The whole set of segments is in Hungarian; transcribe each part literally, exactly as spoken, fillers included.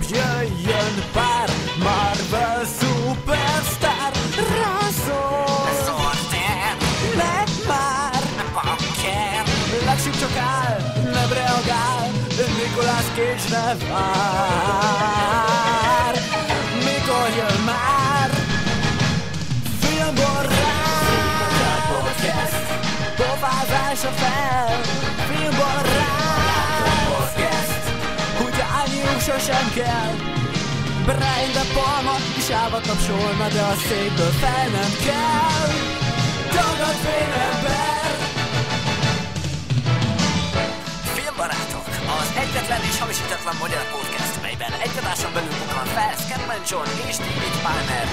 jöjjön pár Marvel Superstar. Rázol, lett már bakker. Lássuk csak áll, nem reagál, Nicolas Cage-re vár. Mikor jön már Filmbarát podcast, pofázása fel. Filmbarát podcast, hogy állniuk sosem kell. Brian De Palma is állva tapsolna, de a székből fel nem kell. Dagad félember. Filmbarátok, az egyetlen és hamisítatlan magyar podcast, melyben egy adáson belül bukkan fel Scatman John és David Palmer.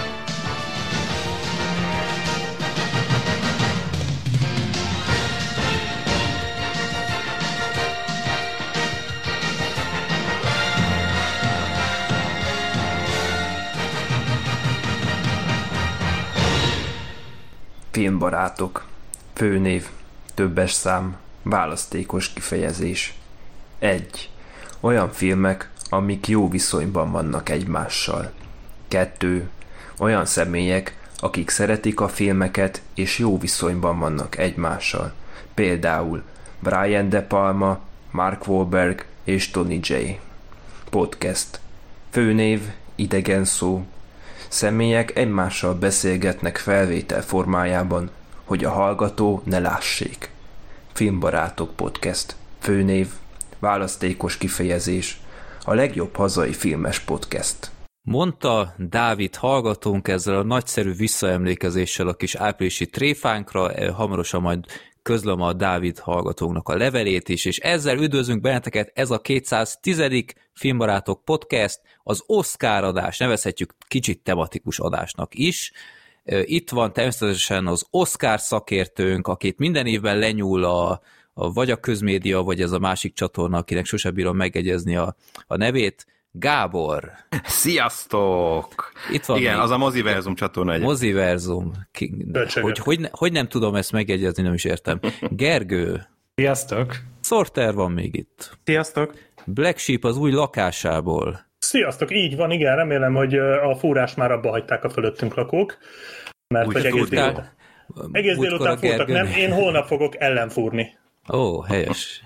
Filmbarátok. Főnév, többes szám, választékos kifejezés. egy. Olyan filmek, amik jó viszonyban vannak egymással. kettő. Olyan személyek, akik szeretik a filmeket és jó viszonyban vannak egymással. Például Brian De Palma, Mark Wahlberg és Tony Jay. Podcast. Főnév, idegen szó. Személyek egymással beszélgetnek felvétel formájában, hogy a hallgató ne lássék. Filmbarátok podcast. Főnév, választékos kifejezés. A legjobb hazai filmes podcast. Mondta Dávid hallgatónk ezzel a nagyszerű visszaemlékezéssel a kis áprilisi tréfánkra, hamarosan majd közlöm a Dávid hallgatónknak a levelét is, és ezzel üdvözlünk benneteket, ez a kétszáztíz. Filmbarátok podcast, az Oscar adás, nevezhetjük kicsit tematikus adásnak is. Itt van természetesen az Oscar szakértőnk, akit minden évben lenyúl a, a vagy a közmédia, vagy ez a másik csatorna, akinek sosem bírom megegyezni a, a nevét, Gábor. Sziasztok! Itt van igen, még. Az a Moziverzum csatorna egy. Moziverzum. Hogy, hogy, ne, hogy nem tudom ezt megegyezni, nem is értem. Gergő. Sziasztok! Sorter van még itt. Sziasztok! Black Sheep az új lakásából. Sziasztok, így van, igen, remélem, hogy a fúrás már abba hagyták a fölöttünk lakók, mert Úgy hogy egész tudtál. délután, egész délután fúrtak, nem? Én holnap fogok ellenfúrni. Ó, helyes.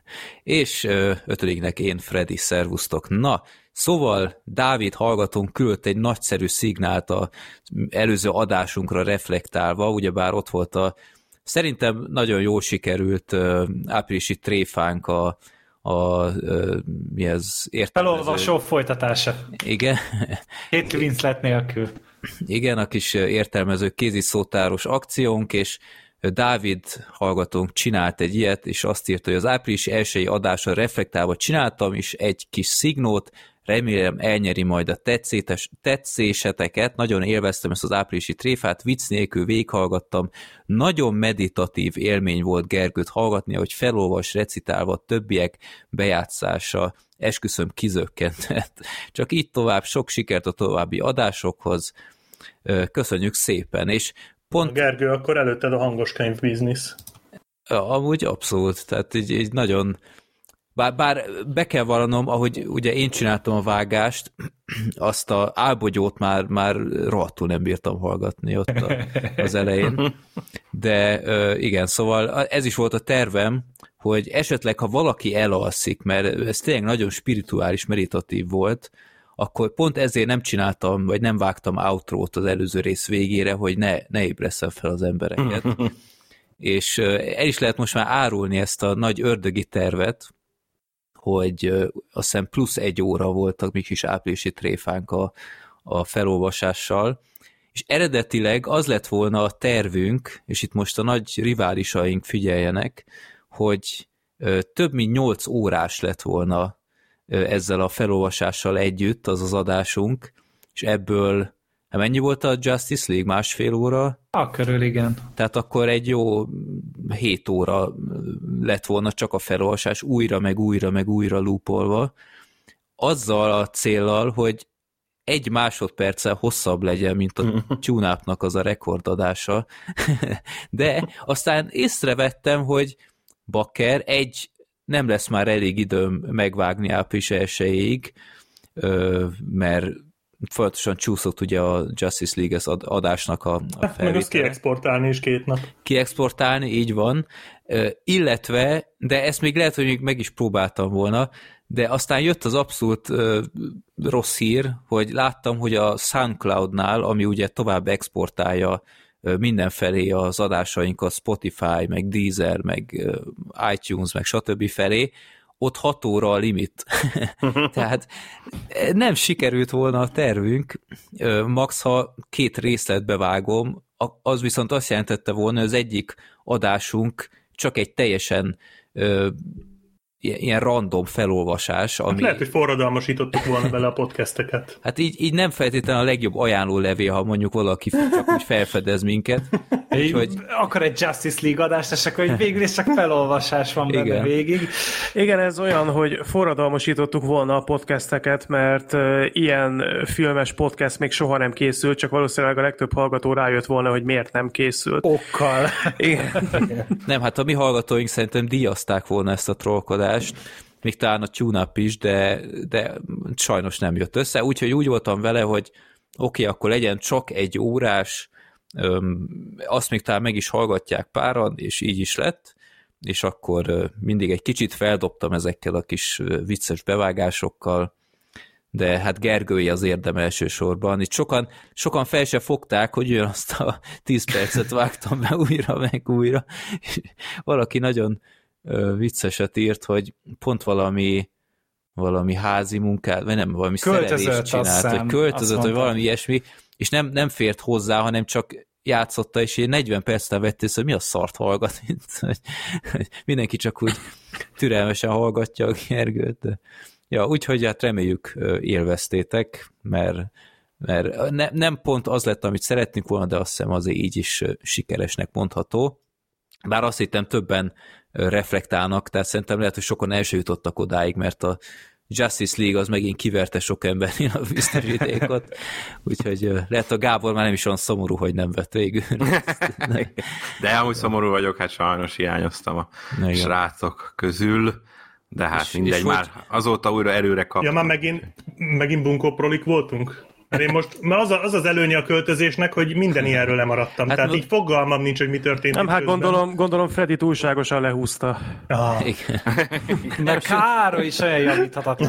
És ö, ötödiknek én, Freddy, szervusztok. Na, szóval Dávid hallgatónk küldött egy nagyszerű szignált az előző adásunkra reflektálva, ugyebár ott volt a szerintem nagyon jól sikerült ö, áprilisi tréfánk a a, ö, mi ez, értelmező. Felolvasó folytatása. Igen. Kate Winslet nélkül. Igen, a kis értelmező kéziszótáros akciónk, és Dávid hallgatónk csinált egy ilyet, és azt írta, hogy az április elsői adásra reflektálva csináltam, és egy kis szignót, remélem elnyeri majd a tetszétes, tetszéseteket, nagyon élveztem ezt az áprilisi tréfát, vicc nélkül végighallgattam, nagyon meditatív élmény volt Gergőt hallgatni, hogy felolvas recitálva a többiek bejátszása, esküszöm kizökkentett. Csak így tovább, sok sikert a további adásokhoz, köszönjük szépen, és pont... Gergő, akkor előtted a hangos könyv biznisz. Amúgy abszolút, tehát így, így nagyon... Bár, bár be kell vallanom, ahogy ugye én csináltam a vágást, azt a álbogyót már, már rohadtul nem bírtam hallgatni ott a, az elején. De igen, szóval ez is volt a tervem, hogy esetleg, ha valaki elalszik, mert ez tényleg nagyon spirituális, meditatív volt, akkor pont ezért nem csináltam, vagy nem vágtam outrót az előző rész végére, hogy ne, ne ébreszem fel az embereket. És el is lehet most már árulni ezt a nagy ördögi tervet, hogy azt hiszem plusz egy óra voltak mi kis áprilisi tréfánk a, a felolvasással, és eredetileg az lett volna a tervünk, és itt most a nagy riválisaink figyeljenek, hogy több mint nyolc órás lett volna ezzel a felolvasással együtt az az adásunk, és ebből, hát mennyi volt a Justice League? Másfél óra? A körül, igen. Tehát akkor egy jó hét óra lett volna csak a felolvasás, újra, meg újra, meg újra loopolva, azzal a céllal, hogy egy másodperccel hosszabb legyen, mint a tune-upnak az a rekordadása. De aztán észrevettem, hogy bakker, egy nem lesz már elég időm megvágni április elsejéig, mert folyamatosan csúszott ugye a Justice League adásnak a, a felvétele. Meg azt kiexportálni is két nap. Kiexportálni, így van. Illetve, de ezt még lehet, hogy még meg is próbáltam volna, de aztán jött az abszolút uh, rossz hír, hogy láttam, hogy a SoundCloud-nál, ami ugye tovább exportálja uh, mindenfelé az adásainkat, Spotify, meg Deezer, meg uh, iTunes, meg stb. Felé, ott hat óra a limit. Tehát nem sikerült volna a tervünk, uh, max ha két részletbe vágom, az viszont azt jelentette volna, hogy az egyik adásunk csak egy teljesen uh, ilyen random felolvasás. Ami... Hát lehet, hogy forradalmasítottuk volna vele a podcasteket. Hát így, így nem feltétlenül a legjobb ajánlólevél, ha mondjuk valaki csak úgy felfedez minket. Úgyhogy... Akkor egy Justice League adást, és akkor hogy végül is csak felolvasás van benne Igen. végig. Igen, ez olyan, hogy forradalmasítottuk volna a podcasteket, mert uh, ilyen filmes podcast még soha nem készült, csak valószínűleg a legtöbb hallgató rájött volna, hogy miért nem készült. Okkal. Igen. Nem, hát a mi hallgatóink szerintem díjazták volna ezt a trollkodást, még talán a tune-up is, de, de sajnos nem jött össze, úgyhogy úgy voltam vele, hogy oké, okay, akkor legyen csak egy órás, öm, azt még talán meg is hallgatják páran, és így is lett, és akkor ö, mindig egy kicsit feldobtam ezekkel a kis ö, vicces bevágásokkal, de hát Gergői az érdem elsősorban. Itt sokan, sokan fel se fogták, hogy azt a tíz percet vágtam be újra, meg újra. Valaki nagyon vicceset írt, hogy pont valami valami házi munkát, vagy nem, valami szerelést csinált, vagy költözött, vagy valami ilyesmi, és nem, nem fért hozzá, hanem csak játszotta, és én negyven percben vett észre, hogy mi a szart hallgat, hogy mindenki csak úgy türelmesen hallgatja a Gergőt. De... Ja, úgyhogy hát reméljük élveztétek, mert, mert ne, nem pont az lett, amit szeretnénk volna, de azt hiszem azért így is sikeresnek mondható. Bár azt hittem többen reflektálnak, tehát szerintem lehet, hogy sokan el se jutottak odáig, mert a Justice League az megint kiverte sok embernél a biztosítékot, úgyhogy lehet a Gábor már nem is olyan szomorú, hogy nem vett végül. De amúgy szomorú vagyok, hát sajnos hiányoztam a Na, srácok közül, de hát és, mindegy, és már hogy... azóta újra előre kaptam. Ja, már megint, megint bunkóprolik voltunk? Mert én most, mert az, a, az az előnye a költözésnek, hogy minden ilyenről lemaradtam. Hát Tehát m- így fogalmam nincs, hogy mi történt. Nem, hát gondolom, gondolom Freddy túlságosan lehúzta. Ah. Mert Károly is olyan javíthatatlan.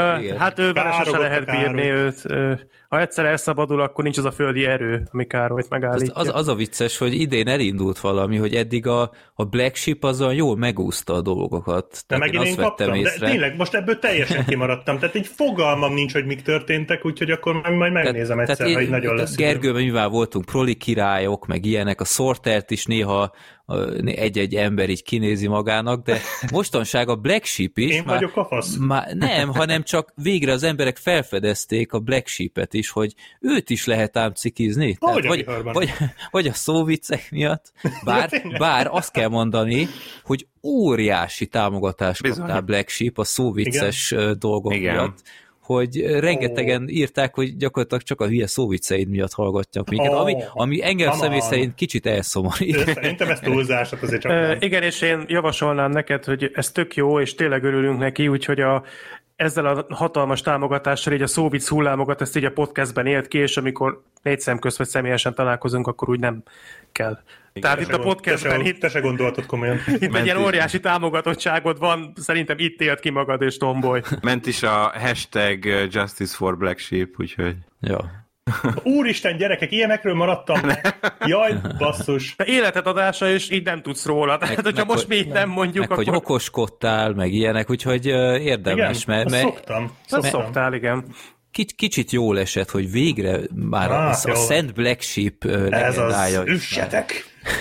Hát ő vele sose lehet bírni őt. Ha egyszer elszabadul, akkor nincs az a földi erő, ami Károlyt megállítja. Az, az, az a vicces, hogy idén elindult valami, hogy eddig a, a Black Sheep azon jól megúszta a dolgokat. De megint én, én kaptam, észre. De tényleg, most ebből teljesen kimaradtam. Tehát így fogalmam nincs, hogy mik történtek, úgyhogy akkor majd megnézem tehát, egyszer, tehát ha így nagyon lesz. Gergőben mivel voltunk proli királyok, meg ilyenek, a Sortert is néha egy-egy ember így kinézi magának, de mostanság a Black Sheep is... Én már, vagyok a fasz. Már nem, hanem csak végre az emberek felfedezték a Black Sheep-et is, hogy őt is lehet ám cikizni. Tehát, vagy, vagy, vagy a szóviccek miatt. Bár, bár azt kell mondani, hogy óriási támogatást kaptál Black Sheep a szóvicces Igen. dolgok Igen. miatt, hogy rengetegen oh. írták, hogy gyakorlatilag csak a hülye szóvicceid miatt hallgatják minket, oh. ami, ami engem Come személy on. szerint kicsit elszomorít. Szerintem ez túlzás, azért csak uh, Igen, és én javasolnám neked, hogy ez tök jó, és tényleg örülünk neki, úgyhogy a, ezzel a hatalmas támogatással így a szóvic hullámokat, ezt így a podcastben élt ki, és amikor négy szem közt vagy személyesen találkozunk, akkor úgy nem kell. Igen, Tehát itt a podcastben... Te, te se gondoltad komolyan. Itt egy ilyen óriási támogatottságod van, szerintem itt élt ki magad, és tomboly. Ment is a hashtag Justice for Black Sheep, úgyhogy... Ja. Úristen, gyerekek, ilyenekről maradtam. Jaj, basszus. De életed adása, és így nem tudsz róla. Tehát, hogyha meg, most mi így nem mondjuk, meg, akkor... hogy okoskodtál, meg ilyenek, úgyhogy uh, érdemes. Igen, mert, mert, szoktam. szoktam. Szoktál, igen. Kicsit jól esett, hogy végre már ah, a, a Szent Black Sheep uh, legendája. Ez az, üssetek!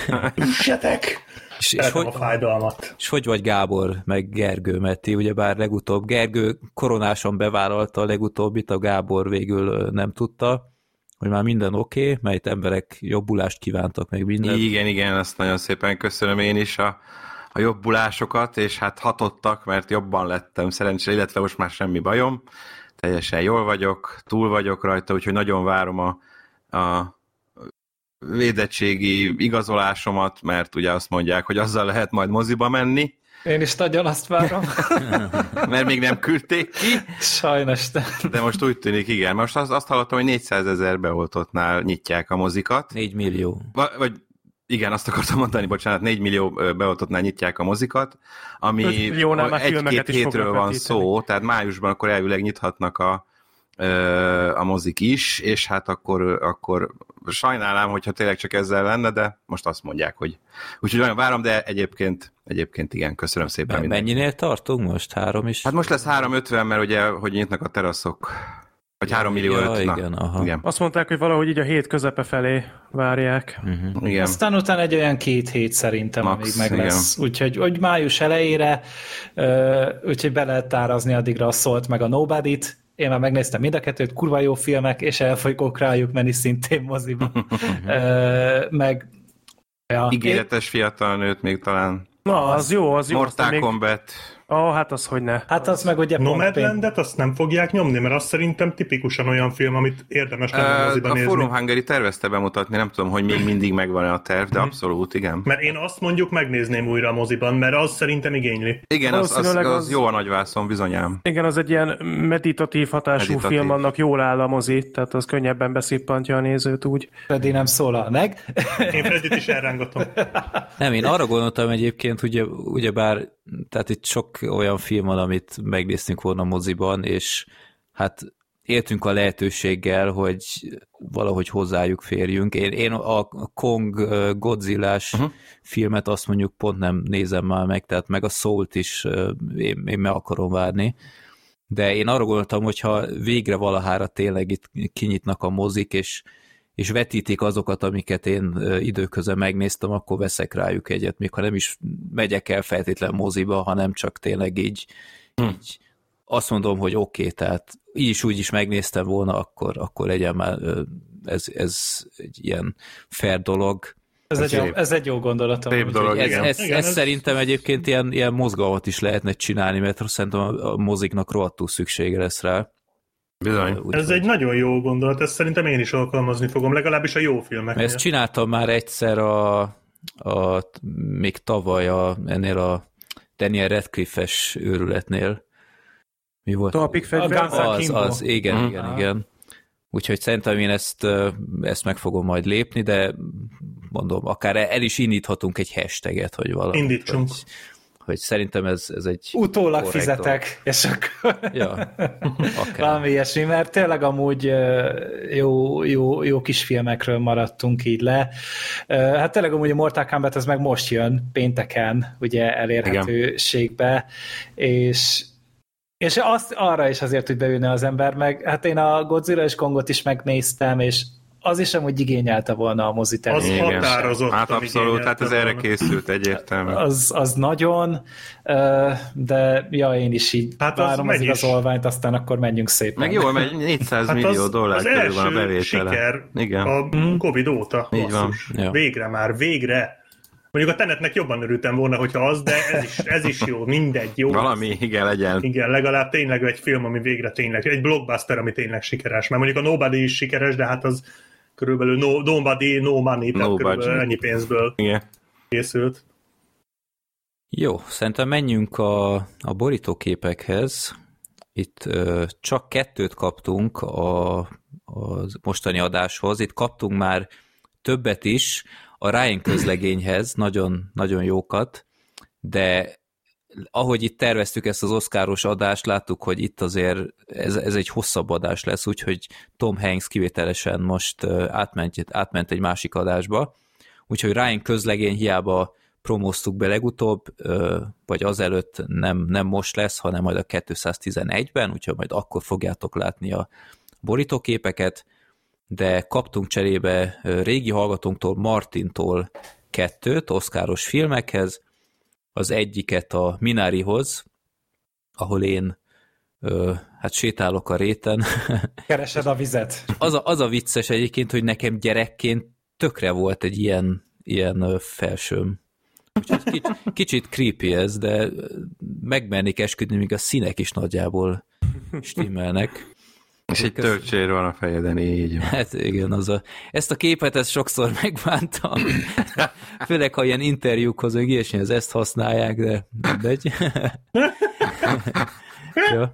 Üssetek! És, és, hogy, a fájdalmat. És hogy vagy Gábor, meg Gergő, mert ti ugyebár legutóbb, Gergő koronásan bevállalta a legutóbbit, a Gábor végül nem tudta, hogy már minden oké, okay, mert emberek jobbulást kívántak meg minden. Igen, igen, ezt nagyon szépen köszönöm én is a, a jobbulásokat, és hát hatottak, mert jobban lettem szerencsére, illetve most már semmi bajom, teljesen jól vagyok, túl vagyok rajta, úgyhogy nagyon várom a, a védettségi igazolásomat, mert ugye azt mondják, hogy azzal lehet majd moziba menni, Én is nagyon azt várom. Mert még nem küldték ki. Sajnos nem. De most úgy tűnik, igen. Most azt, azt hallottam, hogy négyszázezer beoltottnál nyitják a mozikat. négy millió. Va, vagy igen, azt akartam mondani, bocsánat, négy millió beoltottnál nyitják a mozikat, ami egy-két hétről van szó, tehát májusban akkor elvileg nyithatnak a, a mozik is, és hát akkor, akkor sajnálám, hogyha tényleg csak ezzel lenne, de most azt mondják, hogy úgyhogy olyan várom, de egyébként, egyébként igen, köszönöm szépen. Men, mennyinél tartunk most? Három is? Hát most lesz három ötven, mert ugye, hogy nyitnak a teraszok. Vagy három millió ja, öt. Igen, aha. Igen. Azt mondták, hogy valahogy így a hét közepe felé várják. Uh-huh. Igen. Aztán utána egy olyan két hét szerintem, Max, amíg meg igen. lesz. Úgyhogy hogy május elejére, uh, úgyhogy be lehet tárazni addigra a Szólt meg a Nobody-t. Én már megnéztem mind a kettőt, kurva jó filmek, és el fogok rájuk menni szintén moziba. uh, meg ja, ígéretes én... fiatal nőt még talán. Na, az jó, az jó. Mortal még... Kombat. Ó, oh, hát az hogy ne. Hát az meg ugye... Nomadlandet azt nem fogják nyomni, mert azt szerintem tipikusan olyan film, amit érdemes lenne moziban nézni. A Forum Hungary tervezte bemutatni, nem tudom, hogy még mindig megvan-e a terv, de abszolút, igen. Mert én azt mondjuk megnézném újra a moziban, mert az szerintem igényli. Igen, az, az, az, az jó a nagyvászon, bizonyám. Igen, az egy ilyen meditatív hatású meditatív. film, annak jól áll a mozi, tehát az könnyebben beszippantja a nézőt úgy. Freddy nem szólal meg. Én Freddyt is elrángatom. Nem, én arra gondoltam egyébként, ugye, ugye bár, tehát itt sok olyan film van, amit megnéztünk volna moziban, és hát éltünk a lehetőséggel, hogy valahogy hozzájuk férjünk. Én, én a Kong Godzilla-s uh-huh. filmet azt mondjuk pont nem nézem már meg, tehát meg a Soul-t is én, én meg akarom várni. De én arra gondoltam, hogyha végre valahára tényleg itt kinyitnak a mozik, és, és vetítik azokat, amiket én időközben megnéztem, akkor veszek rájuk egyet, még ha nem is megyek el feltétlen moziba, hanem csak tényleg így, hmm. így azt mondom, hogy oké, okay, tehát így is úgy is megnéztem volna, akkor, akkor legyen már ez, ez egy ilyen fair dolog. Ez, egy, jó, ez egy jó gondolatom. Szép dolog, ez, igen. ez, igen, ez ez szerintem egyébként ilyen, ilyen mozgalmat is lehetne csinálni, mert szerintem a moziknak rohadtul szüksége lesz rá. Bizony. Úgy, ez hogy... egy nagyon jó gondolat, ezt szerintem én is alkalmazni fogom, legalábbis a jó filmeknél. Ezt csináltam már egyszer a, a még tavaly a, ennél a Daniel Radcliffe-es őrületnél. Mi volt? Topik fegyver? Az, az, igen, Mm. igen, ah. igen. Úgyhogy szerintem én ezt, ezt meg fogom majd lépni, de mondom, akár el is indíthatunk egy hashtaget, hogy valami. Indítsunk. Hogy, hogy szerintem ez, ez egy... Utólag korrekt fizetek, dolog. és akkor Ja, akár. valami ilyesmi, mert tényleg amúgy jó, jó, jó kis filmekről maradtunk így le. Hát tényleg amúgy a Mortal Kombat az meg most jön, pénteken, ugye elérhetőségbe, és és azt, arra is azért, hogy beülne az ember meg. Hát én a Godzilla és Kongot is megnéztem, és az is amúgy igényelte volna a mozit. Az határozott. Hát abszolút, hát ez erre készült egyértelmű. Az, az nagyon, de ja, én is így hát várom az, az igazolványt, aztán akkor menjünk szépen. Meg jól, mert négyszáz hát millió az, dollár az körül van a bevétele. siker igen. a Covid óta. Így van. Ja. Végre már, végre. Mondjuk a Tenetnek jobban örültem volna, hogyha az, de ez is, ez is jó, mindegy, jó. Valami, igen, legyen. Igen, legalább tényleg egy film, ami végre tényleg, egy blockbuster, ami tényleg sikeres. Mert mondjuk a Nobody is sikeres, de hát az körülbelül no, Nobody, no money, tehát No körülbelül budget. ennyi pénzből Igen. készült. Jó, szerintem menjünk a, a borítóképekhez. Itt ö, csak kettőt kaptunk a, a mostani adáshoz. Itt kaptunk már többet is a Ryan közlegényhez, nagyon, nagyon jókat, de ahogy itt terveztük ezt az oszkáros adást, láttuk, hogy itt azért ez, ez egy hosszabb adás lesz, úgyhogy Tom Hanks kivételesen most átment, átment egy másik adásba. Úgyhogy Ryan közlegény hiába promóztuk be legutóbb, vagy azelőtt nem, nem most lesz, hanem majd a kétszáztizenegyben, úgyhogy majd akkor fogjátok látni a borítóképeket, de kaptunk cserébe régi hallgatónktól, Martintól kettőt oszkáros filmekhez, az egyiket a Minarihoz, ahol én ö, hát sétálok a réten. Keresed a vizet. Az a, az a vicces egyébként, hogy nekem gyerekként tökre volt egy ilyen, ilyen felsőm. Úgyhogy kicsit, kicsit creepy ez, de megmernék esküdni, míg a színek is nagyjából stimmelnek. És egy töltsér van a fejeden, így. Hát igen, az a, ezt a képet ezt sokszor megbántam. Főleg, ha ilyen interjúkhoz, hogy ilyesmi, az ezt használják, de mindegy. Ja.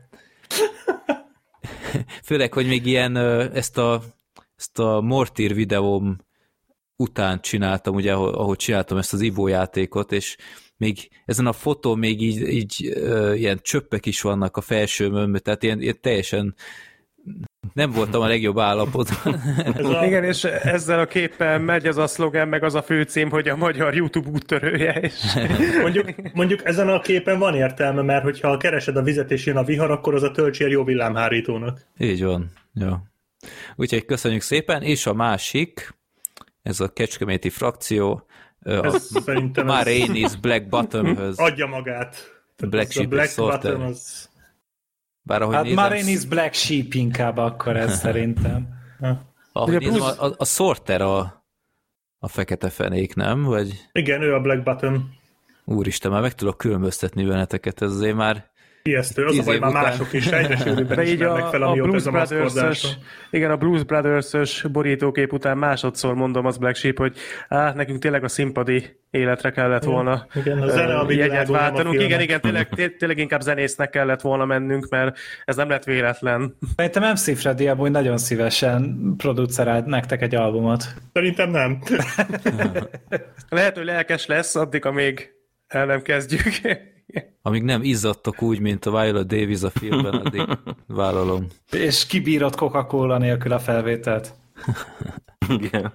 Főleg, hogy még ilyen ezt a, ezt a Mortír videóm után csináltam, ugye, ahogy csináltam ezt az ivójátékot, és még ezen a fotón még így, így uh, ilyen csöppek is vannak a felsőmön, tehát ilyen, ilyen teljesen nem voltam a legjobb állapotban. A... Igen, és ezzel a képpel megy az a szlogen, meg az a főcím, hogy a magyar YouTube úttörője is. Mondjuk, mondjuk ezen a képen van értelme, mert hogyha keresed a vizet és jön a vihar, akkor az a töltsér jó villámhárítónak. Így van, jó. Úgyhogy köszönjük szépen, és a másik, ez a kecskeméti frakció, ez a Marainis Black Bottomhöz. Adja magát. Black Sheep Black Bottom az... Bár ahogy hát nézem... Marainis Black Sheep inkább akkor ez szerintem. Ahogy nézem, plusz... a, a Sorter a, a fekete fenék, nem? Vagy... Igen, ő a Black Bottom. Úristen, már meg tudok különböztetni benneteket, ez azért már... Ijesztő, az a baj, már után... mások is egyre sűrűbben ismernek fel, amióta ez a maszkordás. Igen, a Blues Brothers-ös borítókép után másodszor mondom az Black Sheep, hogy á, nekünk tényleg a színpadi életre kellett volna igen, a zene, a jegyet váltanunk. Igen, igen, tényleg, tényleg inkább zenésznek kellett volna mennünk, mert ez nem lett véletlen. Szerintem em cé Freddy amúgy nagyon szívesen producerált nektek egy albumot. Szerintem nem. Lehet, hogy lelkes lesz, addig, amíg el nem kezdjük. Amíg nem izzadtok úgy, mint a Viola Davis a filmben, addig vállalom. És kibírod Coca-Cola nélkül a felvételt. Igen.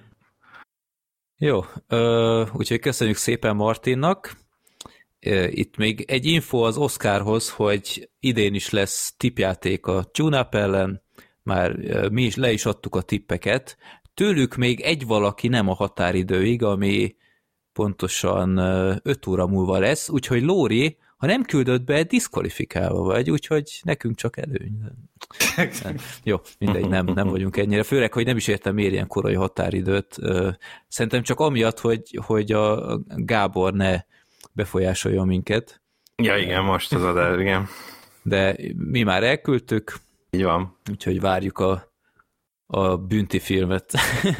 Jó, úgyhogy köszönjük szépen Martinnak. Itt még egy info az Oscarhoz, hogy idén is lesz tippjáték a Tune-Up ellen, már mi is le is adtuk a tippeket. Tőlük még egy valaki nem a határidőig, ami pontosan öt óra múlva lesz, úgyhogy Lóri, ha nem küldött be, diszkvalifikálva vagy, úgyhogy nekünk csak előny. Jó, mindegy, nem, nem vagyunk ennyire. Főleg, hogy nem is értem miért ilyen korai határidőt. Szerintem csak amiatt, hogy, hogy a Gábor ne befolyásoljon minket. Ja, igen, most az adás, igen. De mi már elküldtük. Így van. Úgyhogy várjuk a, a bünti filmet.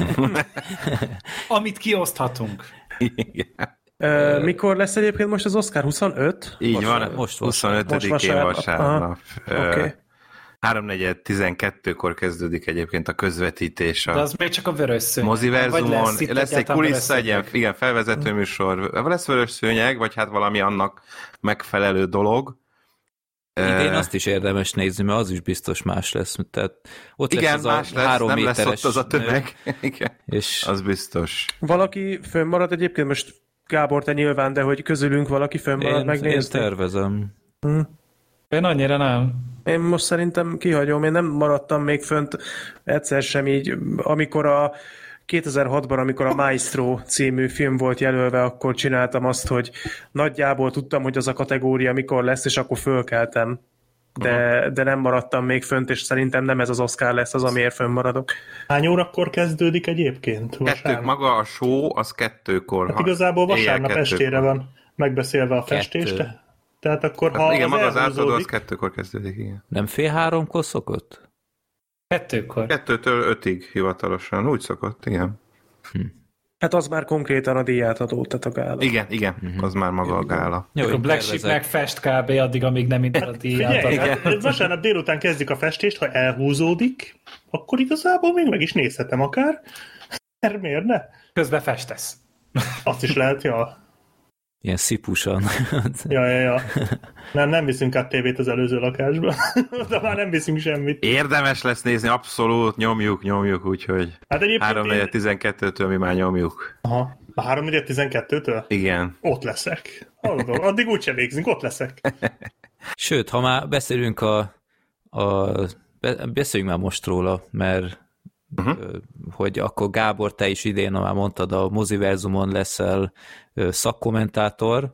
Amit kioszthatunk. Igen. Uh, mikor lesz egyébként most az Oscar? huszonöt? Így vasárnap. van, most huszonötödikén vasárnap. vasárnap. Uh, okay. háromnegyed tizenkettőkor kezdődik egyébként a közvetítés a de az még csak a vörös szőnyeg. Moziverzumon. Lesz, lesz egy kulissza, egy ilyen, igen, felvezető műsor. Lesz vörös szőnyeg, vagy hát valami annak megfelelő dolog. Idén azt is érdemes nézni, mert az is biztos más lesz. Tehát ott igen, lesz az más a lesz, három nem méteres lesz ott az a tömeg. Igen, és az biztos. Valaki fönnmarad egyébként, most Gábor, te nyilván, de hogy közülünk valaki fönnmarad én, megnézni? Én tervezem. Hm. Én annyira nem. Én most szerintem kihagyom, én nem maradtam még fönt egyszer sem így, amikor a kétezer-hatban, amikor a Maestro című film volt jelölve, akkor csináltam azt, hogy nagyjából tudtam, hogy az a kategória mikor lesz, és akkor fölkeltem. De, uh-huh. de nem maradtam még fönt, és szerintem nem ez az Oscar lesz az, amiért fönnmaradok. Hány órakor kezdődik egyébként? Kettők, maga a show, az kettőkor. Hát igazából vasárnap estére van megbeszélve a festést. Kettő. Tehát akkor, ha hát igen, az maga az elhúzódik... átadó, az kettőkor kezdődik, igen. Nem fél háromkor szokott? Kettőkor. Kettőtől ötig hivatalosan, úgy szokott, igen. Hm. Hát az már konkrétan a díjátadó, tehát a gála. Igen, igen, uh-huh. az már maga a gála. Jó, akkor Black Sheep megfest kb. Addig, amíg nem indul a díjátadó. Hát, vasárnap délután kezdik a festést, ha elhúzódik, akkor igazából még meg is nézhetem akár. Mert miért ne? Közben festesz. Azt is lehet, ja. Ilyen szipusan. Ja, ja, ja. Nem, nem viszünk át tévét az előző lakásba. De már nem viszünk semmit. Érdemes lesz nézni, abszolút, nyomjuk, nyomjuk, úgyhogy hát háromnegyed tizenkettőtől mi már nyomjuk. Aha. A háromnegyed tizenkettőtől? Igen. Ott leszek. Addig úgyse végzünk, ott leszek. Sőt, ha már beszélünk a, a beszéljünk már most róla, mert Uh-huh. hogy akkor Gábor, te is idén, már mondtad, a Moziverzumon leszel szakkommentátor,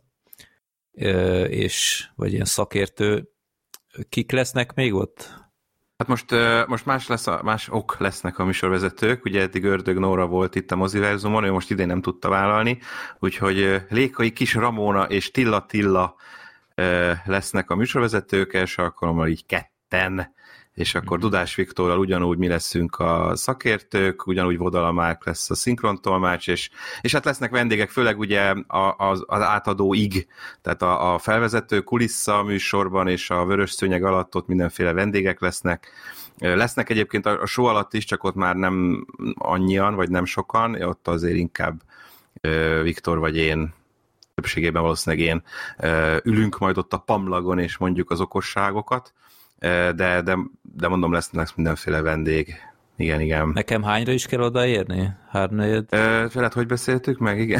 és vagy ilyen szakértő. Kik lesznek még ott? Hát most, most más, lesz a, más ok lesznek a műsorvezetők, ugye eddig Ördög Nóra volt itt a Moziverzumon, ő most idén nem tudta vállalni, úgyhogy Lékai Kis Ramóna és Tilla Tilla lesznek a műsorvezetők, első alkalommal így kettő ketten, és akkor Dudás Viktorral ugyanúgy mi leszünk a szakértők, ugyanúgy Vodala Márk lesz a szinkrontolmács, és, és hát lesznek vendégek, főleg ugye az, az átadó ig, tehát a, a felvezető kulissza műsorban, és a vörös szőnyeg alatt ott mindenféle vendégek lesznek. Lesznek egyébként a show alatt is, csak ott már nem annyian, vagy nem sokan, ott azért inkább Viktor vagy én, többségében valószínűleg én ülünk majd ott a pamlagon, és mondjuk az okosságokat, de, de, de mondom, lesz, lesz mindenféle vendég. Igen, igen. Nekem hányra is kell odaérni? Hárnegyed? Veled hogy beszéltük meg? Igen.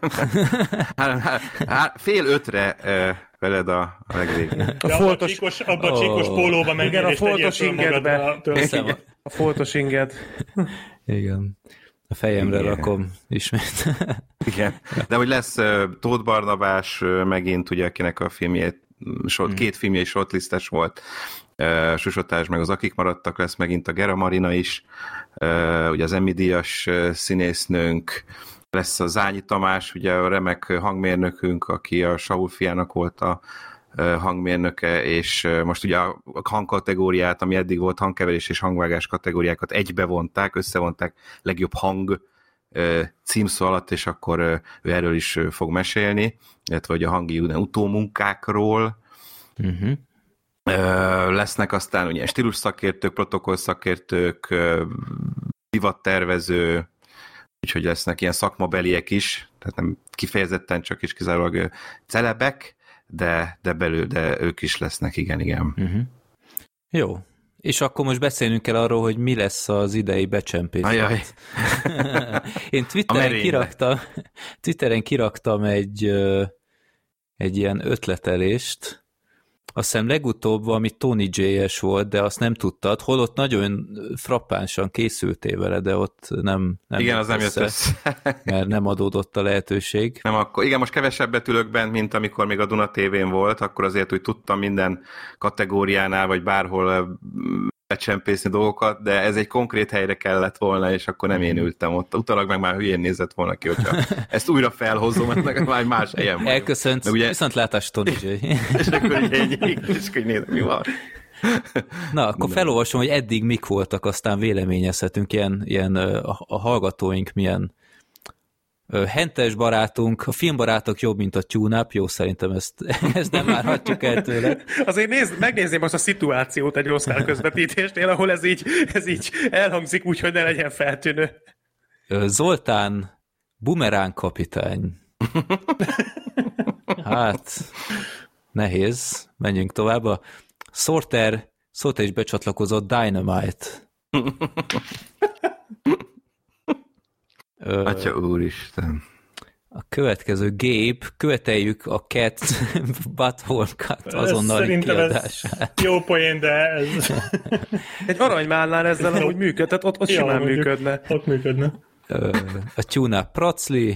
há, há, há, fél ötre veled a, a legvégén. A foltos, csíkos, abba a csíkos oh. pólóba menjél, igen, a foltos ingedbe. A, a foltos inged. Igen. A fejemre igen. rakom ismét. Igen. De hogy lesz uh, Tóth Barnabás uh, megint, ugye, akinek a filmje, short, hmm. két filmje is shortlistes volt, uh, Susotás meg az Akik maradtak, lesz megint a Gera Marina is, uh, ugye az Emmy díjas uh, színésznőnk, lesz a Zányi Tamás, ugye a remek hangmérnökünk, aki a Saul fiának volt a hangmérnöke, és most ugye a hangkategóriát, ami eddig volt hangkeverés és hangvágás kategóriákat egybevonták, összevonták legjobb hang címszó alatt, és akkor ő erről is fog mesélni, illetve hogy a hangi utómunkákról. Uh-huh. Lesznek aztán ugye stílus szakértők, protokoll szakértők, divattervező, úgyhogy lesznek ilyen szakmabeliek is, tehát nem kifejezetten csak is kizárólag celebek, de, de belül, de ők is lesznek, igen, igen. Uh-huh. Jó. És akkor most beszélnünk kell arról, hogy mi lesz az idei becsempész. Ajaj. Én Twitteren kiraktam, Twitteren kiraktam egy, egy ilyen ötletelést. Azt hiszem legutóbb valami Tony J-es volt, de azt nem tudtad, holott nagyon frappánsan készültél vele, de ott nem, nem igen, az nem jött össze. Mert nem adódott a lehetőség. Nem akkor. Igen, most kevesebbet ülök bent, mint amikor még a Duna té vén volt, akkor azért úgy tudtam minden kategóriánál, vagy bárhol becsempészni dolgokat, de ez egy konkrét helyre kellett volna, és akkor nem én ültem ott. Utólag meg már hülyén nézett volna ki, hogyha ezt újra felhozom, mert már más helyen van. Elköszönt, ugye... viszontlátás, Tony J. És akkor így ennyi, és akkor nézd, mi van. Na, akkor nem. Felolvasom, hogy eddig mik voltak, aztán véleményezhetünk, ilyen, ilyen a, a hallgatóink milyen hentes barátunk, a filmbarátok jobb, mint a tune-up, jó, szerintem ezt, ezt nem várhatjuk el tőle. Azért nézd, megnézném most a szituációt egy Oscar közvetítésnél, ahol ez így, ez így elhangzik úgy, hogy ne legyen feltűnő. Zoltán Bumerán kapitány. Hát, nehéz. Menjünk tovább. A Sorter, Sorter is becsatlakozott Dynamite. Atya úristen. A következő Gabe, követeljük a Cat Butthole Cut azonnali kiadását. Jó poén, de ez... Egy aranymálnál ezzel amúgy működ, tehát ott, ott ja, simán mondjuk, működne. Ott működne. A Tuna Pracli,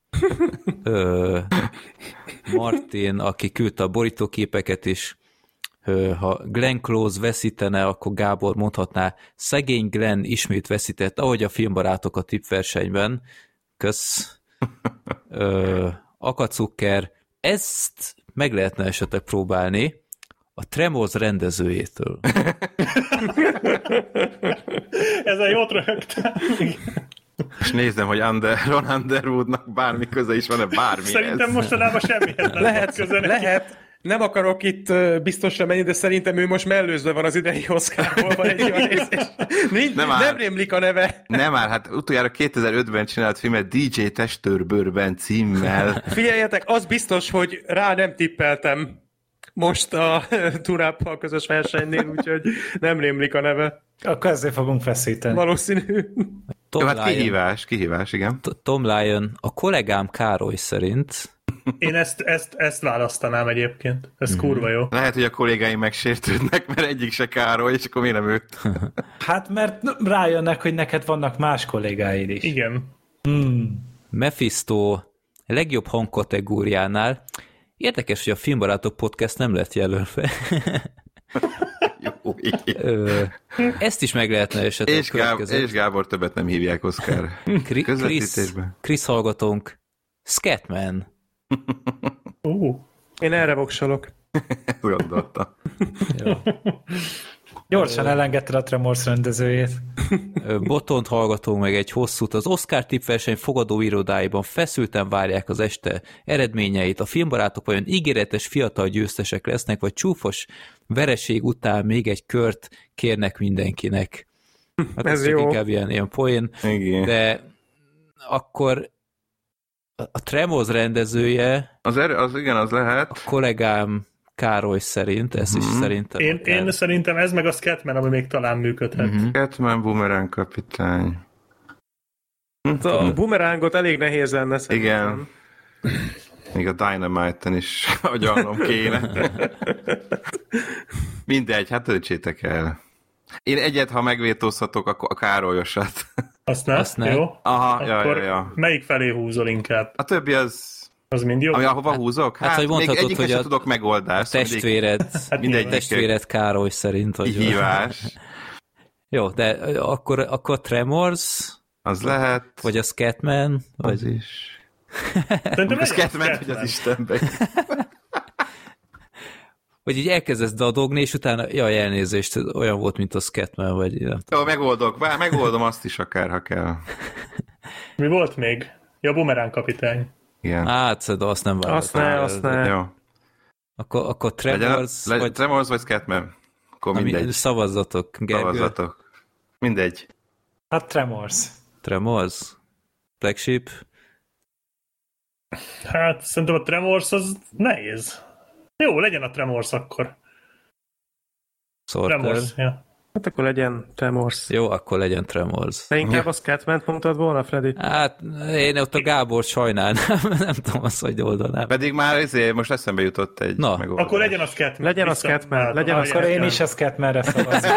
Martin, aki küldte a borítóképeket is, ha Glenn Close veszítene, akkor Gábor mondhatná, szegény Glenn ismét veszített, ahogy a filmbarátok a tippversenyben. Kösz. Ö, Akacukker, ezt meg lehetne esetleg próbálni a Tremors rendezőjétől. Ezen jót röhögtem. És nézem, hogy Under, Ron Underwoodnak bármi köze is van-e bármi. Szerintem mostanában semmihez nem lehet köze. Lehet. Nem akarok itt biztosra menni, de szerintem ő most mellőzve van az idei Oscarból, van egy olyan rész, és nincs, nem, nem rémlik a neve. Nem már, hát utoljára kétezer-ötben csinált filmet dé dzsé Testőrbőrben címmel. Figyeljetek, az biztos, hogy rá nem tippeltem most a Turáppal közös versenynél, úgyhogy nem rémlik a neve. Akkor ezzel fogunk feszíteni. Valószínű. Tom Jó, hát Lyon, kihívás, kihívás, igen. Tom Lyon, a kollégám Károly szerint... Én ezt, ezt, ezt választanám egyébként. Ez mm-hmm. kurva jó. Lehet, hogy a kollégáim megsértődnek, mert egyik se Károly, és akkor miért nem őt? Hát, mert rájönnek, hogy neked vannak más kollégáid is. Igen. Mm. Mephisto legjobb hangkategóriánál. Érdekes, hogy a Filmbarátok Podcast nem lett jelölve. Jó, ezt is meg lehetne esetleg. És, Gáb- és Gábor többet nem hívják Oscar közvetítésben. Krisz hallgatónk. Scatman. Uh, én erre voksolok. Gondoltam. Gyorsan elengedted a Tremors rendezőjét. Botont hallgatók meg egy hosszút. Az Oscar tippverseny fogadóirodáiban feszülten várják az este eredményeit. A filmbarátok vajon ígéretes fiatal győztesek lesznek, vagy csúfos vereség után még egy kört kérnek mindenkinek. Hát ez, ez jó. Inkább ilyen, ilyen poén. Igen. De akkor a Tremors rendezője az, er, az igen, az lehet. A kollégám Károly szerint, ez hmm. is szerintem. Én, én szerintem ez meg a Scatman, ami még talán működhet. Mm-hmm. Scatman, Boomerang kapitány. Hm? A Boomerangot elég nehéz lenne szerintem. Igen. Még a Dynamite-en is agyalnom kéne. Mindegy, hát töltsétek el. Én egyet, ha megvétózhatok, akkor a Károlyosat. Azt ne? Azt ne? Jó. Aha, ja, ja, ja. Melyik felé húzol inkább? A többi az... Az mind jó? Ami ahova hát, húzok? Hát, hát még egyiket sem tudok megoldást. A testvéred, hát mindegy testvéred Károly szerint. Hívás. Jó, de akkor, akkor Tremors? Az lehet. Vagy a Scatman? Vagy... Az is. A Scatman, hogy az Istenbe. Vagy így elkezdesz dadogni, és utána, jaj, elnézést, olyan volt, mint a Scatman, vagy nem tudom. Jó, megoldok, bár megoldom azt is akár, ha kell. Mi volt még? Ja, Boomerang kapitány. Igen. Hát, de azt nem választom. Azt ne, azt ne. Jó. Akkor, akkor Tremors, legyen, vagy... Tremors vagy Scatman? Akkor mindegy. Szavazzatok, Gergő. Szavazzatok. Mindegy. Hát Tremors. Tremors? Black Sheep? Hát szerintem a Tremors az nehéz. Jó, legyen a Tremors akkor. Sorter. Tremors, ja. Hát akkor legyen Tremors. Jó, akkor legyen Tremors. De inkább ja. a Scatman-t mondtad volna, Freddy? Hát én ott a Gábor sajnálnám, nem tudom azt, hogy oldanám. Pedig már ezért most eszembe jutott egy Na. megoldás. Akkor legyen a Scatman. Legyen a Scatman. Legyen a Akkor én is a Scatmanre szavazom.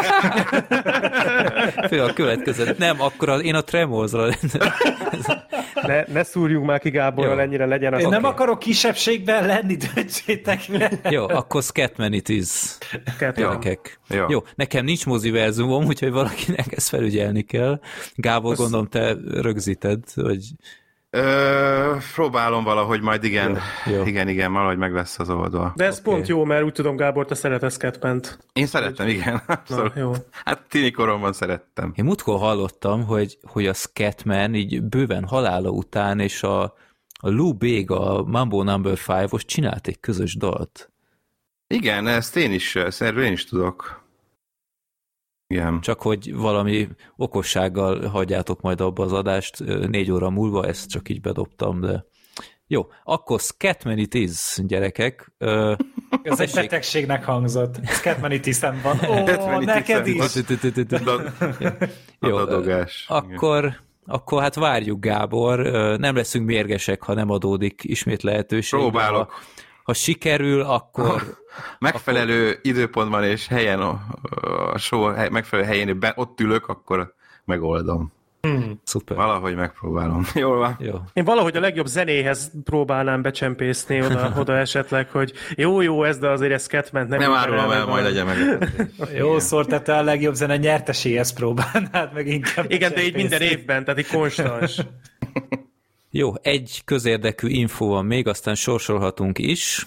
Fő a következő. Nem, akkor az, én a Tremorsra lenni. Ne, ne szúrjunk már ki Gáborral, ennyire legyen az. Én okay. nem akarok kisebbségben lenni, döntsétek le. Jó, akkor Scatman it is. Jó. Jó. Jó, nekem nincs moziverzumom, úgyhogy valakinek ezt felügyelni kell. Gábor, azt... gondolom, te rögzíted, hogy... Ö, próbálom valahogy majd, igen. Jó. Jó. Igen, igen, valahogy meg lesz az oldal. De ez okay. pont jó, mert úgy tudom, Gábor, te szeretesz Scatman-t. Én szerettem, hogy... igen. Na, jó. Hát tini koromban szerettem. Én múltkor hallottam, hogy, hogy a Scatman így bőven halála után, és a, a Lou Bega, a Mambo number five-os csinált egy közös dalt. Igen, ezt én is, erről én is tudok. Igen. Csak hogy valami okossággal hagyjátok majd abba az adást négy óra múlva, ezt csak így bedobtam, de jó, akkor Scatman it is, gyerekek. Ö, Ez egy betegségnek hangzott. Scatman it is-en van. Ó, neked is! Jó, akkor, akkor hát várjuk, Gábor. Nem leszünk mérgesek, ha nem adódik ismét lehetőség. Próbálok. Ha, ha sikerül, akkor... Megfelelő akkor... időpontban és helyen, a, a show megfelelő helyén be, ott ülök, akkor megoldom. Hmm. Szuper. Valahogy megpróbálom. Jól van. Jó. Én valahogy a legjobb zenéhez próbálnám becsempészni oda, oda esetleg, hogy jó, jó ez, de azért ez Scatman nem... Nem árulom el, majd legyen meg. Jó szor, tehát a legjobb zene nyerteséhez próbálnád meg inkább. Igen, de így minden évben, tehát így konstans. Jó, egy közérdekű info van még, aztán sorsolhatunk is.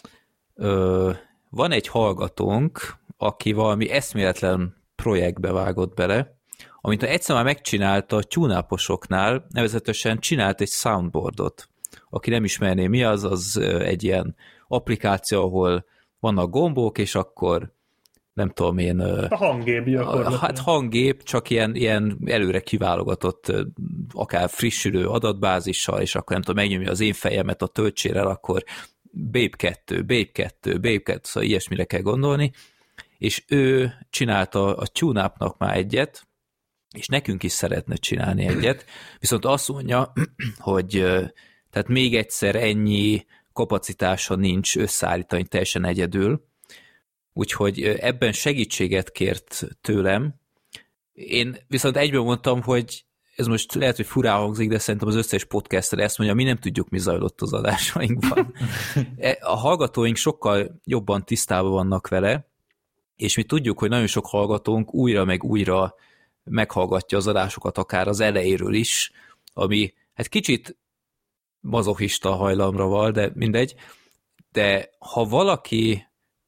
Ö, van egy hallgatónk, aki valami eszméletlen projektbe vágott bele, amit egyszer már megcsinálta a tyúnáposoknál, nevezetesen csinált egy soundboardot. Aki nem ismerné mi az, az egy ilyen applikáció, ahol vannak gombok, és akkor nem tudom én... A hanggép gyakorlatilag. Hát hanggép, csak ilyen, ilyen előre kiválogatott, akár frissülő adatbázissal, és akkor nem tudom, megnyomja az én fejemet a töltsérrel, akkor Babe kettő, Babe kettő, Babe kettő, szóval ilyesmire kell gondolni, és ő csinálta a TuneUp-nak már egyet, és nekünk is szeretne csinálni egyet, viszont azt mondja, hogy tehát még egyszer ennyi kapacitása nincs összeállítani teljesen egyedül, úgyhogy ebben segítséget kért tőlem. Én viszont egyből mondtam, hogy ez most lehet, hogy furán hangzik, de szerintem az összes podcaster ezt mondja, mi nem tudjuk, mi zajlott az adásainkban. A hallgatóink sokkal jobban tisztában vannak vele, és mi tudjuk, hogy nagyon sok hallgatónk újra meg újra meghallgatja az adásokat akár az elejéről is, ami hát kicsit mazochista hajlamra van, de mindegy. De ha valaki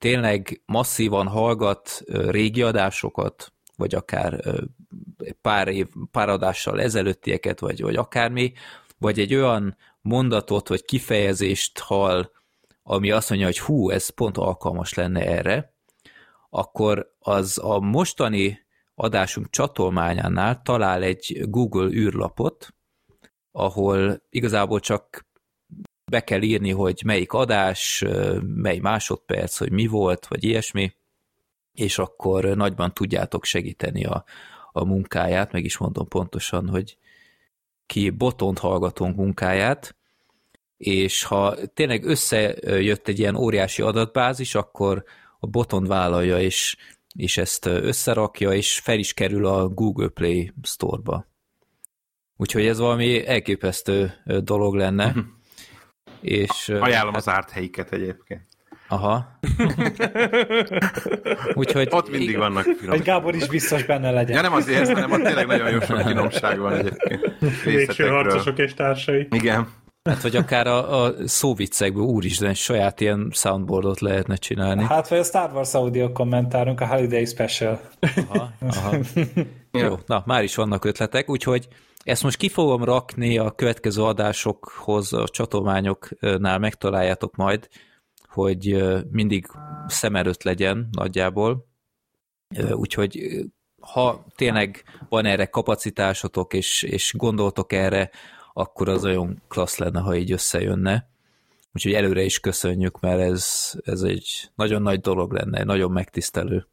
tényleg masszívan hallgat régi adásokat, vagy akár pár év, pár adással ezelőttieket, vagy, vagy akármi, vagy egy olyan mondatot, vagy kifejezést hall, ami azt mondja, hogy hú, ez pont alkalmas lenne erre, akkor az a mostani adásunk csatolmányánál talál egy Google űrlapot, ahol igazából csak be kell írni, hogy melyik adás, mely másodperc, hogy mi volt, vagy ilyesmi, és akkor nagyban tudjátok segíteni a, a munkáját, meg is mondom pontosan, hogy ki botont hallgatónk munkáját, és ha tényleg összejött egy ilyen óriási adatbázis, akkor a boton vállalja, és, és ezt összerakja, és fel is kerül a Google Play Store-ba. Úgyhogy ez valami elképesztő dolog lenne. És, ajánlom hát, az árt helyiket egyébként. Aha. Úgyhogy... Ott mindig vannak finom. Hogy Gábor is biztos benne legyen. Ja, nem azért, hanem ott tényleg nagyon jó sok finomság van egyébként. Végső harcosok és társai. Igen. Hát, vagy akár a, a szóviccekből úristen saját ilyen soundboardot lehetne csinálni. Hát, vagy a Star Wars audio kommentárunk, a Holiday Special. Aha, aha. Jó, na, már is vannak ötletek, úgyhogy ezt most ki fogom rakni a következő adásokhoz, a csatolmányoknál megtaláljátok majd, hogy mindig szem előtt legyen nagyjából. Úgyhogy ha tényleg van erre kapacitásotok, és, és gondoltok erre, akkor az olyan klassz lenne, ha így összejönne. Úgyhogy előre is köszönjük, mert ez, ez egy nagyon nagy dolog lenne, nagyon megtisztelő.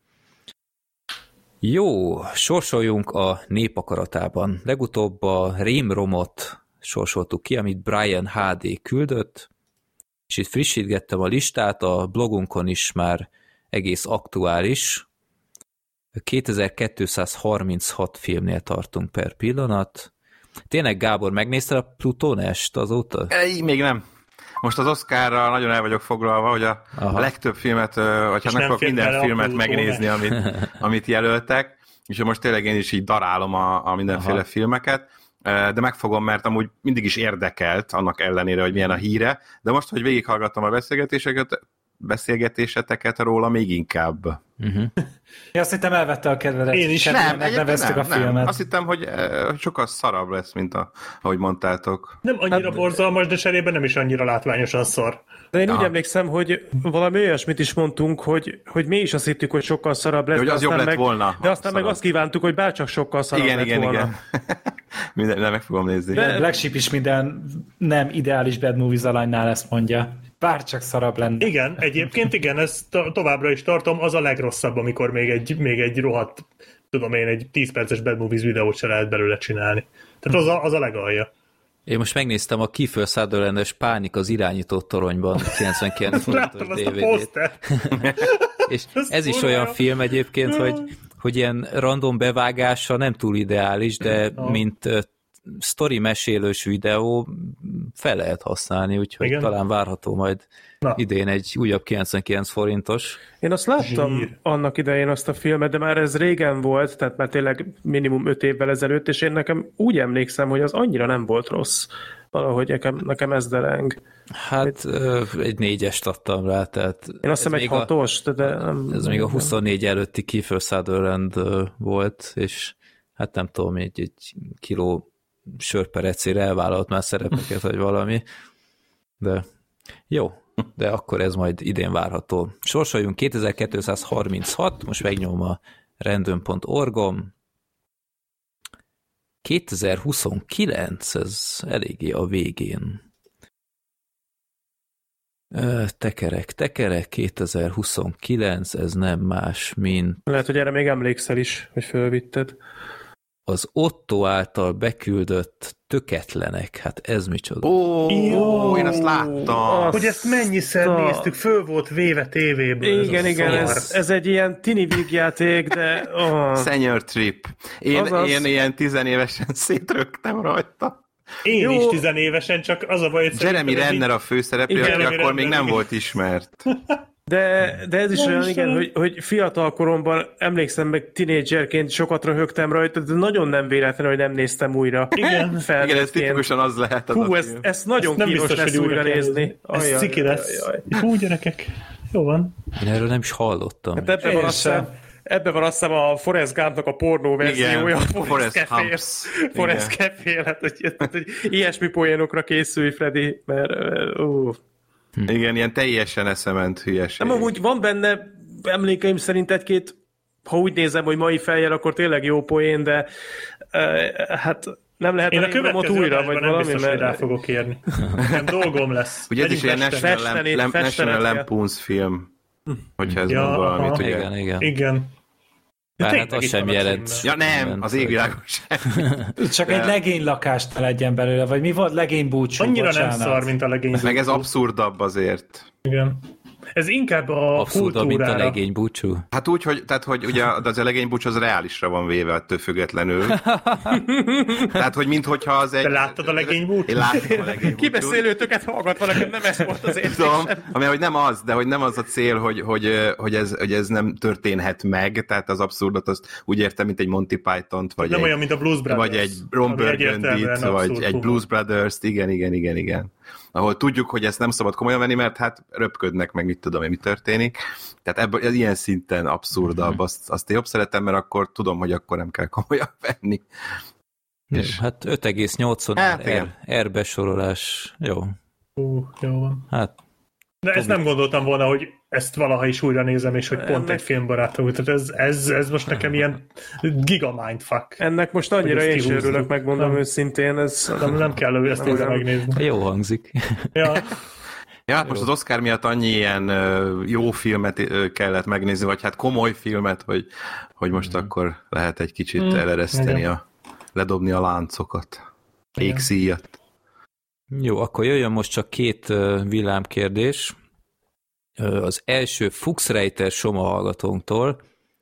Jó, sorsoljunk a népakaratában. Legutóbb a rémromot sorsoltuk ki, amit Brian há dé küldött, és itt frissítgettem a listát, a blogunkon is már egész aktuális. kétezer-kétszázharminchat filmnél tartunk per pillanat. Tényleg, Gábor, megnézted a Plutonest azóta? Ej, még nem. Most az Oscarra nagyon el vagyok foglalva, hogy a, a legtöbb filmet, vagy hát megpróbálok minden filmet megnézni, amit, amit jelöltek, és most tényleg én is így darálom a, a mindenféle Aha. filmeket, de megfogom, mert amúgy mindig is érdekelt, annak ellenére, hogy milyen a híre, de most, hogy végighallgattam a beszélgetéseket, beszélgetéseteket róla, még inkább. Uh-huh. Én azt hittem, elvette a kedvedet. Én is nem, megneveztük a filmet. Nem. Azt hittem, hogy sokkal szarabb lesz, mint a, ahogy mondtátok. Nem annyira hát, borzalmas, de cserében nem is annyira látványosan szar. De én Aha. úgy emlékszem, hogy valami olyasmit is mondtunk, hogy, hogy mi is azt hittük, hogy sokkal szarabb lesz. De hogy az jobb lett meg, volna. De aztán meg azt kívántuk, hogy bárcsak sokkal szarabb igen, lett igen, volna. Igen, igen, minden, nem meg fogom nézni. De Black Sheep is minden nem ideális Bad Movies alanynál ezt mondja. Bárcsak szarabb lenne. Igen, egyébként igen, ezt to- továbbra is tartom, az a legrosszabb, amikor még egy, még egy rohadt, tudom én, egy tíz perces Bad Movies videót se lehet belőle csinálni. Tehát az a, az a legalja. Én most megnéztem a Kiefer Sutherland-es Pánik az irányító toronyban, kilencvenkilenc forintos dé vé dét. És ez, ez is olyan film egyébként, hogy, hogy ilyen random bevágása nem túl ideális, de oh. mint sztori mesélős videó fel lehet használni, úgyhogy igen. talán várható majd Na. idén egy újabb kilencvenkilenc forintos. Én azt láttam Zsír. annak idején azt a filmet, de már ez régen volt, tehát már tényleg minimum öt évvel ezelőtt, és én nekem úgy emlékszem, hogy az annyira nem volt rossz. Valahogy nekem, nekem ez dereng. Hát egy, egy négyest adtam rá, tehát... Én azt hiszem egy hatos, de... Nem, ez nem, még a huszonnégy előtti Kiefer Sutherland volt, és hát nem tudom, egy, egy kiló sörperecére elvállalt már szerepeket, vagy valami. De jó, de akkor ez majd idén várható. Sorsoljunk kétezer-kétszázharminchat, most megnyom a random pont org-om. kétezer-huszonkilenc, ez eléggé a végén. Tekerek, tekerek, kétezer-huszonkilenc, ez nem más, mint... Lehet, hogy erre még emlékszel is, hogy fölvitted. Az Otto által beküldött Töketlenek, hát ez micsoda. Ó, Jó, én azt láttam. Azt hogy ezt mennyiszer a... néztük, föl volt véve tévéből. Igen, ez igen, ez, ez egy ilyen tini vígjáték, de... Oh. Senior Trip. Én, én ilyen tizenévesen szétrögtem rajta. Én Jó. is tizenévesen, csak az a baj, hogy... Jeremy Renner a főszereplő, aki akkor Renner, még nem igen. volt ismert. De, de ez is nem olyan, igen, hogy, hogy fiatal koromban emlékszem meg tínédzserként sokat röhögtem rajta, de nagyon nem véletlen, hogy nem néztem újra. Igen, igen ez tipikusan az lehet. Az Hú, ezt, ezt nagyon ezt kínos lesz újra nézni. Ez ciki lesz. Hú, gyerekek. jó van. Én erről nem is hallottam. Hát ebben van, azt hiszem, ebben van azt hiszem a Forrest Gumpnak a pornó verziója, a Forrest Café. Forrest Café, hát hogy, hát, hogy ilyesmi poénokra készülj, Freddy, mert uh. Hm. Igen, ilyen teljesen eszement hülyeség. Nem, amúgy van benne emlékeim szerint egy-két, ha úgy nézem, hogy mai fejjel, akkor tényleg jó poén, de uh, hát nem lehet én a következő újra, vagy nem valami, biztos, mert... hogy rá fogok érni. Nem dolgom lesz. Ugye ez is egy National, Lamp, National Lampoon's film, hogyha ez ja, mond valamit, ugye? Igen, igen. Igen. Bár hát az sem jelent. Ja nem, az égvilágon sem. Csak egy legénylakást ne legyen belőle, vagy mi volt legénybúcsú? Annyira bocsánat. nem szar, mint a legénybúcsú. Meg ez abszurdabb azért. Igen. Ez inkább a abszurdabb, kultúrára. mint a legénybúcsú. Hát úgy, hogy, tehát, hogy ugye az a legénybúcsú az reálisra van véve ettől függetlenül. Tehát, hogy minthogyha az egy... Te láttad a legénybúcsút? Én láttam a legénybúcsút. Kibeszélőtöket hallgatva, nekem nem ez volt az Tudom, érzésem. ami hogy nem az, de hogy nem az a cél, hogy, hogy, hogy, ez, hogy ez nem történhet meg, tehát az abszurdot azt úgy értem, mint egy Monty Pythont, vagy nem egy, olyan, mint a Blues Brothers. vagy egy Ron Burgundy-t, vagy egy Blues Brothers-t, igen, igen, igen, igen. Ahol tudjuk, hogy ezt nem szabad komolyan venni, mert hát röpködnek, meg mit tudom én, mi történik. Tehát ebből ez ilyen szinten abszurdabb. Azt, azt én jobb szeretem, mert akkor tudom, hogy akkor nem kell komolyan venni. Jó, és... Hát öt egész nyolcvan hát, R, R besorolás. Jó. Uh, jó van. Hát, de ezt nem gondoltam volna, hogy ezt valaha is újra nézem, és hogy pont ennek... egy filmbarátom. Tehát ez, ez, ez most nekem ilyen gigamindfuck. Ennek most annyira én sem örülök, megmondom nem. őszintén. Ez... Nem, nem kell ezt nem újra megnézni. Jó hangzik. Ja. Ja, hát most az Oscar miatt annyi ilyen uh, jó filmet uh, kellett megnézni, vagy hát komoly filmet, hogy, hogy most mm. akkor lehet egy kicsit mm. elereszteni, a, ledobni a láncokat. Égszíjat. Jó, akkor jöjjön most csak két uh, villámkérdés. Uh, az első Fuchsreiter Soma hallgatónktól.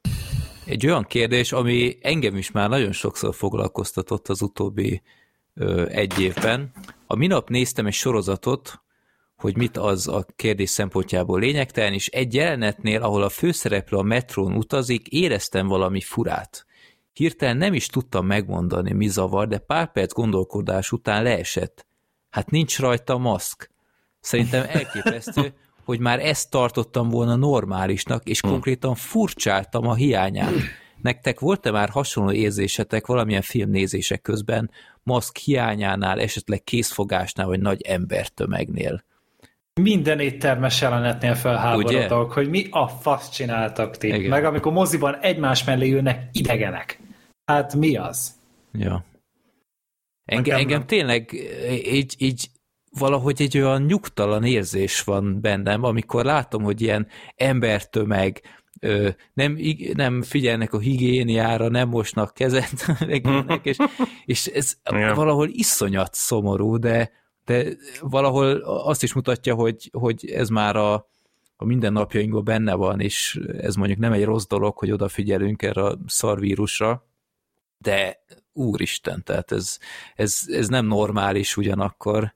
Egy olyan kérdés, ami engem is már nagyon sokszor foglalkoztatott az utóbbi uh, egy évben. A minap néztem egy sorozatot, hogy mit az a kérdés szempontjából lényegtelen, és egy jelenetnél, ahol a főszereplő a metrón utazik, éreztem valami furát. Hirtelen nem is tudtam megmondani, mi zavar, de pár perc gondolkodás után leesett. Hát nincs rajta maszk. Szerintem elképesztő, hogy már ezt tartottam volna normálisnak, és konkrétan furcsáltam a hiányát. Nektek volt-e már hasonló érzésetek valamilyen filmnézések közben, maszk hiányánál, esetleg készfogásnál, vagy nagy embertömegnél? Minden éttermes jelenetnél felháborodok, hogy mi a fasz csináltak ti. Igen. Meg amikor moziban egymás mellé ülnek idegenek. Hát mi az? Ja. Engem, engem tényleg így, így valahogy egy olyan nyugtalan érzés van bennem, amikor látom, hogy ilyen embertömeg, nem, nem figyelnek a higiéniára, nem mosnak kezet, és, és ez ja. valahol iszonyat szomorú, de de valahol azt is mutatja, hogy, hogy ez már a, a mindennapjainkban benne van, és ez mondjuk nem egy rossz dolog, hogy odafigyelünk erre a szarvírusra, de úristen, tehát ez, ez, ez nem normális ugyanakkor.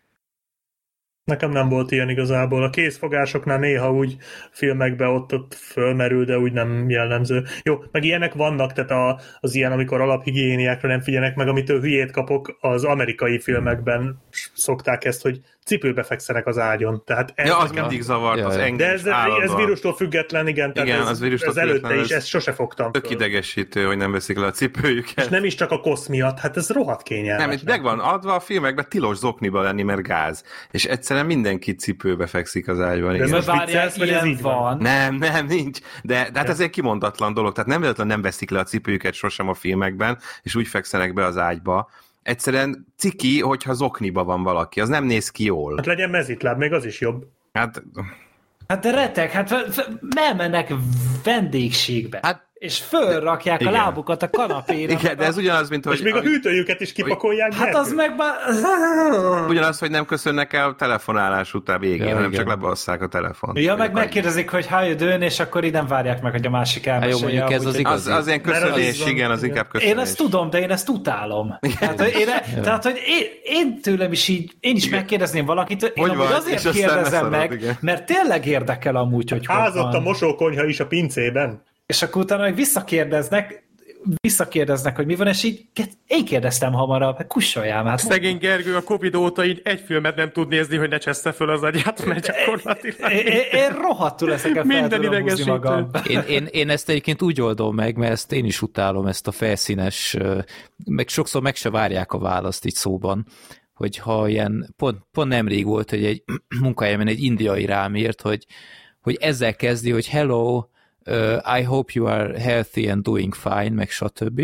Nekem nem volt ilyen igazából. A készfogásoknál néha úgy filmekben ott, ott fölmerül, de úgy nem jellemző. Jó, meg ilyenek vannak, tehát a, az ilyen, amikor alaphigiéniákra nem figyelnek meg, amitől hülyét kapok, az amerikai filmekben szokták ezt, hogy cipőbe fekszenek az ágyon. Tehát ez ja, az nekem... mindig zavart, ja, az engem de ez, ez vírustól független, igen, tehát igen, ez, az vírustól ez előtte független, is, ezt sose fogtam. Tök idegesítő, hogy nem veszik le a cipőjüket. És nem is csak a kosz miatt, hát ez rohadt kényelmes. Nem, itt meg van adva a filmekben tilos zokniba lenni, mert gáz. És egyszerűen mindenki cipőbe fekszik az ágyban. De ez várjál, ilyen ez van. van. Nem, nem, nincs. De, de hát ez egy kimondatlan dolog. Tehát nem véletlenül nem veszik le a cipőjüket sosem a filmekben, és úgy fekszenek be az ágyba. Egyszerűen ciki, hogyha zokniba van valaki. Az nem néz ki jól. Hát legyen mezitláb, még az is jobb. Hát... Hát de retek, hát elmennek vendégségbe. Hát és fölrakják igen. a lábukat a kanapére. Igen, de ez ugyanaz, mint hogy... És még a hűtőjüket is kipakolják. Hát az meg már... Ugyanaz, hogy nem köszönnek el telefonálás után végén, ja, hanem igen. csak lebasszák a telefont. Ja, meg megkérdezik, hogy how you doing, és akkor így nem várják meg, hogy a másik elmesélje. Hát, ez az, az, az ilyen köszönés, az, igen, az inkább köszönés. Én ezt tudom, de én ezt utálom. Tehát, hogy én, tehát, hogy én, én tőlem is így, én is igen. megkérdezném valakit, én hogy amúgy van? Azért kérdezem meg, igen. mert tényleg érdekel amúgy, hogy házott a mosókonyha is a pincében. És akkor utána meg visszakérdeznek, visszakérdeznek, hogy mi van, és így én kérdeztem hamarabb, hát kussoljál már. Szegény Gergő a Covid óta így egy filmet nem tud nézni, hogy ne cseszte föl az agyát, mert gyakorlatilag... Én, én, én rohadtul ezeket fel tudom húzni magam. Én, én, én ezt egyébként úgy oldom meg, mert ezt én is utálom, ezt a felszínes, meg sokszor meg se várják a választ így szóban, hogy ha ilyen, pont, pont nemrég volt, hogy egy munkahelyemen egy indiai rám írt, hogy, hogy ezzel kezdi, hogy hello, uh, I hope you are healthy and doing fine, meg stb.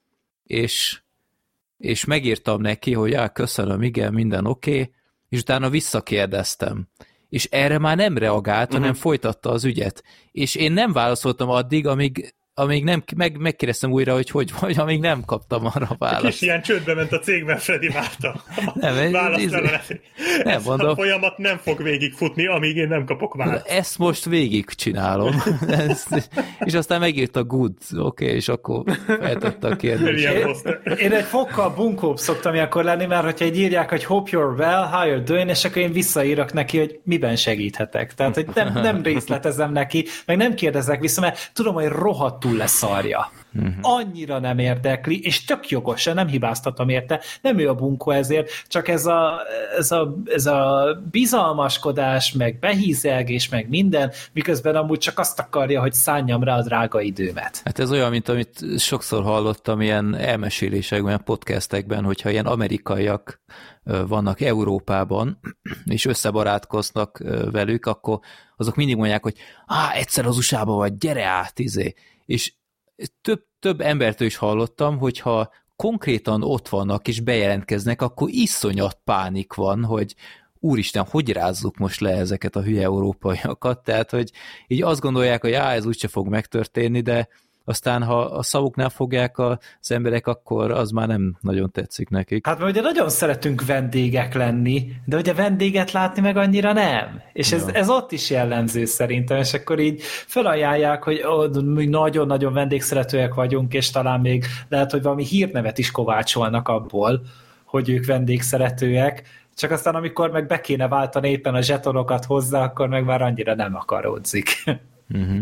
És, és megírtam neki, hogy á, köszönöm, igen, minden oké, okay, és utána visszakérdeztem. És erre már nem reagált, uh-huh. hanem folytatta az ügyet. És én nem válaszoltam addig, amíg amíg nem, meg, megkérdeztem újra, hogy hogy vagy, amíg nem kaptam arra a választ. Kis ilyen csődbe ment a cég, mert Freddy várta. Nem, választ nem, nem ez mondom. A folyamat nem fog végigfutni, amíg én nem kapok választ. Ezt most végig csinálom. Ezt, és aztán megírta good, oké, okay, és akkor feltette a kérdést. Én, én egy fokkal bunkóbb szoktam ilyenkor lenni, mert hogyha egy írják, hogy hope you're well, how you're doing, és akkor én visszaírok neki, hogy miben segíthetek. Tehát, hogy nem, nem részletezem neki, meg nem kérdezek vissza, mert tudom, hogy rohadtul leszarja. Uh-huh. Annyira nem érdekli, és tök jogosan, nem hibáztatom érte, nem ő a bunkó ezért, csak ez a, ez a, ez a bizalmaskodás, meg behízelgés, meg minden, miközben amúgy csak azt akarja, hogy szánjam rá a drága időmet. Hát ez olyan, mint amit sokszor hallottam ilyen elmesélésekben, ilyen podcastekben, hogyha ilyen amerikaiak vannak Európában, és összebarátkoznak velük, akkor azok mindig mondják, hogy á, egyszer az u es á-ba vagy, gyere át, izé. És több, több embertől is hallottam, hogyha konkrétan ott vannak és bejelentkeznek, akkor iszonyat pánik van, hogy úristen, hogy rázzuk most le ezeket a hülye európaiakat, tehát, hogy így azt gondolják, hogy á, ez úgyse fog megtörténni, de aztán, ha a szavuknál fogják az emberek, akkor az már nem nagyon tetszik nekik. Hát mert ugye nagyon szeretünk vendégek lenni, de ugye vendéget látni meg annyira nem. És ez, ez ott is jellemző szerintem, és akkor így felajánlják, hogy nagyon-nagyon vendégszeretőek vagyunk, és talán még lehet, hogy valami hírnevet is kovácsolnak abból, hogy ők vendégszeretőek, csak aztán amikor meg be kéne váltani éppen a zsetonokat hozzá, akkor meg már annyira nem akaródzik. Uh-huh.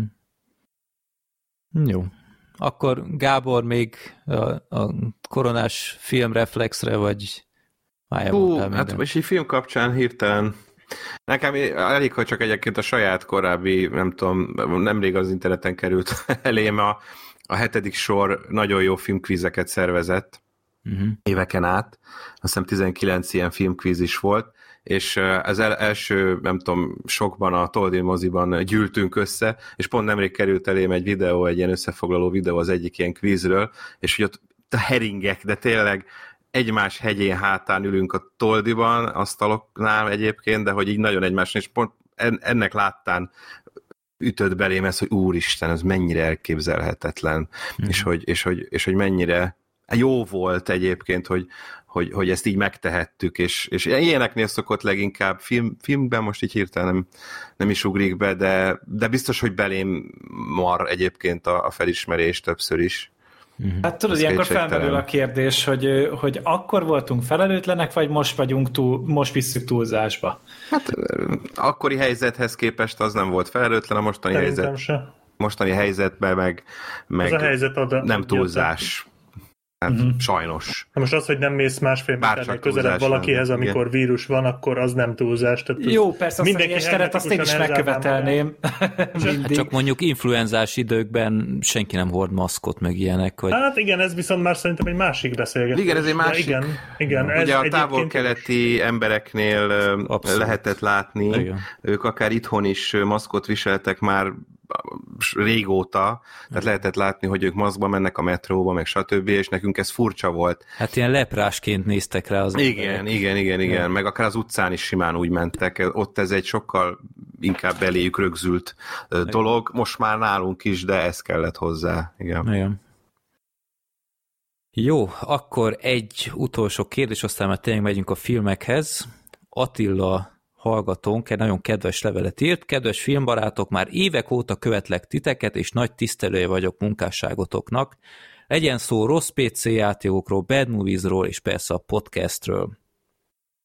Jó. Akkor Gábor még a, a koronás filmreflexre, vagy Hú, hát most egy film kapcsán hirtelen nekem elég, hogy csak egyébként a saját korábbi, nem tudom, nemrég az interneten került elém a, a hetedik sor nagyon jó filmkvízeket szervezett uh-huh. éveken át. Azt hiszem tizenkilenc ilyen filmkvíz is volt, és az el, első, nem tudom, sokban a Toldi moziban gyűltünk össze, és pont nemrég került elém egy videó, egy ilyen összefoglaló videó az egyik ilyen kvízről, és hogy ott a heringek, de tényleg egymás hegyén hátán ülünk a Toldiban, asztaloknál egyébként, de hogy így nagyon egymásnál, és pont ennek láttán ütött belém ez, hogy úristen, ez mennyire elképzelhetetlen, mm. és, hogy, és, hogy, és hogy mennyire jó volt egyébként, hogy, hogy, hogy ezt így megtehettük, és, és ilyeneknél szokott leginkább film, filmben most így hirtelen nem, nem is ugrik be, de, de biztos, hogy belém mar egyébként a, a felismerés többször is. Hát tudod, ez ilyenkor felmerül a kérdés, hogy, hogy akkor voltunk felelőtlenek, vagy most vagyunk túl, most visszük túlzásba? Hát akkori helyzethez képest az nem volt felelőtlen, a mostani Szerintem helyzet. Se. Mostani helyzetben meg, meg a helyzet ad, nem túlzás. Hát uh-huh. sajnos. Na most az, hogy nem mész másfél méternél közelebb valakihez, amikor igen. vírus van, akkor az nem túlzás. Tehát jó, persze a személyes teret azt én is megkövetelném. Hát csak mondjuk influenzás időkben senki nem hord maszkot, meg ilyenek. Hogy... Hát igen, ez viszont már szerintem egy másik beszélgetés. Igen, ez egy másik. Igen, igen, ez ugye a távol-keleti embereknél abszolút. Lehetett látni, igen. Ők akár itthon is maszkot viseltek már régóta, tehát lehetett látni, hogy ők maszkban mennek a metróba, meg stb., és nekünk ez furcsa volt. Hát ilyen leprásként néztek rá az Igen, emberek. igen, igen, igen, ja. meg akár az utcán is simán úgy mentek, ott ez egy sokkal inkább beléjük rögzült igen. dolog, most már nálunk is, de ez kellett hozzá. Igen. igen. Jó, akkor egy utolsó kérdés, aztán már tényleg megyünk a filmekhez. Attila hallgatónk egy nagyon kedves levelet írt. Kedves filmbarátok, már évek óta követlek titeket, és nagy tisztelője vagyok munkásságotoknak. Legyen szó rossz pé cé játékokról, bad moviesról, és persze a podcastről.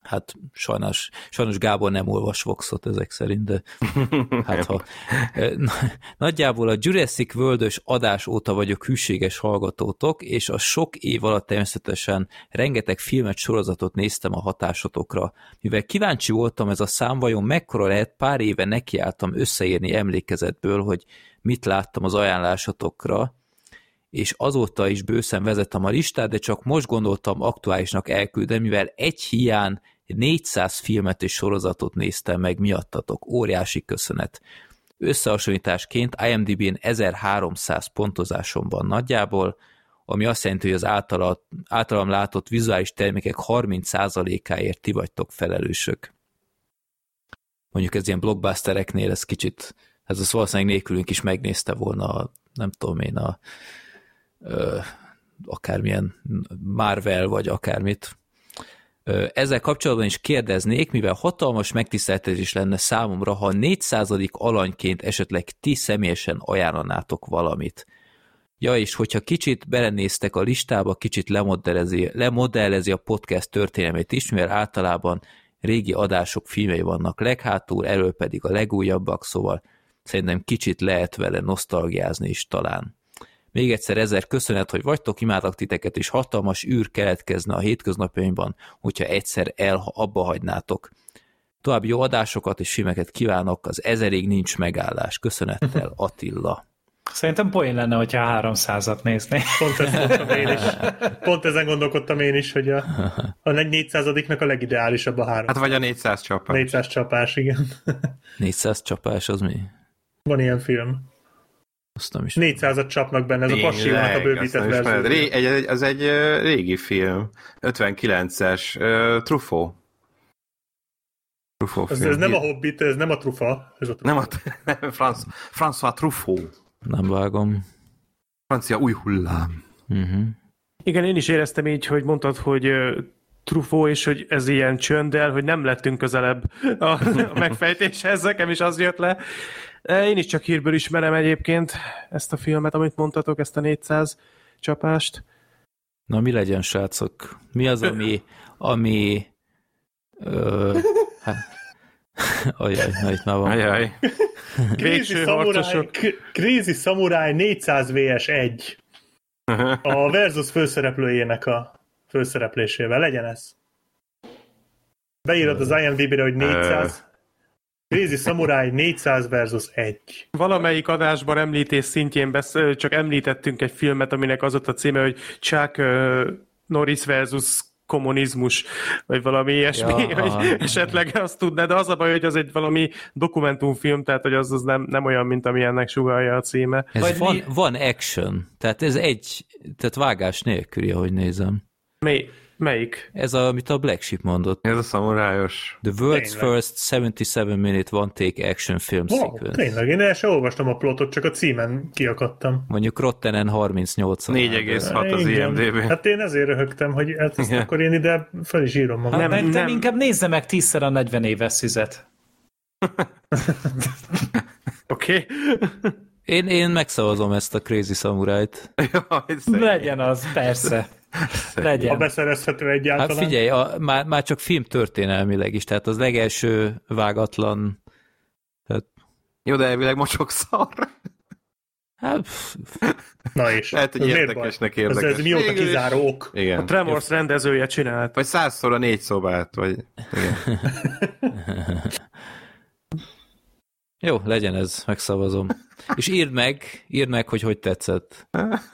Hát sajnos, sajnos Gábor nem olvas Voxot ezek szerint, de hát ha. Nagyjából a Jurassic World-ös adás óta vagyok hűséges hallgatótok, és a sok év alatt természetesen rengeteg filmet, sorozatot néztem a hatásotokra. Mivel kíváncsi voltam, ez a szám vajon mekkora lehet, pár éve nekiálltam összeírni emlékezetből, hogy mit láttam az ajánlásotokra, és azóta is bőszen vezettem a listát, de csak most gondoltam aktuálisnak elküldeni, mivel egy hiány négyszáz filmet és sorozatot néztem meg miattatok. Óriási köszönet. Összehasonlításként IMDb-n ezerháromszáz pontozásom van nagyjából, ami azt jelenti, hogy az általa, általam látott vizuális termékek harminc százalékáért ti vagytok felelősök. Mondjuk ez ilyen blockbustereknél ez kicsit, ez az valószínűleg nélkülünk is megnézte volna a, nem tudom én, a ö, akármilyen Marvel vagy akármit. Ezzel kapcsolatban is kérdeznék, mivel hatalmas megtiszteltetés lenne számomra, ha négyszázadik alanyként esetleg ti személyesen ajánlanátok valamit. Ja, és hogyha kicsit belenéztek a listába, kicsit lemodellezi, lemodellezi a podcast történelmét is, mivel általában régi adások filmei vannak leghátul, elől pedig a legújabbak, szóval szerintem kicsit lehet vele nosztalgiázni is talán. Még egyszer ezer köszönet, hogy vagytok, imádlak titeket, és hatalmas űr keletkezne a hétköznapjaimban, hogyha egyszer el abba hagynátok. További jó adásokat és filmeket kívánok, az ezerig nincs megállás. Köszönettel, Attila. Szerintem poén lenne, hogyha háromszázat néznék. Pont ezt mondtam én is. Pont ezen gondolkodtam én is, hogy a, a négyszázadiknak a legideálisabb a három. Hát vagy a négyszáz csapás. négyszáz csapás, igen. négyszáz csapás, az mi? Van ilyen film. Azt nem is. négyszázat csapnak benne, ez a passiónak a bővített verzió. Az egy uh, régi film, ötvenkilences, uh, Truffaut. Truffaut ez, film. ez nem a Hobbit, ez nem a Trufa. Ez a nem a nem, Franz, François Truffaut. Nem vágom. Francia új hullám. Uh-huh. Igen, én is éreztem így, hogy mondtad, hogy uh, Truffaut, és hogy ez ilyen csönddel, hogy nem lettünk közelebb a, a megfejtéshez, nekem is az jött le. Én is csak hírből ismerem egyébként ezt a filmet, amit mondtatok, ezt a négyszáz csapást. Na mi legyen, srácok? Mi az, ami... ami ö, hát, ajaj, na itt már van. Ajaj. Crazy Samurai, Crazy Samurai négyszáz versus egy. A Versus főszereplőjének a főszereplésével. Legyen ez. Beírod az IMDb-re, hogy négyszáz. Crazy Samurai négyszáz versus egy. Valamelyik adásban említés szintjén besz- csak említettünk egy filmet, aminek az ott a címe, hogy Chuck uh, Norris versus kommunizmus, vagy valami ilyesmi, ja, hogy esetleg azt tudná, de az a baj, hogy az egy valami dokumentumfilm, tehát hogy az, az nem, nem olyan, mint ami ennek sugallja a címe. Ez van, van action, tehát ez egy, tehát vágás nélküli, ahogy nézem. Mi? Melyik? Ez, a, amit a Black Sheep mondott. Ez a szamurájos. The world's tényleg. First hetvenhét minute one take action film wow, sequence. Tényleg, én el sem olvastam a plotot, csak a címen kiakadtam. Mondjuk Rottenen harmincnyolc. négy egész hat az I M D B. Hát én ezért röhögtem, hogy hát ezt akkor én ide fel is írom magam. Hát nem, nem. Inkább nézze meg tízszer a negyven éves szüzet. Oké. Én, én megszavazom ezt a Crazy Samurai-t. Legyen az, persze. Legyen. Ha beszerezhető egyáltalán. Hát figyelj, a, már, már csak film történelmileg is, tehát az legelső vágatlan. Tehát... Jó, de elvileg mocsok szar. Hát... Na és. Lehet, hogy érdekesnek érdekes. Ez, ez mióta kizáró ok. Igen. A Tremors rendezője csinált. Vagy százszor a négy szobát, vagy... Igen. Jó, legyen ez, megszavazom. És írd meg, írd meg, hogy hogy tetszett.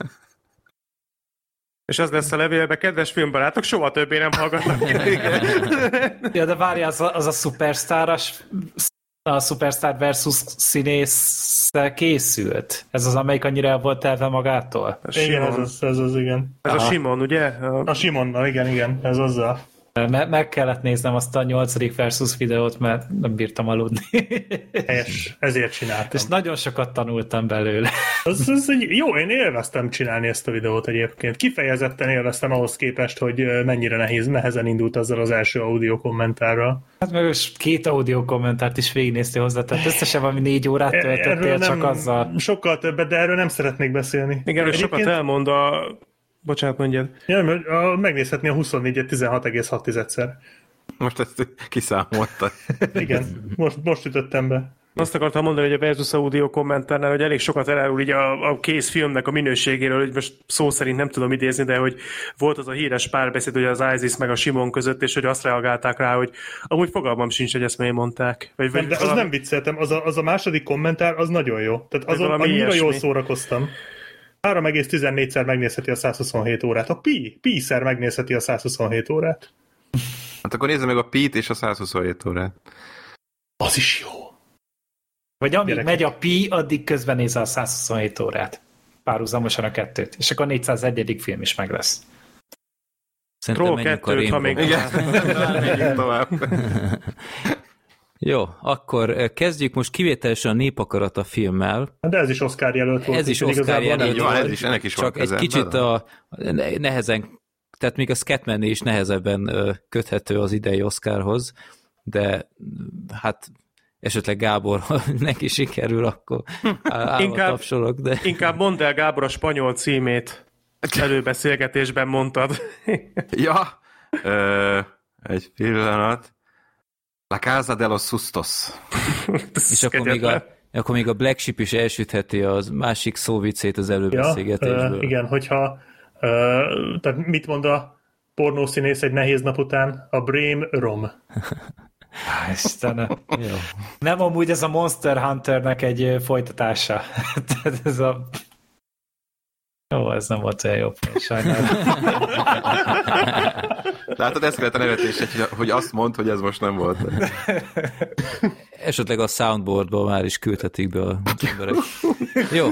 És az lesz a levélbe, kedves filmbarátok, soha többé nem hallgatnak. Ja, de várj, az a, az a Superstar-as, a Superstar versus színésszel készült. Ez az, amelyik annyira el volt telve magától? Igen, ez az, ez az, igen. Ez Aha. a Simon, ugye? A, a Simonnal, igen, igen, ez azzal. Me- meg kellett néznem azt a nyolcadik versus videót, mert nem bírtam aludni. Helyes, ezért csináltam. És nagyon sokat tanultam belőle. Az, az egy, jó, én élveztem csinálni ezt a videót egyébként. Kifejezetten élveztem ahhoz képest, hogy mennyire nehéz, nehezen indult azzal az első audio kommentárral. Hát meg két audio kommentárt is végignéztél hozzá, tehát összesen valami négy órát töltöttél csak azzal. Sokkal többet, de erről nem szeretnék beszélni. Igen, és sokat elmond a... Bocsánat, mondjad. Ja, megnézhetni a huszonnégyet tizenhat egész hat szer. Most ezt kiszámoltad. Igen, most, most ütöttem be. Azt akartam mondani, hogy a Versus Audio kommentárnál, hogy elég sokat elárul így a, a kész filmnek a minőségéről, hogy most szó szerint nem tudom idézni, de hogy volt az a híres párbeszéd, hogy az Isis meg a Simon között, és hogy azt reagálták rá, hogy amúgy fogalmam sincs, hogy ezt miért mondták. Vagy, nem, de valami... az nem vicceltem, az a, az a második kommentár, az nagyon jó. Tehát azon annyira ilyesmi. Jól szórakoztam. három egész tizennégyszer megnézheti a százhuszonhét órát. A Pi, Pi-szer megnézheti a százhuszonhét órát. Hát akkor nézze meg a Pi-t és a százhuszonhét órát. Az is jó. Vagy amíg Gyerekek. megy a Pi, addig közben nézze a százhuszonhét órát. Párhuzamosan a kettőt. És akkor a négyszázegyedik film is meg lesz. Szerintem menjünk a ha még igen, tovább. Jó, akkor kezdjük most kivételesen a Népakarata filmmel. De ez is Oscar jelölt volt. Ez is Oscar jelölt volt. Ez is, ennek is csak egy kicsit a nehezen, tehát még a Scatman is nehezebben köthető az idei Oscarhoz, de hát esetleg Gábor, ha neki sikerül, akkor állva tapsolok. De... Inkább mondd el, Gábor, a spanyol címét. Előbeszélgetésben mondtad. Ja, ö, egy pillanat. La Casa de los Sustos. És akkor még, a, akkor még a Black Sheep is elsütheti az másik szóvicét az előbeszélgetésből. Ja, uh, igen, hogyha uh, tehát mit mond a pornószínész egy nehéz nap után? A Brém Rom. Istenem. Jó. Nem amúgy ez a Monster Hunternek egy folytatása. Tehát ez a... Jó, ez nem volt olyan jobb, sajnálom. Látod, ez kellett a nevetés, hogy azt mondd, hogy ez most nem volt. Esetleg a soundboardból már is küldhetik be a emberek. Jó.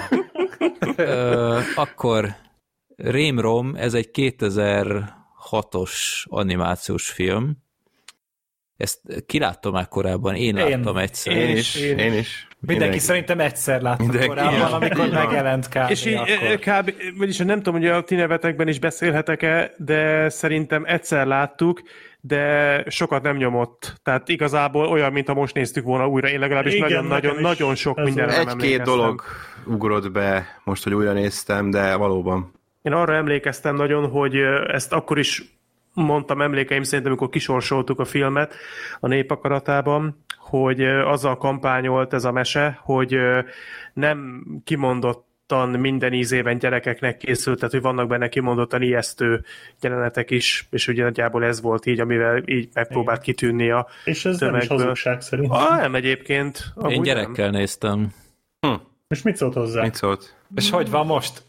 Ö, akkor Rémrom, ez egy kétezer-hatos animációs film. Ezt kiláttam már korábban, én, én láttam egyszer. Én is, én is. Én is. Mindenki, Mindenki szerintem egyszer látta Mindenki. korábban, amikor ja. megjelent kb. És így, kb. Vagyis nem tudom, hogy a ti nevetekben is beszélhetek-e, de szerintem egyszer láttuk, de sokat nem nyomott. Tehát igazából olyan, mint ha most néztük volna újra. Én legalábbis nagyon-nagyon sok mindenre nem emlékeztem. Egy-két dolog ugrott be most, hogy újra néztem, de valóban. Én arra emlékeztem nagyon, hogy ezt akkor is mondtam emlékeim szerint, amikor kisorsoltuk a filmet a Népakaratában, hogy azzal kampányolt ez a mese, hogy nem kimondottan minden ízében gyerekeknek készült, tehát hogy vannak benne kimondottan ijesztő jelenetek is, és ugye nagyjából ez volt így, amivel így megpróbált kitűnni a És ez tömegből. Nem is hazugság szerint. Ah, nem egyébként. Én gyerekkel nem. néztem. Hm. És mit szólt hozzá? Mit szólt? És hogy van most?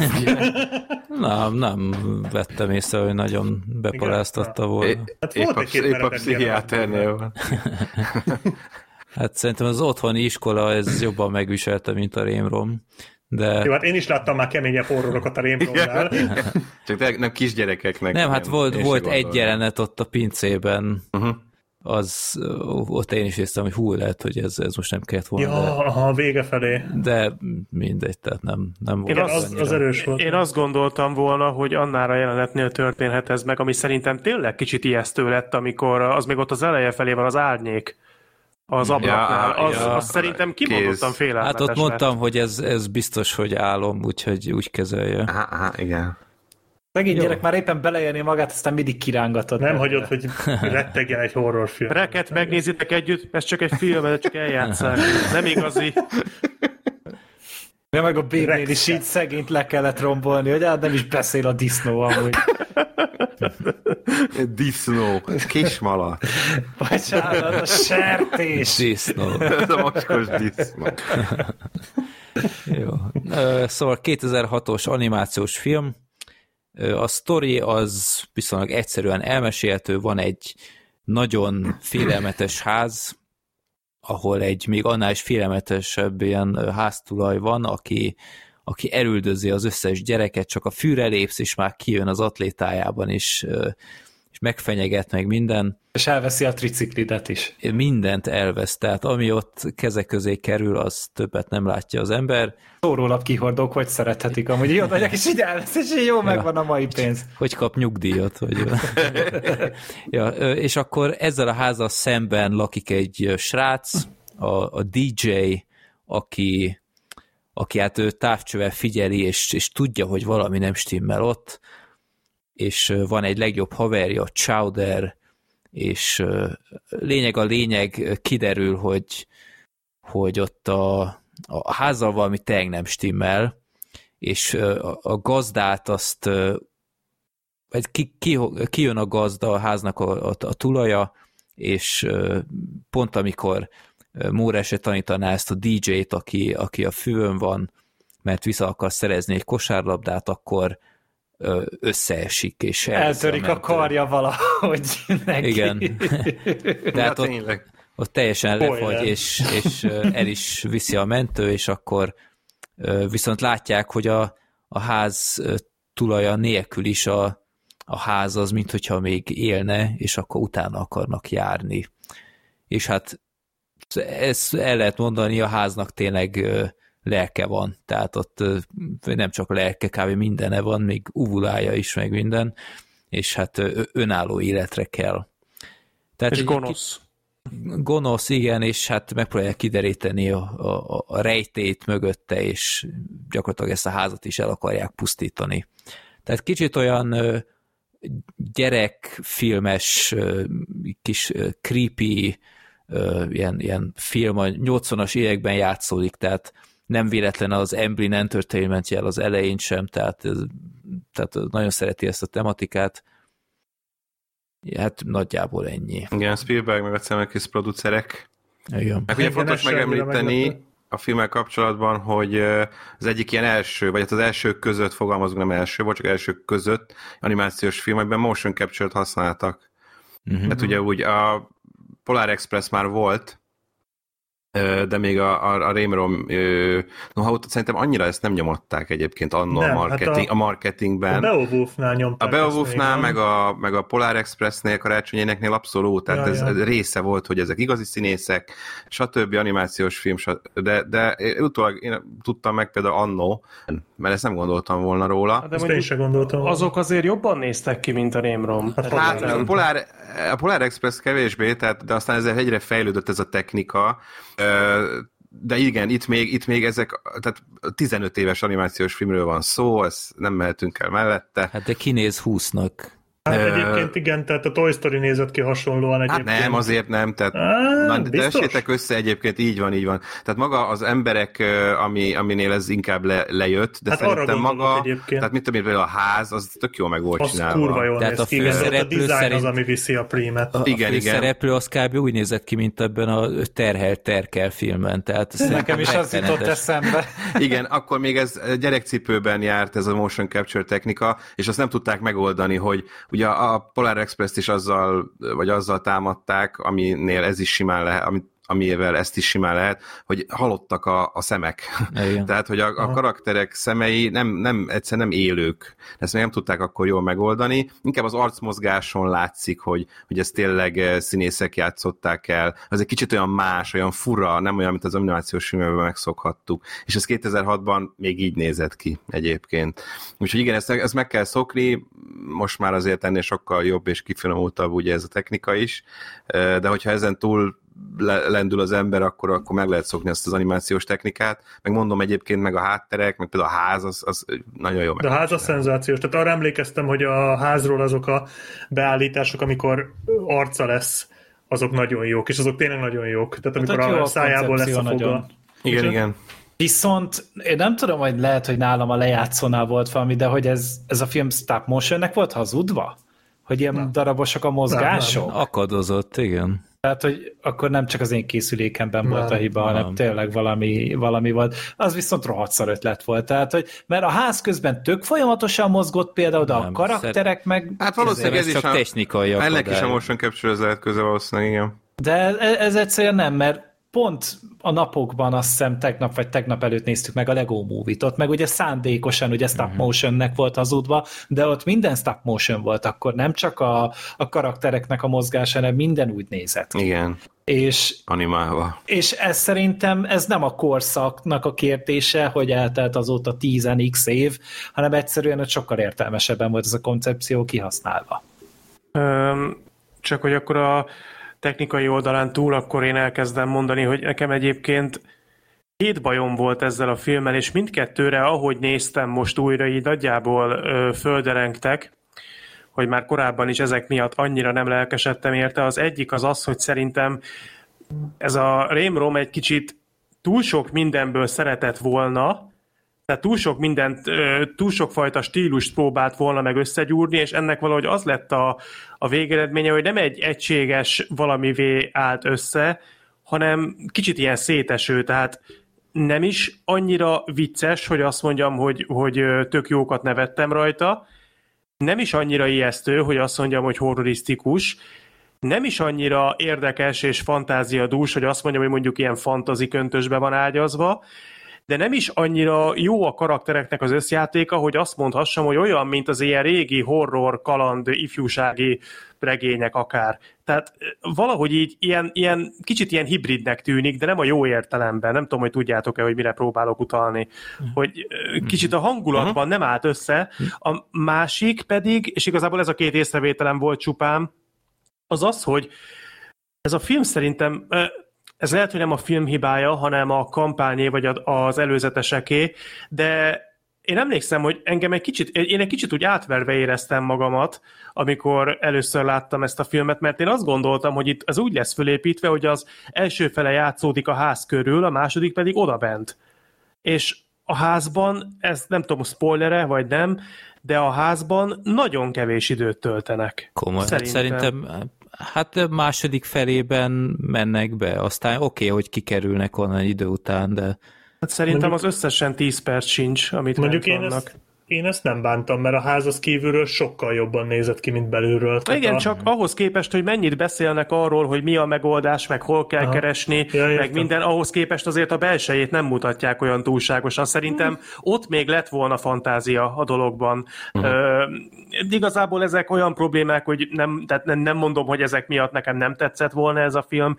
nem, nem vettem észre, hogy nagyon beparáztatta volna. É, hát volt épp, a, épp a pszichiáternél van. Hát szerintem az otthoni iskola ez jobban megviselte, mint a Rémrom. De... Jó, hát én is láttam már keményebb horrorokat a Rémromnál. Csak nem kisgyerekeknek. Nem, hát volt, volt egy jelenet ott a pincében, uh-huh. az, ott én is észtem, hogy hú, lehet, hogy ez, ez most nem kellett volna. Ja, de, aha, vége felé. De mindegy, tehát nem, nem volt. Én az, az erős volt. Én azt gondoltam volna, hogy annál a jelenetnél történhet ez meg, ami szerintem tényleg kicsit ijesztő lett, amikor az még ott az eleje felé van az árnyék az ablaknál. Ja, az, ja. az szerintem kimondottan félelmetes. Hát ott mondtam, lett. hogy ez, ez biztos, hogy álom, úgyhogy úgy kezelje. Aha, aha, igen. Szegény gyerek már éppen beleérni magát, aztán mindig kirángatod. Nem hagyod, hogy rettegjen egy horrorfilm. Breket megnézitek együtt, ez csak egy film, ez csak eljátszák. Nem igazi. De meg a Bébnél is így szegényt le kellett rombolni, hogy hát nem is beszél a disznó amúgy. Disznó, kismala. Bocsánat, a sertés. Disznó. Ez a mocskos disznó. Jó. Szóval kétezer-hatos animációs film. A sztori az viszonylag egyszerűen elmesélhető, van egy nagyon félelmetes ház, ahol egy még annál is félelmetesebb ilyen háztulaj van, aki, aki elüldözi az összes gyereket, csak a fűre lépsz, és már kijön az atlétájában is, és megfenyeget meg minden. És elveszi a triciklidet is. Mindent elvesz, tehát ami ott kezek közé kerül, az többet nem látja az ember. Szórólap kihordók, hogy szerethetik, amúgy jó vagyok, és így elvesz, és így jó, megvan a mai pénz. Hogy kap nyugdíjat, vagy ja, és akkor ezzel a házzal szemben lakik egy srác, a, a dé dzsé, aki, aki hát ő távcsővel figyeli, és, és tudja, hogy valami nem stimmel ott, és van egy legjobb haverja, Chowder, és lényeg a lényeg, kiderül, hogy, hogy ott a, a házzal valami tényleg nem stimmel, és a, a gazdát azt, vagy ki, ki, ki jön a gazda, a háznak a, a, a tulaja, és pont amikor Móra se tanítaná ezt a dé dzsét, aki, aki a főn van, mert vissza akar szerezni egy kosárlabdát, akkor összeesik, és eltörik a karja valahogy neki. Igen. De hát ott, ott teljesen lefagy, és, és el is viszi a mentő, és akkor viszont látják, hogy a, a ház tulaja nélkül is a, a ház az, minthogyha még élne, és akkor utána akarnak járni. És hát ezt el lehet mondani, a háznak tényleg lelke van, tehát ott nem csak lelke, kb. Mindene van, még uvulája is, meg minden, és hát önálló életre kell. Tehát és gonosz. Gonosz, igen, és hát megpróbálják kideríteni a, a, a rejtét mögötte, és gyakorlatilag ezt a házat is el akarják pusztítani. Tehát kicsit olyan gyerekfilmes, kis creepy ilyen, ilyen film, a nyolcvanas években játszódik, tehát nem véletlen az Amblin Entertainment jel az elején sem, tehát, tehát nagyon szereti ezt a tematikát. Hát nagyjából ennyi. Igen, Spielberg meg a Zemeckis producerek. Igen. Meg ugye fontos megemlíteni a filmmel kapcsolatban, hogy az egyik ilyen első, vagy hát az elsők között, fogalmazunk, nem első volt, csak elsők között animációs filmekben motion capture-t használtak. Uh-huh. Hát ugye úgy a Polar Express már volt, de még a, a, a Rémrom know-how-t szerintem annyira ezt nem nyomották egyébként annó a, marketing, hát a, a marketingben. A Beowulfnál nyomták. A Beowulfnál, meg a, meg a Polar Expressnél, Karácsony Éneknél abszolút, tehát ja, ez ja. része volt, hogy ezek igazi színészek, stb. Animációs film, de, de utólag én tudtam meg például annó, mert ezt nem gondoltam volna róla. Hát de én sem gondoltam. Azok azért jobban néztek ki, mint a Rémrom. Hát, hát a, Polar, a Polar Express kevésbé, tehát, de aztán ezzel egyre fejlődött ez a technika, de igen, itt még, itt még ezek, tehát tizenöt éves animációs filmről van szó, ezt nem mehetünk el mellette. Hát de kinéz húsznak. Hát egyébként igen, tehát a Toy Story nézett ki hasonlóan egyébként. Hát nem, azért nem, tehát Á, de essétek össze egyébként, így van, így van. Tehát maga az emberek, ami, aminél ez inkább le, lejött, de hát szerintem maga, egyébként. Tehát mit tudom én, a ház, az tök jó meg volt az csinálva. Kurva jól tehát a főszereplő a design az, ami viszi a prímet. A, igen, a főszereplő az kb. Úgy nézett ki, mint ebben a Terhel Terkel filmben. Tehát nekem is az jutott eszembe. Igen, akkor még ez gyerekcipőben járt ez a motion capture technika, és azt nem tudták megoldani, hogy ugye a Polar Express-t is azzal, vagy azzal támadták, aminél ez is simán lehet, amit amivel ezt is simán lehet, hogy halottak a, a szemek. Igen. Tehát, hogy a, a karakterek szemei nem, nem, egyszerűen nem élők. Ezt még nem tudták akkor jól megoldani. Inkább az arcmozgáson látszik, hogy, hogy ezt tényleg színészek játszották el. Az egy kicsit olyan más, olyan fura, nem olyan, mint az animációs filmekben megszokhattuk. És ez kétezer-hatban még így nézett ki egyébként. Úgyhogy igen, ezt, ezt meg kell szokni, most már azért ennél sokkal jobb és kifinomultabb ugye ez a technika is, de hogyha ezen túl lendül az ember, akkor, akkor meg lehet szokni azt az animációs technikát, meg mondom egyébként, meg a hátterek, meg például a ház, az, az nagyon jó. De a ház az szenzációs, tehát arra emlékeztem, hogy a házról azok a beállítások, amikor arca lesz, azok nagyon jók, és azok tényleg nagyon jók. Tehát amikor hát a, a szájából lesz a foga. Igen, Úgy, igen. Viszont én nem tudom, hogy lehet, hogy nálam a lejátszónál volt valami, de hogy ez, ez a film stop motionnek volt hazudva? Hogy ilyen nem. darabosak a mozgások? Nem, nem. Akadozott, igen. Tehát, hogy akkor nem csak az én készülékemben nem, volt a hiba, nem. hanem tényleg valami, valami volt. Az viszont rohadt szar ötlet volt. Tehát, hogy, mert a ház közben tök folyamatosan mozgott például, de nem, a karakterek szer... meg... Hát valószínűleg ez, ez is csak a... technikai akadály. Ennek is a motion capture-hez lehet köze valószínűleg, igen. De ez, ez egyszerűen nem, mert pont a napokban, azt hiszem tegnap vagy tegnap előtt néztük meg a Lego Movie-t, ott meg ugye szándékosan ugye stop uh-huh. motionnek volt hazudva, de ott minden stop motion volt, akkor nem csak a, a karaktereknek a mozgása, hanem minden úgy nézett. Igen. És, animálva. És ez szerintem ez nem a korszaknak a kérdése, hogy eltelt azóta tíz x év, hanem egyszerűen hogy sokkal értelmesebben volt ez a koncepció kihasználva. Um, csak hogy akkor a technikai oldalán túl, akkor én elkezdem mondani, hogy nekem egyébként két bajom volt ezzel a filmmel, és mindkettőre, ahogy néztem most újra, így nagyjából ö, földerengtek, hogy már korábban is ezek miatt annyira nem lelkesedtem érte. Az egyik az az, hogy szerintem ez a rémrom egy kicsit túl sok mindenből szeretett volna, tehát túl sok mindent, túl sok fajta stílust próbált volna meg összegyúrni, és ennek valahogy az lett a, a végeredménye, hogy nem egy egységes valamivé állt össze, hanem kicsit ilyen széteső, tehát nem is annyira vicces, hogy azt mondjam, hogy, hogy tök jókat nevettem rajta, nem is annyira ijesztő, hogy azt mondjam, hogy horrorisztikus, nem is annyira érdekes és fantáziadús, hogy azt mondjam, hogy mondjuk ilyen fantasy köntösbe van ágyazva, de nem is annyira jó a karaktereknek az összjátéka, hogy azt mondhassam, hogy olyan, mint az ilyen régi horror, kaland, ifjúsági regények akár. Tehát valahogy így ilyen, ilyen, kicsit ilyen hibridnek tűnik, de nem a jó értelemben. Nem tudom, hogy tudjátok-e, hogy mire próbálok utalni. Hogy kicsit a hangulatban nem állt össze. A másik pedig, és igazából ez a két észrevételem volt csupán, az az, hogy ez a film szerintem... Ez lehet, hogy nem a film hibája, hanem a kampányé, vagy az előzeteseké, de én emlékszem, hogy engem egy kicsit, én egy kicsit úgy átverve éreztem magamat, amikor először láttam ezt a filmet, mert én azt gondoltam, hogy itt ez úgy lesz fölépítve, hogy az első fele játszódik a ház körül, a második pedig odabent. És a házban, ez nem tudom, spoilere vagy nem, de a házban nagyon kevés időt töltenek. Komoly. Szerintem... Szerintem hát második felében mennek be, aztán oké, okay, hogy kikerülnek onnan idő után, de... Hát szerintem mondjuk, az összesen tíz perc sincs, amit mondjuk én ezt, én ezt nem bántam, mert a ház az kívülről sokkal jobban nézett ki, mint belülről. Igen, a... csak ahhoz képest, hogy mennyit beszélnek arról, hogy mi a megoldás, meg hol kell Aha. keresni, ja, meg minden, ahhoz képest azért a belsejét nem mutatják olyan túlságosan. Szerintem hmm. ott még lett volna fantázia a dologban. Hmm. Ö, igazából ezek olyan problémák, hogy nem, tehát nem, nem mondom, hogy ezek miatt nekem nem tetszett volna ez a film.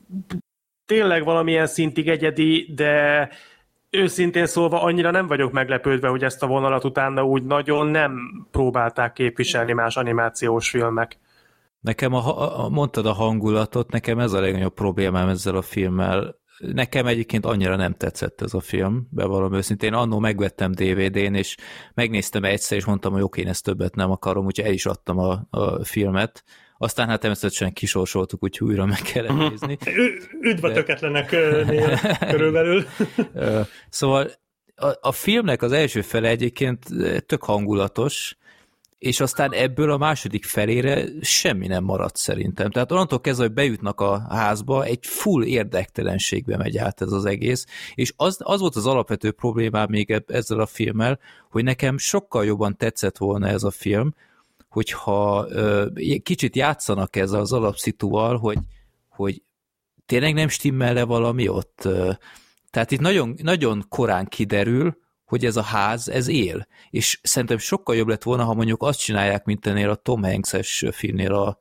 Tényleg valamilyen szintig egyedi, de őszintén szólva annyira nem vagyok meglepődve, hogy ezt a vonalat utána úgy nagyon nem próbálták képviselni más animációs filmek. Nekem, a, a, mondtad a hangulatot, nekem ez a legnagyobb problémám ezzel a filmmel. Nekem egyébként annyira nem tetszett ez a film, bevallom őszintén. Annó megvettem dé vé dén, és megnéztem egyszer, és mondtam, hogy oké, én ezt többet nem akarom, úgyhogy el is adtam a, a filmet. Aztán hát természetesen kisorsoltuk, úgyhogy újra meg kellett nézni. Üdv a töketleneknél körülbelül. Szóval a, a filmnek az első fele egyébként tök hangulatos, és aztán ebből a második felére semmi nem maradt szerintem. Tehát onnantól kezdve, hogy bejutnak a házba, egy full érdektelenségbe megy át ez az egész, és az, az volt az alapvető problémám még ezzel a filmmel, hogy nekem sokkal jobban tetszett volna ez a film, hogyha ö, kicsit játszanak ezzel az alapszituval, hogy, hogy tényleg nem stimmel-e valami ott. Tehát itt nagyon, nagyon korán kiderül, hogy ez a ház, ez él. És szerintem sokkal jobb lett volna, ha mondjuk azt csinálják, mint ennél a Tom Hanks-es filmnél, a,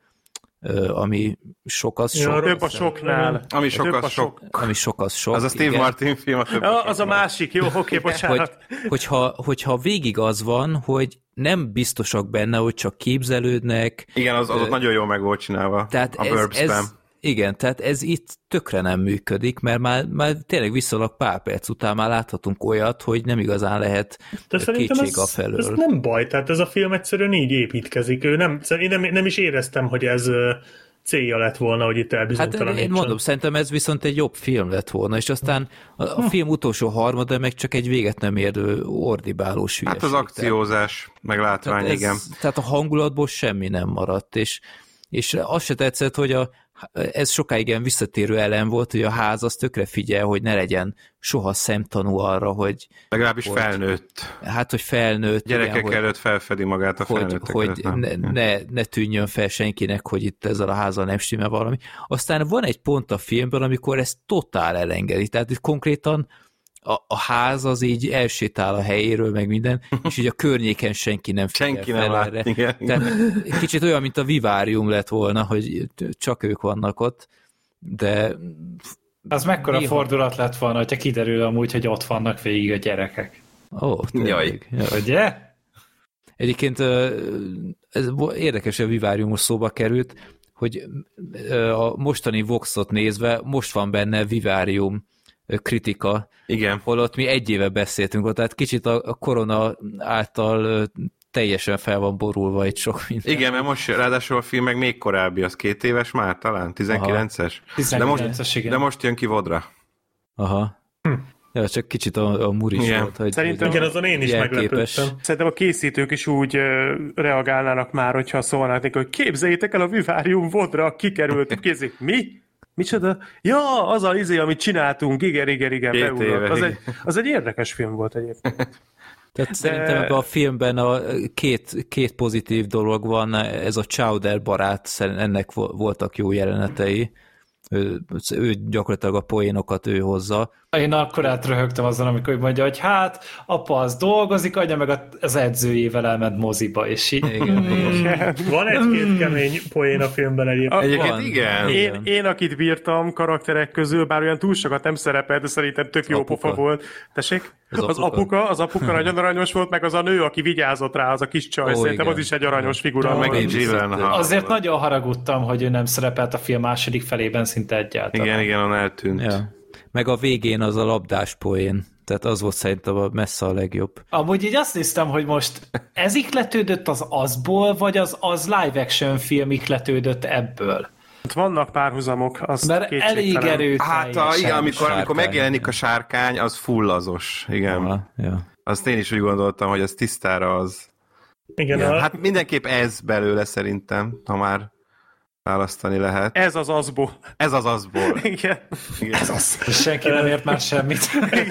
ami sok az sok. Ja, több a soknál. Ami sok az sok. Ami sok az sok. Az a Steve igen. Martin film. A több ja, az a másik, jó, oké, bocsánat. Hogy, hogyha, hogyha végig az van, hogy nem biztosak benne, hogy csak képzelődnek. Igen, az, az ott nagyon jól meg volt csinálva. Tehát a ez, ez, igen, tehát ez itt tökre nem működik, mert már, már tényleg viszonylag pár perc után már láthatunk olyat, hogy nem igazán lehet kétség a felől. Ez nem baj, tehát ez a film egyszerűen így építkezik. Ő nem, én nem, nem is éreztem, hogy ez célja lett volna, hogy itt elbizonytalanítson. Hát én mondom, szerintem ez viszont egy jobb film lett volna, és aztán a, a film utolsó harmada meg csak egy véget nem érő ordibálós hülyeség. Hát az akciózás, meg látvány, tehát ez, igen. Tehát a hangulatból semmi nem maradt, és, és azt se tetszett, hogy a ez sokáig ilyen visszatérő elem volt, hogy a ház az tökre figyel, hogy ne legyen soha szemtanú arra, hogy... Legalábbis hogy, felnőtt. Hát, hogy felnőtt. Gyerekek igen, előtt felfedi magát a felnőttek hogy, előtt. Hogy ne, ne, ne tűnjön fel senkinek, hogy itt ezzel a házzal nem stimmel valami. Aztán van egy pont a filmben, amikor ez totál elengedi. Tehát itt konkrétan a, a ház az így elsétál a helyéről, meg minden, és így a környéken senki nem figyel senki fel nem erre. lát, igen. Tehát kicsit olyan, mint a Vivárium lett volna, hogy csak ők vannak ott, de... Az mekkora néha... fordulat lett volna, hogyha kiderül amúgy, hogy ott vannak végig a gyerekek. Ó, Jaj. Ugye? Egyébként ez érdekes, hogy a Vivárium szóba került, hogy a mostani Voxot nézve most van benne Vivárium kritika, igen. holott mi egy éve beszéltünk, tehát kicsit a korona által teljesen fel van borulva itt sok minden. Igen, mert most ráadásul a film meg még korábbi, az két éves már talán, tizenkilences. tizenkilences, de most, igen. de most jön ki Vodra. Aha. Hm. Ja, csak kicsit a, a muris igen. volt. Hogy, Szerintem igen, azon én is meglepődtem. Szerintem a készítők is úgy uh, reagálnának már, hogyha szólnak neki, hogy képzeljétek el, a Vivarium Vodra kikerült. Kézzék, mi? Micsoda? Ja, az a izé, amit csináltunk, igen, igen, igen, beugrott. Az egy, az egy érdekes film volt egyébként. Tehát De... szerintem ebben a filmben a két, két pozitív dolog van, ez a Chowder barát, ennek voltak jó jelenetei. Ő, ő gyakorlatilag a poénokat ő hozza. Én akkor átröhögtem azon, amikor mondja, hogy hát, apa az dolgozik, anya meg az edzőjével elment moziba, és így... Igen, igen. Van egy-két kemény poén a filmben egyébként. Egyébként van. igen. Én, én, akit bírtam karakterek közül, bár olyan túl sokat nem szerepelt, de szerintem tök jó apuka. pofa volt. Tessék? Az Az apuka. apuka, az apuka nagyon aranyos volt, meg az a nő, aki vigyázott rá, az a kis csaj. Ó, Szerintem igen. az is egy aranyos figura. Meg Én egy is Gyllenhaal. Azért nagyon haragudtam, hogy ő nem szerepelt a film második felében szinte egyáltalán. Igen, igen, on eltűnt. Ja. Meg a végén az a labdás poén. Tehát az volt szerintem a messze a legjobb. Amúgy így azt néztem, hogy most ez ikletődött az azból, vagy az az live action film ikletődött ebből. Ott vannak párhuzamok, az Mert elég erőteljes. Hát a, igen, amikor, amikor Sárkány. megjelenik a sárkány, az fullazos. Igen. Aha, ja. Azt én is úgy gondoltam, hogy ez tisztára az. Igen, Igen. a, Hát mindenképp ez belőle szerintem, ha már választani lehet. Ez az azból. Ez az azból. Igen. Igen. Senki nem ért már semmit.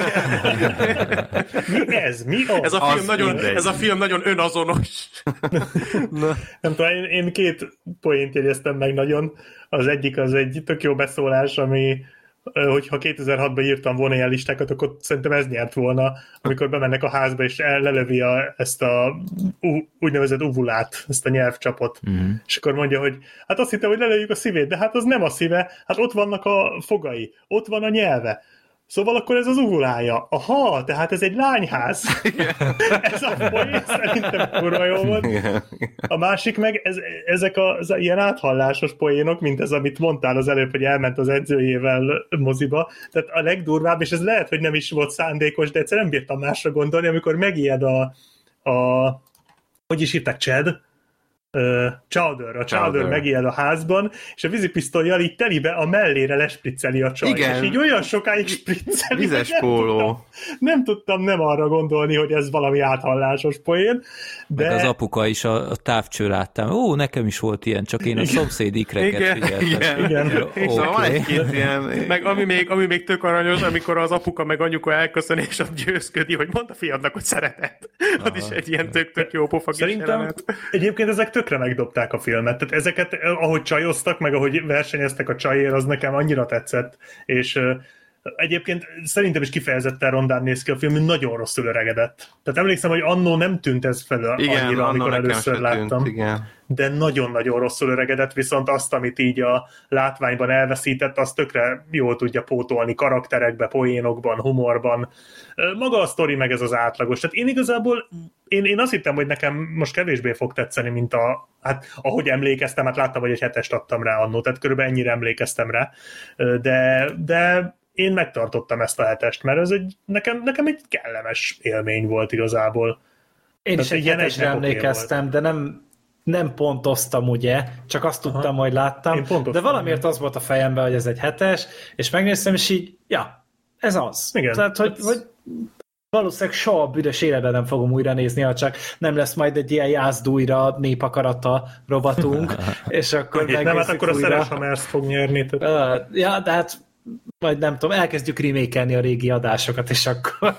mi ez? Mi az? Ez a, Az film nagyon, mindegy. ez a film nagyon önazonos. Na. Nem tudom, én, én két poént jegyeztem meg nagyon. Az egyik az egy tök jó beszólás, ami hogyha kétezer-hatban írtam volna ilyen listákat, akkor szerintem ez nyert volna, amikor bemennek a házba, és lelövi a, ezt a u, úgynevezett uvulát, ezt a nyelvcsapot. Mm. És akkor mondja, hogy hát azt hittem, hogy lelőjük a szívét, de hát az nem a szíve, hát ott vannak a fogai, ott van a nyelve. Szóval akkor ez az uvulája. Aha, tehát ez egy lányház. Ez a poén szerintem kurva jó volt. A másik meg ez, ezek a, az ilyen áthallásos poénok, mint ez, amit mondtál az előbb, hogy elment az edzőjével moziba. Tehát a legdurvább, és ez lehet, hogy nem is volt szándékos, de egyszer nem bírtam másra gondolni, amikor megijed a, a hogy is hívták, Chad? Uh, Chowder, a Chowder megijed a házban, és a vízipisztolyjal így telibe a mellére lespricceli a csaj. És így olyan sokáig spricceli. Vizes nem póló. Tudtam, nem tudtam nem arra gondolni, hogy ez valami áthallásos poén. De... Meg az apuka is a, a távcső láttam. Ó, nekem is volt ilyen, csak én a szomszéd ikreket Igen, figyeltem. igen. Okay. Szóval van egy-két ilyen... Meg ami még, ami még tök aranyos, amikor az apuka meg anyuka elköszön, és ott győzködi, hogy mondd a fiadnak, hogy szeretett. Az is egy ilyen tök-tök jó pofa kis Szerintem jelenet. egyébként ezek tökre megdobták a filmet. Tehát ezeket, ahogy csajoztak, meg ahogy versenyeztek a csajért, az nekem annyira tetszett. És uh, egyébként szerintem is kifejezetten rondán néz ki a film, nagyon rosszul öregedett. Tehát emlékszem, hogy annó nem tűnt ez fel Igen, annyira, amikor nekem először se láttam. Tűnt, igen. De nagyon-nagyon rosszul öregedett, viszont azt, amit így a látványban elveszített, azt tökre jól tudja pótolni karakterekbe, poénokban, humorban. Maga a sztori meg ez az átlagos. Tehát én igazából, én, én azt hittem, hogy nekem most kevésbé fog tetszeni, mint a, hát ahogy emlékeztem, hát láttam, hogy egy hetest adtam rá annó, tehát körülbelül ennyire emlékeztem rá. De, de én megtartottam ezt a hetest, mert ez egy, nekem, nekem egy kellemes élmény volt igazából. Én is egy hetesre emlékeztem, de nem, nem pontoztam, ugye, csak azt tudtam, Aha. hogy láttam, de valamiért az volt a fejemben, hogy ez egy hetes, és megnéztem, és így, ja, ez az. Igen. Tehát, hogy, ez... hogy valószínűleg soha büdös életben nem fogom újra nézni, ha csak nem lesz majd egy ilyen jászdújra népakarata rovatunk, és akkor megnézzük nem, hát akkor újra. a Szeres Hamerst fog nyerni. Tehát... Uh, ja, de hát majd nem tudom, elkezdjük remékelni a régi adásokat, és akkor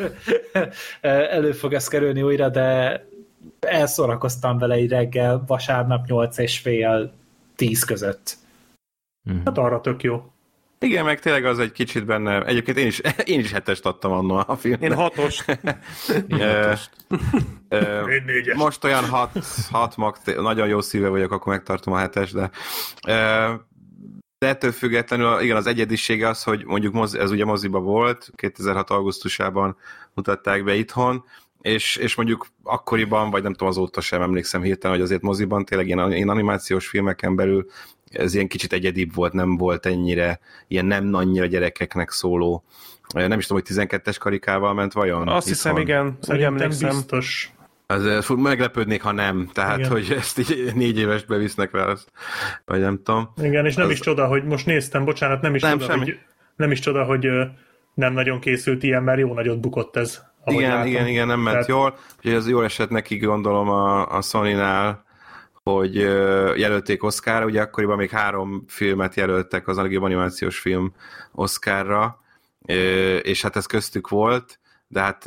elő fog ez kerülni újra, de elszorakoztam vele egy reggel, vasárnap nyolc és fél tíz között. Hát arra tök jó. Igen, meg tényleg az egy kicsit benne, egyébként én is, én is hetest adtam annól a filmnek. Én hatos. Én négyes. Most olyan hat, hat mag, nagyon jó szíve vagyok, akkor megtartom a hetes, de de ettől függetlenül, igen, az egyedisége az, hogy mondjuk mozi, ez ugye moziba volt, kétezer-hat augusztusában mutatták be itthon, és, és mondjuk akkoriban, vagy nem tudom, azóta sem emlékszem hirtelen, hogy azért moziban tényleg ilyen, ilyen animációs filmeken belül ez ilyen kicsit egyedibb volt, nem volt ennyire, ilyen nem annyira gyerekeknek szóló. Nem is tudom, hogy tizenkettes karikával ment vajon? Azt hiszem, igen, hogy emlékszem. Biztos. Az, meglepődnék, ha nem. Tehát, igen. hogy ezt így négy éves bevisznek vele, vagy nem tudom. Igen, és nem az... is csoda, hogy most néztem, bocsánat, nem is nem, csoda, hogy, nem is csoda, hogy nem nagyon készült ilyen, mert jó nagyot bukott ez. Igen, látom. igen, igen, nem ment Tehát... jól. Úgyhogy ez jól esett neki, gondolom a, a Sony-nál, hogy jelölték Oscarra, ugye akkoriban még három filmet jelöltek az a legjobb animációs film Oscarra, és hát ez köztük volt, de hát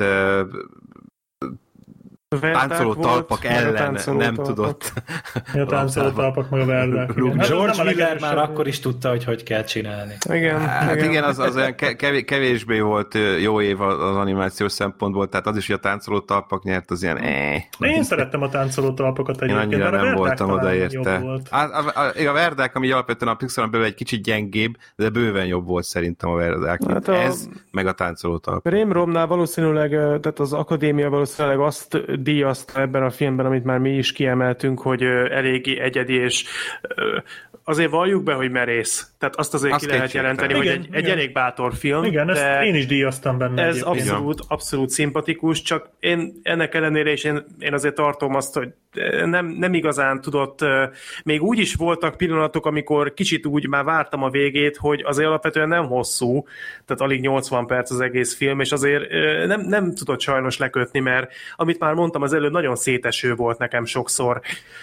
táncoló talpak ellen táncoló nem talpak. tudott. A táncoló talpak meg a verdák. George Miller már akkor is tudta, hogy hogy kell csinálni. Igen, hát igen, igen az, az olyan kevésbé volt jó év az animációs szempontból, tehát az is, hogy a táncoló talpak nyert, az ilyen eh. Én szerettem a táncoló talpakat egyébként. Én annyira nem voltam oda érte. A, a, a, a verdák, ami alapvetően a Pixar-on belül egy kicsit gyengébb, de bőven jobb volt szerintem a verdák, hát a... ez, meg a táncoló talpak. Rémromnál valószínűleg, tehát az akadémia valószínűleg azt díjazta ebben a filmben, amit már mi is kiemeltünk, hogy eléggé egyedi, és azért valljuk be, hogy merész. Tehát azt azért azt ki lehet jelenteni, igen, hogy egy, egy elég bátor film. Igen, ezt én is díjaztam benne. Ez abszolút, abszolút szimpatikus, csak én ennek ellenére is én, én azért tartom azt, hogy nem, nem igazán tudott, még úgy is voltak pillanatok, amikor kicsit úgy már vártam a végét, hogy azért alapvetően nem hosszú, tehát alig nyolcvan perc az egész film, és azért nem, nem tudott sajnos lekötni, mert amit már mondtam az előbb, nagyon széteső volt nekem sokszor.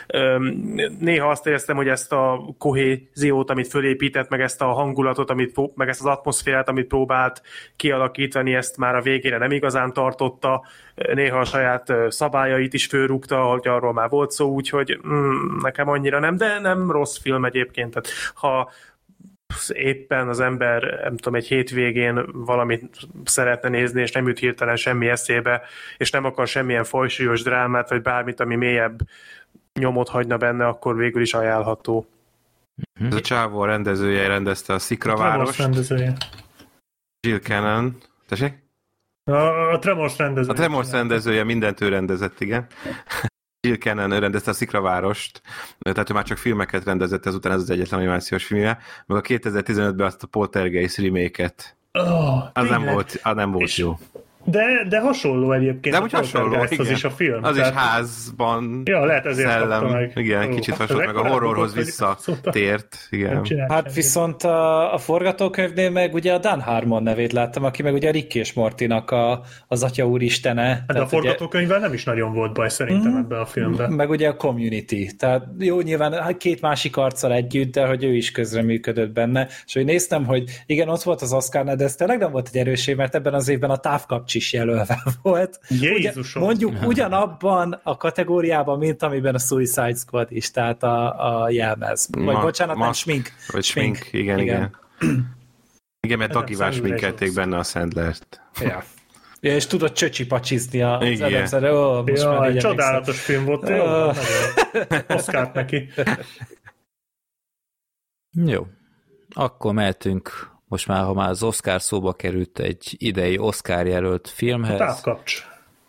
Néha azt éreztem, hogy ezt a kohéziót, amit fölépített, meg ezt a hangulatot, amit, meg ezt az atmoszférát, amit próbált kialakítani, ezt már a végére nem igazán tartotta, néha a saját szabályait is fölrúgta, hogy arról már volt szó, úgyhogy mm, nekem annyira nem, de nem rossz film egyébként. Tehát, ha éppen az ember, nem tudom, egy hétvégén valamit szeretne nézni, és nem jut hirtelen semmi eszébe, és nem akar semmilyen fajsúlyos drámát, vagy bármit, ami mélyebb nyomot hagyna benne, akkor végül is ajánlható. Ez a csávó rendezője rendezte a Szikravárost. A rendezője. Jill Cannon. Tessék? A, a Tremors rendezője. A Tremors rendezője, mindent ő rendezett, igen. Jill Cannon rendezte a Szikravárost, tehát ő már csak filmeket rendezett, ezután ez az egyetlen animációs filmje, meg a kétezer-tizenötben azt a Poltergeist remake-et. Oh, az, nem volt, az nem volt jó. De, de hasonló egyébként. De úgy hasonló, igen. Az is a film. Az tehát... is házban. Ja, lehet ezért szellem. Meg. Igen, oh, kicsit hasonló, meg a horrorhoz visszatért. Igen. Hát viszont a, a forgatókönyvnél meg ugye a Dan Harmon nevét láttam, aki meg ugye a Rick és Mortynak a, az atya úristene. De a forgatókönyvvel ugye... nem is nagyon volt baj szerintem mm-hmm. ebben a filmben. Meg ugye a Community. Tehát jó, nyilván két másik arccal együtt, de hogy ő is közreműködött benne. És hogy néztem, hogy igen, ott volt az Oscar, de ez tényleg nem volt egy erőség, mert ebben az évben a távkapcs is jelölve volt. Jézusom! Ugye, mondjuk ugyanabban a kategóriában, mint amiben a Suicide Squad is, tehát a, a jelmez. Vagy Ma, bocsánat, nem smink. Vagy smink, smink. Igen, igen. Igen, igen mert Takivás sminkelték benne a Sandlert. Ja. Ja, és tudod csöcsipacsizni az elemzere. Oh, ja, csodálatos film volt. Jó, oh. Oszkárt neki. Jó. Akkor mehetünk most már, ha már az Oscar szóba került egy idei Oscar jelölt filmhez. Távkapcs.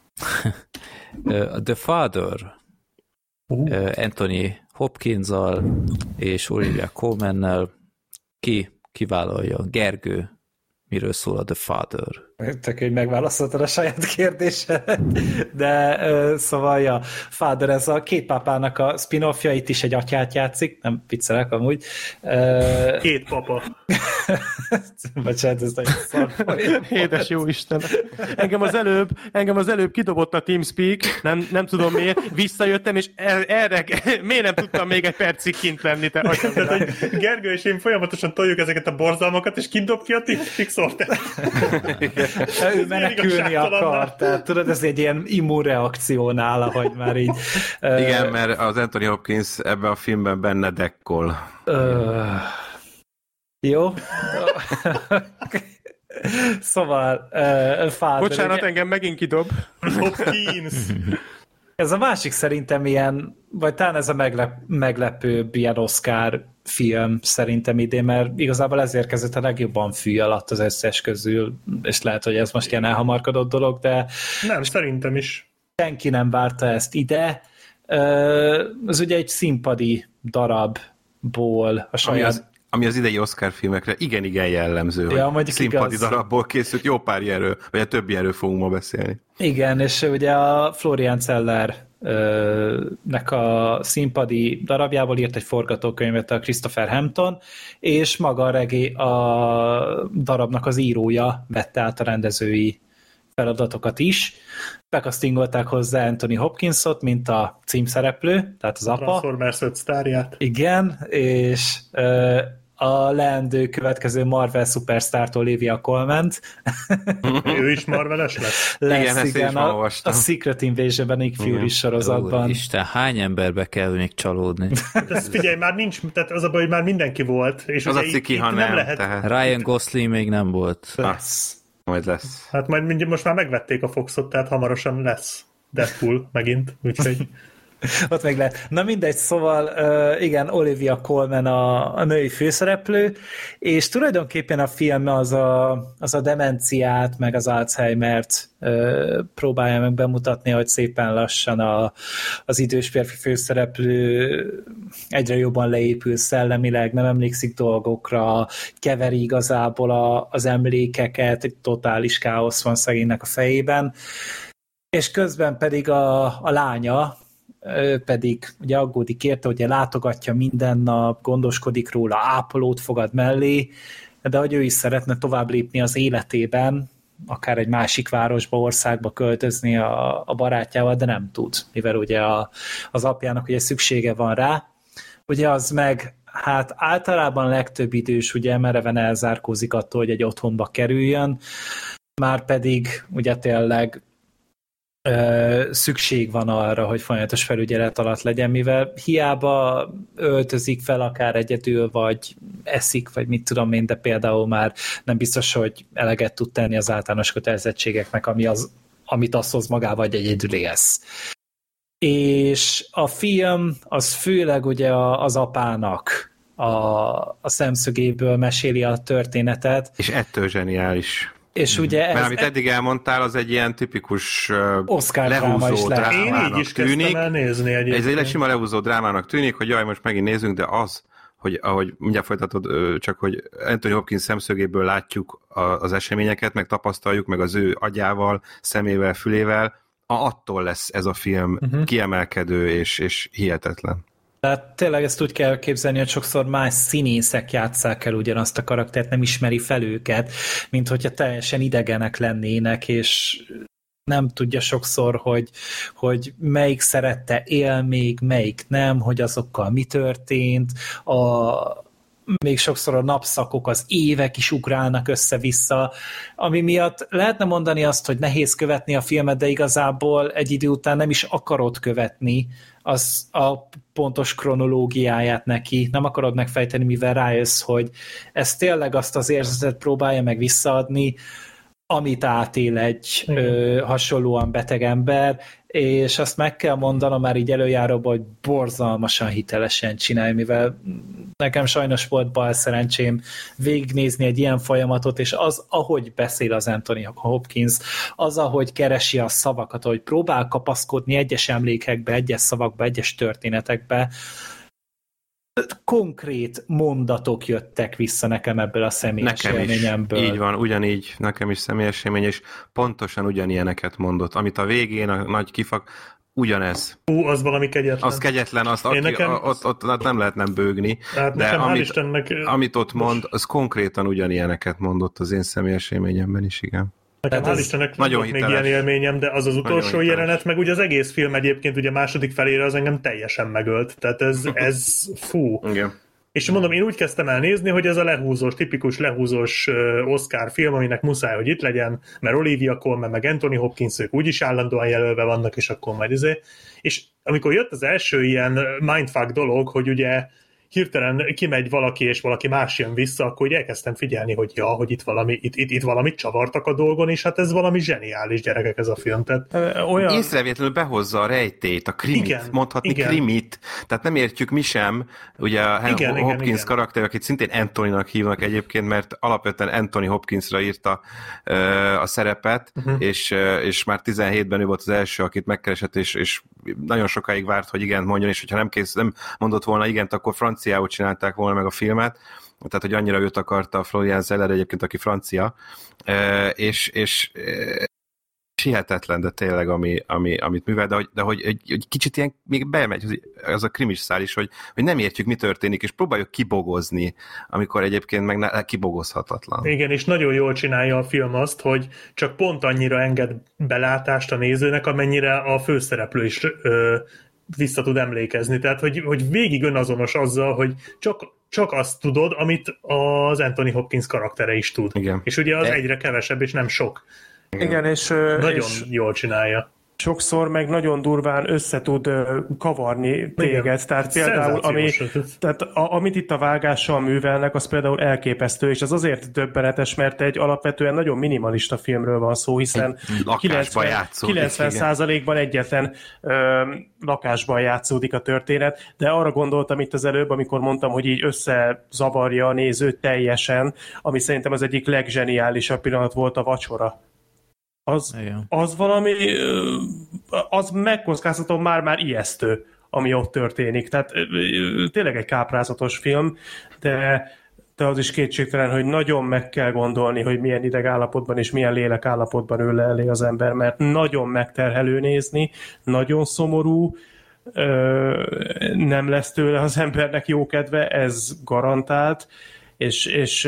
The Father. Uh. Anthony Hopkins-zal és Olivia Colman-nel. Ki kivállalja? Gergő. Miről szól a The Father? Tök, hogy megválaszoltad a saját kérdésedet, de uh, szóval ja, Father, ez a két pápának a spin-offja, itt is egy atyát játszik, nem viccelek amúgy. Uh, két papa. Bocsánat, ez nagyon szar. Édes jó Isten. Engem az előbb, engem az előbb kidobott a TeamSpeak, nem, nem tudom miért, visszajöttem, és er, erre miért nem tudtam még egy percig kint lenni, te atyám. Tehát, hogy Gergő és én folyamatosan toljuk ezeket a borzalmakat, és kidob ki a TeamSpeak szót. Ő menekülni akar, tehát tudod, ez egy ilyen immunreakció nála, hogy már így... Igen, uh, mert az Anthony Hopkins ebben a filmben benne dekkol. Uh, jó. Szóval uh, Father... Bocsánat, ugye... engem megint kidob. Hopkins! Ez a másik szerintem ilyen, vagy talán ez a meglep, meglepőbb ilyen Oscar film szerintem idén, mert igazából ez érkezett a legjobban fű alatt az összes közül, és lehet, hogy ez most ilyen elhamarkodott dolog, de... Nem, szerintem is. Senki nem várta ezt ide. Ez ugye egy színpadi darabból a saját... Ami az, ami az idei Oscar filmekre igen-igen jellemző, ja, hogy színpadi igaz. darabból készült jó pár erről, vagy a többi erről fogunk ma beszélni. Igen, és ugye a Florian Zeller nek a színpadi darabjából írt egy forgatókönyvet a Christopher Hampton, és maga a regé a darabnak az írója vette át a rendezői feladatokat is. Bekasztingolták hozzá Anthony Hopkinsot, mint a címszereplő, tehát az apa. Transformers öt sztárját. Igen, és uh, a leendő következő Marvel szupersztárt Olivia Colman-t. Ő is Marveles lesz? lesz, igen, ezt igen, is a, a Secret Invasion-ben, Nick Fury sorozatban. Isten, hány emberbe kell még csalódni? Ez figyelj, már nincs, tehát az a baj, hogy már mindenki volt. És az a itt, ciki, itt ha nem, nem lehet. Tehát... Ryan Gosling még nem volt. Lesz. Majd lesz. Hát majd most már megvették a Foxot, tehát hamarosan lesz Deadpool megint, úgyhogy... Ott meg lehet. Na mindegy, szóval uh, igen, Olivia Colman a, a női főszereplő, és tulajdonképpen a film az a, az a demenciát, meg az Alzheimert uh, próbálja meg bemutatni, hogy szépen lassan a, az idős férfi főszereplő egyre jobban leépül szellemileg, nem emlékszik dolgokra, keveri igazából a, az emlékeket, egy totális káosz van szegénynek a fejében, és közben pedig a, a lánya, ő pedig ugye aggódik érte, hogy látogatja minden nap, gondoskodik róla, ápolót fogad mellé, de hogy ő is szeretne tovább lépni az életében, akár egy másik városba, országba költözni a, a barátjával, de nem tud, mivel ugye a, az apjának ugye szüksége van rá. Ugye az meg, hát általában legtöbb idős ugye mereven elzárkózik attól, hogy egy otthonba kerüljön, már pedig ugye tényleg szükség van arra, hogy folyamatos felügyelet alatt legyen, mivel hiába öltözik fel akár egyedül, vagy eszik, vagy mit tudom én, de például már nem biztos, hogy eleget tud tenni az általános kötelezettségeknek, ami az, amit azt hoz magával, vagy egyedül élsz. És a film az főleg ugye az apának a, a szemszögéből meséli a történetet. És ettől zseniális. És ugye ez, mert amit eddig elmondtál, az egy ilyen tipikus Oscar lehúzó drámának Én így is tűnik. elnézni Ez egy sima lehúzó drámának tűnik, hogy jaj, most megint nézzünk, de az, hogy ahogy mindjárt folytatod, csak hogy Anthony Hopkins szemszögéből látjuk az eseményeket, meg tapasztaljuk, meg az ő agyával, szemével, fülével, attól lesz ez a film uh-huh. kiemelkedő és, és hihetetlen. Tehát tényleg ezt úgy kell képzelni, hogy sokszor más színészek játsszák el ugyanazt a karaktert, nem ismeri fel őket, mint hogyha teljesen idegenek lennének, és nem tudja sokszor, hogy, hogy melyik szerette él még, melyik nem, hogy azokkal mi történt, a, még sokszor a napszakok, az évek is ugrálnak össze-vissza, ami miatt lehetne mondani azt, hogy nehéz követni a filmet, de igazából egy idő után nem is akarod követni az a pontos kronológiáját neki, nem akarod megfejteni, mivel rájössz, hogy ez tényleg azt az érzetet próbálja meg visszaadni, amit átél egy ö, hasonlóan beteg ember, és azt meg kell mondanom már így előjáróban, hogy borzalmasan hitelesen csinálja, mivel nekem sajnos volt bal szerencsém végignézni egy ilyen folyamatot, és az, ahogy beszél az Anthony Hopkins, az, ahogy keresi a szavakat, ahogy próbál kapaszkodni egyes emlékekbe, egyes szavakba, egyes történetekbe, konkrét mondatok jöttek vissza nekem ebből a személyes nekem élményemből. Is, így van, ugyanígy, nekem is személyes élmény, és pontosan ugyanilyeneket mondott. Amit a végén, a nagy kifak, ugyanez. Ú, az valami kegyetlen. Az kegyetlen, azt aki, nekem... ott, ott, ott nem lehet nem bőgni, hát de amit, Istennek... amit ott mond, az konkrétan ugyanilyeneket mondott az én személyes élményemben is, igen. Nekem hál' Istennek nagyon még ilyen élményem, de az az utolsó jelenet, meg ugye az egész film egyébként ugye a második felére az engem teljesen megölt. Tehát ez, ez fú. Igen. És mondom, én úgy kezdtem el nézni, hogy ez a lehúzós, tipikus lehúzós Oscar film, aminek muszáj, hogy itt legyen, mert Olivia Colman, meg Anthony Hopkins, ők úgyis állandóan jelölve vannak, és akkor majd izé. És amikor jött az első ilyen mindfuck dolog, hogy ugye hirtelen kimegy valaki, és valaki más jön vissza, akkor úgy elkezdtem figyelni, hogy ja, hogy itt, valami, itt, itt, itt valamit csavartak a dolgon, és hát ez valami zseniális, gyerekek, ez a film. Tehát, olyan... Észrevétlenül behozza a rejtét, a krimit, igen, mondhatni igen. krimit, tehát nem értjük mi sem, ugye a igen, Hopkins igen, karakter, igen. akit szintén Anthony-nak hívnak egyébként, mert alapvetően Anthony Hopkinsra írta uh, a szerepet, uh-huh. és, uh, és már tizenhétben ő volt az első, akit megkeresett, és, és nagyon sokáig várt, hogy igen mondjon, és hogyha nem, kész, nem mondott volna igent, akkor francia franciául csinálták volna meg a filmet, tehát hogy annyira őt akarta a Florian Zeller egyébként, aki francia, és, és hihetetlen, de tényleg, ami, ami, amit művel, de hogy, de hogy egy, egy kicsit ilyen még bemegy az a krimis szál is, hogy, hogy nem értjük, mi történik, és próbáljuk kibogozni, amikor egyébként meg ne, kibogozhatatlan. Igen, és nagyon jól csinálja a film azt, hogy csak pont annyira enged belátást a nézőnek, amennyire a főszereplő is ö, vissza tud emlékezni. Tehát, hogy, hogy végig önazonos azzal, hogy csak csak azt tudod, amit az Anthony Hopkins karaktere is tud. Igen. És ugye az De... egyre kevesebb, és nem sok. Igen, és... Nagyon és jól csinálja. Sokszor meg nagyon durván össze tud kavarni téged. Igen. Tehát például, ami, tehát a, amit itt a vágással művelnek, az például elképesztő, és az azért döbbenetes, mert egy alapvetően nagyon minimalista filmről van szó, hiszen kilencven százalékban egyetlen ö, lakásban játszódik a történet, de arra gondoltam itt az előbb, amikor mondtam, hogy így összezavarja a nézőt teljesen, ami szerintem az egyik legzseniálisabb pillanat volt a vacsora. Az, az valami, az megkockáztatom már-már ijesztő, ami ott történik. Tehát tényleg egy káprázatos film, de, de az is kétségtelen, hogy nagyon meg kell gondolni, hogy milyen idegállapotban és milyen lélekállapotban ül le elé az ember, mert nagyon megterhelő nézni, nagyon szomorú, nem lesz tőle az embernek jó kedve, ez garantált, és, és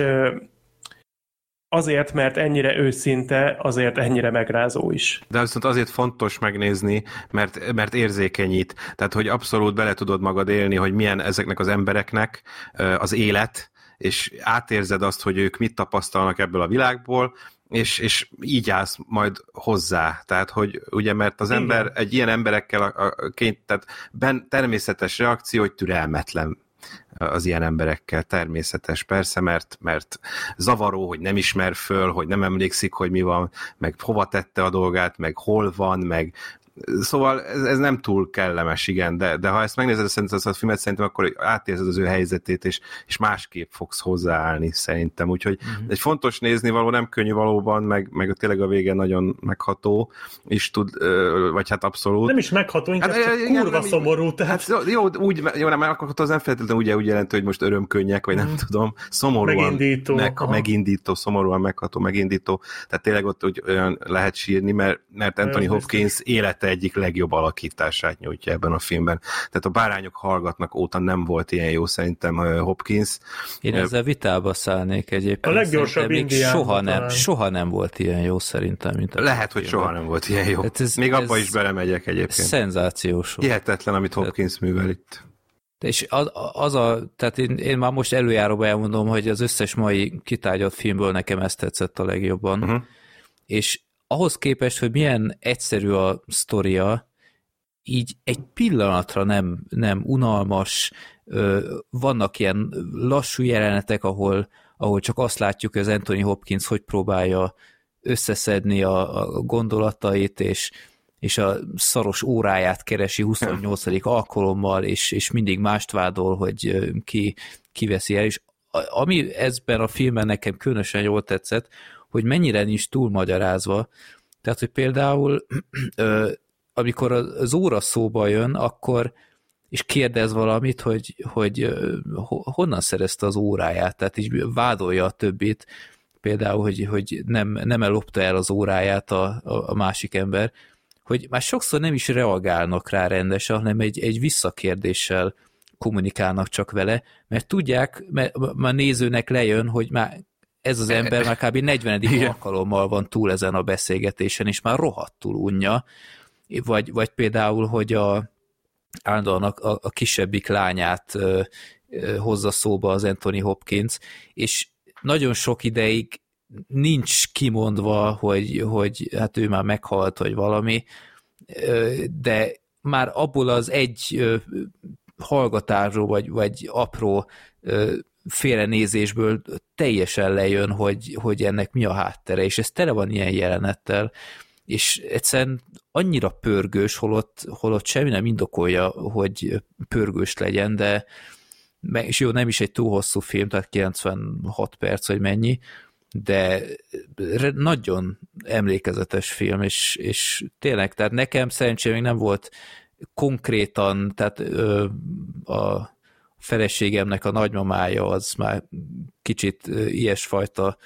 azért, mert ennyire őszinte, azért ennyire megrázó is. De viszont azért fontos megnézni, mert, mert érzékenyít. Tehát, hogy abszolút bele tudod magad élni, hogy milyen ezeknek az embereknek az élet, és átérzed azt, hogy ők mit tapasztalnak ebből a világból, és, és így állsz majd hozzá. Tehát, hogy ugye, mert az ember igen. egy ilyen emberekkel a, a, ként, tehát ben, természetes reakció, hogy türelmetlen az ilyen emberekkel, természetes persze, mert, mert zavaró, hogy nem ismer föl, hogy nem emlékszik, hogy mi van, meg hova tette a dolgát, meg hol van, meg szóval ez, ez nem túl kellemes, igen, de, de ha ezt megnézed szerintem az a filmet, szerintem akkor átérzed az ő helyzetét, és, és másképp fogsz hozzáállni szerintem, úgyhogy uh-huh. egy fontos nézni való, nem könnyű valóban, meg, meg tényleg a vége nagyon megható, és tud, vagy hát abszolút. Nem is megható, inkább hát, csak igen, kurva nem, szomorú. Tehát... Hát, jó, úgy, jó, nem, akkor az nem feltétlenül ugye úgy jelenti, hogy most örömkönnyek, vagy nem uh-huh. tudom, szomorúan megindító, meg, megindító, szomorúan megható, megindító, tehát tényleg ott úgy olyan lehet sírni, mert, mert Anthony Hopkins élete egyik legjobb alakítását nyújtja ebben a filmben. Tehát a Bárányok hallgatnak óta nem volt ilyen jó szerintem Hopkins. Én ezzel vitába szállnék egyébként. A leggyorsabb Indián. Soha nem, soha nem volt ilyen jó szerintem, mint a lehet, hogy soha nem volt ilyen jó. Ez, Még abba is belemegyek egyébként. Szenzációs. Hihetetlen, amit Hopkins művel itt. És az, az a, tehát én, én már most előjáróban elmondom, hogy az összes mai kitárgyalt filmből nekem ezt tetszett a legjobban. Uh-huh. És ahhoz képest, hogy milyen egyszerű a sztoria, így egy pillanatra nem, nem unalmas, vannak ilyen lassú jelenetek, ahol, ahol csak azt látjuk, hogy az Anthony Hopkins hogy próbálja összeszedni a, a gondolatait, és, és a szaros óráját keresi huszonnyolcadik alkalommal, és, és mindig mást vádol, hogy ki, ki veszi el, és ami ezben a filmben nekem különösen jól tetszett, hogy mennyire nincs túl magyarázva. Tehát, hogy például amikor az óra szóba jön, akkor és kérdez valamit, hogy, hogy honnan szerezte az óráját, tehát így vádolja a többit, például, hogy, hogy nem, nem ellopta el az óráját a, a másik ember, hogy már sokszor nem is reagálnak rá rendesen, hanem egy, egy visszakérdéssel kommunikálnak csak vele, mert tudják, mert a nézőnek lejön, hogy már ez az ember már kb. negyvenedik alkalommal van túl ezen a beszélgetésen, és már rohadtul unja. Vagy, vagy például, hogy a, állandóan a, a kisebbik lányát ö, ö, hozza szóba az Anthony Hopkins, és nagyon sok ideig nincs kimondva, hogy, hogy hát ő már meghalt, vagy valami, ö, de már abból az egy ö, hallgatásról, vagy, vagy apró ö, félrenézésből teljesen lejön, hogy, hogy ennek mi a háttere, és ez tele van ilyen jelenettel, és egyszerűen annyira pörgős, holott, holott semmi nem indokolja, hogy pörgős legyen, de és jó, nem is egy túl hosszú film, tehát kilencvenhat perc, vagy mennyi, de nagyon emlékezetes film, és, és tényleg, tehát nekem szerencsére még nem volt konkrétan, tehát ö, a feleségemnek a nagymamája az már kicsit ilyesfajta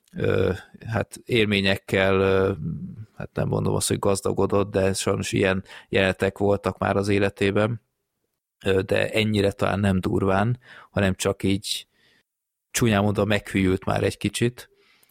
hát élményekkel, hát nem mondom azt, hogy gazdagodott, de sajnos ilyen jelenetek voltak már az életében, de ennyire talán nem durván, hanem csak így csúnyán mondva meghűült már egy kicsit,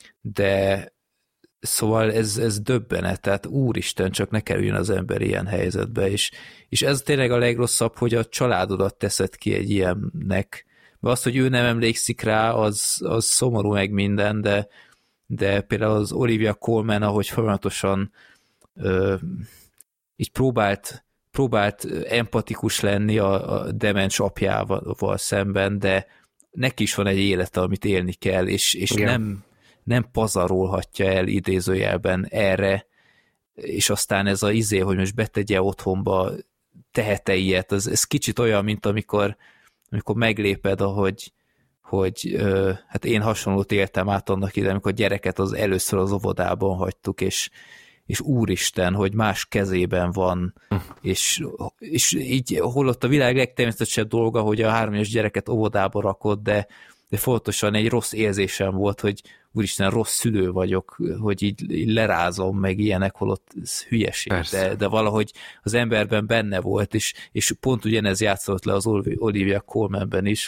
de szóval ez, ez döbbenet, tehát úristen, csak ne kerüljön az ember ilyen helyzetbe, és, és ez tényleg a legrosszabb, hogy a családodat teszed ki egy ilyennek, mert az, hogy ő nem emlékszik rá, az, az szomorú meg minden, de, de például az Olivia Colman, ahogy folyamatosan ö, így próbált, próbált empatikus lenni a, a demens apjával szemben, de neki is van egy élete, amit élni kell, és, és nem nem pazarolhatja el idézőjelben erre, és aztán ez a izé, hogy most betegye otthonba, tehet-e ilyet, ez, ez kicsit olyan, mint amikor, amikor megléped, ahogy hogy ö, hát én hasonlót éltem át annak ide, amikor gyereket az először az óvodában hagytuk, és, és úristen, hogy más kezében van, és, és így holott a világ legtermészetesebb dolga, hogy a három éves gyereket óvodába rakod, de de fontosan egy rossz érzésem volt, hogy úristen, rossz szülő vagyok, hogy így, így lerázom, meg ilyenek, holott ez hülyeség, de, de valahogy az emberben benne volt, és, és pont ugyanez játszott le az Olivia Colmanben is,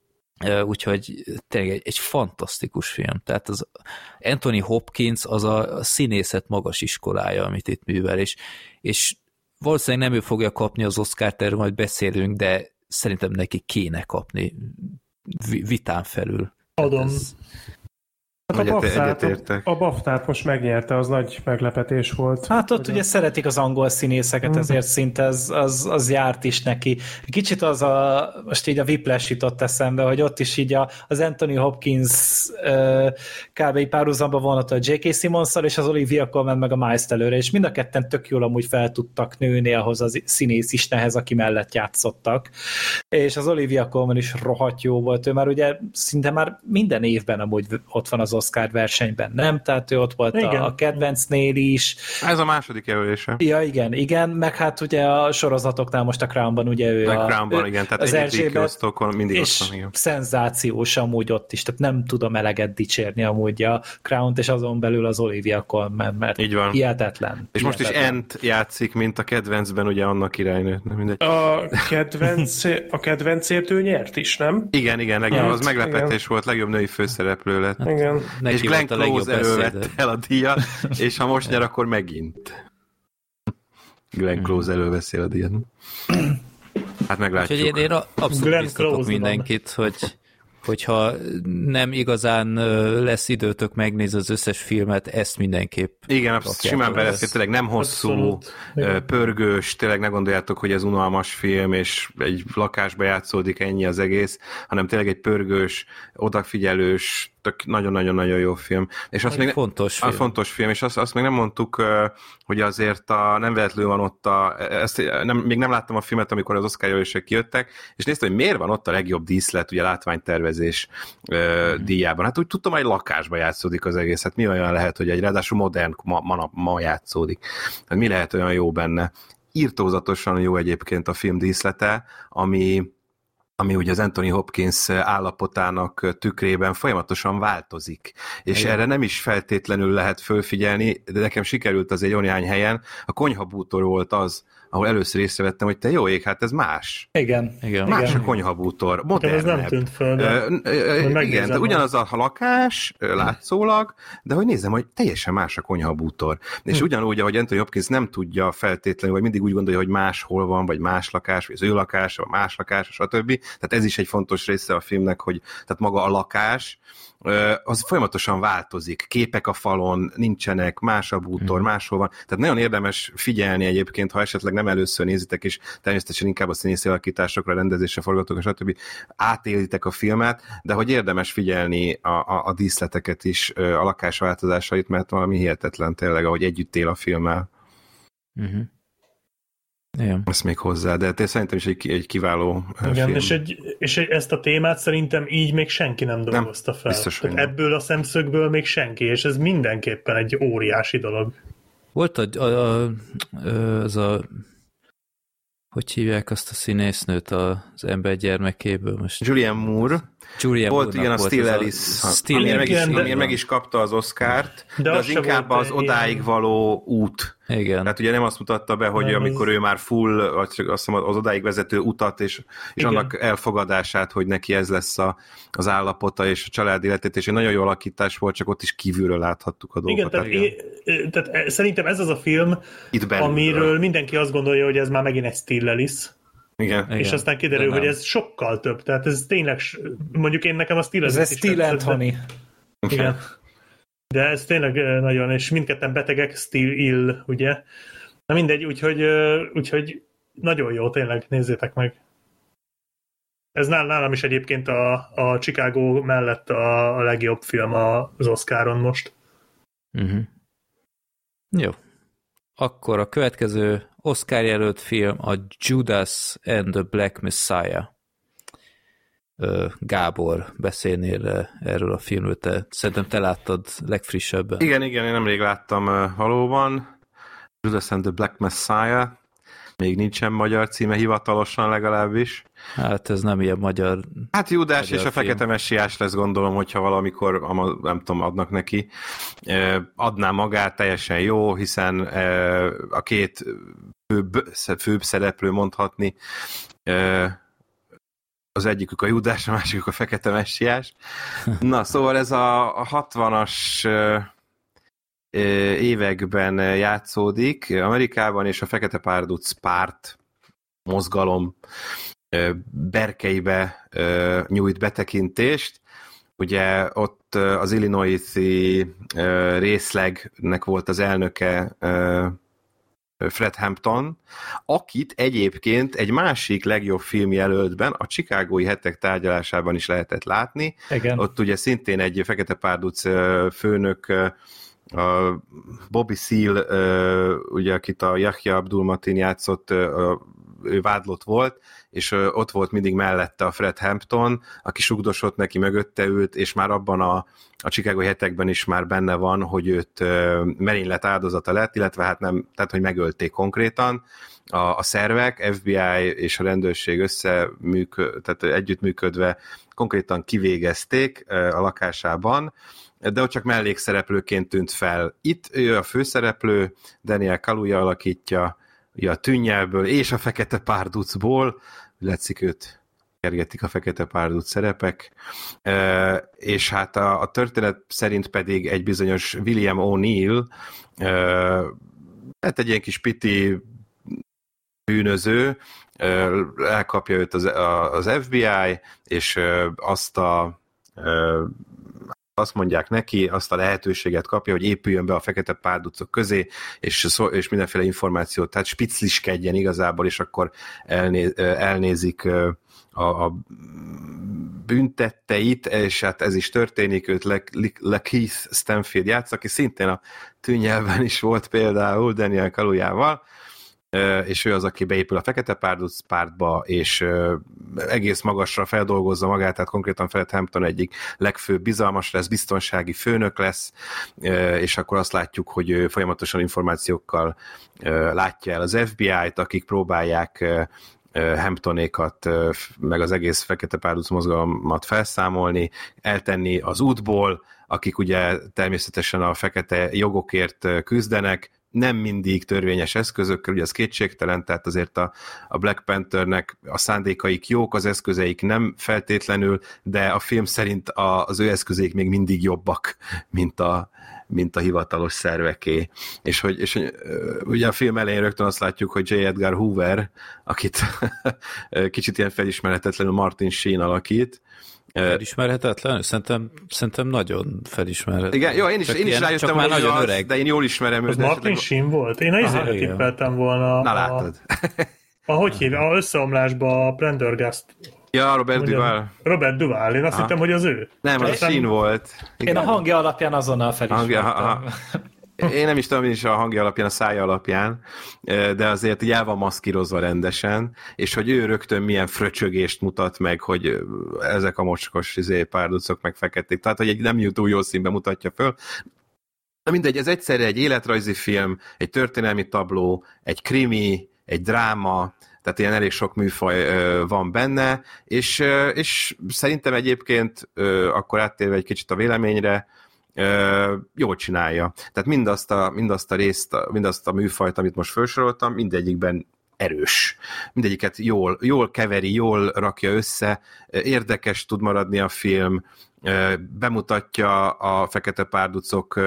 úgyhogy tényleg egy, egy fantasztikus film. Tehát az Anthony Hopkins az a színészet magas iskolája, amit itt művel, és, és valószínűleg nem ő fogja kapni az Oscart, erről majd beszélünk, de szerintem neki kéne kapni vitán felül. Adom. Ez... Hát a Baftát, a, a Baftát most megnyerte, az nagy meglepetés volt. Hát ott ugye, ugye szeretik az angol színészeket, mm. ezért szinte az, az, az járt is neki. Kicsit az a, most így a Whiplash jutott eszembe, hogy ott is így a, az Anthony Hopkins uh, kb. Párhuzamba vonat a J K. Simmonsszal, és az Olivia Colman meg a Miles Tellerre, és mind a ketten tök jól amúgy fel tudtak nőni ahhoz a színész istenhez, aki mellett játszottak. És az Olivia Colman is rohadt jó volt, ő már ugye szinte már minden évben amúgy ott van az Oscar versenyben, nem? Tehát ő ott volt a, a kedvencnél is. Ez a második jelölése. Ja, igen, igen, meg hát ugye a sorozatoknál most a Crownban ugye ő a, a Crownban, igen, tehát az Erzsébet, mindig és ott van, igen. szenzációs amúgy ott is, tehát nem tudom eleget dicsérni amúgy a Crown-t, és azon belül az Olivia Colman, mert így van. hihetetlen. És hihetetlen. most is Ent játszik, mint a kedvencben, ugye annak királynőt, nem mindegy. A kedvenc, a kedvencért ő nyert is, nem? Igen, igen, legjobb, hát, az meglepetés igen. volt, legjobb női főszereplő lett. Hát, igen. És Glenn Close elővette el a díjat, és ha most nyer, akkor megint. Glenn Close előveszi a díjat. Hát meglátjuk. Úgyhogy én, én abszolút biztatok mindenkit, hogy hogyha nem igazán lesz időtök megnézni az összes filmet, ezt mindenképp. Igen, abszolút simán beleszél, tényleg nem hosszú, abszolút. Pörgős, tényleg ne gondoljátok, hogy ez unalmas film, és egy lakásba játszódik, ennyi az egész, hanem tényleg egy pörgős, odafigyelős, tök nagyon-nagyon-nagyon jó film. És azt még fontos film. film. Fontos film, és azt, azt még nem mondtuk, hogy azért a, nem véletlenül van ott a, ezt nem, még nem láttam a filmet, amikor az Oscar jelölések kijöttek, és néztem, hogy miért van ott a legjobb díszlet, ugye látványtervezés mm. díjában. Hát úgy tudtam, hogy egy lakásba játszódik az egész. Hát mi olyan lehet, hogy egy ráadásul modern ma, ma, ma játszódik. Hát mi lehet olyan jó benne? Irtózatosan jó egyébként a film díszlete, ami ami ugye az Anthony Hopkins állapotának tükrében folyamatosan változik. És igen. erre nem is feltétlenül lehet fölfigyelni, de nekem sikerült az egy olyan helyen, a konyhabútor volt az, ahol először észrevettem, hogy te jó ég, hát ez más. Igen. igen. Más igen. a konyhabútor, modernebb. Ez nem tűnt föl, de uh, igen, de ugyanaz a lakás, látszólag, de hogy nézem, hogy teljesen más a konyhabútor. És hm. ugyanúgy, ahogy Anthony Hopkins nem tudja feltétlenül, vagy mindig úgy gondolja, hogy máshol van, vagy más lakás, vagy az ő lakás, vagy más lakás, stb. Tehát ez is egy fontos része a filmnek, hogy tehát maga a lakás, az folyamatosan változik. Képek a falon, nincsenek, más a bútor, mm. máshol van. Tehát nagyon érdemes figyelni egyébként, ha esetleg nem először nézitek, és természetesen inkább a színészi alakításokra, rendezésre, forgatókra, stb. Átélitek a filmet, de hogy érdemes figyelni a, a, a díszleteket is, a lakás változásait, mert valami hihetetlen tényleg, ahogy együtt él a filmmel. Mm-hmm. Igen. Ezt még hozzá, de te szerintem is egy, egy kiváló igen, film. És, egy, és egy, ezt a témát szerintem így még senki nem dolgozta fel. Biztos, Tehát ebből a szemszögből még senki, és ez mindenképpen egy óriási dolog. Volt a, a, a, az a hogy hívják azt a színésznőt az ember gyermekéből most? Julianne Moore. Julianne volt igen a Still Alice, amiért meg, is, amiért meg is kapta az Oscárt, de, de az inkább az odáig ilyen való út. Igen. Tehát ugye nem azt mutatta be, hogy nem, amikor az... ő már full, vagy azt hiszem az odáig vezető utat, és, és annak elfogadását, hogy neki ez lesz a, az állapota, és a család életét, és egy nagyon jó alakítás volt, csak ott is kívülről láthattuk a dolgokat. Igen, tehát, é, tehát szerintem ez az a film, amiről mindenki azt gondolja, hogy ez már megint egy Still Alice. Igen. És Igen. aztán kiderül, hogy ez sokkal több. Tehát ez tényleg, mondjuk én nekem a Still Alice ez Still Anthony. Igen. De ez tényleg nagyon, és mindketten betegek, Still Ill, ugye? Na mindegy, úgyhogy, úgyhogy nagyon jó, tényleg, nézzétek meg. Ez nálam is egyébként a, a Chicago mellett a, a legjobb film az Oscaron most. Uh-huh. Jó. Akkor a következő Oscar jelölt film a Judas and the Black Messiah. Gábor, beszélnél erről a filmről, te, szerintem te láttad legfrissebben. Igen, igen, én nemrég láttam valóban. Judas and the Black Messiah. Még nincsen magyar címe, hivatalosan legalábbis. Hát ez nem ilyen magyar... Hát Judás magyar és a film. Fekete Messiás lesz, gondolom, hogyha valamikor, nem tudom, adnak neki. Adná magát, teljesen jó, hiszen a két főbb, főbb szereplő mondhatni, az egyikük a Judás, a másikük a Fekete Messiás. Na, szóval ez a hatvanas években játszódik Amerikában, és a Fekete Párduc párt mozgalom berkeibe nyújt betekintést. Ugye ott az Illinois-i részlegnek volt az elnöke Fred Hampton, akit egyébként egy másik legjobb filmjelöltben, a Chicagói hetek tárgyalásában is lehetett látni. Igen. Ott ugye szintén egy Fekete Párduc főnök, a Bobby Seale, ugye, akit a Yahya Abdul-Mateen játszott, ő vádlott volt, és ott volt mindig mellette a Fred Hampton, aki sugdosott neki, mögötte ült, és már abban a, a Chicagói hetekben is már benne van, hogy őt merénylet áldozata lett, illetve hát nem, tehát hogy megölték konkrétan. A, a szervek, F B I és a rendőrség összeműköd, tehát együttműködve konkrétan kivégezték a lakásában, de ott csak mellékszereplőként tűnt fel. Itt ő a főszereplő, Daniel Kaluuya alakítja, a Tűnnyelből és a Fekete Párducból, látszik, őt kergetik a Fekete Párduc szerepek, e, és hát a, a történet szerint pedig egy bizonyos William O'Neill, e, hát egy ilyen kis piti bűnöző, e, elkapja őt az, a, az F B I, és e, azt a e, azt mondják neki, azt a lehetőséget kapja, hogy épüljön be a Fekete Párducok közé, és, szó, és mindenféle információt, tehát spicliskedjen igazából, és akkor elné, elnézik a, a büntetteit, és hát ez is történik, őt Lakeith Stanfield játsz, aki szintén a Tűnnyelven is volt például Daniel Kalujával, és ő az, aki beépül a Fekete Párduc pártba, és egész magasra feldolgozza magát, tehát konkrétan Fred Hampton egyik legfőbb bizalmas lesz, biztonsági főnök lesz, és akkor azt látjuk, hogy ő folyamatosan információkkal látja el az F B I-t, akik próbálják Hamptonékat, meg az egész Fekete Párduc mozgalmat felszámolni, eltenni az útból, akik ugye természetesen a fekete jogokért küzdenek, nem mindig törvényes eszközökkel, ugye ez kétségtelen, tehát azért a, a Black Panthernek a szándékaik jók, az eszközeik nem feltétlenül, de a film szerint a, az ő eszközeik még mindig jobbak, mint a, mint a hivatalos szerveké. És hogy, és hogy ugye a film elején rögtön azt látjuk, hogy J. Edgar Hoover, akit kicsit ilyen felismerhetetlenül Martin Sheen alakít, Felismerhetetlen? Szerintem, szerintem nagyon felismerhetetlen. Igen, jó, én is, én is rájöttem, hogy nagyon az, öreg. De én jól ismerem őt. Az Martin Sheen volt? Én azért tippeltem volna. Na látod. A, a, hogy hívja, a összeomlásba a Prendergast. Ja, Robert Duvall. Robert Duvall, én azt Aha. hittem, hogy az ő. Nem, az Sheen volt. Igen. Én a hangja alapján azonnal felismertem. Én nem is tudom, én is a hangja alapján, a szája alapján, de azért így el van maszkírozva rendesen, és hogy ő rögtön milyen fröcsögést mutat meg, hogy ezek a mocskos izé, párducok meg feketék. Tehát, hogy egy nem jut túl jó színbe mutatja föl. Na mindegy, ez egyszerre egy életrajzi film, egy történelmi tabló, egy krimi, egy dráma, tehát ilyen elég sok műfaj van benne, és, és szerintem egyébként akkor áttérve egy kicsit a véleményre, jól csinálja. Tehát mindazt a, mindazt a részt, mindazt a műfajt, amit most felsoroltam, mindegyikben erős. Mindegyiket jól, jól keveri, jól rakja össze, érdekes tud maradni a film, bemutatja a fekete párducok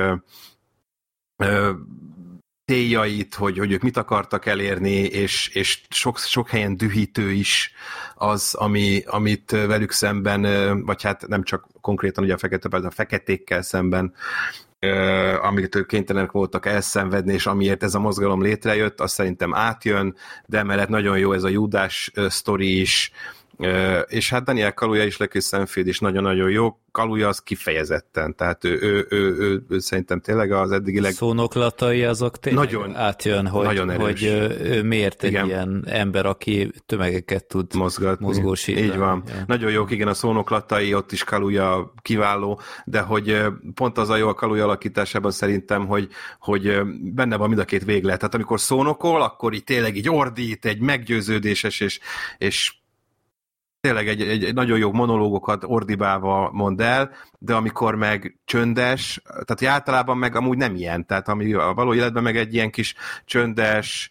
céljait, hogy, hogy ők mit akartak elérni, és, és sok, sok helyen dühítő is az, ami, amit velük szemben, vagy hát nem csak konkrétan ugye a fekete párduc, a feketékkel szemben, amit ők kénytelenek voltak elszenvedni, és amiért ez a mozgalom létrejött, az szerintem átjön, de emellett nagyon jó ez a Júdás sztori is, és hát Daniel Kaluuya és Lakeith Stanfield is nagyon-nagyon jó. Kaluuya az kifejezetten, tehát ő, ő, ő, ő, ő szerintem tényleg az eddigileg... Szónoklatai azok tényleg nagyon, átjön, hogy, nagyon hogy ő miért egy igen. ilyen ember, aki tömegeket tud mozgatni. Mozgósítani. Így van. Ja. Nagyon jók, igen, a szónoklatai, ott is Kaluuya kiváló, de hogy pont az a jó a Kaluuya alakításában szerintem, hogy, hogy benne van mind a két véglet. Tehát amikor szónokol, akkor így tényleg így ordít, egy meggyőződéses, és, és tényleg egy, egy, egy nagyon jó monológokat ordibálva mond el, de amikor meg csöndes, tehát általában meg amúgy nem ilyen, tehát ami a való életben meg egy ilyen kis csöndes,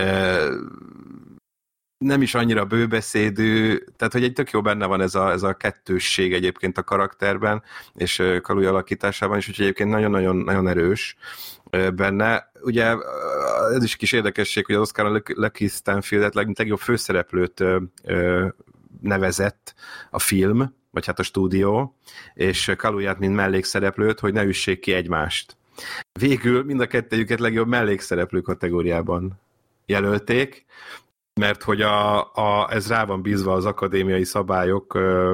nem is annyira bőbeszédű, tehát hogy egy tök jó benne van ez a, ez a kettősség egyébként a karakterben, és Kaluuya alakításában is, úgyhogy egyébként nagyon-nagyon nagyon erős benne. Ugye ez is kis érdekesség, hogy az Oscar Lakeith Stanfieldet legjobb főszereplőt nevezett a film, vagy hát a stúdió, és Kaluuyát, mint mellékszereplőt, hogy ne üssék ki egymást. Végül mind a kettejüket legjobb mellékszereplő kategóriában jelölték, mert hogy a, a, ez rá van bízva, az akadémiai szabályok ö,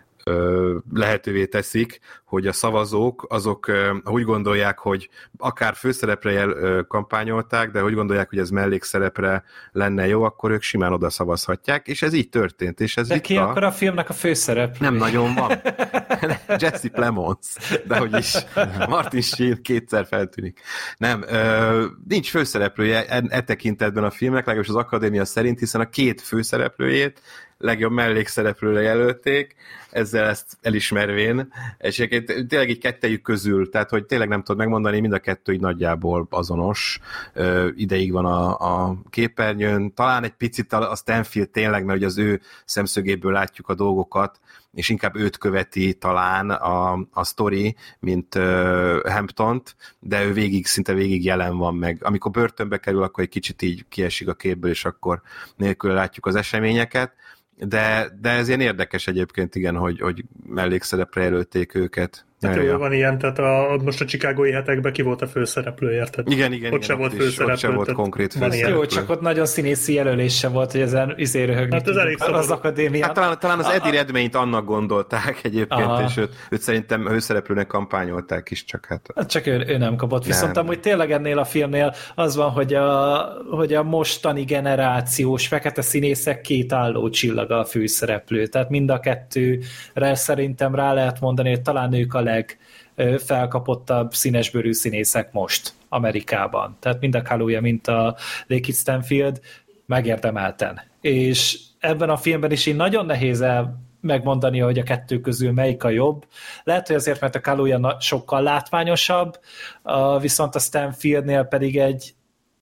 ö, lehetővé teszik, hogy a szavazók azok ö, úgy gondolják, hogy akár főszerepre jel, ö, kampányolták, de úgy gondolják, hogy ez mellékszerepre lenne jó, akkor ők simán oda szavazhatják, és ez így történt. És ez de ki a... akkor a filmnek a főszerep? Nem nagyon van. Jesse Plemons, de hogy is Martin Sheen kétszer feltűnik. Nem, ö, nincs főszereplője e, e tekintetben a filmnek, legalábbis az akadémia szerint, hiszen a két főszereplőjét legjobb mellékszereplőre jelölték, ezzel ezt elismervén, és tényleg így kettejük közül, tehát hogy tényleg nem tudod megmondani, mind a kettő így nagyjából azonos ö, ideig van a, a képernyőn, talán egy picit a Stanfield tényleg, mert az ő szemszögéből látjuk a dolgokat, és inkább őt követi talán a, a sztori, mint uh, Hamptont, de ő végig, szinte végig jelen van meg. Amikor börtönbe kerül, akkor egy kicsit így kiesik a képből, és akkor nélkül látjuk az eseményeket, de, de ez ilyen érdekes egyébként, igen, hogy, hogy mellékszerepre jelölték őket. Hát jó, van ilyen, tehát a, most a chicagói hetekben ki volt a főszereplő, érted? Igen, igen, ott igen, se volt ott, is, ott se volt konkrét főszereplő. Jó, csak ott nagyon színészi jelölés sem volt, hogy ezen izé röhögni hát tudjuk az akadémiát. Hát talán, talán az Eddie Redmayne-t annak gondolták egyébként, aha. és őt, őt szerintem főszereplőnek kampányolták is, csak hát... hát csak ő, ő nem kapott. Viszont nem. amúgy tényleg ennél a filmnél az van, hogy a, hogy a mostani generációs fekete színészek két álló csillaga a főszereplő. Tehát mind a kettőre szerintem rá lehet mondani, hogy talán ők a leg felkapottabb színesbőrű színészek most Amerikában. Tehát mind a Kaluuya, mint a Lakeith Stanfield megérdemelten. És ebben a filmben is így nagyon nehéz el megmondani, hogy a kettő közül melyik a jobb. Lehet, hogy azért, mert a Kaluuya sokkal látványosabb, viszont a Stanfieldnél pedig egy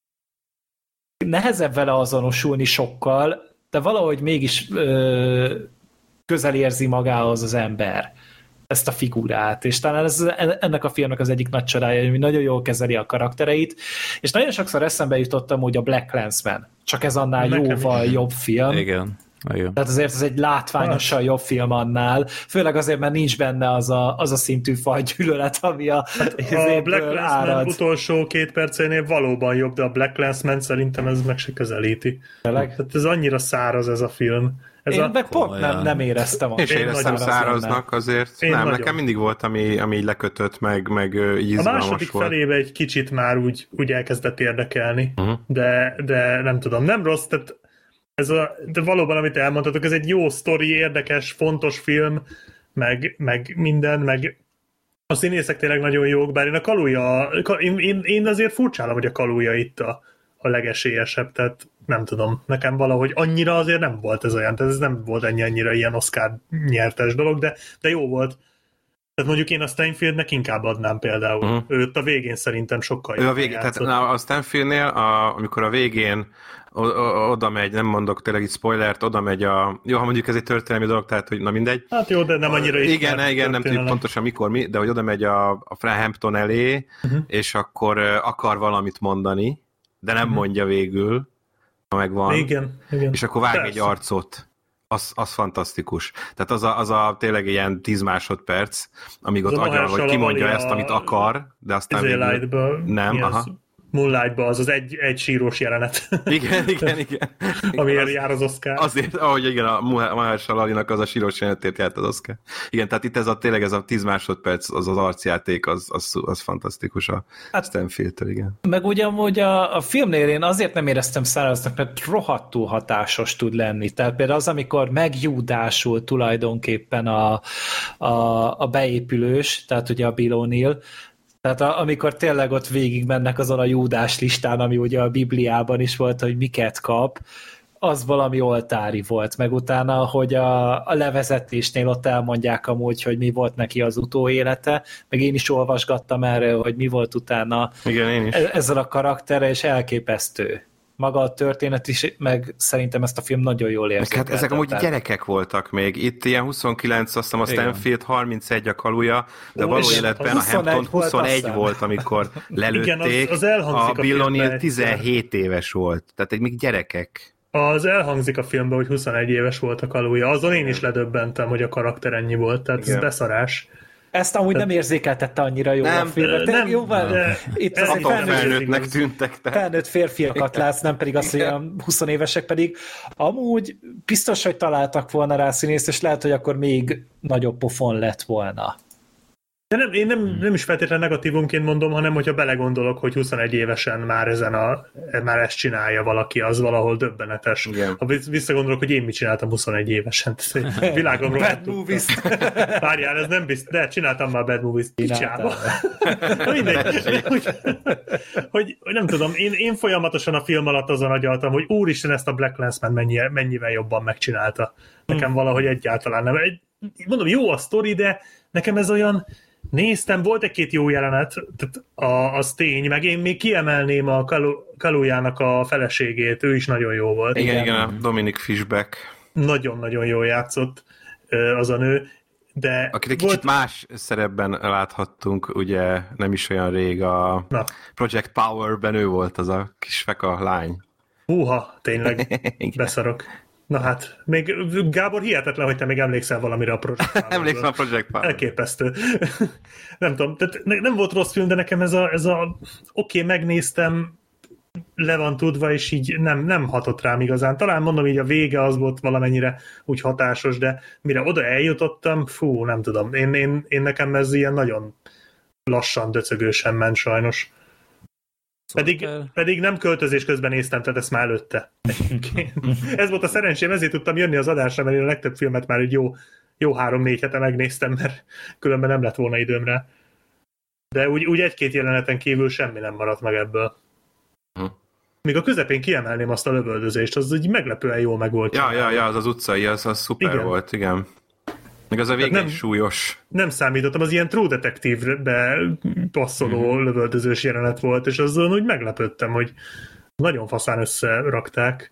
nehezebb vele azonosulni sokkal, de valahogy mégis ö, közel érzi magához az ember ezt a figurát, és talán ez, ennek a filmnek az egyik nagy csodája, hogy nagyon jól kezeli a karaktereit, és nagyon sokszor eszembe jutottam úgy a Black Klansman, csak ez annál Nekem jóval is. jobb film. Igen. Igen. Tehát azért ez egy látványosan jobb film annál, főleg azért, mert nincs benne az a, az a szintű fajgyűlölet, ami a, hát a Black Klansman utolsó két percénél valóban jobb, de a Black Klansman szerintem ez meg se közelíti. Tényleg? Tehát ez annyira száraz ez a film. Ez Én a... meg pont nem, nem éreztem. És Én éreztem nagyon száraznak azért. Én nem, nagyon. nekem mindig volt, ami, ami így lekötött, meg, meg így izgalmas A második volt. felébe egy kicsit már úgy, úgy elkezdett érdekelni, Uh-huh. de, de nem tudom, nem rossz, tehát ez a, de valóban, amit elmondhatok, ez egy jó sztori, érdekes, fontos film, meg, meg minden, meg a színészek tényleg nagyon jók, bár én a Kaluuya, én, én, én azért furcsálom, hogy a Kaluuya itt a, a legesélyesebb, tehát nem tudom, nekem valahogy annyira azért nem volt ez olyan, tehát ez nem volt ennyi annyira ilyen Oscar nyertes dolog, de, de jó volt. Tehát mondjuk én a Stanfieldnek inkább adnám például. Uh-huh. Őt a végén szerintem sokkal jobban a végén, tehát na, a Stanfieldnél, a, amikor a végén o, o, oda megy, nem mondok tényleg itt spoilert, oda megy a... Jó, ha mondjuk ez egy történelmi dolog, tehát hogy na mindegy. Hát jó, de nem annyira is. Igen, igen, nem tudjuk pontosan mikor, mi, de hogy oda megy a, a Frampton elé, uh-huh. és akkor akar valamit mondani, de nem uh-huh. mondja végül, ha megvan. Igen, igen. És akkor vág Persze. egy arcot. Az, az fantasztikus. Tehát az a, az a tényleg ilyen tíz másodperc, amíg ott agyal, hogy kimondja ezt, amit akar, de aztán végül... Nem, aha. Moonlightba az az egy, egy sírós jelenet. Igen, igen, igen. Amiért jár az Oscar. Azért, ahogy igen, a Mahershala Alinak az a sírós jelenetért járt az Oscar. Igen, tehát itt ez a tényleg ez a tíz másodperc, az az arcjáték, az, az, az fantasztikus a hát, Stanfield-től, igen. Meg ugye amúgy a, a filmnél én azért nem éreztem száraznak, mert rohadtul hatásos tud lenni. Tehát például az, amikor megjúdásul tulajdonképpen a, a, a beépülős, tehát ugye a Bill O'Neill, tehát a, amikor tényleg ott végig mennek azon a Júdás listán, ami ugye a Bibliában is volt, hogy miket kap, az valami oltári volt, meg utána, hogy a, a levezetésnél ott elmondják amúgy, hogy mi volt neki az utóélete, meg én is olvasgattam erről, hogy mi volt utána Igen, én is. ezzel a karakterrel, és elképesztő. Maga a történet is, meg szerintem ezt a film nagyon jól érzik. Hát ezek amúgy gyerekek voltak még. Itt ilyen huszonkilenc, azt hiszem a Stanfield, harmincegy a Kaluja, de Ó, való életben a Hampton huszonegy volt, volt, amikor lelőtték. Igen, az, az a Bill O'Neill tizenhét éves volt. Tehát egy még gyerekek. Az elhangzik a filmben, hogy huszonegy éves volt a Kaluja. Azon én is ledöbbentem, hogy a karakter ennyi volt. Tehát Igen. ez beszarás. Ezt amúgy nem érzékeltette annyira jól nem, a filmet. Nem, jóval, de itt az felnőttnek tűntek. Te. Felnőtt férfiakat látsz, nem pedig azt, hogy olyan húsz évesek pedig. Amúgy biztos, hogy találtak volna rá színészt, és lehet, hogy akkor még nagyobb pofon lett volna. De nem, én nem, nem is feltétlenül negatívunként mondom, hanem hogyha belegondolok, hogy huszonegy évesen már ezen a, már ezt csinálja valaki, az valahol döbbenetes. Igen. Ha visszagondolok, hogy én mit csináltam huszonegy évesen, világomról Bad Movies-t. Várjál, ez nem biztos, de csináltam már Bad Movies-t. Kicsába. Mindegy. Hogy, hogy nem tudom, én, én folyamatosan a film alatt azon agyaltam, hogy úristen, ezt a Black Landsman mennyi, mennyivel jobban megcsinálta. Nekem valahogy egyáltalán nem. Egy, mondom, jó a sztori, de nekem ez olyan néztem, volt egy-két jó jelenet, tehát a, az tény, meg én még kiemelném a Kalujának a feleségét, ő is nagyon jó volt. Igen, igen, a Dominic Fishback. Nagyon-nagyon jól játszott az a nő, de... Akit egy volt... kicsit más szerepben láthattunk, ugye nem is olyan rég a Na. Project Power-ben ő volt az a kis feka lány. Húha, tényleg, beszarok. Na hát, még Gábor, hihetetlen, hogy te még emlékszel valamire a Project Power-ról. Emlékszem a Project Power. Elképesztő. Nem tudom, tehát nem volt rossz film, de nekem ez a, ez a oké, okay, megnéztem, le van tudva, és így nem, nem hatott rám igazán. Talán mondom, így a vége az volt valamennyire úgy hatásos, de mire oda eljutottam, fú, nem tudom. Én, én, én nekem ez ilyen nagyon lassan, döcögősen ment sajnos. Pedig, pedig nem költözés közben néztem, tehát ezt már előtte. Ez volt a szerencsém, ezért tudtam jönni az adásra, mert én a legtöbb filmet már egy jó, jó három-négy hete megnéztem, mert különben nem lett volna időmre. De úgy, úgy egy-két jeleneten kívül semmi nem maradt meg ebből. Hm. Még a közepén kiemelném azt a lövöldözést, az úgy meglepően jól meg volt. Ja, ja, ja, az az utcai, az, az szuper igen. volt, igen. Meg az a végén nem, súlyos. Nem számítottam, az ilyen True Detective-be passzoló mm-hmm. lövöldözős jelenet volt, és azon úgy meglepődtem, hogy nagyon faszán összerakták.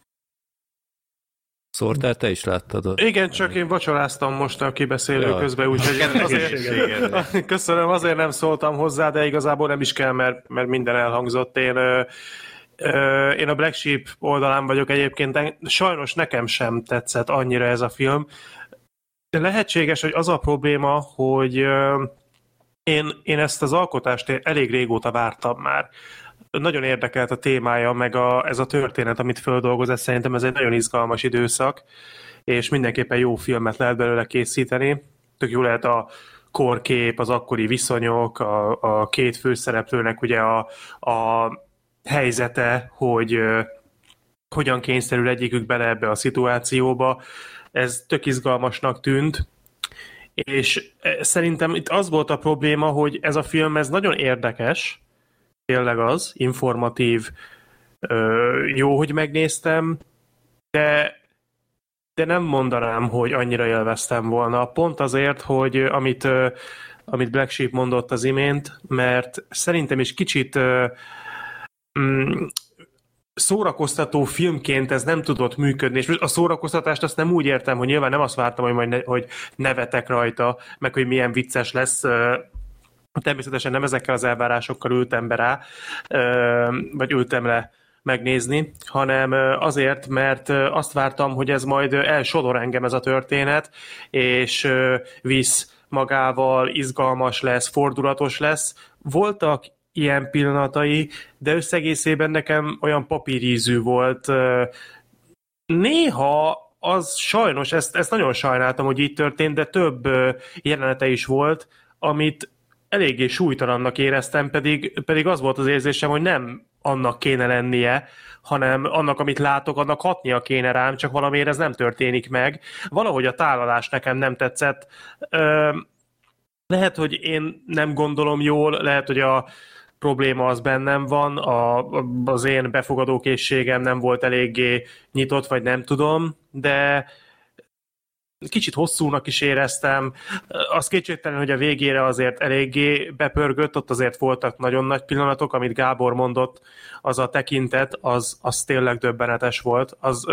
Szórtál, te is láttad? Igen, csak én vacsoráztam most a kibeszélő ja. közben, úgyhogy azért, köszönöm, azért nem szóltam hozzá, de igazából nem is kell, mert, mert minden elhangzott. Én, ö, ö, én a Black Sheep oldalán vagyok egyébként, sajnos nekem sem tetszett annyira ez a film. De lehetséges, hogy az a probléma, hogy ö, én, én ezt az alkotást elég régóta vártam már. Nagyon érdekelt a témája, meg a, ez a történet, amit földolgoz, szerintem ez egy nagyon izgalmas időszak, és mindenképpen jó filmet lehet belőle készíteni. Tök jó lehet a korkép, az akkori viszonyok, a, a két főszereplőnek ugye a, a helyzete, hogy ö, hogyan kényszerül egyikük bele ebbe a szituációba. Ez tök izgalmasnak tűnt, és szerintem itt az volt a probléma, hogy ez a film ez nagyon érdekes, tényleg az, informatív, jó, hogy megnéztem, de, de nem mondanám, hogy annyira élveztem volna. Pont azért, hogy amit, amit Black Sheep mondott az imént, mert szerintem is kicsit mm, szórakoztató filmként ez nem tudott működni, és a szórakoztatást azt nem úgy értem, hogy nyilván nem azt vártam, hogy majd ne, hogy nevetek rajta, meg hogy milyen vicces lesz. Természetesen nem ezekkel az elvárásokkal ültem be rá, vagy ültem le megnézni, hanem azért, mert azt vártam, hogy ez majd elsodor engem ez a történet, és visz magával, izgalmas lesz, fordulatos lesz. Voltak ilyen pillanatai, de összegészében nekem olyan papírízű volt. Néha az sajnos, ezt, ezt nagyon sajnáltam, hogy így történt, de több jelenete is volt, amit eléggé súlytalannak éreztem, pedig, pedig az volt az érzésem, hogy nem annak kéne lennie, hanem annak, amit látok, annak hatnia kéne rám, csak valamiért ez nem történik meg. Valahogy a tálalás nekem nem tetszett. Lehet, hogy én nem gondolom jól, lehet, hogy a probléma az bennem van, a, az én befogadókészségem nem volt eléggé nyitott, vagy nem tudom, de kicsit hosszúnak is éreztem. Az kétségtelen, hogy a végére azért eléggé bepörgött, ott azért voltak nagyon nagy pillanatok, amit Gábor mondott, az a tekintet, az, az tényleg döbbenetes volt. Az,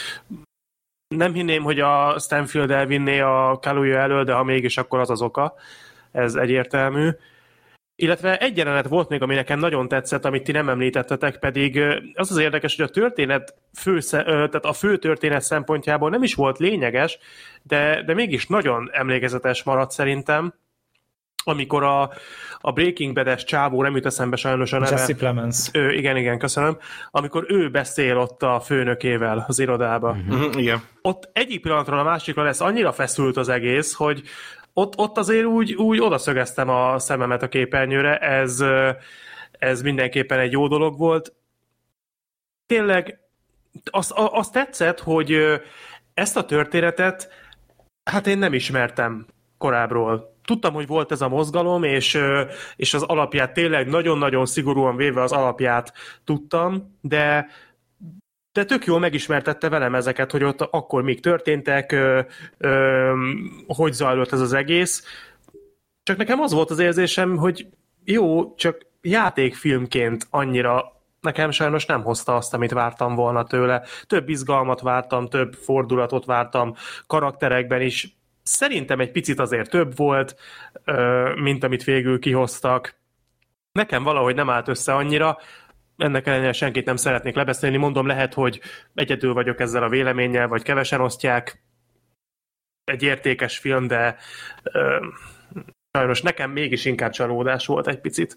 nem hinném, hogy a Stanfield elvinné a Kaluuya elől, de ha mégis, akkor az az oka. Ez egyértelmű. Illetve egy jelenet volt még, ami nekem nagyon tetszett, amit ti nem említettetek, pedig az az érdekes, hogy a történet fő, tehát a fő történet szempontjából nem is volt lényeges, de, de mégis nagyon emlékezetes maradt szerintem, amikor a, a Breaking Bad-es csávó, nem jut eszembe sajnos a neve. Jesse Plemons. Ő, igen, igen, köszönöm. Amikor ő beszél ott a főnökével az irodába. Uh-huh, igen. Ott egyik pillanatról a másikra lesz annyira feszült az egész, hogy Ott, ott azért úgy, úgy odaszögeztem a szememet a képernyőre, ez, ez mindenképpen egy jó dolog volt. Tényleg azt, azt tetszett, hogy ezt a történetet hát én nem ismertem korábbról. Tudtam, hogy volt ez a mozgalom, és, és az alapját tényleg nagyon-nagyon szigorúan véve az alapját tudtam, de de tök jól megismertette velem ezeket, hogy ott akkor még történtek, ö, ö, hogy zajlott ez az egész. Csak nekem az volt az érzésem, hogy jó, csak játékfilmként annyira nekem sajnos nem hozta azt, amit vártam volna tőle. Több izgalmat vártam, több fordulatot vártam karakterekben is. Szerintem egy picit azért több volt, ö, mint amit végül kihoztak. Nekem valahogy nem állt össze annyira. Ennek ellenére senkit nem szeretnék lebeszélni, mondom, lehet, hogy egyedül vagyok ezzel a véleménnyel, vagy kevesen osztják. Egy értékes film, de ö, sajnos nekem mégis inkább csalódás volt egy picit.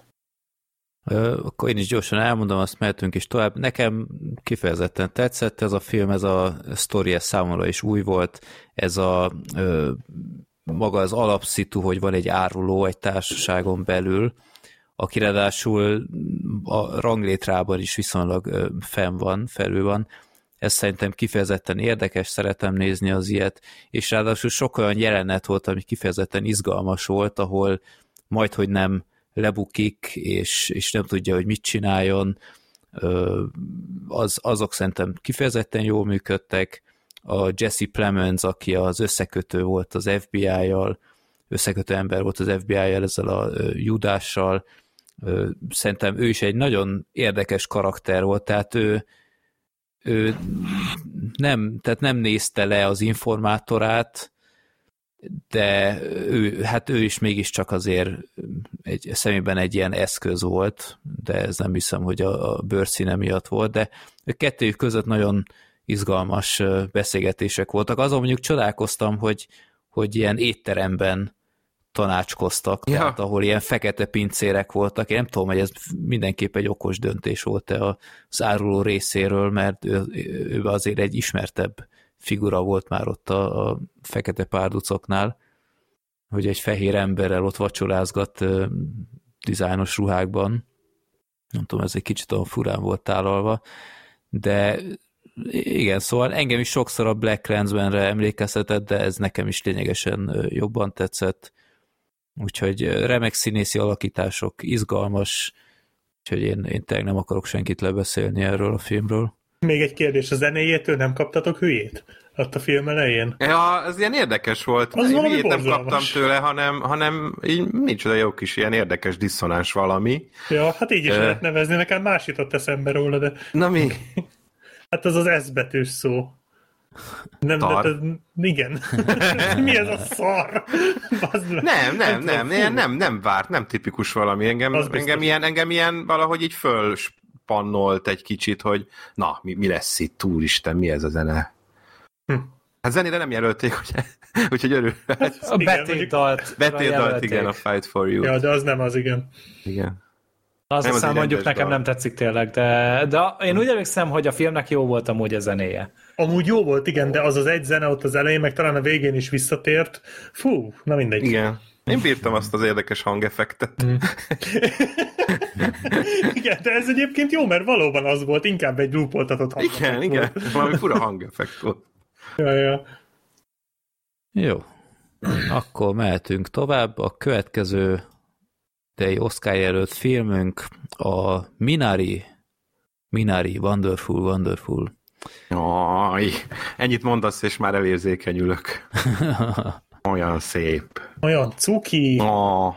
Ö, akkor én is gyorsan elmondom, azt mehetünk is tovább. Nekem kifejezetten tetszett ez a film, ez a sztori, ez számomra is új volt, ez a ö, maga az alapszitu, hogy van egy áruló egy társaságon belül, aki ráadásul a ranglétrában is viszonylag fenn van, felül van. Ez szerintem kifejezetten érdekes, szeretem nézni az ilyet, és ráadásul sok olyan jelenet volt, ami kifejezetten izgalmas volt, ahol majdhogy nem lebukik, és, és nem tudja, hogy mit csináljon. Az, azok szerintem kifejezetten jól működtek. A Jesse Plemons, aki az összekötő volt az ef bé i-jal, összekötő ember volt az ef bé i-jal, ezzel a Judással, szerintem ő is egy nagyon érdekes karakter volt, tehát ő, ő nem, tehát nem nézte le az informátorát, de ő, hát ő is mégiscsak azért egy szemében egy ilyen eszköz volt, de ez nem hiszem, hogy a, a bőrszíne miatt volt, de a kettőjük között nagyon izgalmas beszélgetések voltak. Azon mondjuk csodálkoztam, hogy, hogy ilyen étteremben tanácskoztak, ja. Tehát ahol ilyen fekete pincérek voltak. Én nem tudom, hogy ez mindenképp egy okos döntés volt-e az áruló részéről, mert ő, ő azért egy ismertebb figura volt már ott a, a fekete párducoknál, hogy egy fehér emberrel ott vacsorázgat uh, dizájnos ruhákban. Nem tudom, ez egy kicsit olyan furán volt tálalva, de igen, szóval engem is sokszor a Black Clansmanre emlékeztetett, de ez nekem is lényegesen jobban tetszett. Úgyhogy remek színészi alakítások, izgalmas, Úgyhogy én, én tényleg nem akarok senkit lebeszélni erről a filmről. Még egy kérdés, a zenéjétől nem kaptatok hülyét? Ott a film elején? Ja, ez ilyen érdekes volt. Az valami Hülyét nem borzalmas. kaptam tőle, hanem, hanem így micsoda jó kis ilyen érdekes diszonáns valami. Ja, hát így is Ö... lehet nevezni, nekem más jutott eszembe róla, de... Na mi? Hát az az S betűs szó. Nem, Tar. de, de, igen. Mi ez a szar? Bazd- Nem, nem, tudom, nem, fú. nem, nem, nem várt, nem tipikus valami. Engem, Az biztos. engem, ilyen, engem ilyen valahogy így fölspannolt egy kicsit, hogy na, mi, mi lesz itt, úristen, mi ez a zene? Hm. Hát zenére nem jelölték, hogy, úgyhogy örül. A Igen, betétdalt. Betétdalt, igen, a Fight for You. Ja, de az nem az, igen. Igen. Az Nem, az aztán egy mondjuk rendes nekem dal. nem tetszik tényleg, de, de én úgy emlékszem, hogy a filmnek jó volt amúgy a zenéje. Amúgy jó volt, igen, de az az egy zene ott az elején, meg talán a végén is visszatért. Fú, na mindegy. Igen. Én bírtam azt az érdekes hangeffektet. Mm. Igen, de ez egyébként jó, mert valóban az volt, inkább egy loopoltatott hang. Igen, igen. Valami fura hangeffekt volt. Ja, ja. Jó. Akkor mehetünk tovább. A következő idei Oscar jelölt filmünk a Minari. Minari, Wonderful, Wonderful. Jaj, ennyit mondasz, és már elérzékenyülök. Olyan szép. Olyan cuki. Oh.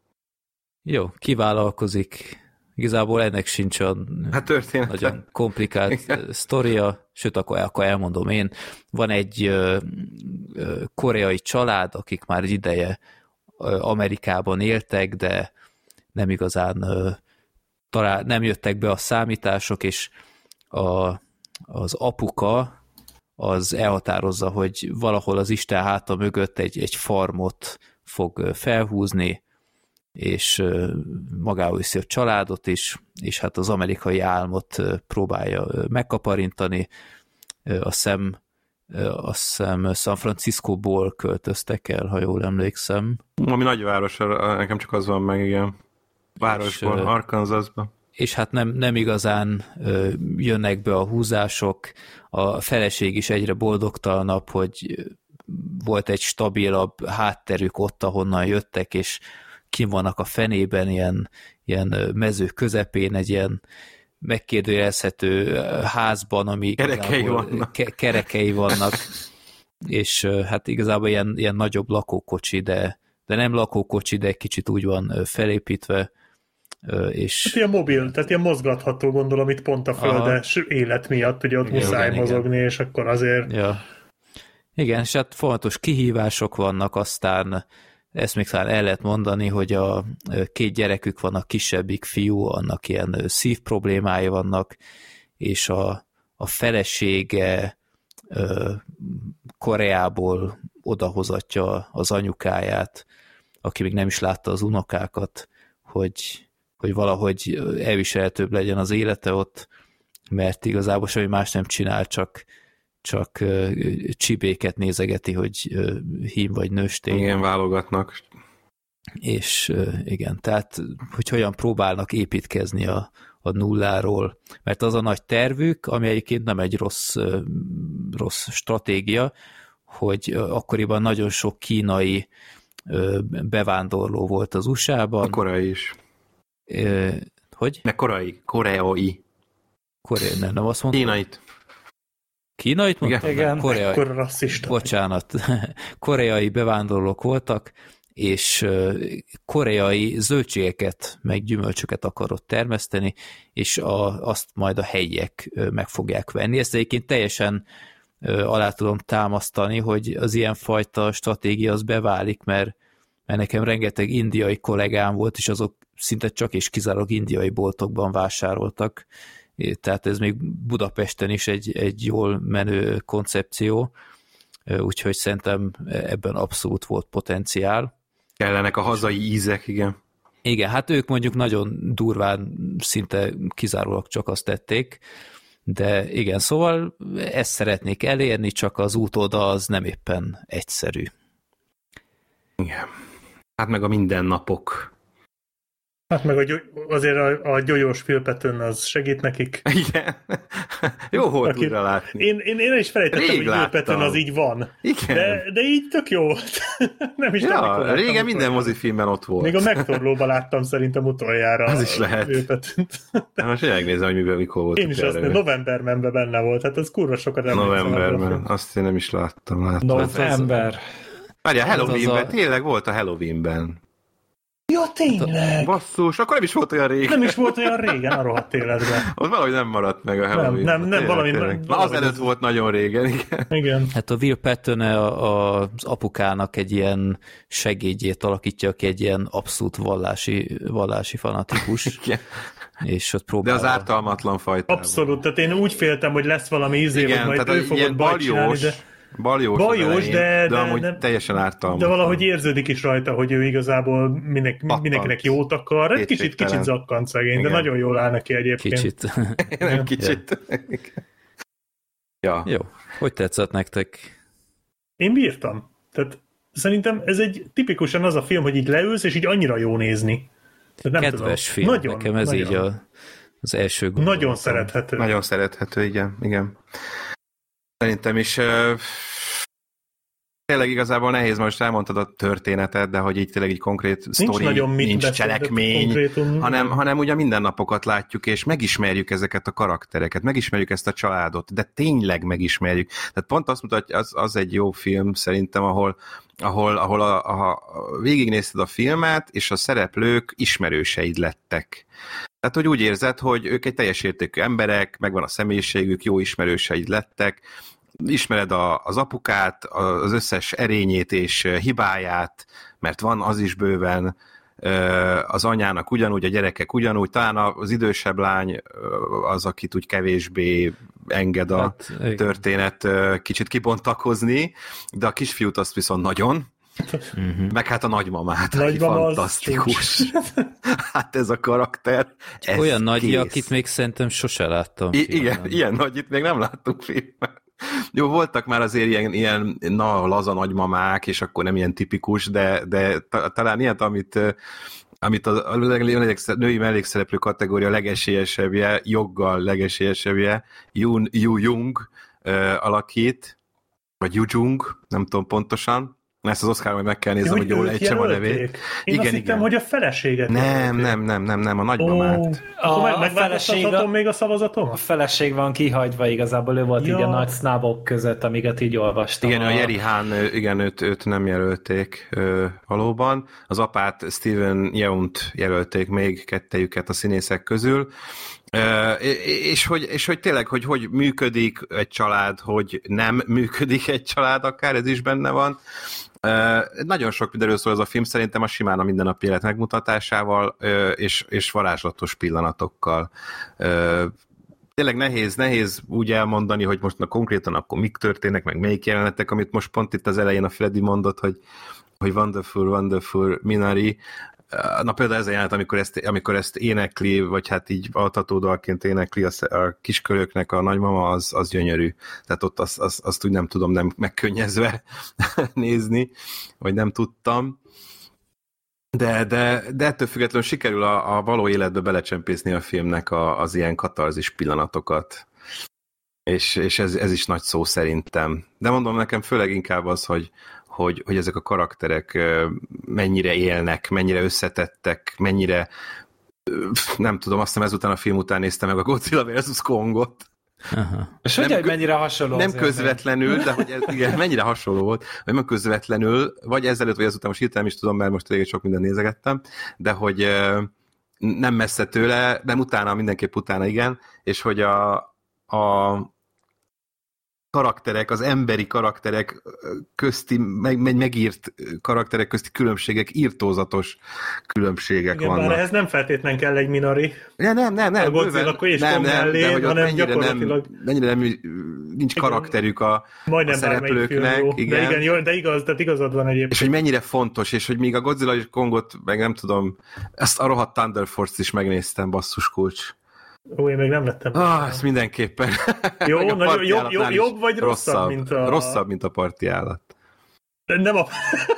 Jó, kivállalkozik. Igazából ennek sincs olyan Hát történet. nagyon komplikált Igen. sztoria, sőt, akkor, akkor elmondom én. Van egy ö, ö, koreai család, akik már egy ideje ö, Amerikában éltek, de nem igazán ö, talán nem jöttek be a számítások, és a, az apuka az elhatározza, hogy valahol az Isten háta mögött egy, egy farmot fog ö, felhúzni, és magához viszi a családot is, és hát az amerikai álmot próbálja megkaparintani. Azt hiszem, azt hiszem San Franciscóból költöztek el, ha jól emlékszem. Ami nagyváros, nekem csak az van meg, igen. Városban, És, Arkansasban. És hát nem, nem igazán jönnek be a húzások, a feleség is egyre boldogtalanabb, hogy volt egy stabilabb hátterük ott, ahonnan jöttek, és kim vannak a fenében, ilyen, ilyen mező közepén, egy ilyen megkérdőjelezhető házban, ami kerekei vannak. Ke- kerekei vannak, és hát igazából ilyen, ilyen nagyobb lakókocsi, de, de nem lakókocsi, de egy kicsit úgy van felépítve, és... Hát ilyen mobil, tehát ilyen mozgatható, gondolom, itt pont a földes Aha. élet miatt, ugye ott igen, muszáj igen, mozogni, igen. és akkor azért... Ja. Igen, és hát fontos kihívások vannak, aztán ezt még talán el lehet mondani, hogy a két gyerekük van, a kisebbik fiú, annak ilyen szívproblémái vannak, és a, a felesége Koreából odahozatja az anyukáját, aki még nem is látta az unokákat, hogy, hogy valahogy elviselhetőbb legyen az élete ott, mert igazából semmi más nem csinál, csak csak csibéket nézegeti, hogy hím vagy nőstény. Igen, válogatnak. És igen, tehát, hogy hogyan próbálnak építkezni a, a nulláról, mert az a nagy tervük, ami egyébként nem egy rossz, rossz stratégia, hogy akkoriban nagyon sok kínai bevándorló volt az u es á-ban. A korai is. Hogy? Ne korai, koreai. Koreai, nem, nem azt mondtam? Kínait. Kínait mondtam? Igen. Koreai. Akkor rasszista. Bocsánat. Koreai bevándorlók voltak, és koreai zöldségeket, meg gyümölcsöket akarott termeszteni, és a, azt majd a helyiek meg fogják venni. Ezt egyébként teljesen alá tudom támasztani, hogy az ilyenfajta stratégia az beválik, mert, mert nekem rengeteg indiai kollégám volt, és azok szinte csak és kizárólag indiai boltokban vásároltak, tehát ez még Budapesten is egy, egy jól menő koncepció, úgyhogy szerintem ebben abszolút volt potenciál. Kellenek a hazai ízek, igen. Igen, hát ők mondjuk nagyon durván, szinte kizárólag csak azt tették, de igen, szóval ezt szeretnék elérni, csak az út oda az nem éppen egyszerű. Igen. Hát meg a mindennapok. Hát meg a gy- azért a, a gyolyós Phil Patton az segít nekik. Igen. Jó volt Aki, újra látni. Én, én, én is felejtettem, Rég hogy Phil Patton az így van. Igen. De, de így tök jó volt. Nem is tudom, Ja, régen minden mozifilmben ott volt. Még a Megtorlóban láttam szerintem utoljára. Az is lehet. Phil Pattont. De most én megnézem, hogy miből, mikor volt. Én is azt mondom, Novembermanben benne volt. Hát az kurva sokat emlékszem. Novemberben. Azt én nem is láttam. láttam. November. Várjál, Hát Halloweenben. a... Tényleg volt a Halloweenben. Ja, tényleg! Basszus, akkor nem is volt olyan régen. Nem is volt olyan régen a rohadt életben. Ott valahogy nem maradt meg a Halloween. Nem, nem, nem valami... Na, az előtt volt nagyon régen, igen. Igen. Hát a Will Patton a, a, az apukának egy ilyen segédjét alakítja, aki egy ilyen abszolút vallási, vallási fanatikus. Igen. És ott próbál. De az ártalmatlan fajta. Abszolút, tehát én úgy féltem, hogy lesz valami ízé, igen, hogy majd tehát ő fogod bajt csinálni, de... Baljós, Baljós, de, de, de amúgy de, teljesen ártalmas. De valahogy érződik is rajta, hogy ő igazából minek, mindenkinek jót akar. Egy kicsit, kicsit zakkant szegény, de nagyon jól áll neki egyébként. Kicsit. Nem kicsit. Ja. Jó. Hogy tetszett nektek? Én bírtam. Tehát szerintem ez egy tipikusan az a film, hogy így leülsz, és így annyira jó nézni. Nem Kedves tudom. film. Nagyon, nekem ez nagyon. így a, az első gondolatom. Nagyon szerethető. Nagyon szerethető, igen. igen. Szerintem is uh, tényleg igazából nehéz, most elmondtad a történetet, de hogy így tényleg így konkrét sztori, nincs, nincs cselekmény, hanem, hanem ugye mindennapokat látjuk, és megismerjük ezeket a karaktereket, megismerjük ezt a családot, de tényleg megismerjük. Tehát pont azt mutatja, az, az egy jó film szerintem, ahol, ahol, ahol a, a, a, végignézted a filmet, és a szereplők ismerőseid lettek. Tehát, hogy úgy érzed, hogy ők egy teljes értékű emberek, megvan a személyiségük, jó ismerőseid lettek, ismered a, az apukát, az összes erényét és hibáját, mert van az is bőven, az anyának ugyanúgy, a gyerekek ugyanúgy, talán az idősebb lány az, akit úgy kevésbé enged a hát, történet kicsit kibontakozni, de a kisfiút azt viszont nagyon, uh-huh. meg hát a nagymamát, Nagymama aki fantasztikus. Hát ez a karakter, ez olyan nagy, kész. akit még szerintem sose láttam. I- igen, ilyen nagyit még nem láttunk filmben. Jó, voltak már azért ilyen, ilyen na, laza nagymamák, és akkor nem ilyen tipikus, de, de ta, talán ilyet, amit, amit a, a női mellékszereplő kategória legesélyesebbje, joggal legesélyesebbje, Yoon Yoo-jung uh, alakít, vagy Yoo-jung, nem tudom pontosan. Ezt az Oscar majd meg kell néznem, hogy jól ejtsem a nevét. Én igen, azt hittem, igen. hogy a feleséget Nem, jelölték. nem, nem, nem, nem, a nagymamát. Oh, a, a feleség van, még a szavazatom? A feleség van kihagyva igazából, ő volt ja. így a nagy sznabok között, amiket így olvastam. Igen, a, a Jeri Hahn, igen, őt, őt nem jelölték ö, valóban. Az apát Steven Yeun-t jelölték még kettejüket a színészek közül. Uh, és, hogy, és hogy tényleg, hogy hogy működik egy család, hogy nem működik egy család, akár ez is benne van. Uh, nagyon sok mindenről szól ez a film, szerintem a simán a mindennapi élet megmutatásával uh, és, és varázslatos pillanatokkal. Uh, tényleg nehéz, nehéz úgy elmondani, hogy most na, konkrétan akkor mik történnek, meg melyik jelenetek, amit most pont itt az elején a Freddy mondott, hogy, hogy wonderful, wonderful Minari. Na például ez a jelenet, amikor ezt, amikor ezt énekli, vagy hát így altatódalként énekli a, a kisköröknek a nagymama, az, az gyönyörű. Tehát ott azt, azt, azt úgy nem tudom nem megkönnyezve nézni, vagy nem tudtam. De, de, de ettől függetlenül sikerül a, a való életbe belecsempészni a filmnek a, az ilyen katarzis pillanatokat. És, és ez, ez is nagy szó szerintem. De mondom nekem főleg inkább az, hogy Hogy, hogy ezek a karakterek mennyire élnek, mennyire összetettek, mennyire, nem tudom, azt hiszem ezután a film után néztem meg a Godzilla versus. Kongot. Aha. És hogy mennyire hasonló? Nem közvetlenül, de hogy ez, igen, mennyire hasonló volt, vagy nem közvetlenül, vagy ezelőtt, vagy ezután most hirtelen is tudom, mert most elég sok mindent nézegettem, de hogy nem messze tőle, nem utána, mindenképp utána, igen, és hogy a, a karakterek, az emberi karakterek közti, meg, meg, megírt karakterek közti különbségek, írtózatos különbségek igen, vannak. Bár ehhez nem feltétlenül kell egy Minari. Ja, nem, nem, nem. A Godzilla akkor is nem, nem, mellé, de, hogy hanem mennyire gyakorlatilag... Nem, mennyire nem, nincs karakterük a, a szereplőknek. Igen. De igen, jó, de igaz, tehát igazad van egyébként. És hogy mennyire fontos, és hogy még a Godzilla és Kongot, meg nem tudom, ezt a rohadt Thunder Force-t is megnéztem, basszus kulcs. Ó, én még nem lettem. Ah, ezt mindenképpen. Jó, nagyon jobb, jobb, jobb vagy rosszabb, rosszabb, mint a... Rosszabb, mint a parti állat. Nem a...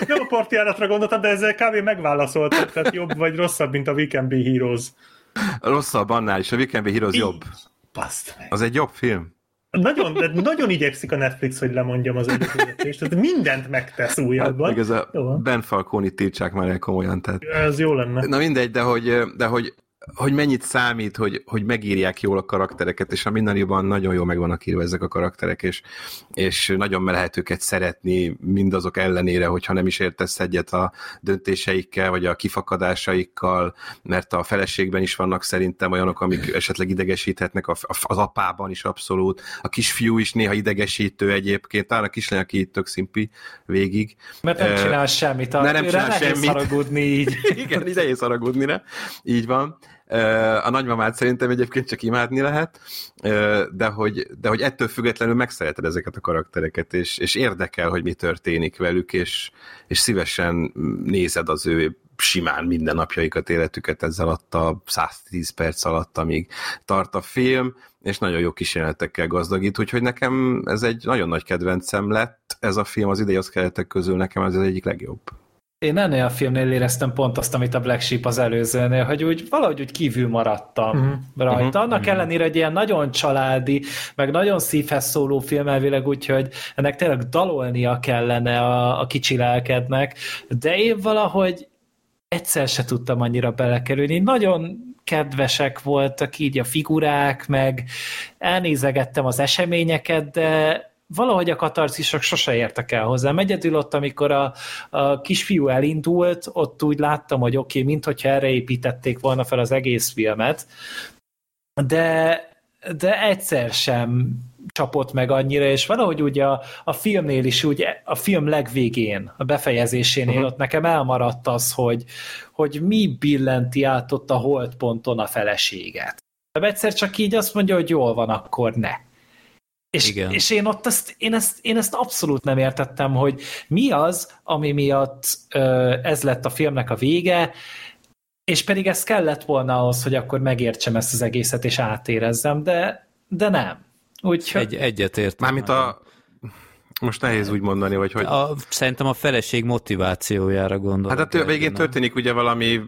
nem a parti járatra gondoltam, de ezzel kb. Megválaszoltad, tehát jobb vagy rosszabb, mint a We Can Be Heroes. Rosszabb annál is, a We Can Be Heroes jobb. Baszd meg. Az egy jobb film. Nagyon, de nagyon igyekszik a Netflix, hogy lemondjam az együttműködést. Tehát mindent megtesz újabban. Hát, ez a Ben Falcone tiltsák már el komolyan. Tehát... Ez jó lenne. Na mindegy, de hogy, de hogy hogy mennyit számít, hogy, hogy megírják jól a karaktereket, és a Minariban nagyon jól meg vannak írva ezek a karakterek, és, és nagyon lehet őket szeretni mindazok ellenére, hogyha nem is értesz egyet a döntéseikkel, vagy a kifakadásaikkal, mert a feleségben is vannak szerintem olyanok, amik esetleg idegesíthetnek, az apában is abszolút, a kisfiú is néha idegesítő egyébként, talán a kislány, aki tök szimpi végig. Mert nem csinál uh, semmit, a, nem csinál semmit. Haragudni így. Igen, így nehéz haragudni, ne? Így van. A nagymamát szerintem egyébként csak imádni lehet, de hogy, de hogy ettől függetlenül megszereted ezeket a karaktereket, és, és érdekel, hogy mi történik velük, és, és szívesen nézed az ő simán mindennapjaikat, életüket ezzel alatt a száztíz perc alatt, amíg tart a film, és nagyon jó kísérletekkel gazdagít, úgyhogy nekem ez egy nagyon nagy kedvencem lett, ez a film az idei Oscar-eletek közül nekem ez az egyik legjobb. Én ennél a filmnél éreztem pont azt, amit a Black Sheep az előzőnél, hogy úgy valahogy úgy kívül maradtam uh-huh. rajta. Uh-huh. Annak uh-huh. ellenére, hogy ilyen nagyon családi, meg nagyon szívhez szóló film elvileg, úgyhogy ennek tényleg dalolnia kellene a, a kicsi lelkednek, de én valahogy egyszer se tudtam annyira belekerülni. Nagyon kedvesek voltak így a figurák, meg elnézegettem az eseményeket, de valahogy a katarszisok sose értek el hozzám. Egyedül ott, amikor a, a kisfiú elindult, ott úgy láttam, hogy oké, okay, minthogyha erre építették volna fel az egész filmet, de, de egyszer sem csapott meg annyira, és valahogy ugye a, a filmnél is, úgy a film legvégén, a befejezésénél uh-huh. ott nekem elmaradt az, hogy, hogy mi billenti át ott a holdponton a feleséget. De egyszer csak így azt mondja, hogy jól van, akkor ne. És, és én ott ezt, én, ezt, én ezt abszolút nem értettem, hogy mi az, ami miatt ö, ez lett a filmnek a vége, és pedig ez kellett volna ahhoz, hogy akkor megértsem ezt az egészet, és átérezzem, de, de nem. Úgyhogy... Egy, egyetért. Mármint a... Most nehéz úgy mondani, vagy hogy... A, szerintem a feleség motivációjára gondolok. Hát a végén történik ugye valami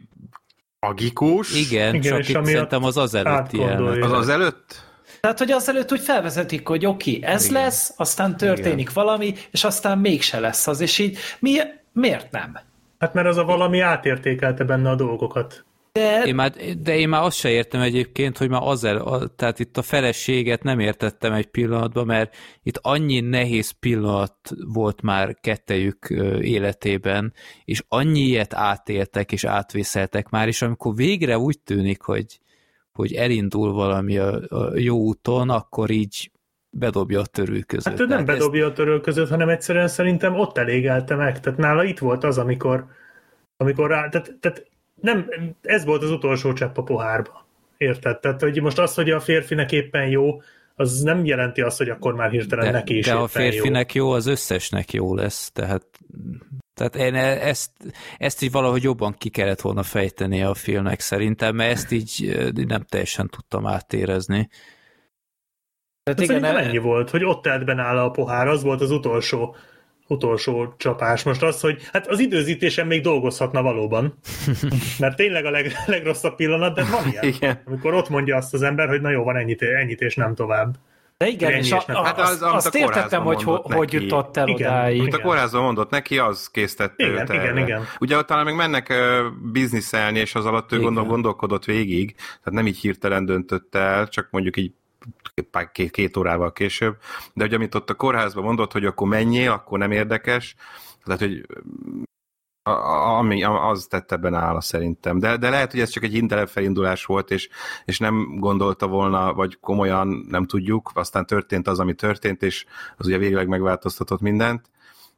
tragikus. Igen, Igen csak itt szerintem az az előtt ilyen. Az az előtt? Tehát, hogy azelőtt úgy felvezetik, hogy oké, okay, ez Igen. lesz, aztán történik Igen. valami, és aztán mégse lesz az, és így mi, miért nem? Hát mert az a valami átértékelte benne a dolgokat. De... Én már, de én már azt se értem egyébként, hogy már az el, tehát itt a feleséget nem értettem egy pillanatban, mert itt annyi nehéz pillanat volt már kettejük életében, és annyi ilyet átéltek és átvészeltek már, és amikor végre úgy tűnik, hogy hogy elindul valami a, a jó úton, akkor így bedobja a törő között. Hát ő nem tehát bedobja ezt... a törő között, hanem egyszerűen szerintem ott elégelte meg. Tehát nála itt volt az, amikor, amikor rá, tehát, tehát nem, ez volt az utolsó csepp a pohárba. Érted? Tehát hogy most az, hogy a férfinek éppen jó, az nem jelenti azt, hogy akkor már hirtelen de, neki is de éppen a férfinek jó. jó, az összesnek jó lesz. Tehát, tehát én ezt, ezt így valahogy jobban ki kellett volna fejteni a filmnek szerintem, mert ezt így nem teljesen tudtam átérezni. Tehát igen, szerintem ennyi volt, hogy ott telt be nála a pohár, az volt az utolsó utolsó csapás. Most az, hogy hát az időzítésen még dolgozhatna valóban, mert tényleg a leg, legrosszabb pillanat, de van ilyen. Igen. Amikor ott mondja azt az ember, hogy na jó, van ennyit, ennyit és nem tovább. De igen, és, és a, a, hát az, azt értettem, hogy ho, hogy jutott el igen, odáig. Amit a kórházban mondott neki, az késztette igen, őt igen, igen. Ugye talán még mennek uh, bizniszelni, és az alatt ő gondol, gondolkodott végig, tehát nem így hirtelen döntött el, csak mondjuk így Két, két órával később, de hogy amit ott a kórházban mondott, hogy akkor menjél, akkor nem érdekes, tehát, hogy ami, az tette benne áll szerintem. De, de lehet, hogy ez csak egy hintelebb felindulás volt, és, és nem gondolta volna, vagy komolyan nem tudjuk, aztán történt az, ami történt, és az ugye végleg megváltoztatott mindent.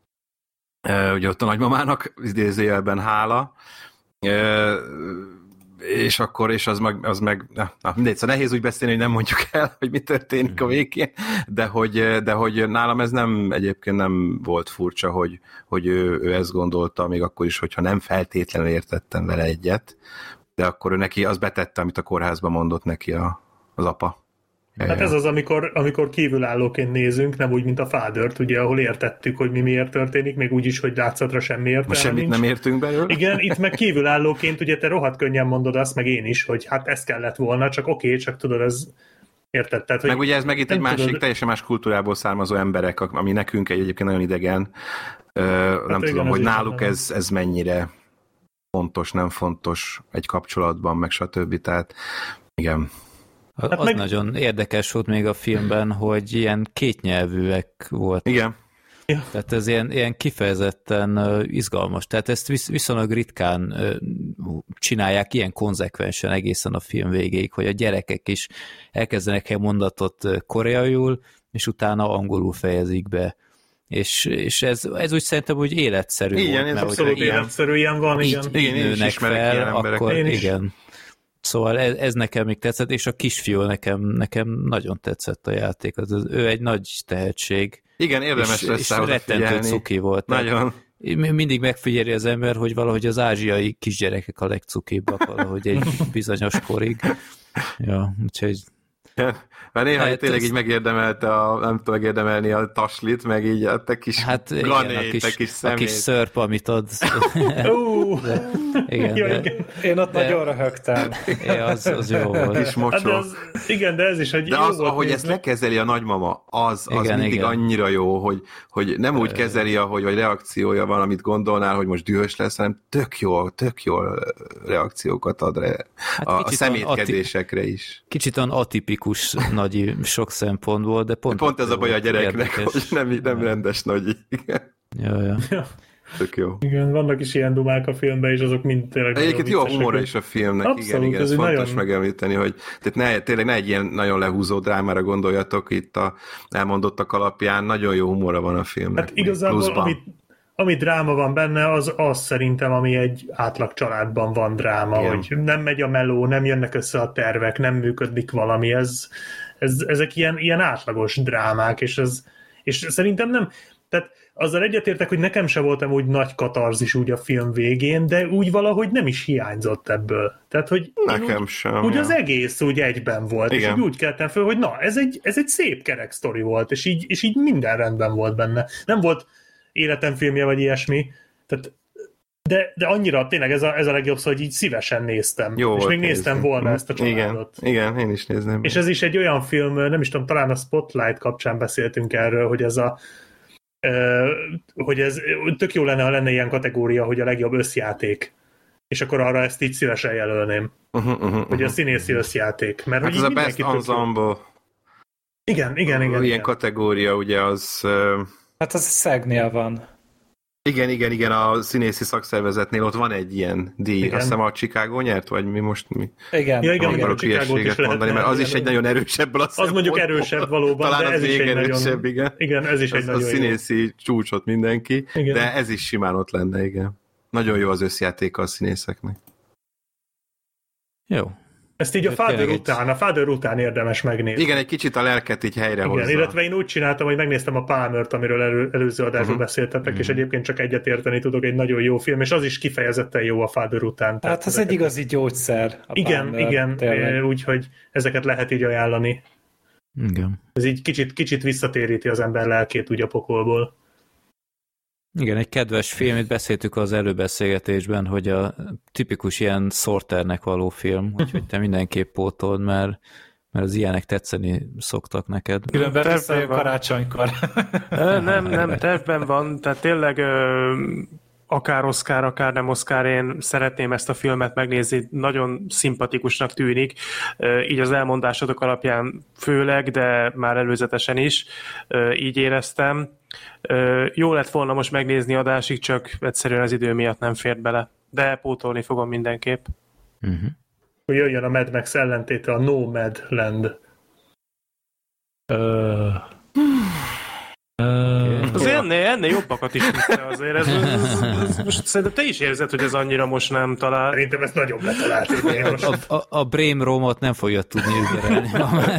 Ugye ott a nagymamának idézőjelben hála, és akkor, és az meg, az meg na, na, mindegy, szóval nehéz úgy beszélni, hogy nem mondjuk el, hogy mi történik a végén, de hogy, de hogy nálam ez nem, egyébként nem volt furcsa, hogy, hogy ő, ő ezt gondolta, még akkor is, hogyha nem feltétlenül értettem vele egyet, de akkor ő neki az betette, amit a kórházban mondott neki a, az apa. Hát ez az, amikor, amikor kívülállóként nézünk, nem úgy, mint a Father-t, ugye, ahol értettük, hogy mi miért történik, még úgy is, hogy látszatra semmi értelme Most semmit nincs. nem értünk belőle. Igen, itt meg kívülállóként, ugye te rohadt könnyen mondod azt, meg én is, hogy hát ez kellett volna, csak oké, okay, csak tudod, ez érted? Tehát, hogy meg ugye ez meg itt egy másik, tudod... teljesen más kultúrából származó emberek, ami nekünk egy egyébként nagyon idegen. Ö, hát nem tudom, hogy náluk ez, ez mennyire fontos, nem fontos egy kapcsolatban, meg stb. Tehát igen. Hát az meg... nagyon érdekes volt még a filmben, hogy ilyen kétnyelvűek voltak. Igen. Ja. Tehát ez ilyen, ilyen kifejezetten uh, izgalmas. Tehát ezt visz, viszonylag ritkán uh, csinálják ilyen konzekvensen egészen a film végéig, hogy a gyerekek is elkezdenek egy mondatot uh, koreaiul, és utána angolul fejezik be. És, és ez, ez úgy szerintem úgy életszerű igen, volt. Ez mert abszolút ilyen, életszerű, ilyen van, igen. Így, így én is nőnek fel, ilyen akkor én is. igen. Szóval ez, ez nekem még tetszett, és a kisfiú nekem, nekem nagyon tetszett a játék. Az, az, ő egy nagy tehetség. Igen, érdemes és, lesz és rettentő cuki volt. Nagyon. Mindig megfigyeli az ember, hogy valahogy az ázsiai kisgyerekek a legcukibbak valahogy egy bizonyos korig. Ja, úgyhogy... Mert néha hát tényleg ez... így megérdemelte a, nem tudom megérdemelni a taslit, meg így a te kis hát glanét, igen, a kis, a kis szemét. A kis szörp, amit adsz. de, igen, ja, de, igen. Én ott de, nagyon röhögtem. Ja, az, az jó volt. Kis mocsó. Hát de az, igen, de ez is egy de jó az, volt ahogy nézni. ezt lekezeli a nagymama, az, az igen, mindig igen. annyira jó, hogy, hogy nem úgy kezeli, ahogy vagy reakciója van, amit gondolnál, hogy most dühös lesz, hanem tök jó, tök jó reakciókat ad re, hát a, a szemétkedésekre ati- is. Kicsit olyan atipikus nagyi sok szempontból, de pont... Pont ez a baj a gyereknek, érdekes. hogy nem, nem rendes nagyi. Igen. Ja, ja. Ja. Tök jó. Igen, vannak is ilyen dumák a filmben, és azok mind tényleg... Egyébként jó a viccesek. humora is a filmnek, Abszolút, igen, igen, ez ez fontos nagyon... megemlíteni, hogy tehát ne, tényleg ne egy ilyen nagyon lehúzó drámára gondoljatok itt a elmondottak alapján, nagyon jó humora van a filmnek. Hát igazából, ami, ami dráma van benne, az az szerintem, ami egy átlag családban van dráma, igen. hogy nem megy a meló, nem jönnek össze a tervek, nem működik valami, ez, ez, ezek ilyen, ilyen átlagos drámák, és, ez, és szerintem nem, tehát azzal egyetértek, hogy nekem se voltam úgy nagy katarzis úgy a film végén, de úgy valahogy nem is hiányzott ebből. Tehát, hogy nekem úgy, sem. úgy ja. az egész úgy egyben volt, igen. És úgy, úgy keltem föl, hogy na, ez egy, ez egy szép kerek sztori volt, és így, és így minden rendben volt benne. Nem volt életemfilmje, vagy ilyesmi, tehát de, de annyira, tényleg ez a, ez a legjobb szó, hogy így szívesen néztem. Jó és még nézni. néztem volna ezt a családot. Igen, igen, én is nézném. És ez is egy olyan film, nem is tudom, talán a Spotlight kapcsán beszéltünk erről, hogy ez a hogy ez tök jó lenne, ha lenne ilyen kategória, hogy a legjobb összjáték. És akkor arra ezt így szívesen jelölném. Uh-huh, uh-huh, hogy a színészi összjáték. Mert hát hogy ez a Best Ensemble igen, igen, igen. Ilyen igen. kategória, ugye az... Hát az szegnél van. Igen, igen, igen, a színészi szakszervezetnél ott van egy ilyen díj. Igen. Azt hiszem a Chicago nyert, vagy mi most mi? Igen. Ja, igen, igen, igen, a Chicagót is mondani, mert az is egy nagyon erősebb. Az, az mondjuk erősebb valóban, talán de az ez is egy erősebb, nagyon... igen. Igen, ez is ez egy nagyon a színészi jó. Csúcsot mindenki, igen. De ez is simán ott lenne, igen. Nagyon jó az összjátéka a színészeknek. Jó. Ezt így a Father után, a Father után érdemes megnézni. Igen, egy kicsit a lelket így helyre Igen, hozza. illetve én úgy csináltam, hogy megnéztem a Palmert, amiről elő, előző adásban uh-huh. beszéltetek, uh-huh. és egyébként csak egyet érteni tudok, egy nagyon jó film, és az is kifejezetten jó a Father után. Hát ez egy igazi gyógyszer. Igen, Palmer, igen, úgyhogy ezeket lehet így ajánlani. Igen. Ez így kicsit, kicsit visszatéríti az ember lelkét úgy a pokolból. Igen, egy kedves film, itt beszéltük az előbeszélgetésben, hogy a tipikus ilyen Sorternek való film, úgyhogy te mindenképp pótold, mert, mert az ilyenek tetszeni szoktak neked. Különben tervben karácsonykor. Nem, nem, tervben van, tehát tényleg akár Oscar, akár nem Oscar, én szeretném ezt a filmet megnézni, nagyon szimpatikusnak tűnik, így az elmondásodok alapján főleg, de már előzetesen is így éreztem. Jó lett volna most megnézni adásig, csak egyszerűen az idő miatt nem fért bele, de pótolni fogom mindenképp. Uh-huh. Hogy jöjjön a Mad Max ellentéte, a Nomadland. Uh. Uh, azért ennél, ennél jobbakat is vissza azért. Ez, ez, ez, ez, most szerintem te is érzed, hogy ez annyira most nem talál. Szerintem ezt nagyobb letalált. A, a, a Brame Romot nem fogja tudni ügyelni.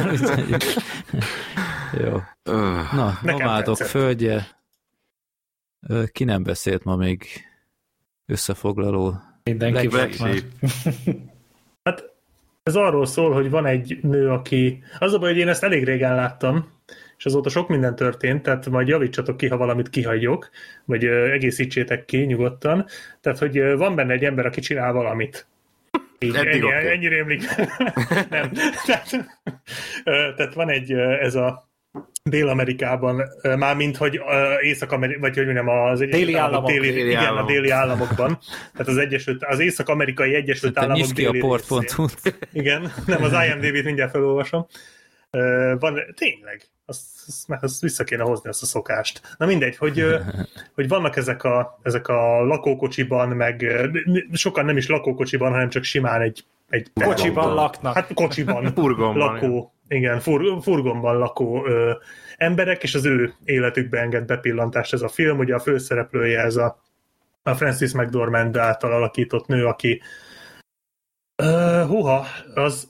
Jó. Na, Nomádok földje. Ki nem beszélt ma még összefoglaló? Mindenki Hát Ez arról szól, hogy van egy nő, aki... Az a baj, hogy én ezt elég régen láttam, és azóta sok minden történt, tehát majd javítsatok ki, ha valamit kihagyok, vagy egészítsétek ki nyugodtan. Tehát, hogy van benne egy ember, aki csinál valamit. Így, ennyi, okay. Ennyi rémlik. Nem. Tehát, tehát van egy, ez a Dél-Amerikában, mármint, hogy Észak-Amerikában, vagy hogy mondjam, az déli államok. Déli, déli igen, államok. a déli államokban. Tehát az, Egyesült, az Észak-Amerikai Egyesült Szerintem Államok déli déli a port.hu-t. Igen, nem, az I M D B-t mindjárt felolvasom. Van, tényleg, azt, azt, azt vissza kéne hozni, azt a szokást. Na mindegy, hogy, hogy vannak ezek a, ezek a lakókocsiban, meg sokan nem is lakókocsiban, hanem csak simán egy, egy kocsiban laknak. Hát kocsiban Furgonban, lakó, igen, fur, furgonban lakó ö, emberek, és az ő életükbe enged bepillantást ez a film. Ugye a főszereplője ez a, a Frances McDormand által alakított nő, aki uh, húha, az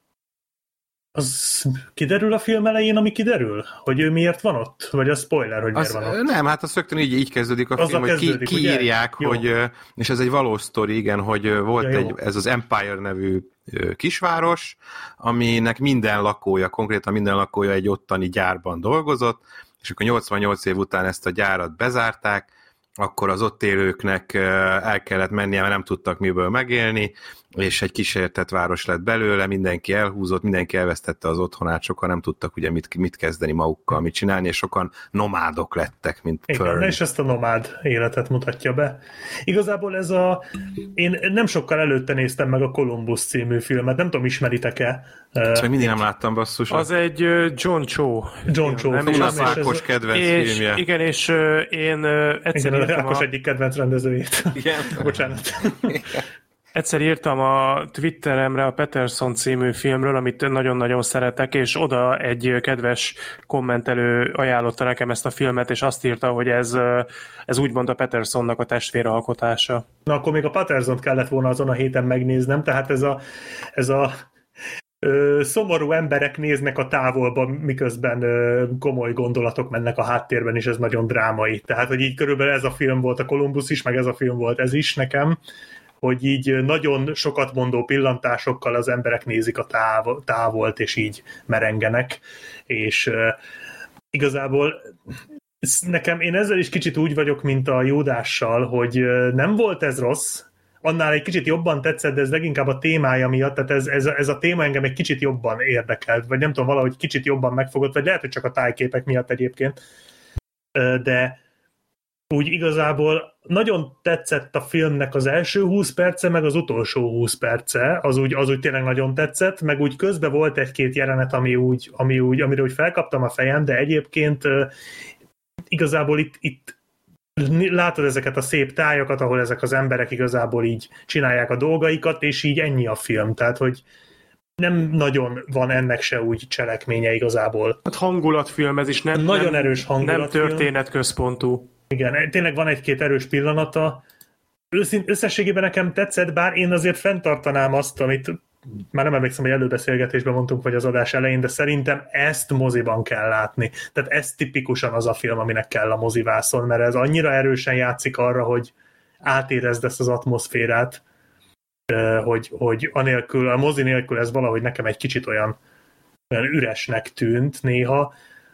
Az kiderül a film elején, ami kiderül? Hogy ő miért van ott? Vagy a spoiler, hogy miért az, van ott? Nem, hát az rögtön így, így kezdődik a Azzal film, hogy ki, kiírják, hogy, és ez egy valós sztori, igen, hogy volt ja, egy, ez az Empire nevű kisváros, aminek minden lakója, konkrétan minden lakója egy ottani gyárban dolgozott, és akkor nyolcvannyolc év után ezt a gyárat bezárták, akkor az ott élőknek el kellett mennie, mert nem tudtak miből megélni, és egy kísértett város lett belőle, mindenki elhúzott, mindenki elvesztette az otthonát, sokan nem tudtak ugye mit, mit kezdeni magukkal, mit csinálni, és sokan nomádok lettek, mint Fern. Igen, és ezt a nomád életet mutatja be. Igazából ez a... Én nem sokkal előtte néztem meg a Columbus című filmet, nem tudom, ismeritek-e? Csak mindig nem láttam, basszus. Az egy John Cho. John Cho. Nem, film, és Ákos kedvenc és, filmje. Igen, és én egyszer igen, írtam Ákos a... egyik kedvenc rendezőjét. Igen. Bocsánat. Egyszer írtam a Twitteremre a Peterson című filmről, amit nagyon-nagyon szeretek, és oda egy kedves kommentelő ajánlotta nekem ezt a filmet, és azt írta, hogy ez, ez úgymond a Petersonnak a testvéralkotása. Na, akkor még a Pattersont kellett volna azon a héten megnéznem, tehát ez a, ez a ö, szomorú emberek néznek a távolba, miközben ö, komoly gondolatok mennek a háttérben, és ez nagyon drámai. Tehát, hogy így körülbelül ez a film volt a Columbus is, meg ez a film volt ez is nekem, hogy így nagyon sokat mondó pillantásokkal az emberek nézik a táv- távolt, és így merengenek, és uh, igazából nekem, én ezzel is kicsit úgy vagyok, mint a Júdással, hogy uh, nem volt ez rossz, annál egy kicsit jobban tetszett, de ez leginkább a témája miatt, tehát ez, ez, ez a téma engem egy kicsit jobban érdekelt, vagy nem tudom, valahogy kicsit jobban megfogott, vagy lehet, hogy csak a tájképek miatt egyébként, uh, de úgy igazából nagyon tetszett a filmnek az első húsz perce, meg az utolsó húsz perce, az úgy, az úgy tényleg nagyon tetszett, meg úgy közben volt egy-két jelenet, ami úgy, ami úgy, amire úgy felkaptam a fejem, de egyébként uh, igazából itt, itt látod ezeket a szép tájakat, ahol ezek az emberek igazából így csinálják a dolgaikat, és így ennyi a film, tehát hogy nem nagyon van ennek se úgy cselekménye igazából. Hát hangulatfilm ez is, nem, nagyon nem, erős hangulatfilm. Nem történetközpontú. Igen, tényleg van egy-két erős pillanata. Őszint, összességében nekem tetszett, bár én azért fenntartanám azt, amit már nem emlékszem, hogy előbeszélgetésben mondtunk, vagy az adás elején, de szerintem ezt moziban kell látni. Tehát ez tipikusan az a film, aminek kell a mozivászon, mert ez annyira erősen játszik arra, hogy átérezd ezt az atmoszférát, hogy, hogy anélkül, a mozi nélkül ez valahogy nekem egy kicsit olyan, olyan üresnek tűnt néha.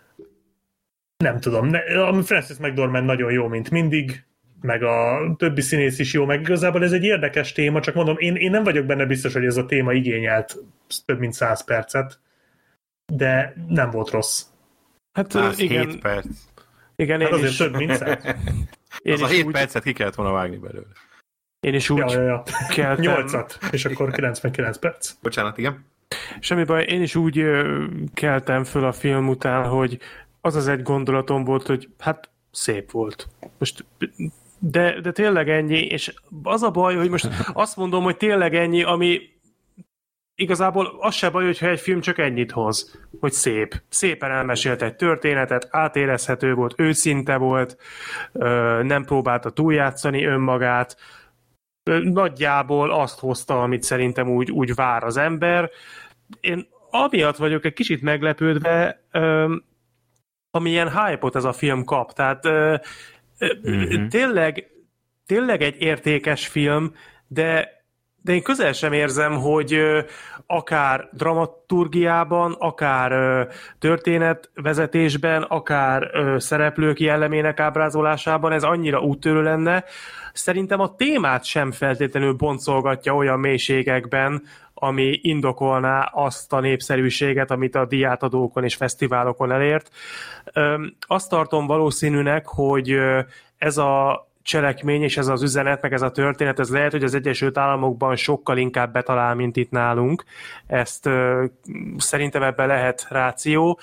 Nem tudom, ne, a Frances McDormand nagyon jó, mint mindig, meg a többi színész is jó, meg igazából ez egy érdekes téma, csak mondom, én, én nem vagyok benne biztos, hogy ez a téma igényelt több mint száz percet, de nem volt rossz. Hát száz hét igen. perc. Igen, hát én azért is. több mint száz. Én Az a is hét úgy, percet ki kellett volna vágni belőle. én is úgy Ja, ja, ja. keltem. nyolcat, és akkor kilencvenkilenc perc. Bocsánat, igen? Semmi baj, én is úgy ö, keltem föl a film után, hogy az az egy gondolatom volt, hogy hát szép volt. Most, de, de tényleg ennyi, és az a baj, hogy most azt mondom, hogy tényleg ennyi, ami igazából az se baj, hogyha egy film csak ennyit hoz, hogy szép. Szépen elmesélt egy történetet, átérezhető volt, őszinte volt, nem próbálta túljátszani önmagát, nagyjából azt hozta, amit szerintem úgy, úgy vár az ember. Én amiatt vagyok egy kicsit meglepődve, amilyen hype-ot ez a film kap. Tehát mm-hmm. tényleg, tényleg egy értékes film, de de én közel sem érzem, hogy akár dramaturgiában, akár történetvezetésben, akár szereplők jellemének ábrázolásában ez annyira úttörő lenne. Szerintem a témát sem feltétlenül boncolgatja olyan mélységekben, ami indokolná azt a népszerűséget, amit a díjátadókon és fesztiválokon elért. Azt tartom valószínűnek, hogy ez a cselekmény és ez az üzenet, meg ez a történet, ez lehet, hogy az Egyesült Államokban sokkal inkább betalál, mint itt nálunk. Ezt uh, szerintem ebben lehet ráció.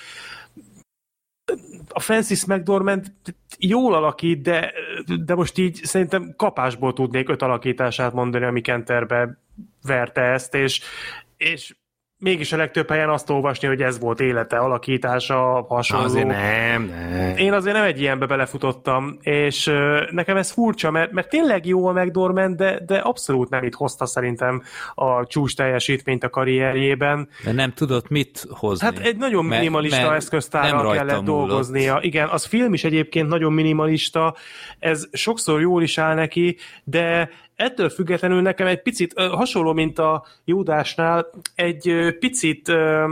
A Frances McDormand jól alakít, de, de most így szerintem kapásból tudnék öt alakítását mondani, ami Kenterbe verte ezt, és, és mégis a legtöbb helyen azt olvasni, hogy ez volt élete, alakítása, hasonló. Azért nem, nem. Én azért nem egy ilyenbe belefutottam, és uh, nekem ez furcsa, mert, mert tényleg jó a McDormand, de, de abszolút nem itt hozta szerintem a csúcs teljesítményt a karrierjében. De nem tudott mit hozni. Hát egy nagyon minimalista mert, eszköztárral kellett dolgoznia. Igen, az film is egyébként nagyon minimalista, ez sokszor jól is áll neki, de ettől függetlenül nekem egy picit hasonló, mint a Júdásnál, egy picit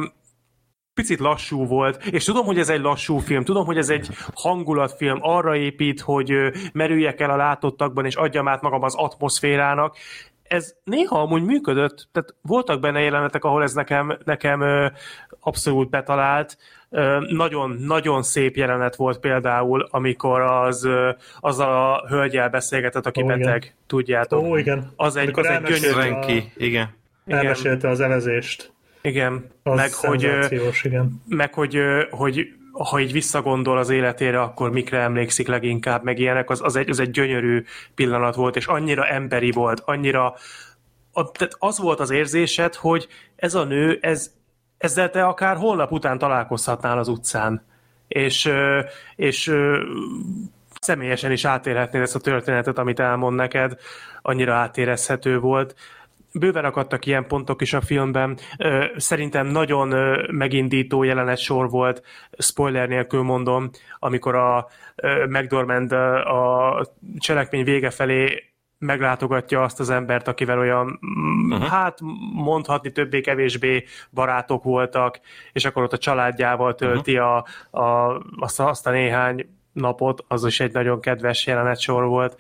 picit lassú volt, és tudom, hogy ez egy lassú film, tudom, hogy ez egy hangulatfilm, arra épít, hogy merüljek el a látottakban, és adjam át magam az atmoszférának. Ez néha amúgy működött, tehát voltak benne jelenetek, ahol ez nekem, nekem abszolút betalált. Nagyon-nagyon szép jelenet volt például, amikor az, azzal a hölgyel beszélgetett, aki Ó, beteg, igen. tudjátok. Ó, igen. Az egy, az egy gyönyörű. a... Ki, igen. Elmesélte az evezést. Igen, az meg hogy, igen. meg hogy, hogy ha így visszagondol az életére, akkor mikre emlékszik leginkább, meg ilyenek, az, az, egy, az egy gyönyörű pillanat volt, és annyira emberi volt, annyira a, tehát az volt az érzésed, hogy ez a nő, ez, ezzel te akár holnap után találkozhatnál az utcán, és, és személyesen is átélhetnéd ezt a történetet, amit elmond neked, annyira átérezhető volt. Bőven akadtak ilyen pontok is a filmben. Szerintem nagyon megindító jelenet sor volt, spoiler nélkül mondom, amikor a McDormand a cselekmény vége felé meglátogatja azt az embert, akivel olyan, uh-huh. hát mondhatni többé-kevésbé barátok voltak, és akkor ott a családjával tölti uh-huh. a, a, azt, a, azt a néhány napot, az is egy nagyon kedves jelenetsor volt.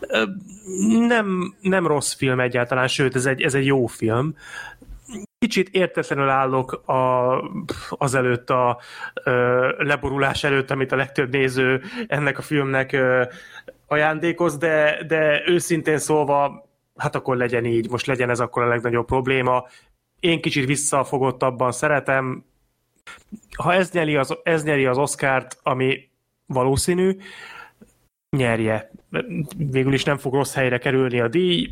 Nem, nem rossz film egyáltalán, sőt, ez egy, ez egy jó film. Kicsit értetlenül állok a, azelőtt a, a leborulás előtt, amit a legtöbb néző ennek a filmnek ajándékoz, de, de őszintén szólva, hát akkor legyen így, most legyen ez akkor a legnagyobb probléma. Én kicsit visszafogottabban szeretem. Ha ez nyeri az, ez nyeri az Oscart, ami valószínű, nyerje. Végül is nem fog rossz helyre kerülni a díj.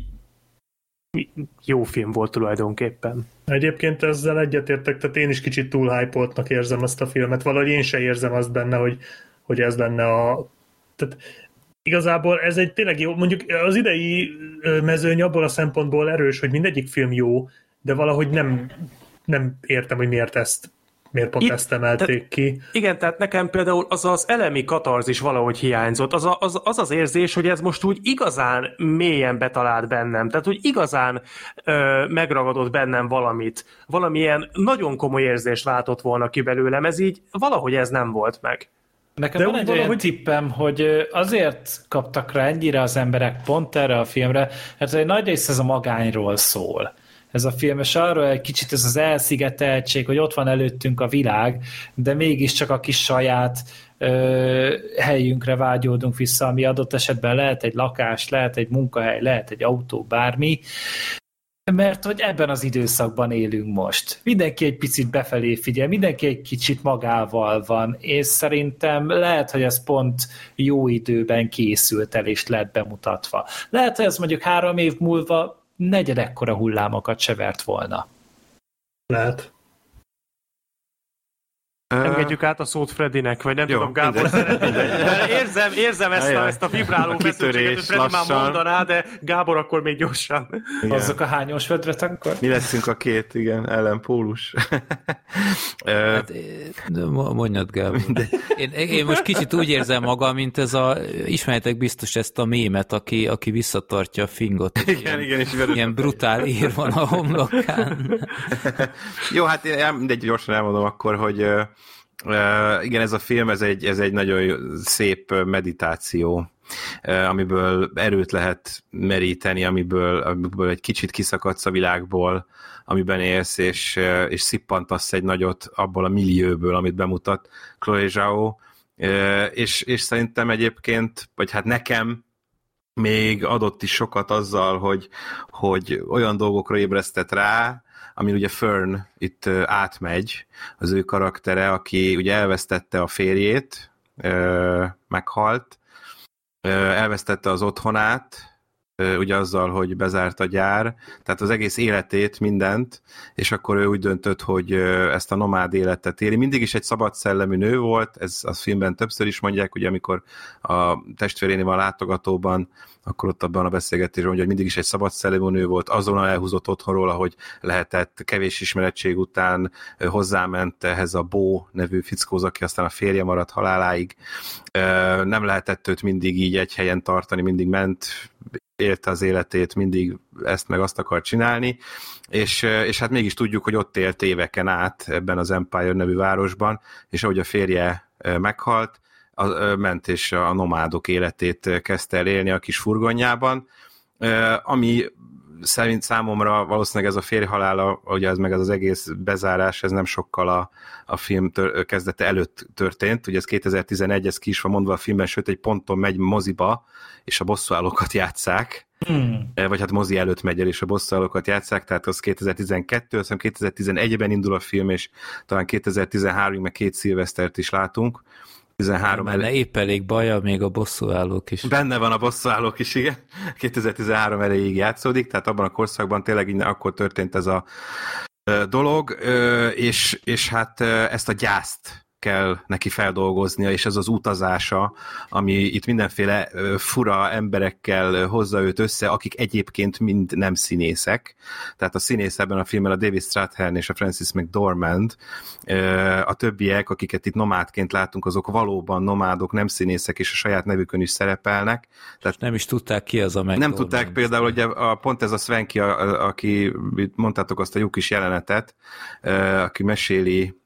Jó film volt tulajdonképpen. Egyébként ezzel egyetértek, tehát én is kicsit túl hype-oltnak érzem ezt a filmet. Valahogy én se érzem azt benne, hogy, hogy ez lenne a... Tehát igazából ez egy tényleg jó, mondjuk az idei mezőny abból a szempontból erős, hogy mindegyik film jó, de valahogy nem, nem értem, hogy miért ezt miért pont Itt, ezt emelték te, ki. Igen, tehát nekem például az az elemi katarzis valahogy hiányzott. Az, a, az, az az érzés, hogy ez most úgy igazán mélyen betalált bennem. Tehát, hogy igazán ö, megragadott bennem valamit. Valamilyen nagyon komoly érzést váltott volna ki belőlem. Ez így, valahogy ez nem volt meg. Nekem De van egy valahogy... olyan tippem, hogy azért kaptak rá ennyire az emberek pont erre a filmre, mert egy nagy rész ez a magányról szól. Ez a film, és arról egy kicsit ez az elszigeteltség, hogy ott van előttünk a világ, de mégiscsak a kis saját ö, helyünkre vágyódunk vissza, ami adott esetben lehet egy lakás, lehet egy munkahely, lehet egy autó, bármi, mert hogy ebben az időszakban élünk most. Mindenki egy picit befelé figyel, mindenki egy kicsit magával van, és szerintem lehet, hogy ez pont jó időben készült el, és lett bemutatva. Lehet, hogy ez mondjuk három év múlva negyedekkora hullámokat se vert volna. Lehet. Engedjük át a szót Fredinek, vagy nem Jó, tudom, Gábor szeretné. Érzem, érzem ezt a, ezt a vibráló feszültséget, hogy Fredi már mondaná, de Gábor akkor még gyorsan. Hozzuk a hányos vödret akkor? Mi leszünk a két, igen, ellenpólus. Hát, mondjad, Gábor. Én, én most kicsit úgy érzem magam, mint ez a, ismerjetek biztos ezt a mémet, aki, aki visszatartja a fingot. Igen, ilyen, igen, és ilyen brutál ír van a homlokán. Jó, hát én mindegy, gyorsan elmondom akkor, hogy Uh, igen, ez a film, ez egy, ez egy nagyon szép meditáció, uh, amiből erőt lehet meríteni, amiből, amiből egy kicsit kiszakadsz a világból, amiben élsz, és, uh, és szippantasz egy nagyot abból a millióból, amit bemutat Chloe Zhao, uh, és, és szerintem egyébként, vagy hát nekem még adott is sokat azzal, hogy, hogy olyan dolgokra ébresztett rá, amin ugye Fern itt átmegy, az ő karaktere, aki ugye elvesztette a férjét, meghalt, elvesztette az otthonát, ugye azzal, hogy bezárt a gyár, tehát az egész életét, mindent, és akkor ő úgy döntött, hogy ezt a nomád életet éli. Mindig is egy szabad szellemű nő volt, ez a filmben többször is mondják, ugye amikor a testvérénél van a látogatóban, akkor ott abban a beszélgetésben mondja, hogy mindig is egy szabad szellemű nő volt, azonnal elhúzott otthonról, ahogy lehetett, kevés ismerettség után hozzáment ehhez a Bo nevű fickóz, aki aztán a férje maradt haláláig. Nem lehetett őt mindig így egy helyen tartani, mindig ment, élte az életét, mindig ezt meg azt akar csinálni, és, és hát mégis tudjuk, hogy ott élt éveken át ebben az Empire nevű városban, és ahogy a férje meghalt, a, ment és a nomádok életét kezdte el élni a kis furgonjában, ami szerint számomra valószínűleg ez a férj halála, ugye ez meg ez az egész bezárás, ez nem sokkal a, a film tör, kezdete előtt történt, ugye ez kétezer-tizenegy, ez ki is van mondva a filmben, sőt egy ponton megy moziba, és a bosszúállókat játsszák, hmm. vagy hát mozi előtt megy el, és a bosszúállókat játsszák, tehát az kétezer-tizenkettő, aztán kétezer-tizenegyben indul a film, és talán kétezer-tizenháromig meg két szilvesztert is látunk. tizenhárom Benne elej... épp elég baja, még a bosszúállók is. Benne van a bosszúállók is, igen. kétezer-tizenhárom elejéig játszódik, tehát abban a korszakban tényleg innen akkor történt ez a dolog, és, és hát ezt a gyászt kell neki feldolgoznia, és ez az utazása, ami itt mindenféle fura emberekkel hozza őt össze, akik egyébként mind nem színészek. Tehát a színész ebben a filmben a David Strathairn és a Frances McDormand. A többiek, akiket itt nomádként látunk, azok valóban nomádok, nem színészek, és a saját nevükön is szerepelnek. Tehát nem is tudták ki az a McDormand. Nem tudták például, hogy a, pont ez a Svenki, a, a, aki, mondtátok azt a jó kis jelenetet, aki meséli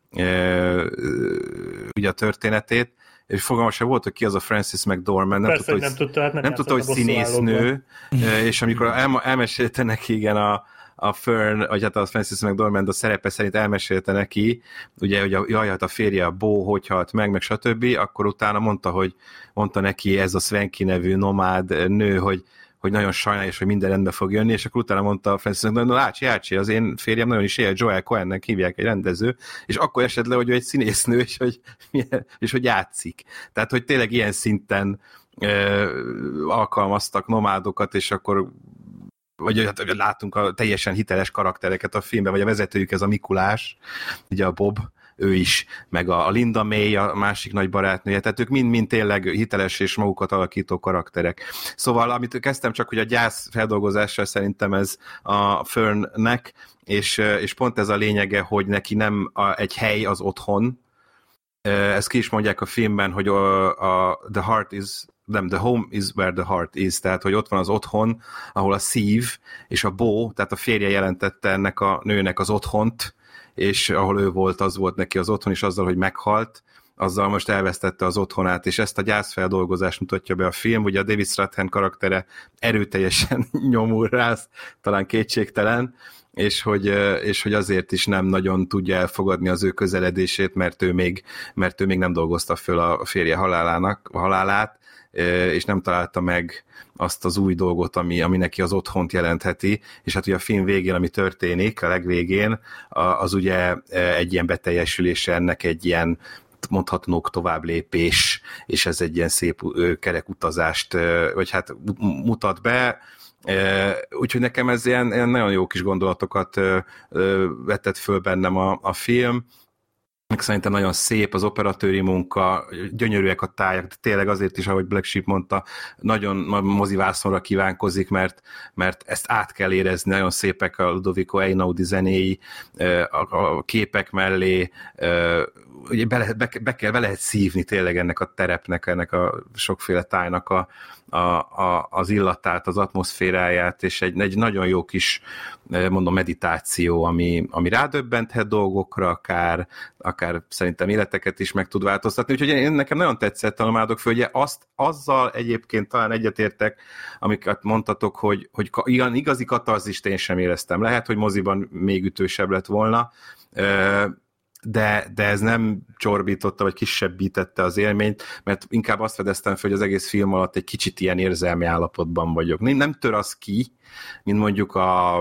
ugye a történetét, és fogalma sem volt, hogy ki az a Frances McDormand, nem Persze, tudta, hogy, nem tudta, hát nem nem tudta, hogy színésznő, és amikor el, elmesélte neki, igen, a, a Fern, vagy hát a Frances McDormand a szerepe szerint elmesélte neki, ugye, hogy a, jaj, hát a férje a Bo, hogy halt meg, meg stb., akkor utána mondta, hogy mondta neki ez a Svenki nevű nomád nő, hogy hogy nagyon sajnálja, hogy minden rendbe fog jönni, és akkor utána mondta a Francis, hogy Ácsi, Ácsi, az én férjem nagyon is él, Joel Cohennek hívják, egy rendező, és akkor esett le, hogy ő egy színésznő, és hogy, és hogy játszik. Tehát, hogy tényleg ilyen szinten ö, alkalmaztak nomádokat, és akkor vagy hát, látunk a teljesen hiteles karaktereket a filmben, vagy a vezetőjük ez a Mikulás, ugye a Bob, ő is, meg a Linda May, a másik nagy barátnője, tehát ők mind-mind tényleg hiteles és magukat alakító karakterek. Szóval, amit kezdtem csak, hogy a gyász feldolgozással szerintem ez a Fernnek, és, és pont ez a lényege, hogy neki nem a, egy hely az otthon, ezt ki is mondják a filmben, hogy a, a the heart is nem, the home is where the heart is, tehát, hogy ott van az otthon, ahol a szív és a Bo, tehát a férje jelentette ennek a nőnek az otthont, és ahol ő volt, az volt neki az otthon, és azzal, hogy meghalt, azzal most elvesztette az otthonát, és ezt a gyászfeldolgozást mutatja be a film, ugye a David Strathairn karaktere erőteljesen nyomul rá, talán kétségtelen, és hogy, és hogy azért is nem nagyon tudja elfogadni az ő közeledését, mert ő még, mert ő még nem dolgozta föl a férje halálának, a halálát, és nem találta meg azt az új dolgot, ami, ami neki az otthont jelentheti, és hát ugye a film végén, ami történik, a legvégén, az ugye egy ilyen beteljesülése ennek egy ilyen mondhatnók tovább lépés, és ez egy ilyen szép kerekutazást, vagy hát mutat be, úgyhogy nekem ez ilyen, ilyen nagyon jó kis gondolatokat vetett föl bennem a, a film, meg szerintem nagyon szép az operatőri munka, gyönyörűek a tájak, de tényleg azért is, ahogy Black Sheep mondta, nagyon mozivászonra kívánkozik, mert, mert ezt át kell érezni, nagyon szépek a Ludovico Einaudi zenéi, a, a képek mellé, ugye be, lehet, be, be, kell, be lehet szívni tényleg ennek a terepnek, ennek a sokféle tájnak a, a, a, az illatát, az atmoszféráját, és egy, egy nagyon jó kis, mondom, meditáció, ami, ami rádöbbenthet dolgokra, akár, akár szerintem életeket is meg tud változtatni. Úgyhogy én, nekem nagyon tetszett a Nomádok földje. Azt, azzal egyébként talán egyetértek, amiket mondtatok, hogy, hogy igen, igazi katarzist én sem éreztem. Lehet, hogy moziban még ütősebb lett volna, de, de ez nem csorbította, vagy kisebbítette az élményt, mert inkább azt fedeztem fel, hogy az egész film alatt egy kicsit ilyen érzelmi állapotban vagyok. Nem, nem tör az ki, mint mondjuk a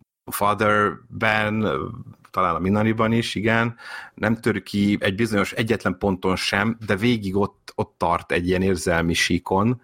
Fatherben, talán a Minariban is, igen, nem tör ki egy bizonyos egyetlen ponton sem, de végig ott, ott tart egy ilyen érzelmi síkon,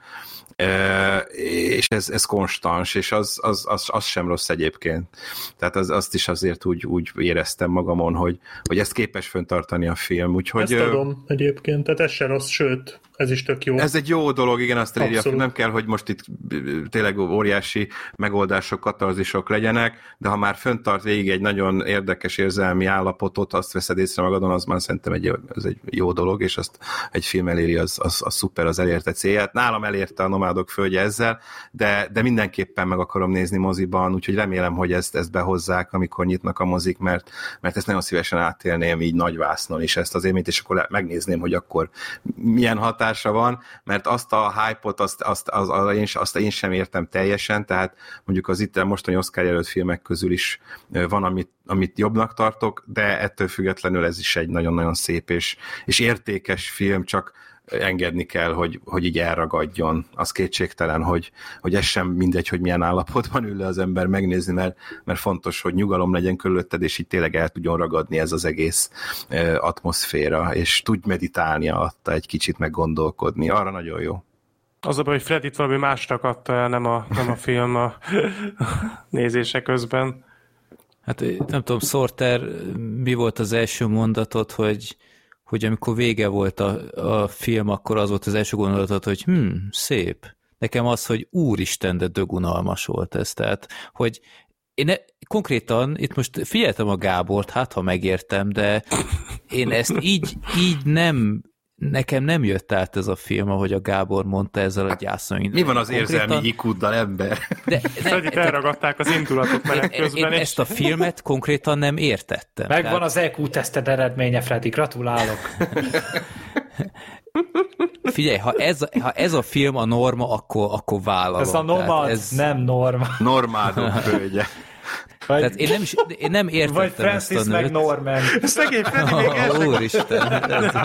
és ez, ez konstans, és az, az, az, az sem rossz egyébként. Tehát az, azt is azért úgy, úgy éreztem magamon, hogy, hogy ezt képes fenntartani a film. Úgyhogy, ezt adom egyébként, tehát ez sem rossz, sőt, ez is tök jó. Ez egy jó dolog, igen, azt írja a film, nem kell, hogy most itt tényleg óriási megoldások, katarzisok legyenek, de ha már fönntart végig egy nagyon érdekes érzelmi állapotot, azt veszed észre magadon, az már szerintem egy, ez egy jó dolog, és azt egy film eléri, az, az, az szuper, az elérte célját. Nálam elérte a Nomádok földje ezzel, de, de mindenképpen meg akarom nézni moziban, úgyhogy remélem, hogy ezt, ezt behozzák, amikor nyitnak a mozik, mert, mert ezt nagyon szívesen átélném így nagy vásznon is ezt az élményt, és akkor megnézném, hogy akkor milyen hatása van, mert azt a hype-ot, azt, azt, az, az, én, azt én sem értem teljesen, tehát mondjuk az itt mostani Oscar jelölt filmek közül is van, amit, amit jobbnak tartok, de ettől függetlenül ez is egy nagyon-nagyon szép és, és értékes film, csak engedni kell, hogy, hogy így elragadjon. Az kétségtelen, hogy, hogy ez sem mindegy, hogy milyen állapotban ül le az ember megnézni, mert, mert fontos, hogy nyugalom legyen körülötted, és így tényleg el tudjon ragadni ez az egész atmoszféra, és tudj meditálni alatta egy kicsit, meg gondolkodni. Arra nagyon jó. Az a baj, hogy Fred itt valami másra adta el, nem a, nem a film a nézése közben. Hát nem tudom, Sorter, mi volt az első mondatod, hogy hogy amikor vége volt a, a film, akkor az volt az első gondolatod, hogy hm, szép. Nekem az, hogy úristen, de dögunalmas volt ez. Tehát, hogy én ne, konkrétan, itt most figyeltem a Gábort, hát ha megértem, de én ezt így, így nem, nekem nem jött át ez a film, ahogy a Gábor mondta ezzel a gyászon. Mi van az érzelmi i kú-ddal, ember? De, Fredit elragadták az indulatot menet közben. Én, én ezt a filmet konkrétan nem értettem. Megvan tehát... az é kú-teszted eredménye, Fredi, gratulálok. Figyelj, ha ez, ha ez a film a norma, akkor, akkor vállalom. Ez a nomad, ez... nem norma. Normádok földje. Vagy, tehát én nem, is, én nem értettem vagy Francis ezt a nőt. meg Norman. Szegény Freddy még el oh, úristen.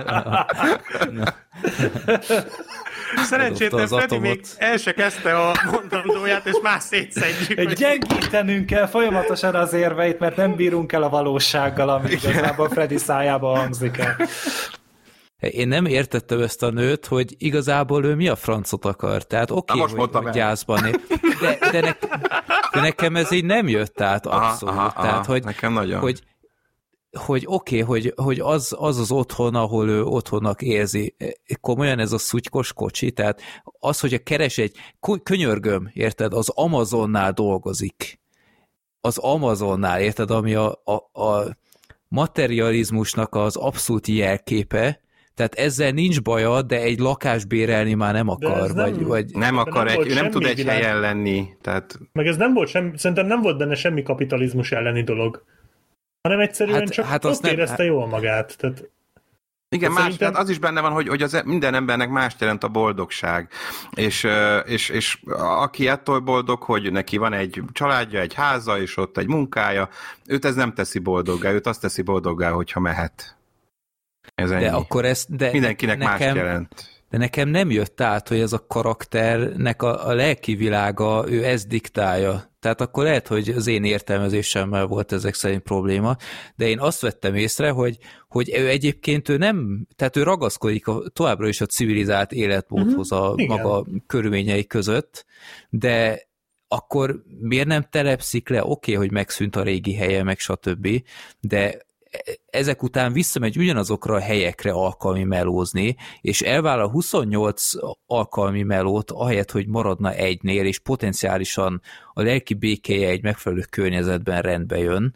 Szerencsétlen Freddy még el se kezdte a mondandóját, és már szétszedjük. Gyengítenünk kell folyamatosan az érveit, mert nem bírunk el a valósággal, ami igazából Freddy szájába hangzik el. Én nem értettem ezt a nőt, hogy igazából ő mi a francot akar. Tehát oké, okay, hogy, hogy gyászban él. De, de, ne, de nekem ez így nem jött át abszolút. Aha, aha, Tehát, hogy, nekem nagyon. Hogy, hogy oké, okay, hogy, hogy az, az az otthon, ahol ő otthonnak érzi. Komolyan ez a szutykos kocsi, tehát az, hogy a keres egy könyörgöm, érted, az Amazonnál dolgozik. Az Amazonnál, érted, ami a, a, a materializmusnak az abszolút jelképe, tehát ezzel nincs baja, de egy lakást bérelni már nem akar. Nem, vagy, vagy... nem akar, nem, egy, nem tud egy világ. helyen lenni. Tehát... Meg ez nem volt sem, szerintem nem volt benne semmi kapitalizmus elleni dolog. Hanem egyszerűen hát, csak hát ott érezte nem... jól magát. Tehát... Igen, más, szerintem... az is benne van, hogy, hogy az minden embernek más jelent a boldogság. És, és, és aki ettől boldog, hogy neki van egy családja, egy háza, és ott egy munkája, őt ez nem teszi boldoggá, őt azt teszi boldoggá, hogyha mehet. Ez ennyi. De akkor ez, de mindenkinek nekem, más jelent. De nekem nem jött át, hogy ez a karakternek a, a lelki világa, ő ezt diktálja. Tehát akkor lehet, hogy az én értelmezésemmel volt ezek szerint probléma, de én azt vettem észre, hogy, hogy ő egyébként ő nem, tehát ő ragaszkodik a, továbbra is a civilizált életmódhoz a mm-hmm. maga körülményei között, de akkor miért nem telepszik le? Oké, okay, hogy megszűnt a régi helye, meg stb., de ezek után visszamegy ugyanazokra a helyekre alkalmi melózni, és elvállal huszonnyolc alkalmi melót, ahelyett, hogy maradna egynél, és potenciálisan a lelki békéje egy megfelelő környezetben rendbe jön.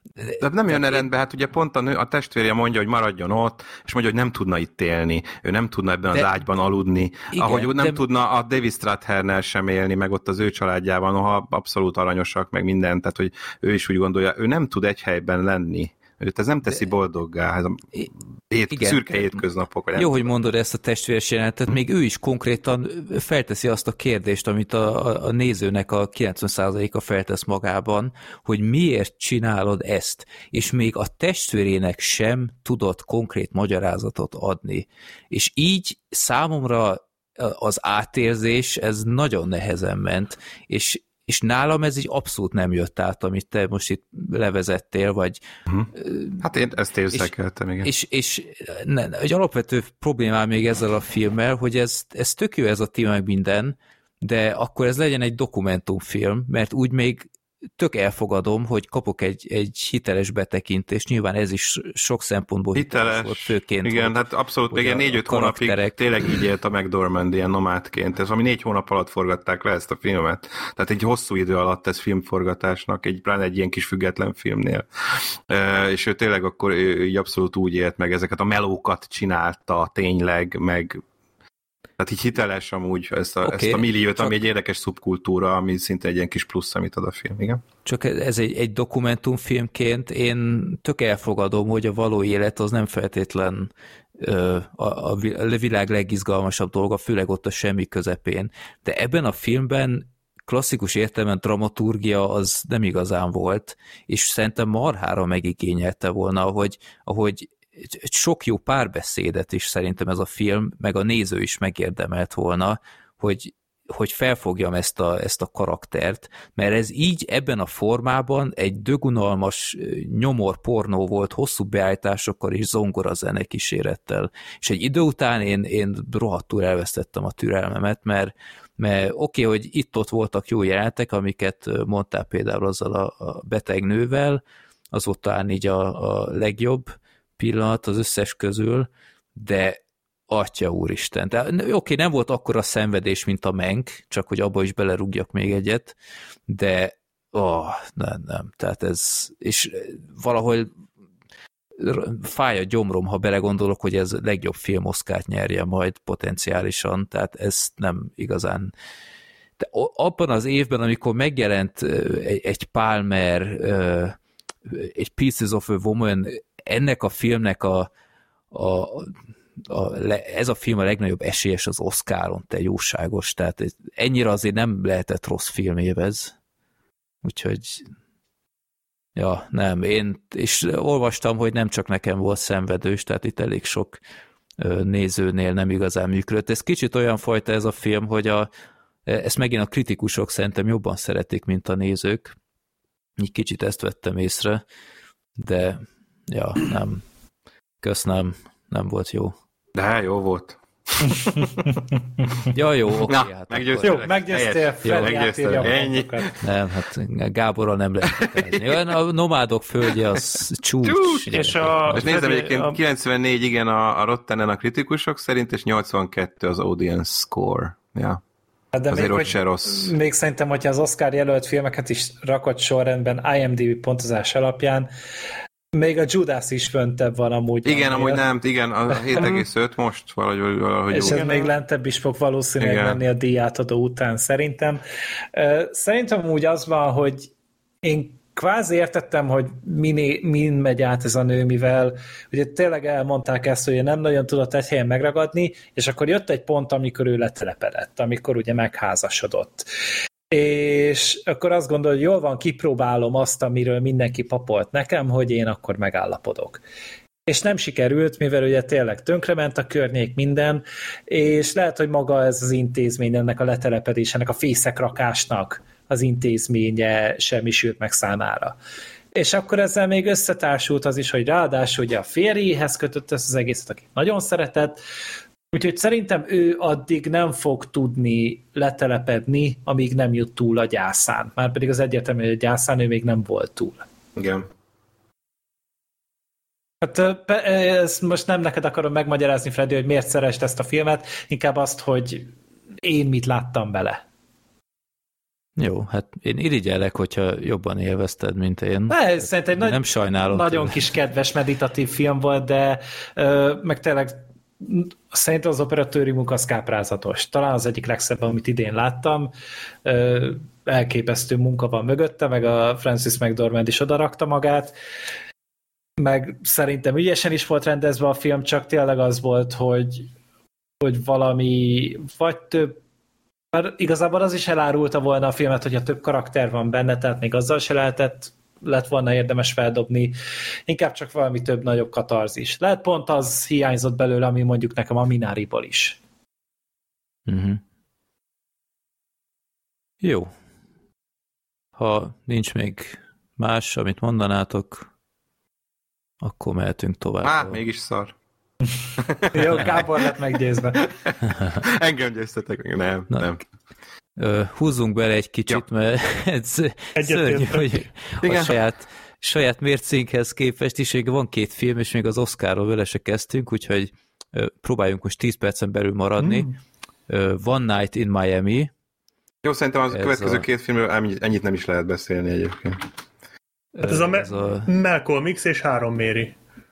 De nem jönne rendbe, hát ugye pont a, nő, a testvérje mondja, hogy maradjon ott, és mondja, hogy nem tudna itt élni, ő nem tudna ebben de, az ágyban aludni, igen, ahogy nem de, tudna a David Strathernel sem élni, meg ott az ő családjában, noha abszolút aranyosak, meg minden, tehát hogy ő is úgy gondolja, ő nem tud egy helyben lenni. Őt ez nem teszi boldoggá, ez a hét, szürke hétköznapok. Jó, hogy mondod ezt a testvéres jelenetet, még ő is konkrétan felteszi azt a kérdést, amit a, a, a nézőnek a kilencven százaléka feltesz magában, hogy miért csinálod ezt, és még a testvérének sem tudott konkrét magyarázatot adni. És így számomra az átérzés, ez nagyon nehezen ment, és és nálam ez így abszolút nem jött át, amit te most itt levezettél, vagy... Uh-huh. Hát én ezt érzékeltem, igen. És, és ne, egy alapvető problémám még ezzel a filmmel, hogy ez, ez tök jó ez a téma meg minden, de akkor ez legyen egy dokumentumfilm, mert úgy még tök elfogadom, hogy kapok egy, egy hiteles betekintést, nyilván ez is sok szempontból hiteles volt, főként. Igen, volt, hát abszolút, még négy-öt hónapig tényleg így élt a McDormand ilyen nomádként. Ez ami négy hónap alatt forgatták le ezt a filmet. Tehát egy hosszú idő alatt ez filmforgatásnak, egy, pláne egy ilyen kis független filmnél. E, és ő tényleg akkor ő, így abszolút úgy élt meg, ezeket a melókat csinálta tényleg, meg tehát így hiteles amúgy ezt a, okay, ezt a milliót, csak... ami egy érdekes szubkultúra, ami szinte egy ilyen kis plusz, amit ad a film, igen. Csak ez egy, egy dokumentumfilmként én tök elfogadom, hogy a való élet az nem feltétlen ö, a, a világ legizgalmasabb dolga, főleg ott a semmi közepén. De ebben a filmben klasszikus értelemben dramaturgia az nem igazán volt, és szerintem marhára megigényelte volna, hogy, ahogy sok jó párbeszédet is szerintem ez a film, meg a néző is megérdemelt volna, hogy, hogy felfogjam ezt a, ezt a karaktert, mert ez így ebben a formában egy dögunalmas nyomor pornó volt, hosszú beállításokkal és zongorazene kísérettel. És egy idő után én, én rohadtul elvesztettem a türelmemet, mert, mert oké, okay, hogy itt-ott voltak jó jelenetek, amiket mondtál például azzal a, a beteg nővel, az volt talán így a, a legjobb pillanat az összes közül, de atya úristen. Oké, okay, nem volt akkora szenvedés, mint a Mank, csak hogy abba is belerúgjak még egyet, de oh, nem, nem, tehát ez, és valahol fáj a gyomrom, ha belegondolok, hogy ez legjobb film Oscart nyerje majd potenciálisan, tehát ez nem igazán. De abban az évben, amikor megjelent egy, egy Palmer, egy Pieces of a Woman, ennek a filmnek a, a, a, ez a film a legnagyobb esélyes az Oscaron, te jóságos, tehát ennyire azért nem lehetett rossz film ez. Úgyhogy ja, nem, én és olvastam, hogy nem csak nekem volt szenvedős, tehát itt elég sok nézőnél nem igazán működött. Ez kicsit olyan fajta ez a film, hogy a, ezt megint a kritikusok szerintem jobban szeretik, mint a nézők. Így kicsit ezt vettem észre, de ja, nem. Köszönöm, nem volt jó. De jó volt. Ja, jó, oké. Na, hát meggyőztél. Jó, meggyőztél, meggyőztél. Ennyi. Nem, hát Gáborral nem lehet kezni. A nomádok földje az csúcs. csúcs. És, a, és nézem egyébként a... kilencvennégy igen a, a Rottenen a kritikusok szerint, és nyolcvankettő az audience score. Ja. Hát de azért még, ott se rossz. Még szerintem, hogyha az Oscar jelölt filmeket is rakott sorrendben I M D B pontozás alapján, még a Judas is föntebb van amúgy. Igen, amúgy nem, igen, a hét egész öt most valahogy, valahogy és jó. ez még lentebb is fog valószínűleg igen. lenni a díjátadó után szerintem. Szerintem úgy az van, hogy én kvázi értettem, hogy min, min megy át ez a nő, mivel ugye tényleg elmondták ezt, hogy nem nagyon tudott egy helyen megragadni, és akkor jött egy pont, amikor ő letelepedett, amikor ugye megházasodott. És akkor azt gondol, hogy jól van, kipróbálom azt, amiről mindenki papolt nekem, hogy én akkor megállapodok. És nem sikerült, mivel ugye tényleg tönkrement a környék minden, és lehet, hogy maga ez az intézmény, ennek a letelepedés, ennek a fészekrakásnak az intézménye semmisült meg számára. És akkor ezzel még összetársult az is, hogy ráadásul ugye a férjéhez kötött ezt az egészet, akit nagyon szeretett, úgyhogy szerintem ő addig nem fog tudni letelepedni, amíg nem jut túl a gyászán. Márpedig az egyértelmű, hogy a gyászán ő még nem volt túl. Igen. Hát ezt most nem neked akarom megmagyarázni, Freddy, hogy miért szeresd ezt a filmet, inkább azt, hogy én mit láttam bele. Jó, hát én irigyellek, hogyha jobban élvezted, mint én. Ne, szerintem egy nem nagy, sajnálom. Nagyon tőle. kis kedves meditatív film volt, de ö, meg tényleg szerintem az operatőri az káprázatos. Talán az egyik legszebb, amit idén láttam. Ö, elképesztő munka van mögötte, meg a Francis McDormand is odarakta magát. Meg szerintem ügyesen is volt rendezve a film, csak tényleg az volt, hogy, hogy valami vagy több, mert igazából az is elárulta volna a filmet, hogyha több karakter van benne, tehát még azzal se lehetett, lett volna érdemes feldobni, inkább csak valami több nagyobb katarzis. Lehet pont az hiányzott belőle, ami mondjuk nekem a Minariból is. Uh-huh. Jó. Ha nincs még más, amit mondanátok, akkor mehetünk tovább. Hát, mégis szar. Jó, Gábor lett meggyőzve. Engem győztetek, nem, Na, nem. Ö, húzzunk bele egy kicsit, ja. mert ez szörnyű, hogy a saját, saját mércénkhez képest is még van két film, és még az Oscarról vele se kezdtünk, úgyhogy ö, próbáljunk most tíz percen belül maradni. Mm. Ö, One Night in Miami. Jó, szerintem az ez következő a... két filmről ennyit nem is lehet beszélni egyébként. Hát ez a, Me- ez a Malcolm X és három Méri.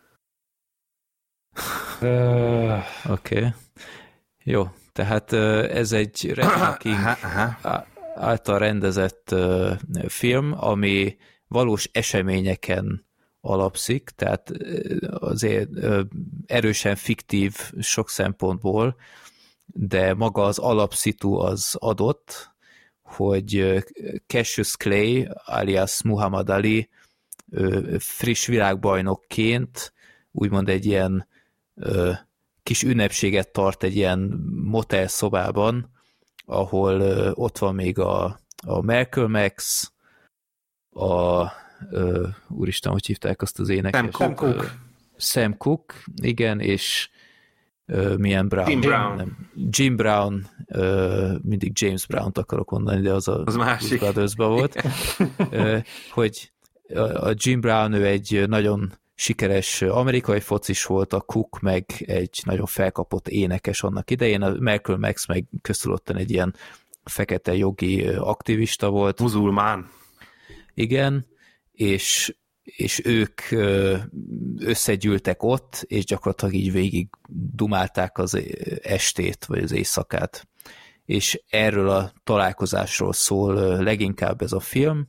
Uh, Oké. Okay. Jó, tehát ez egy Regina King által rendezett film, ami valós eseményeken alapszik, tehát azért erősen fiktív sok szempontból, de maga az alapszitu az adott, hogy Cassius Clay, alias Muhammad Ali friss világbajnokként úgymond egy ilyen ö, kis ünnepséget tart egy ilyen motel szobában, ahol ö, ott van még a, a Malcolm X, a ö, úristen, hogy hívták azt az énekes? Sam Cooke. Ö, Sam Cooke, igen, és ö, milyen Brown? Jim Brown. Nem, Jim Brown, ö, mindig James Brown-t akarok mondani, de az a az másik. Brothers-ban volt, ö, hogy a Jim Brown, ő egy nagyon sikeres amerikai focis volt, a Cook meg egy nagyon felkapott énekes annak idején, a Malcolm X meg köztudottan egy ilyen fekete jogi aktivista volt. Muzulmán. Igen, és, és ők összegyűltek ott, és gyakorlatilag így végig dumálták az estét, vagy az éjszakát. És erről a találkozásról szól leginkább ez a film,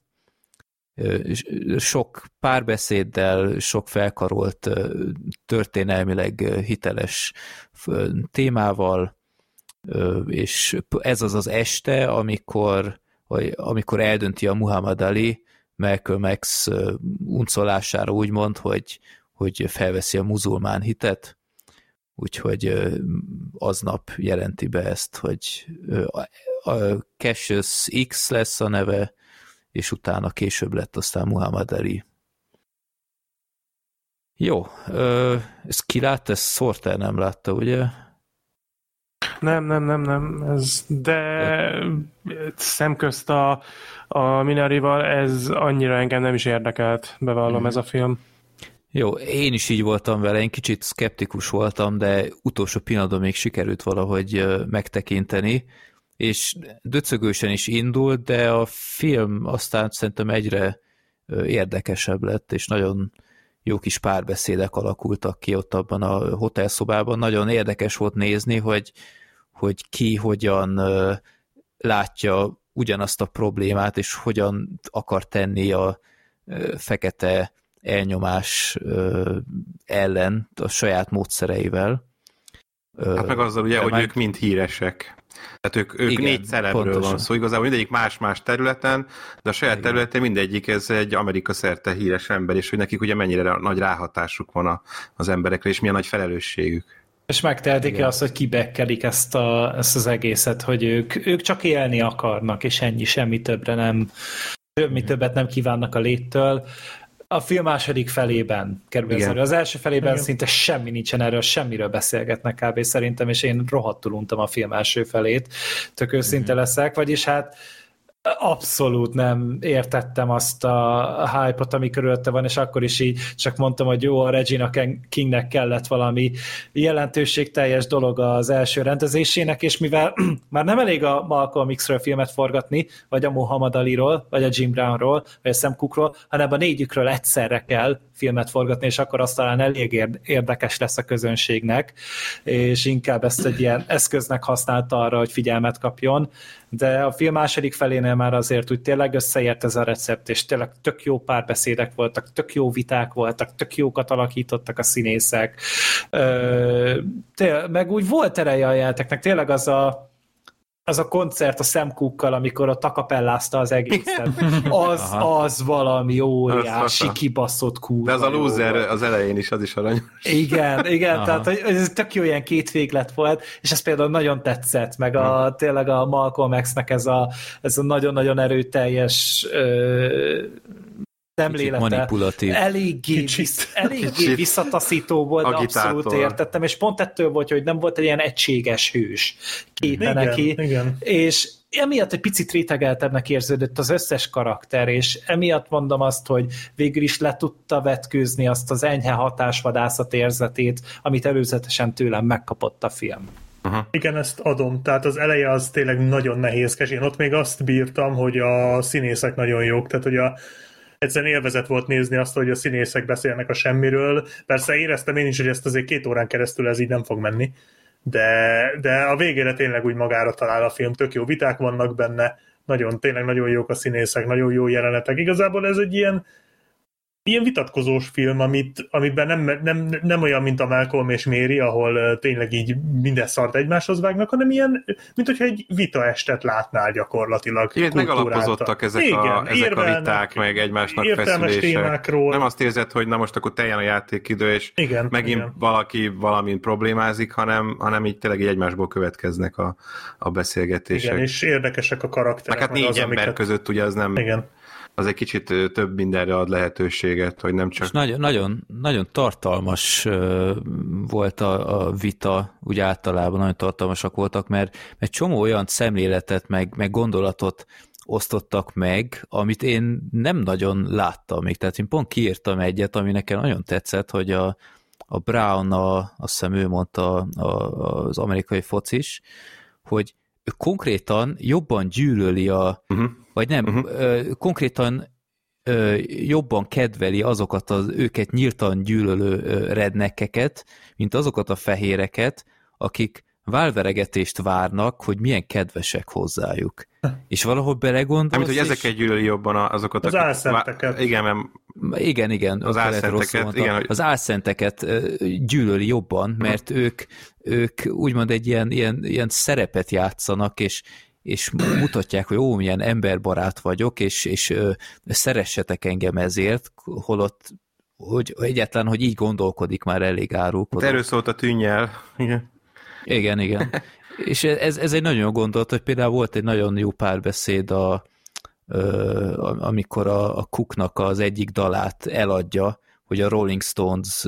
sok párbeszéddel, sok felkarolt, történelmileg hiteles témával, és ez az az este, amikor, amikor eldönti a Muhammad Ali Malcolm X uncolására úgymond, hogy, hogy felveszi a muzulmán hitet, úgyhogy aznap jelenti be ezt, hogy a Cassius X lesz a neve, és utána később lett aztán Muhammad Ali. Jó, ö, ezt ki látta? Ezt Sorter nem látta, ugye? Nem, nem, nem, nem. Ez, de szemközt a, a Minarival ez annyira engem nem is érdekelt, bevallom, mm. ez a film. Jó, én is így voltam vele, én kicsit szkeptikus voltam, de utolsó pillanatban még sikerült valahogy megtekinteni, és döcögősen is indult, de a film aztán szerintem egyre érdekesebb lett, és nagyon jó kis párbeszédek alakultak ki ott abban a hotelszobában. Nagyon érdekes volt nézni, hogy, hogy ki hogyan látja ugyanazt a problémát, és hogyan akar tenni a fekete elnyomás ellen a saját módszereivel. Hát meg azzal ugye, hogy meg... ők mind híresek. Tehát ők, ők igen, négy celebről van szó, igazából mindegyik más-más területen, de a saját igen. területen mindegyik ez egy Amerika szerte híres ember, és hogy nekik ugye mennyire nagy ráhatásuk van a, az emberekre, és milyen nagy felelősségük. És megtehetik-e azt, hogy kibekkelik ezt, a, ezt az egészet, hogy ők, ők csak élni akarnak, és ennyi, semmi többre nem, semmi többet nem kívánnak a léttől. A film második felében kerül ez elő. Az első felében igen. szinte semmi nincsen erről, semmiről beszélgetnek kb. Szerintem, és én rohadtul untam a film első felét, tök őszinte leszek, vagyis hát Abszolút nem értettem azt a hype-ot, ami körülötte van, és akkor is így csak mondtam, hogy jó, a Regina Kingnek kellett valami jelentőségteljes dolog az első rendezésének, és mivel már nem elég a Malcolm X-ről filmet forgatni, vagy a Muhammad Aliról, vagy a Jim Brownról, vagy a Sam Cooke-ról, hanem a négyükről egyszerre kell filmet forgatni, és akkor azt talán elég érdekes lesz a közönségnek, és inkább ezt egy ilyen eszköznek használta arra, hogy figyelmet kapjon, de a film második felénél már azért úgy tényleg összeért ez a recept, és tényleg tök jó párbeszédek voltak, tök jó viták voltak, tök jókat alakítottak a színészek, Té- meg úgy volt ereje a jelenteknek, tényleg az a az a koncert a Sam Cooke-kal, amikor ott akapellázta az egészet. Az, az valami óriási, kibaszott kurva. De az a loser az elején is, az is aranyos. Igen, igen, Aha. tehát ez tök jó ilyen két véglet volt, és ez például nagyon tetszett, meg a, tényleg a Malcolm X-nek ez a, ez a nagyon-nagyon erőteljes ö, szemlélete. Manipulatív. Eléggé, visz, eléggé visszataszító volt, de abszolút értettem, és pont ettől volt, hogy nem volt egy ilyen egységes hős képe neki, igen. És emiatt egy picit rétegeltebbnek érződött az összes karakter, és emiatt mondom azt, hogy végül is le tudta vetkőzni azt az enyhe hatásvadászat érzetét, amit előzetesen tőlem megkapott a film. Aha. Igen, ezt adom. Tehát az eleje az tényleg nagyon nehézkes. Én ott még azt bírtam, hogy a színészek nagyon jók, tehát hogy a egyszerűen élvezet volt nézni azt, hogy a színészek beszélnek a semmiről. Persze éreztem én is, hogy ezt azért két órán keresztül ez így nem fog menni, de, de a végére tényleg úgy magára talál a film. Tök jó viták vannak benne, nagyon, tényleg nagyon jók a színészek, nagyon jó jelenetek. Igazából ez egy ilyen ilyen vitatkozós film, amit, amiben nem, nem, nem olyan, mint a Malcolm és Mary, ahol tényleg így minden szart egymáshoz vágnak, hanem ilyen, mint hogyha egy vitaestet látnál gyakorlatilag. Igen, megalapozottak ezek, Igen, a, ezek a viták, meg egymásnak feszülése. Nem azt érzed, hogy na most akkor teljen a játékidő, és igen, megint igen. valaki valamint problémázik, hanem, hanem így tényleg így egymásból következnek a, a beszélgetések. Igen, és érdekesek a karakterek. Meg hát négy az, ember amiket... között ugye az nem... Igen. Az egy kicsit több mindenre ad lehetőséget, hogy nem csak... És nagyon, nagyon, nagyon tartalmas volt a, a vita, úgy általában nagyon tartalmasak voltak, mert egy csomó olyan szemléletet, meg, meg gondolatot osztottak meg, amit én nem nagyon láttam még. Tehát én pont kiírtam egyet, ami nekem nagyon tetszett, hogy a, a Brown, a, azt hiszem ő mondta a, az amerikai focis, hogy konkrétan jobban gyűlöli a, uh-huh. vagy nem, uh-huh. ö, konkrétan ö, jobban kedveli azokat az őket nyíltan gyűlölő ö, redneckeket, mint azokat a fehéreket, akik válveregetést várnak, hogy milyen kedvesek hozzájuk. És valahol belegondolsz... Amit, hogy ezeket gyűlöli jobban azokat... Az álszenteket. Igen, mert... Igen, igen. Az álszenteket, igen, hogy... Az álszenteket gyűlöli jobban, mert hmm. ők, ők úgymond egy ilyen, ilyen, ilyen szerepet játszanak, és, és mutatják, hogy ó, milyen emberbarát vagyok, és, és ö, szeressetek engem ezért, holott hogy egyáltalán, hogy így gondolkodik, már elég árulkodó. Erről szólt a tűnnyel. Igen. Igen, igen. És ez, ez egy nagyon jó gondolat, hogy például volt egy nagyon jó párbeszéd, a, a, amikor a, a Cooknak az egyik dalát eladja, hogy a Rolling Stones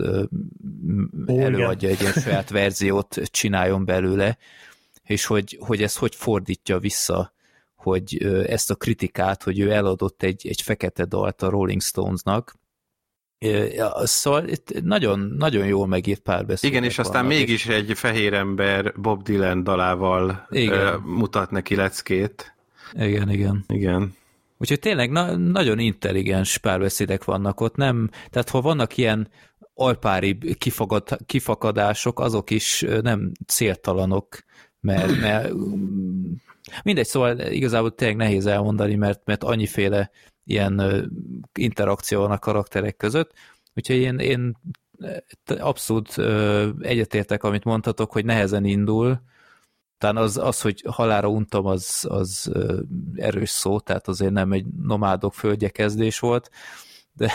Ó, előadja igen. egy ilyen saját verziót, csináljon belőle, és hogy, hogy ez hogy fordítja vissza, hogy ezt a kritikát, hogy ő eladott egy, egy fekete dalt a Rolling Stonesnak. Szóval itt nagyon, nagyon jól megírt párbeszédek. Igen, és aztán mégis és... egy fehér ember Bob Dylan dalával igen. mutat neki leckét. Igen, igen. Igen. Úgyhogy tényleg na- nagyon intelligens párbeszédek vannak ott, nem, tehát ha vannak ilyen alpári kifagad, kifakadások, azok is nem céltalanok, mert, mert mindegy, szóval igazából tényleg nehéz elmondani, mert, mert annyiféle ilyen interakció van a karakterek között, úgyhogy én, én abszolút egyetértek, amit mondhatok, hogy nehezen indul, talán az, az hogy halálra untam, az, az erős szó, tehát azért nem egy nomádok földje kezdés volt, de,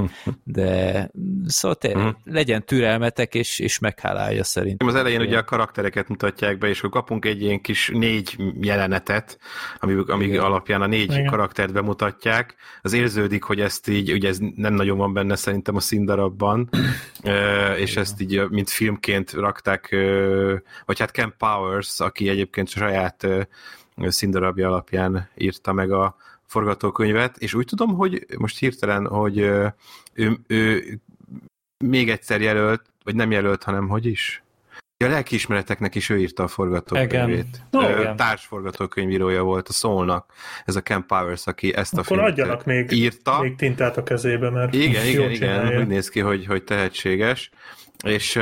de szóval te, uh-huh. legyen türelmetek, és, és meghálálja szerintem. Az elején ugye a karaktereket mutatják be, és hogy kapunk egy ilyen kis négy jelenetet, amíg, amíg alapján a négy Igen. karaktert bemutatják. Az érződik, hogy ezt így, ugye ez nem nagyon van benne szerintem a színdarabban, és Igen. ezt így mint filmként rakták, vagy hát Ken Powers, aki egyébként saját színdarabja alapján írta meg a forgatókönyvet, és úgy tudom, hogy most hirtelen, hogy ő, ő, ő még egyszer jelölt, vagy nem jelölt, hanem hogy is? A lelkiismereteknek is ő írta a forgatókönyvét. No, társforgatókönyvírója volt a Soulnak, ez a Ken Powers, aki ezt a Akkor filmet adjanak még, írta. még tintát a kezébe, mert igen, igen, csinálja. igen, úgy néz ki, hogy, hogy tehetséges. És,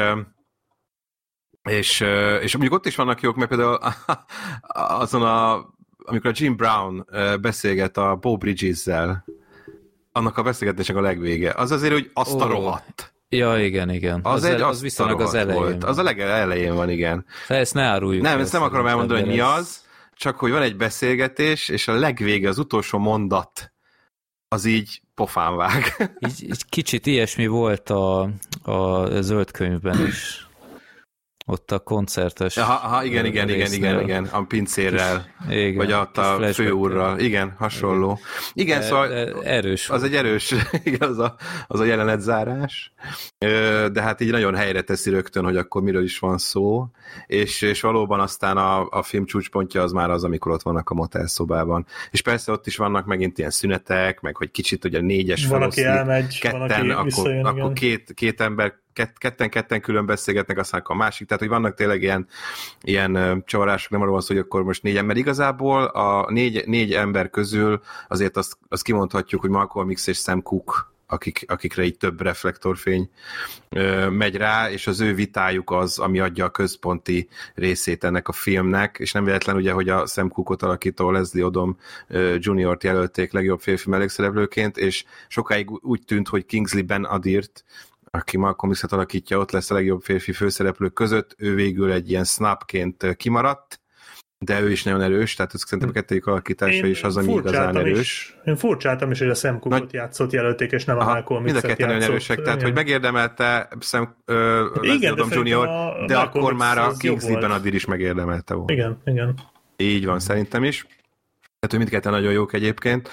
és, és mondjuk ott is vannak jók, mert például azon a, amikor a Jim Brown beszélget a Beau Bridges-zel, annak a beszélgetésnek a legvége. Az azért, hogy azt a rohadt. Ja, igen, igen. Az, az, egy, az viszonylag az elején volt. Van. Az a legelején van, igen. De ezt ne áruljuk. Nem, ezt nem akarom elmondani, hogy mi az, csak hogy van egy beszélgetés, és a legvége, az utolsó mondat, az így pofán vág. Így, így kicsit ilyesmi volt a, a zöld könyvben is. Ott a koncertes. Ha, ha igen, igen, igen, igen, igen, a pincérrel, kis, igen, vagy ott a főúrral. Igen, hasonló. Igen, de, szóval de erős. Az egy erős, igen, az a, az a jelenetzárás, de hát így nagyon helyre teszi rögtön, hogy akkor miről is van szó, és, és valóban aztán a, a film csúcspontja az már az, amikor ott vannak a motelszobában. És persze ott is vannak megint ilyen szünetek, meg hogy kicsit ugye négyes feloszlik, elmegy, ketten, akkor, akkor két, két ember ketten-ketten külön beszélgetnek, aztán a másik, tehát hogy vannak tényleg ilyen, ilyen csavarások, nem arról van szó, hogy akkor most négy ember. Igazából a négy, négy ember közül azért azt, azt kimondhatjuk, hogy Malcolm X és Sam Cooke, akik, akikre így több reflektorfény ö, megy rá, és az ő vitájuk az, ami adja a központi részét ennek a filmnek, és nem véletlen ugye, hogy a Sam Cooke-ot alakító Leslie Odom ö, juniort jelölték legjobb férfi mellékszereplőként, és sokáig úgy tűnt, hogy Kingsley Ben-Adirt, aki Malcolm X-et alakítja, ott lesz a legjobb férfi főszereplők között, ő végül egy ilyen snubként kimaradt, de ő is nagyon erős, tehát szerintem a kettőjük alakítása is az, ami igazán erős. Is, én furcsáltam is, hogy a Sam Cooke-ot Nagy... játszott jelölték, és nem aha, a Malcolm X-et mind a ketten nagyon erősek, tehát igen. Hogy megérdemelte Sam uh, Leslie Odom junior, de Malcolm akkor már a Kingsley Ben-Adir is megérdemelte volna. Igen, igen. Így van, szerintem is. Tehát, hogy mindketten nagyon jók egyébként,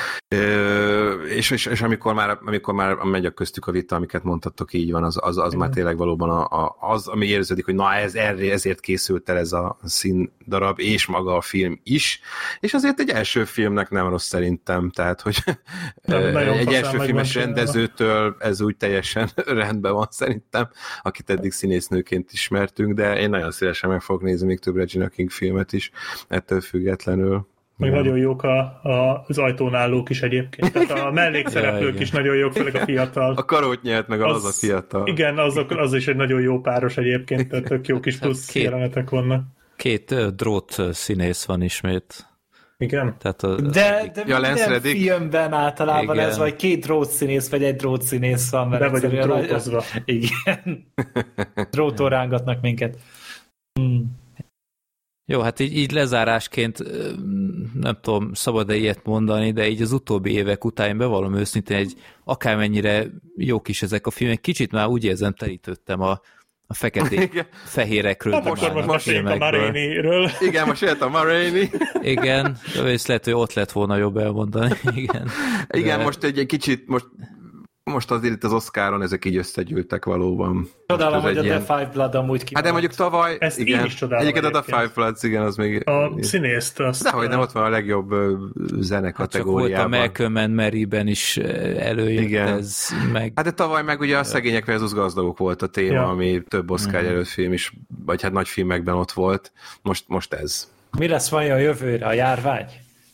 és, és, és amikor, már, amikor már megy a köztük a vita, amiket mondtatok, így van, az, az, az már tényleg valóban a, a, az, ami érződik, hogy na ez erre, ezért készült el ez a színdarab, és maga a film is, és azért egy első filmnek nem rossz szerintem, tehát, hogy nem, egy első filmes rendezőtől ez úgy teljesen rendben van szerintem, akit eddig színésznőként ismertünk, de én nagyon szívesen meg fogok nézni még több Regina King filmet is, ettől függetlenül. Meg ja. Nagyon jók a, a, az ajtón állók is egyébként. Tehát a mellékszereplők ja, is nagyon jók, főleg a fiatal. A karót nyert meg az, az a fiatal. Igen, azok, az is egy nagyon jó páros egyébként, tehát tök jó kis plusz két, jelenetek vannak. Két uh, drót színész van ismét. Igen. Tehát a, de de ja, minden filmben általában igen. Ez vagy két drótszínész, vagy egy drótszínész van. Be vagyunk drótozva. Igen. Dróton rángatnak minket. Hmm. Jó, hát így, így lezárásként nem tudom, szabad-e ilyet mondani, de így az utóbbi évek után én bevallom őszintén, egy akármennyire jók is ezek a filmek, kicsit már úgy érzem, telítődtem a, a fekete-fehérekről. Hát most most meséljünk a Marini-ről. Igen, most jött a Marini. Igen, és lehet, hogy ott lett volna jobb elmondani. Igen, Igen de... most egy, egy kicsit, most Most azért itt az Oscaron ezek így összegyűltek valóban. Csodálom, hogy a ilyen... The Five Blood amúgy kimaradt. Hát de mondjuk tavaly... Ezt igen, én is csodálom egyébként a The Five Blood, igen, az még... A színészt azt... Dehogy nem, ott van a legjobb zene kategóriában. Hát csak volt a Malcolm and Maryben is előjött igen. Ez meg... Hát de tavaly meg ugye a Szegények versus Gazdagok volt a téma, ja. Ami több Oscar mm. jelölt film is, vagy hát nagy filmekben ott volt. Most, most ez. Mi lesz majd a jövőre? A járvány?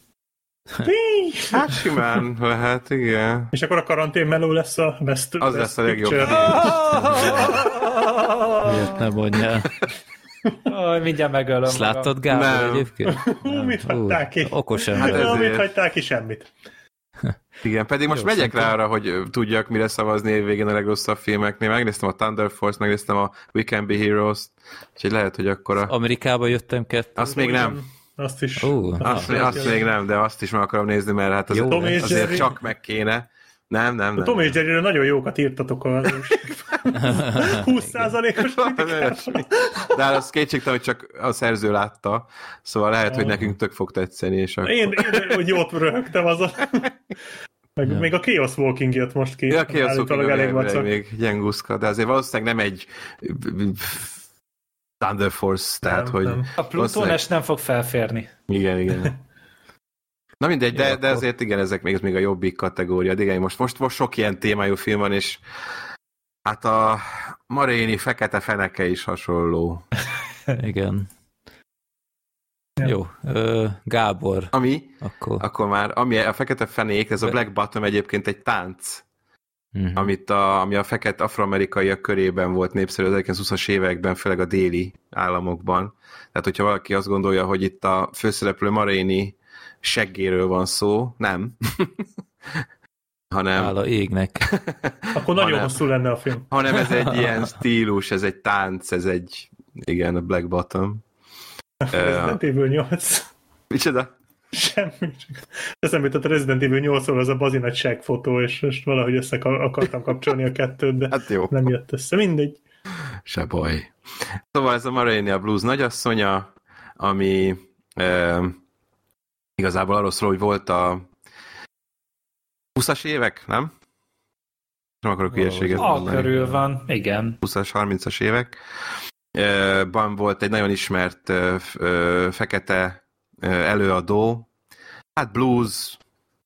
Hát simán lehet, igen. És akkor a karanténmeló lesz a best, az best lesz a legjobb. Miért nem mondjál? Oh, mindjárt megölöm. Ezt láttad, Gábor, nem. Egyébként? Hú, mit hagyták ki? Okosan. Hát ezért... mit hagyták ki? Semmit. Igen, pedig most jó, megyek szerintem. Rá arra, hogy tudjak mire szavazni évvégén a legrosszabb filmeknél. Megnéztem a Thunder Force, megnéztem a We Can Be Heroes, úgyhogy lehet, hogy akkor a... Amerikába jöttem kettő. Azt még nem. Azt is. Uh, azt, azt, azt még nem, de azt is meg akarom nézni, mert hát azért, azért, azért csak meg kéne. Nem, nem, nem. A Tom és Jerryről nagyon jókat írtatok az húsz százalékos de az kétségtelen, hogy csak a szerző látta, szóval lehet, hogy nekünk tök fog tetszeni. És akkor... Én, én hogy jót röhögtem azon. Meg, ja. Még a Chaos Walking jött most ki. Ja, a Chaos Walking elég még gyenguszka, de azért valószínűleg nem egy Thunder Force, tehát nem, hogy... Nem. A Plutónes nem fog felférni. Igen, igen. Na mindegy, de, de azért igen, ezek még, ez még a jobbik kategória. De igen, most, most, most sok ilyen témájú film van, és hát a Ma Rainey Fekete Feneke is hasonló. Igen. Ja. Jó, ö, Gábor. Ami, akkor. akkor már, ami a Fekete Fenék, ez a Black Bottom egyébként egy tánc, uh-huh. amit a, ami a fekete afroamerikaiak körében volt népszerű az ezerkilencszázhúszas években, főleg a déli államokban. Tehát, hogyha valaki azt gondolja, hogy itt a főszereplő Ma Rainey seggéről van szó, nem. hanem... Hála égnek. Akkor nagyon hanem, hosszú lenne a film. Hanem ez egy ilyen stílus, ez egy tánc, ez egy, igen, a Black Bottom. Resident Evil nyolc. Micsoda? Semmi. Csak eszembe jutott a Resident Evil nyolcról az a bazi nagy segg fotó, és most valahogy össze akartam kapcsolni a kettőt, de hát jó. nem jött össze. Mindegy. Se baj. Szóval ez a Ma Rainey a Blues nagyasszonya, ami e, igazából arról szól, hogy volt a húszas évek, nem? Nem akarok hülyeséget mondani. Körül van, igen. húszas, harmincas évek. Ban volt egy nagyon ismert ö, ö, fekete ö, előadó, hát blues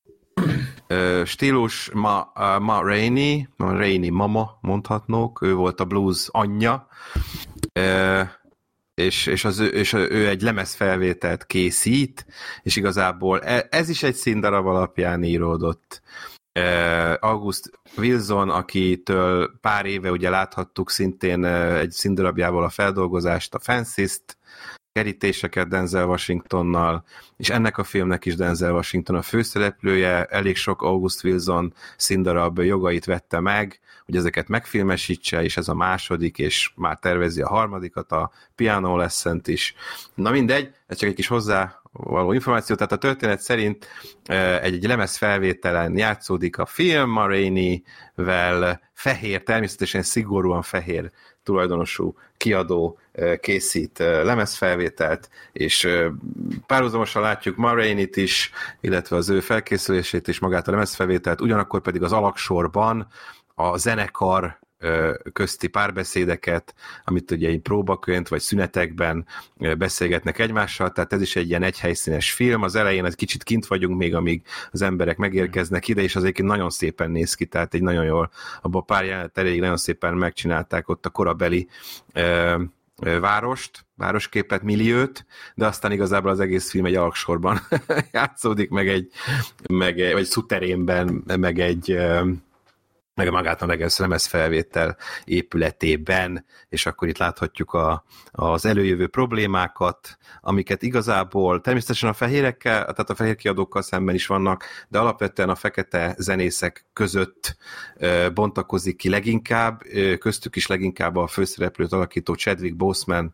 ö, stílus, Ma, uh, Ma Rainey, Ma Rainey mama mondhatnók, ő volt a blues anyja, ö, és, és, az, és ő egy lemezfelvételt készít, és igazából ez is egy színdarab alapján íródott. August Wilson, akitől pár éve ugye láthattuk szintén egy színdarabjával a feldolgozást, a Fences-t, kerítéseket Denzel Washingtonnal, és ennek a filmnek is Denzel Washington a főszereplője, elég sok August Wilson színdarab jogait vette meg, hogy ezeket megfilmesítse, és ez a második, és már tervezi a harmadikat, a Piano Lesson-t is. Na mindegy, ez csak egy kis hozzá való információ, tehát a történet szerint egy, egy lemezfelvételen játszódik a film, Ma Rainey-vel fehér, természetesen szigorúan fehér tulajdonosú kiadó készít lemezfelvételt, és párhuzamosan látjuk Ma Rainey-t is, illetve az ő felkészülését és magát a lemezfelvételt, ugyanakkor pedig az alaksorban a zenekar közti párbeszédeket, amit ugye egy próbakönt vagy szünetekben beszélgetnek egymással, tehát ez is egy ilyen egyhelyszínes film, az elején egy kicsit kint vagyunk még, amíg az emberek megérkeznek ide, és az egyébként nagyon szépen néz ki, tehát egy nagyon jól, abban a pár jelenet elég nagyon szépen megcsinálták ott a korabeli ö, ö, várost, városképet, milliót, de aztán igazából az egész film egy alaksorban játszódik, meg egy, meg egy vagy szuterénben, meg egy ö, meg magát a lemezfelvétel épületében, és akkor itt láthatjuk a, az előjövő problémákat, amiket igazából természetesen a fehérekkel, tehát a fehér kiadókkal szemben is vannak, de alapvetően a fekete zenészek között bontakozik ki leginkább, köztük is leginkább a főszereplőt alakító Chadwick Boseman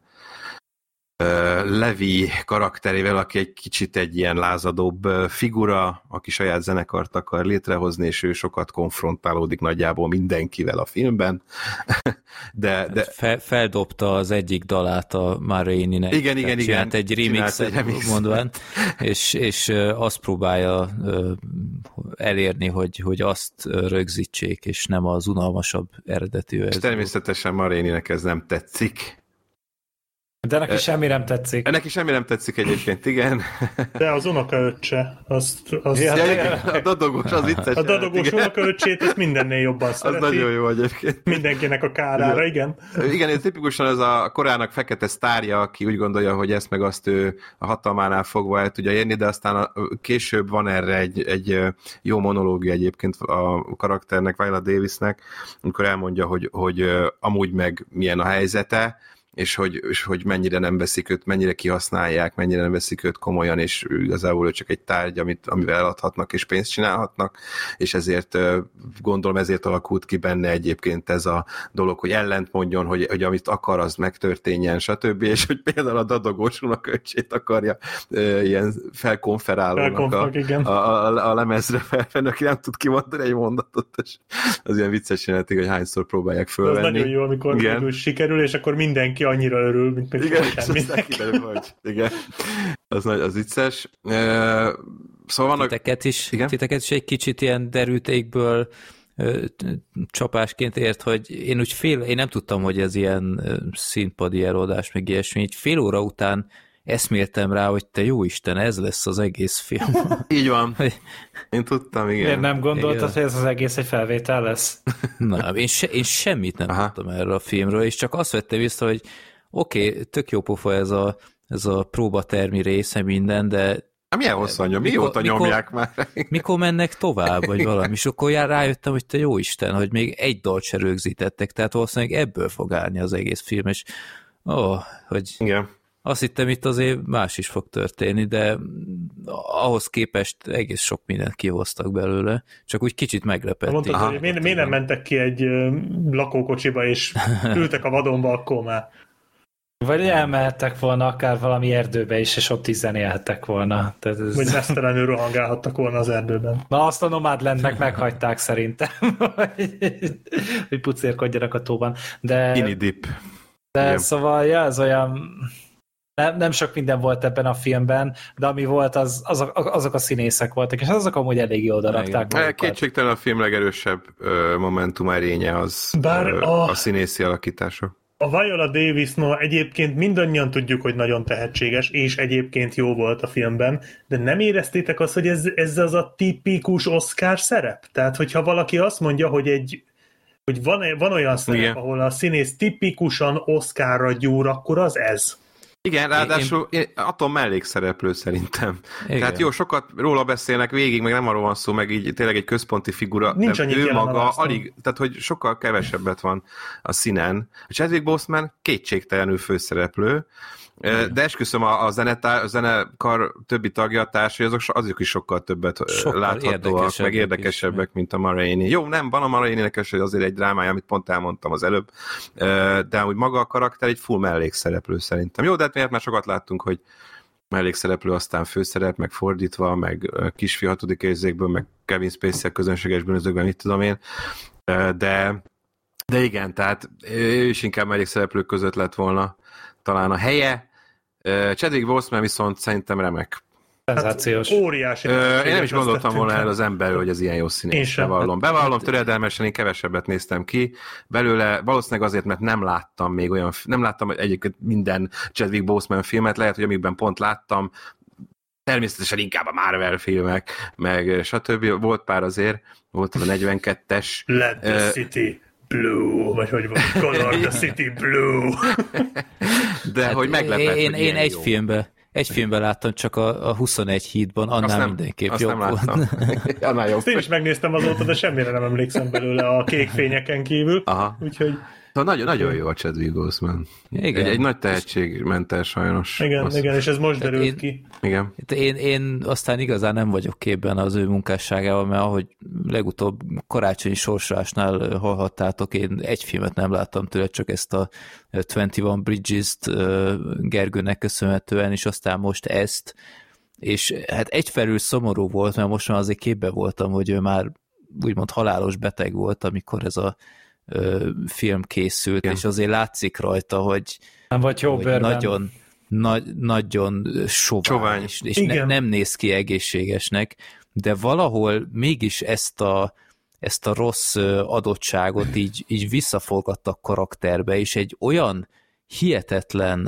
Levi karakterével, aki egy kicsit egy ilyen lázadóbb figura, aki saját zenekart akar létrehozni, és ő sokat konfrontálódik nagyjából mindenkivel a filmben. de, de... Fe, feldobta az egyik dalát a Ma Rainey-nek. Igen, igen, igen. Csinált egy remixet, remix. mondván, és, és azt próbálja elérni, hogy, hogy azt rögzítsék, és nem az unalmasabb eredetű. És természetesen Ma Rainey-nek ez nem tetszik. De neki semmi nem tetszik. Neki semmi nem tetszik egyébként, igen. De az unokaöccse, azt... azt ja, ja, a dadogós, az vicces. A dadogós unokaöccsét, ezt mindennél jobban szereti. Az nagyon jó egyébként. Mindenkinek a kárára, igen. Igen, ez tipikusan ez a korának fekete sztárja, aki úgy gondolja, hogy ezt meg azt ő a hatalmánál fogva el tudja érni, de aztán a, később van erre egy, egy jó monológia egyébként a karakternek, Viola Davisnek, amikor elmondja, hogy, hogy amúgy meg milyen a helyzete, és hogy, és hogy mennyire nem veszik őt, mennyire kihasználják, mennyire nem veszik őt komolyan, és igazából ő csak egy tárgy, amit, amivel eladhatnak és pénzt csinálhatnak, és ezért gondolom ezért alakult ki benne egyébként ez a dolog, hogy ellent mondjon, hogy, hogy amit akar, az megtörténjen, stb. És hogy például a dadogós unokaöccsét akarja e, ilyen felkonferálónak a, a, a, a lemezre felvenni, aki nem tud kimondani egy mondatot, és az ilyen vicces jelentik, hogy hányszor próbálják fölvenni. De az nagyon jó, amikor sikerül, és akkor mindenki annyira örül, mint meg igen, hogy igen, az, nagy, az vicces. Uh, szóval vannak... Titeket is, titeket is egy kicsit ilyen derültékből csapásként ért, hogy én úgy fél, én nem tudtam, hogy ez ilyen színpadi előadás, meg ilyesmi, így fél óra után eszméltem rá, hogy te jó Isten, ez lesz az egész film. Így van. Én tudtam, igen. Miért nem gondoltad, igen. hogy ez az egész egy felvétel lesz? Nem, én, se, én semmit nem Aha. tudtam erről a filmről, és csak azt vettem vissza, hogy oké, okay, tök jó pofa ez a, ez a próbatermi része minden, de milyen hosszan nyom, mióta mikor, nyomják már? Mikor mennek tovább, vagy valami, és akkor rájöttem, hogy te jó Isten, hogy még egy dalt se rögzítettek, tehát valószínűleg ebből fog állni az egész film, és ó, oh, hogy igen. Azt hittem, itt azért más is fog történni, de ahhoz képest egész sok mindent kihoztak belőle, csak úgy kicsit meglepett. Mondtad, hogy miért, miért nem mentek ki egy lakókocsiba, és ültek a vadonba, akkor már. Vagy elmehettek volna akár valami erdőbe is, és ott is zenélhettek volna. Tehát ez... Vagy mesztelenül rohangálhattak volna az erdőben. Na azt a Nomadlandnek meghagyták szerintem, hogy pucérkodjanak a tóban. De, Inidip. De igen. Szóval, ja, ez olyan... Nem, nem sok minden volt ebben a filmben, de ami volt, az, azok, azok a színészek voltak, és azok amúgy elég jól darakták. Kétségtelen a film legerősebb uh, momentum erénye az Bár uh, a... a színészi alakítása. A Viola Davis, no, egyébként mindannyian tudjuk, hogy nagyon tehetséges, és egyébként jó volt a filmben, de nem éreztétek azt, hogy ez, ez az a tipikus Oscar szerep? Tehát, hogyha valaki azt mondja, hogy egy hogy van, van olyan szerep, igen. ahol a színész tipikusan Oscarra gyúr, akkor az ez. Igen, ráadásul én, én attól mellékszereplő szerintem. Igen. Tehát jó, sokat róla beszélnek végig, meg nem arról van szó, meg így tényleg egy központi figura, nincs de ő maga alig, tehát hogy sokkal kevesebbet van a színen. A Chadwick Boseman kétségtelenül főszereplő, de esküszöm a, a, zenetár, a zenekar többi tagja, társai, azok, azok is sokkal többet sokkal láthatóak, meg érdekesebbek, is, mint a Ma Rainey. Jó, nem, van a Ma Rainey-nek azért egy drámája, amit pont elmondtam az előbb, de úgy maga a karakter egy full mellékszereplő szerintem. Jó, de hát miért már sokat láttunk, hogy mellékszereplő, aztán főszerep, meg fordítva, meg kisfiú hatodik érzékből, meg Kevin Spacey közönséges bűnözőkben, mit tudom én, de, de igen, tehát ő is inkább mellékszereplők között lett volna talán a helye. Chadwick Boseman viszont szerintem remek. Szenzációs. Hát, óriási. Ö, én nem is gondoltam volna el az emberről, hogy ez ilyen jó színész. Bevallom. Bevallom, töredelmesen én kevesebbet néztem ki belőle, valószínűleg azért, mert nem láttam még olyan, nem láttam egyébként minden Chadwick Boseman filmet, lehet, hogy amikben pont láttam, természetesen inkább a Marvel filmek, meg stb. Volt pár azért, volt a negyvenkettes. Let the uh, City Blue, vagy hogy van, Color the City Blue. De hát hogy meglepett, én, hogy én egy jó. filmben Egy filmben láttam, csak a, a huszonegy hídban, annál nem, mindenképp jobb volt. Annál jobb. Azt én is megnéztem azóta, de semmire nem emlékszem belőle a kék fényeken kívül. Aha. Úgyhogy... Nagyon, nagyon jó a Chadwick Boseman. Egy, egy nagy tehetségmentes sajnos. Igen, azt. igen, és ez most derült én, ki. Igen. Én, én aztán igazán nem vagyok képben az ő munkásságával, mert ahogy legutóbb karácsonyi sorsolásnál hallhattátok, én egy filmet nem láttam tőle, csak ezt a huszonegy Bridges-t Gergőnek köszönhetően, és aztán most ezt, és hát egyfelől szomorú volt, mert most már azért képben voltam, hogy ő már úgymond halálos beteg volt, amikor ez a film készült, igen. És azért látszik rajta, hogy, nem vagy jó hogy nagyon, nagy, nagyon sovány, sovány. és, és ne, nem néz ki egészségesnek, de valahol mégis ezt a, ezt a rossz adottságot így, így visszaforgattak karakterbe, és egy olyan hihetetlen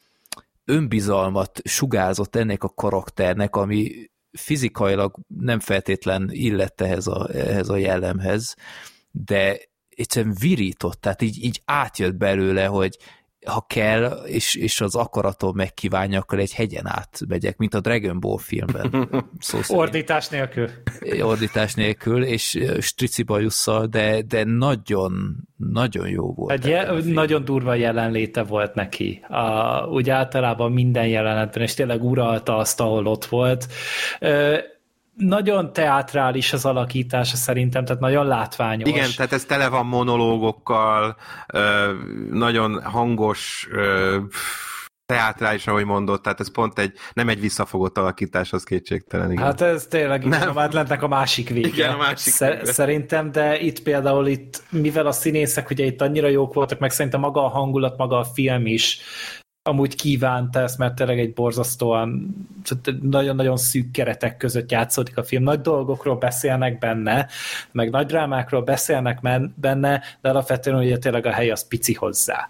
önbizalmat sugázott ennek a karakternek, ami fizikailag nem feltétlen illett ehhez a, ehhez a jellemhez, de egyszerűen virított, tehát így, így átjött belőle, hogy ha kell, és, és az akaratom megkívánja, akkor egy hegyen átmegyek, mint a Dragon Ball filmben. Szó ordítás nélkül. Ordítás nélkül, és strici bajusszal, de, de nagyon, nagyon jó volt. Egy je- nagyon durva jelenléte volt neki. A, úgy általában minden jelenetben, és tényleg uralta azt, ahol ott volt. Ö, nagyon teátrális az alakítása szerintem, tehát nagyon látványos. Igen, tehát ez tele van monológokkal, nagyon hangos, teátrális, ahogy mondott, tehát ez pont egy, nem egy visszafogott alakítás, az kétségtelen. Igen. Hát ez tényleg igen, a Mádlentnek a másik vége. Igen, a másik Szer- vége. Szerintem, de itt például itt, mivel a színészek ugye itt annyira jók voltak, meg szerintem maga a hangulat, maga a film is amúgy kívánta ezt, mert tényleg egy borzasztóan nagyon-nagyon szűk keretek között játszódik a film. Nagy dolgokról beszélnek benne, meg nagy drámákról beszélnek benne, de alapvetően ugye tényleg a hely az pici hozzá.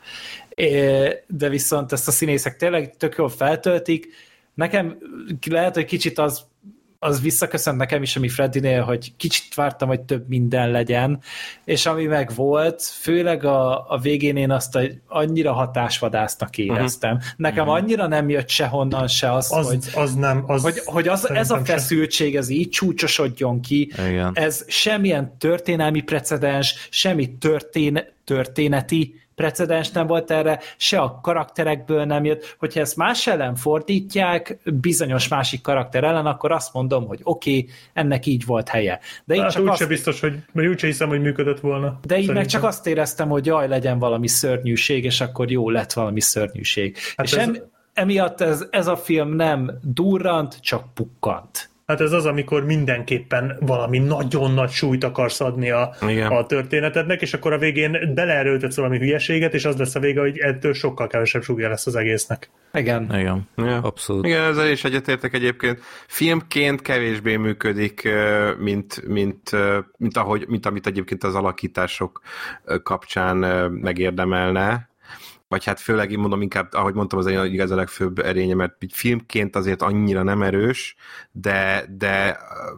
De viszont ezt a színészek tényleg tök jól feltöltik. Nekem lehet, hogy kicsit az az visszaköszönt nekem is, ami Freddynél, hogy kicsit vártam, hogy több minden legyen, és ami meg volt, főleg a, a végén én azt a, annyira hatásvadásznak éreztem. Uh-huh. Nekem uh-huh. annyira nem jött sehonnan se az, az, hogy, az nem, az hogy, hogy az, ez a feszültség, ez így csúcsosodjon ki. Igen. Ez semmilyen történelmi precedens, semmi történ, történeti precedens nem volt erre, se a karakterekből nem jött. Hogyha ezt más ellen fordítják, bizonyos másik karakter ellen, akkor azt mondom, hogy oké, okay, ennek így volt helye. De így hát csak úgyse azt... biztos, hogy úgyse hiszem, hogy működött volna. De így szerintem. Meg csak azt éreztem, hogy jaj, legyen valami szörnyűség, és akkor jó, lett valami szörnyűség. Hát és ez... em, emiatt ez, ez a film nem durrant, csak pukkant. Hát ez az, amikor mindenképpen valami nagyon nagy súlyt akarsz adni a, a történetednek, és akkor a végén beleerőltetsz valami hülyeséget, és az lesz a vége, hogy ettől sokkal kevesebb súlya lesz az egésznek. Igen. Igen, ja. Abszolút. Igen, ezzel is egyetértek egyébként. Filmként kevésbé működik, mint, mint, mint, ahogy, mint amit egyébként az alakítások kapcsán megérdemelne. Vagy hát főleg én mondom inkább, ahogy mondtam, az egy igaz a legfőbb erénye, mert filmként azért annyira nem erős, de, de,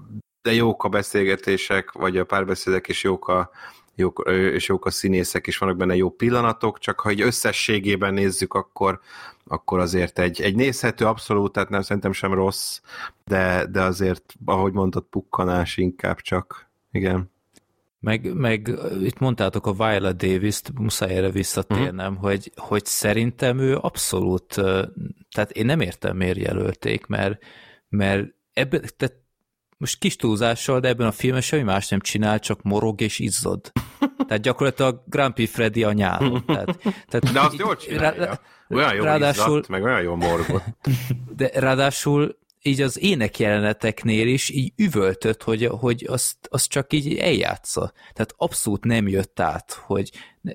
de jók a beszélgetések, vagy a párbeszédek, és jók a, jók, és jók a színészek, és vannak benne jó pillanatok, csak ha egy összességében nézzük, akkor, akkor azért egy, egy nézhető abszolút, tehát nem szerintem sem rossz, de, de azért, ahogy mondtad, pukkanás inkább csak, igen. Meg, meg itt mondtátok a Viola Davis-t, muszáj erre visszatérnem, uh-huh. hogy, hogy szerintem ő abszolút, tehát én nem értem, miért jelölték, mert, mert ebben, tehát most kis túlzással, de ebben a filmben semmi más nem csinál, csak morog és izzad. Tehát gyakorlatilag Grumpy Freddy a nyálon. Tehát, tehát de azt jól csinálja. Olyan jól ráadásul, izzadt, meg olyan jól morgott. De ráadásul így az énekjeleneteknél is így üvöltött, hogy, hogy azt, azt csak így eljátsza. Tehát abszolút nem jött át, hogy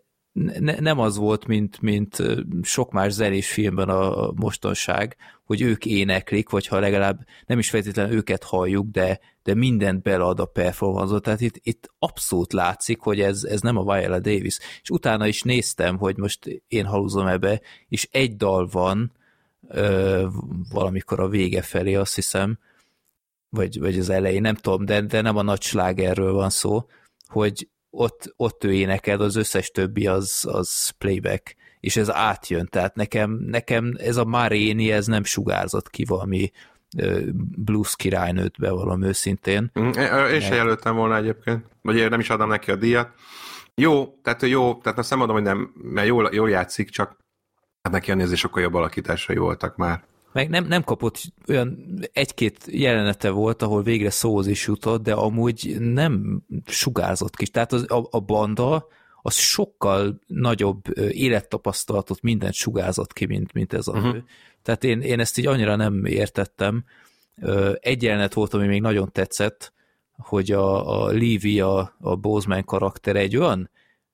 ne, nem az volt, mint, mint sok más zenés filmben a mostanság, hogy ők éneklik, vagy ha legalább nem is feltétlenül őket halljuk, de, de mindent belead a performance-ot. Tehát itt, itt abszolút látszik, hogy ez, ez nem a Viola Davis. És utána is néztem, hogy most én halúzom ebbe, és egy dal van, Ö, valamikor a vége felé, azt hiszem, vagy, vagy az elején, nem tudom, de, de nem a nagy slágerről van szó, hogy ott, ott ő énekel, az összes többi az, az playback, és ez átjön, tehát nekem, nekem ez a Maréni, ez nem sugárzott ki valami ö, blues királynőt, bevallom őszintén. Mm, én se jelöltem volna egyébként, vagy én nem is adom neki a díjat. Jó, tehát jó, tehát azt nem mondom, hogy nem, mert jól, jól játszik, csak hát neki a nézés sokkal jobb alakításai voltak már. Meg nem, nem kapott olyan egy-két jelenete volt, ahol végre szóhoz is jutott, de amúgy nem sugárzott ki. Tehát az, a, a banda az sokkal nagyobb élettapasztalatot, mindent sugárzott ki, mint, mint ez a nő. Uh-huh. Tehát én, én ezt így annyira nem értettem. Egy jelenet volt, ami még nagyon tetszett, hogy a, a Levy, a, a Boseman karakter egy olyan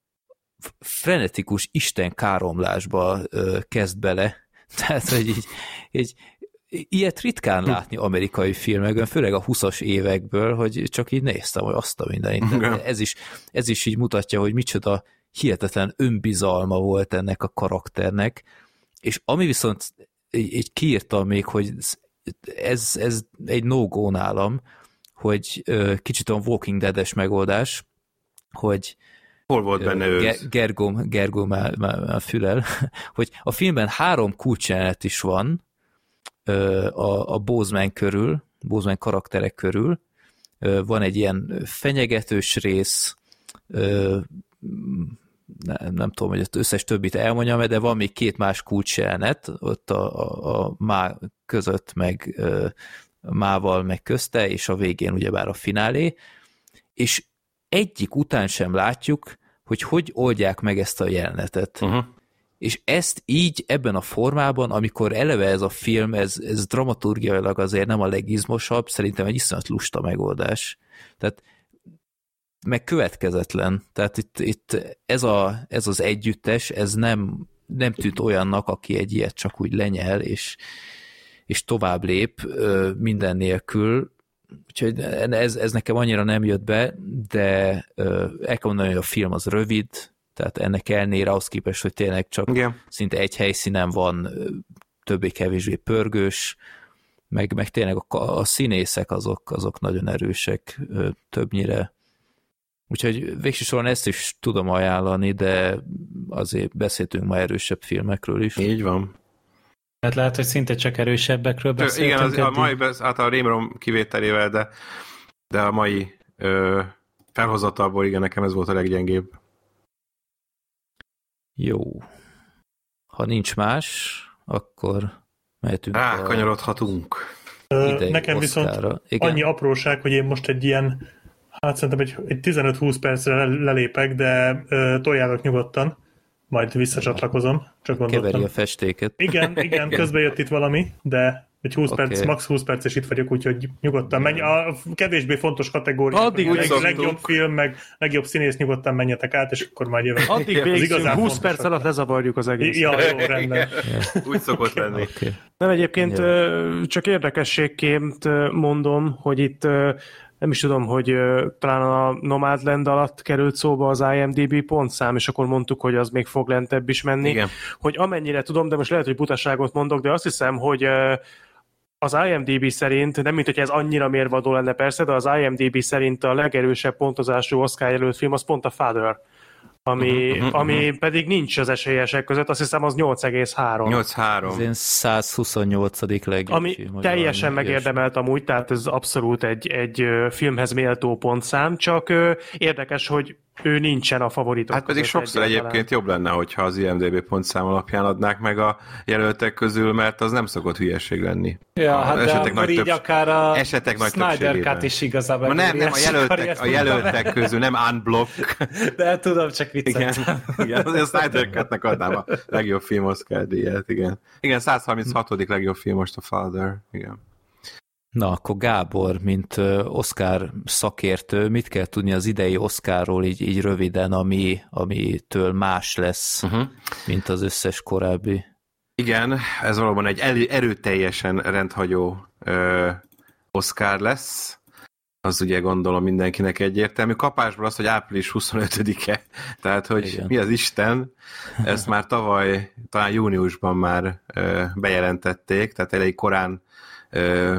frenetikus istenkáromlásba ö, kezd bele. Tehát, hogy így, így ilyet ritkán látni amerikai filmekben, főleg a huszas évekből, hogy csak így néztem, hogy azt a mindenit. Ez is, ez is így mutatja, hogy micsoda hihetetlen önbizalma volt ennek a karakternek, és ami viszont így, így kiírtam még, hogy ez, ez egy no-go nálam, hogy ö, kicsit olyan Walking Dead-es megoldás, hogy hol volt benne ősz? Gergó, Gergó már, már, már fülel, hogy a filmben három kulcsjelenet is van a, a Boseman körül, Boseman karakterek körül. Van egy ilyen fenyegetős rész, nem, nem tudom, hogy az összes többit elmondjam, de van még két más kulcsjelenet, ott a, a, a Má között, meg Mával, meg közte, és a végén ugyebár a finálé, és egyik után sem látjuk, hogy hogy oldják meg ezt a jelenetet. Uh-huh. És ezt így ebben a formában, amikor eleve ez a film, ez, ez dramaturgiailag azért nem a legizmosabb, szerintem egy iszonyat lusta megoldás. Tehát meg következetlen. Tehát itt, itt ez, a, ez az együttes, ez nem nem tűnt olyannak, aki egy ilyet csak úgy lenyel, és, és tovább lép minden nélkül. Úgyhogy ez, ez nekem annyira nem jött be, de el kell mondani, hogy a film az rövid, tehát ennek ellenére ahhoz képest, hogy tényleg csak igen. szinte egy helyszínen van, többé-kevésbé pörgős, meg, meg tényleg a, a színészek azok, azok nagyon erősek többnyire. Úgyhogy végső soron ezt is tudom ajánlani, de azért beszéltünk ma erősebb filmekről is. Így van. Tehát lehet, hogy szinte csak erősebbekről beszéltünk. Igen, az, a mai, hát a Rémrom kivételével, de, de a mai ö, felhozatalból igen, nekem ez volt a leggyengébb. Jó. Ha nincs más, akkor mehetünk. Rá, kanyarodhatunk. Nekem viszont igen. annyi apróság, hogy én most egy ilyen, hát szerintem egy, egy tizenöt-húsz percre lelépek, de ö, tojálok nyugodtan, majd visszacsatlakozom. Csak gondoltam. Keveri a festéket. Igen, igen, közben jött itt valami, de egy húsz okay. perc, max húsz perc, és itt vagyok, úgyhogy nyugodtan menj. A kevésbé fontos kategória, addig leg, legjobb film, meg legjobb színész, nyugodtan menjetek át, és akkor majd jövök. Addig végzünk, húsz perc alatt lezavarjuk az egész. Ja, jó, rendben. Úgy szokott lenni. Okay. Nem, egyébként yeah. csak érdekességként mondom, hogy itt nem is tudom, hogy uh, talán a Nomadland alatt került szóba az IMDb pontszám, és akkor mondtuk, hogy az még fog lentebb is menni. Igen. Hogy amennyire tudom, de most lehet, hogy butaságot mondok, de azt hiszem, hogy uh, az IMDb szerint, nem mint hogy ez annyira mérvadó lenne persze, de az IMDb szerint a legerősebb pontozású Oscar jelölt film az pont a Father, ami, uh-huh, uh-huh. ami pedig nincs az esélyesek között, azt hiszem az nyolc egész három. nyolc három. Az én száz huszonnyolcadik legjobb ami film. Teljesen megérdemelt amúgy, tehát ez abszolút egy, egy filmhez méltó pontszám, csak érdekes, hogy ő nincsen a favoritok. Hát pedig sokszor egyébként talán. Jobb lenne, hogyha az IMDb pontszám alapján adnák meg a jelöltek közül, mert az nem szokott hülyeség lenni. Ja, hát esetek de nagy több... akár a esetek nagy Snyder Cut is igazából. Ma nem, nem, a jelöltek, a jelöltek közül, nem unblock. De tudom, csak vicceltem. Igen, igen, azért a Snyder Cut-nek adnám a legjobb film Oscar díjat, igen. Igen, száz harminchatodik legjobb film most a Father, igen. Na, akkor Gábor, mint Oscar szakértő, mit kell tudni az idei Oscarról így, így röviden, ami, amitől más lesz, uh-huh. mint az összes korábbi? Igen, ez valóban egy elő, erőteljesen rendhagyó ö, Oscar lesz. Az ugye gondolom mindenkinek egyértelmű. Kapásból az, hogy április huszonötödike, tehát hogy igen. Mi az Isten, ezt már tavaly, talán júniusban már ö, bejelentették, tehát elég korán ö,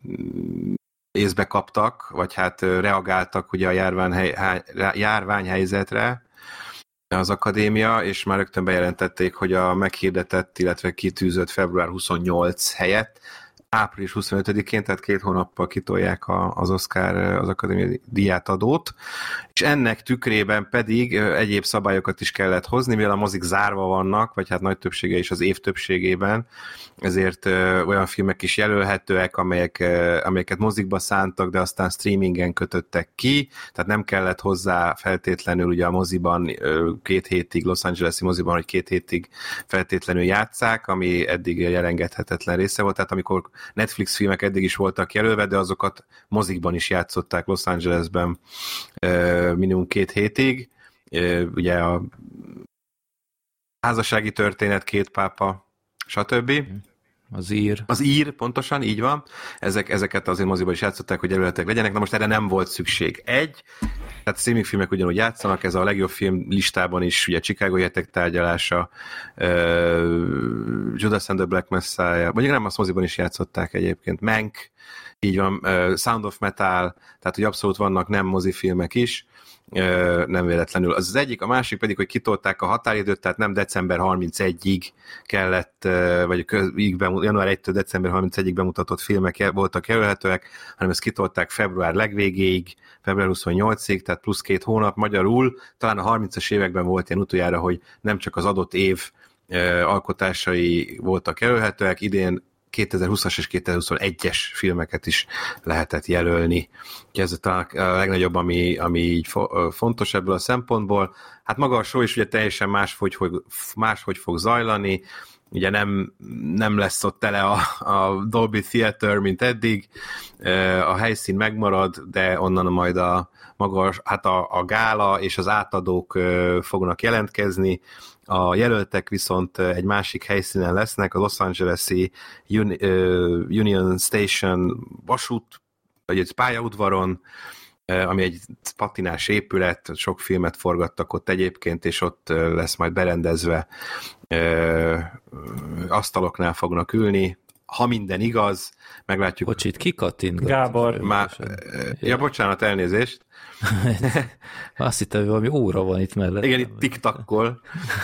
észbe kaptak, vagy hát reagáltak ugye a járványhely, járványhelyzetre az akadémia, és már rögtön bejelentették, hogy a meghirdetett, illetve kitűzött február huszonnyolc helyett április huszonötödikén, tehát két hónappal kitolják a, az Oscar, az akadémia díjátadót, és ennek tükrében pedig egyéb szabályokat is kellett hozni, mivel a mozik zárva vannak, vagy hát nagy többsége is az év többségében, ezért ö, olyan filmek is jelölhetőek, amelyek, ö, amelyeket mozikba szántak, de aztán streamingen kötöttek ki, tehát nem kellett hozzá feltétlenül ugye a moziban ö, két hétig, Los Angeles-i moziban, hogy két hétig feltétlenül játsszák, ami eddig elengedhetetlen része volt, tehát amikor Netflix filmek eddig is voltak jelölve, de azokat mozikban is játszották Los Angelesben ö, minimum két hétig. Ö, ugye a házassági történet, két pápa, stb. Az ír. Az ír, pontosan, így van. Ezek, ezeket azért moziban is játszották, hogy jelöltek legyenek, na most erre nem volt szükség. Egy, tehát streaming filmek ugyanúgy játszanak, ez a legjobb film listában is, ugye Chicago-i hetek tárgyalása, uh, Judas and the Black Messiah, vagy nem, azt moziban is játszották egyébként, Mank, így van, uh, Sound of Metal, tehát hogy abszolút vannak nem mozifilmek is, Uh, nem véletlenül. Az az egyik, a másik pedig, hogy kitolták a határidőt, tehát nem december harmincegyig kellett, uh, vagy január elsejétől december harmincegyig bemutatott filmek voltak jelölhetőek, hanem ezt kitolták február legvégéig, február huszonnyolcadikáig, tehát plusz két hónap. Magyarul talán a harmincas években volt ilyen utoljára, hogy nem csak az adott év uh, alkotásai voltak jelölhetőek, idén kétezer-húszas és kétezer-huszonegyes filmeket is lehetett jelölni. Ez talán a legnagyobb, ami, ami így fontos ebből a szempontból. Hát maga a show is ugye teljesen máshogy, hogy, máshogy fog zajlani. ugye nem, nem lesz ott tele a, a Dolby Theater, mint eddig, a helyszín megmarad, de onnan majd a maga, hát a, a gála és az átadók fognak jelentkezni, a jelöltek viszont egy másik helyszínen lesznek, a Los Angeles-i Union Station vasút, vagy egy pályaudvaron, ami egy patinás épület, sok filmet forgattak ott egyébként, és ott lesz majd berendezve, asztaloknál fognak ülni, ha minden igaz, meglátjuk. Bocsit, ki kattint? Gábor. Már, ja, bocsánat, elnézést. Azt hittem, hogy valami óra van itt mellett. Igen, itt tiktakkol.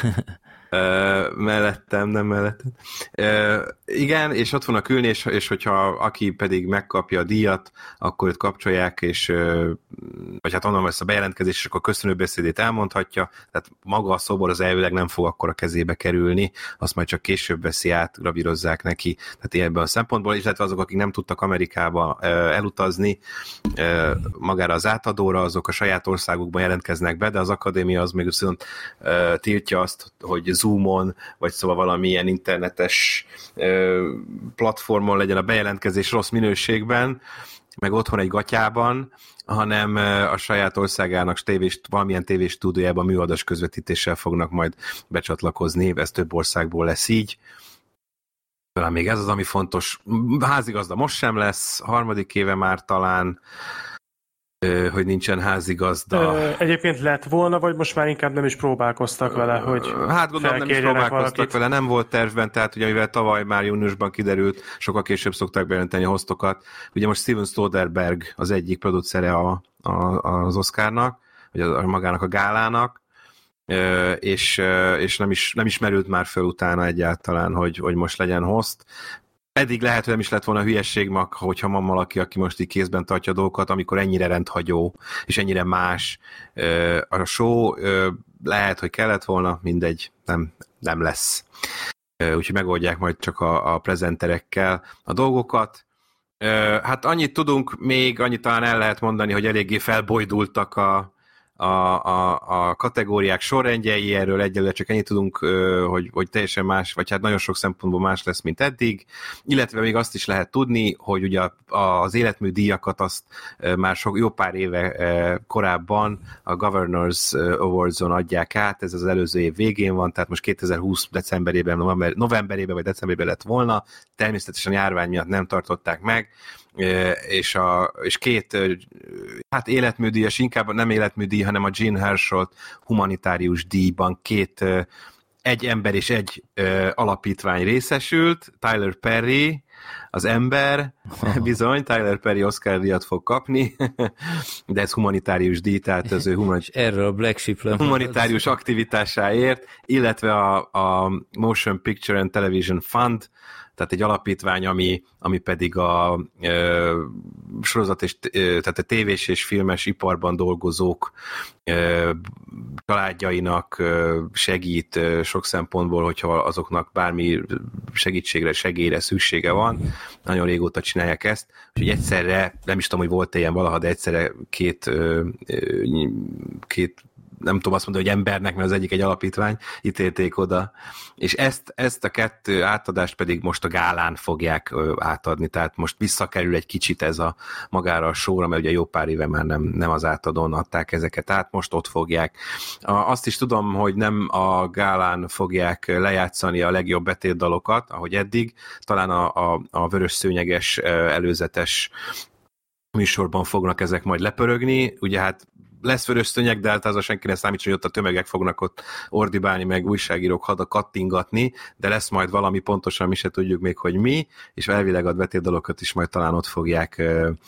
Uh, mellettem, nem mellettem. Uh, igen, és ott vannak ülni, és, és hogyha aki pedig megkapja a díjat, akkor őt kapcsolják, és uh, vagy hát onnan lesz a bejelentkezés, és akkor köszönőbeszédét elmondhatja, tehát maga a szobor az elvileg nem fog akkor a kezébe kerülni, azt majd csak később veszi át, gravírozzák neki, tehát ilyenben a szempontból, illetve azok, akik nem tudtak Amerikába uh, elutazni uh, magára az átadóra, azok a saját országukban jelentkeznek be, de az akadémia az még viszont uh, tiltja azt, hogy Zoomon, vagy szóval valamilyen internetes ö, platformon legyen a bejelentkezés rossz minőségben, meg otthon egy gatyában, hanem a saját országának tévés, valamilyen tévéstúdiójában műholdas közvetítéssel fognak majd becsatlakozni, ez több országból lesz így. Talán még ez az, ami fontos. Házigazda most sem lesz, harmadik éve már talán, hogy nincsen házigazda. Egyébként lett volna, vagy most már inkább nem is próbálkoztak vele, hogy hát gondolom nem is próbálkoztak valakit. vele, nem volt tervben, tehát ugye mivel tavaly már júniusban kiderült, sokkal később szokták bejelenteni a hostokat. Ugye most Steven Soderbergh az egyik producere a, a, az Oscarnak, vagy a, a magának a gálának, és, és nem, is, nem is merült már föl utána egyáltalán, hogy, hogy most legyen host. Eddig lehet, hogy nem is lett volna hülyesség, hogyha van valaki, aki most így kézben tartja a dolgokat, amikor ennyire rendhagyó, és ennyire más a show, lehet, hogy kellett volna, mindegy, nem, nem lesz. Úgyhogy megoldják majd csak a, a prezenterekkel a dolgokat. Hát annyit tudunk, még annyit talán el lehet mondani, hogy eléggé felbojdultak a A, a, a kategóriák sorrendjei, erről egyelőre csak ennyit tudunk, hogy, hogy teljesen más, vagy hát nagyon sok szempontból más lesz, mint eddig, illetve még azt is lehet tudni, hogy ugye az életmű díjakat azt már sok, jó pár éve korábban a Governors Awards-on adják át, ez az előző év végén van, tehát most kétezer-húsz decemberében, november, novemberében vagy decemberében lett volna, természetesen a járvány miatt nem tartották meg, és, a, és két hát életműdíjas, inkább nem életműdíj, hanem a Jean Hersholt humanitárius díjban két, egy ember és egy alapítvány részesült, Tyler Perry, az ember, bizony, Tyler Perry Oscar-díjat fog kapni, de ez humanitárius díj, tehát az ő humanit- erről a Black Sheep humanitárius aktivitásáért, illetve a, a Motion Picture and Television Fund, tehát egy alapítvány, ami, ami pedig a ö, sorozat és ö, tehát a tévés és filmes iparban dolgozók ö, családjainak ö, segít ö, sok szempontból, hogyha azoknak bármi segítségre, segélyre szüksége van. Nagyon régóta csinálják ezt, úgyhogy egyszerre, nem is tudom, hogy volt-e ilyen valaha, de egyszerre két, ö, ö, két nem tudom azt mondani, hogy embernek, mert az egyik egy alapítvány, ítélték oda. És ezt, ezt a kettő átadást pedig most a gálán fogják átadni, tehát most visszakerül egy kicsit ez a magára a showra, mert ugye jó pár éve már nem, nem az átadón adták ezeket át, most ott fogják. Azt is tudom, hogy nem a gálán fogják lejátszani a legjobb betétdalokat, ahogy eddig, talán a, a, a vörös szőnyeges előzetes műsorban fognak ezek majd lepörögni, ugye hát lesz vörös szőnyeg, de hát az a senki ne számítson, hogy ott a tömegek fognak ott ordibálni, meg újságírók hada kattingatni, de lesz majd valami, pontosan mi se tudjuk még, hogy mi, és elvileg a betétdalokat is majd talán ott fogják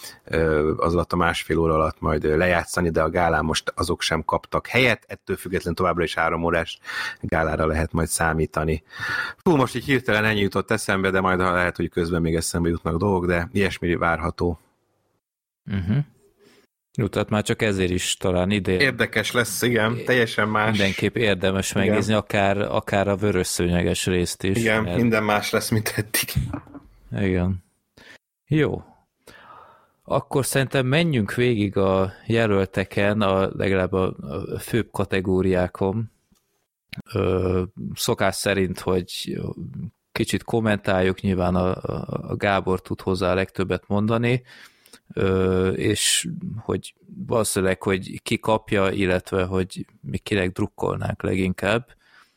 az alatt a másfél óra alatt majd lejátszani, de a gálán most azok sem kaptak helyet, ettől független továbbra is három órás gálára lehet majd számítani. Fú, most így hirtelen ennyi jutott eszembe, de majd lehet, hogy közben még eszembe jutnak dolgok, de ilyesmi várható. Uh-huh. Jó, tehát már csak ezért is talán idén. Érdekes lesz, igen, teljesen más. Mindenképp érdemes igen. megnézni, akár, akár a vörös szőnyeges részt is. Igen, mert... minden más lesz, mint eddig. Igen. Jó. Akkor szerintem menjünk végig a jelölteken, a, legalább a, a főbb kategóriákon. Ö, szokás szerint, hogy kicsit kommentáljuk, nyilván a, a Gábor tud hozzá a legtöbbet mondani, ö, és hogy valószínűleg, hogy ki kapja, illetve hogy mi kinek drukkolnánk leginkább.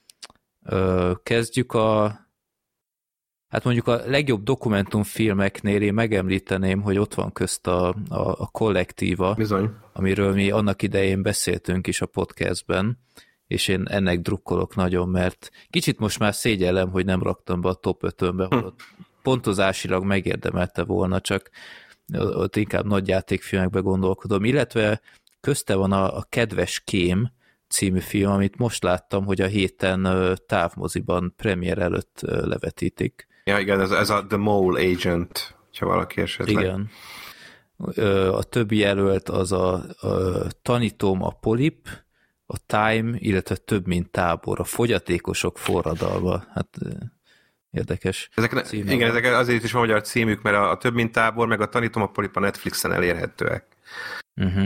Ö, kezdjük a hát mondjuk a legjobb dokumentumfilmeknél én megemlíteném, hogy ott van közt a, a, a Kollektíva, Bizony. Amiről mi annak idején beszéltünk is a podcastben, és én ennek drukkolok nagyon, mert kicsit most már szégyellem, hogy nem raktam be a top ötönbe, hm. holott pontozásilag megérdemelte volna, csak ott inkább nagy játékfilmekbe gondolkodom, illetve közte van a, a Kedves Kém című film, amit most láttam, hogy a héten távmoziban premier előtt levetítik. Ja, igen, ez, ez a The Mole Agent, ha valaki esetleg. Igen. A többi jelölt az a, a Tanítóm a Polip, a Time, illetve Több mint tábor, a fogyatékosok forradalma. Hát érdekes. Ezek, igen, ezek azért is van magyar címük, mert a, a Több mint tábor, meg a Tanítóm a Polip a Netflixen elérhetőek. Uh-huh.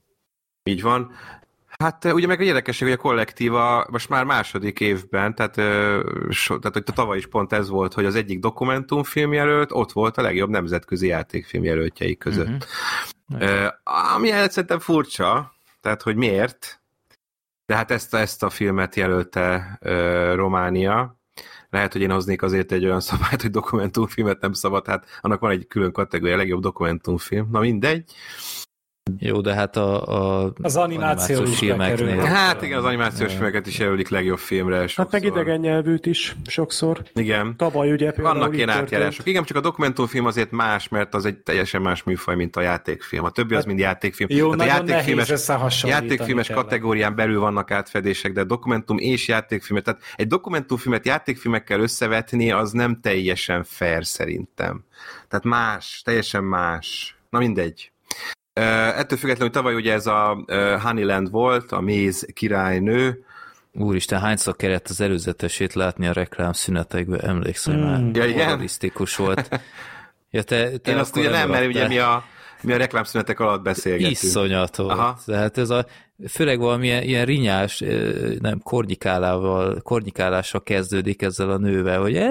Így van. Hát ugye meg egy érdekesség, hogy a Kollektíva most már második évben, tehát, so, tehát hogy tavaly is pont ez volt, hogy az egyik dokumentumfilm jelölt, ott volt a legjobb nemzetközi játékfilm jelöltjeik között. Uh-huh. Uh, ami szerintem furcsa, tehát hogy miért, de hát ezt, ezt a filmet jelölte uh, Románia. Lehet, hogy én hoznék azért egy olyan szabályt, hogy dokumentumfilmet nem szabad, hát annak van egy külön kategória, a legjobb dokumentumfilm. Na mindegy. Jó, de hát a, a az animációs filmeknél. Hát igen, az animációs filmeket is jelölik legjobb filmre. Sokszor. Hát meg idegen nyelvűt is sokszor. Igen. Tavaly ugye például. Vannak ilyen átjárások. Igen, csak a dokumentumfilm azért más, mert az egy teljesen más műfaj, mint a játékfilm. A többi az mind játékfilm. Jó, tehát nagyon a játékfilmes, játékfilmes kategórián belül vannak átfedések, de dokumentum és játékfilmet. Tehát egy dokumentumfilmet játékfilmekkel összevetni, az nem teljesen fair szerintem. Tehát más, teljesen más. Na mindegy. Uh, ettől függetlenül, hogy tavaly ugye ez a uh, Honeyland volt, a Méz királynő. Úristen, hányszor kellett az előzetesét látni a reklámszünetekben, emlékszem mm. már. Ja, igen? Horrorisztikus volt. Ja, te, te Én azt ugye nem, mert ugye mi a, mi a reklámszünetek alatt beszélgetünk. Iszonyat volt. Aha. Tehát ez a, főleg valamilyen ilyen rinyás, nem, kornyikálával, kornyikálással kezdődik ezzel a nővel, hogy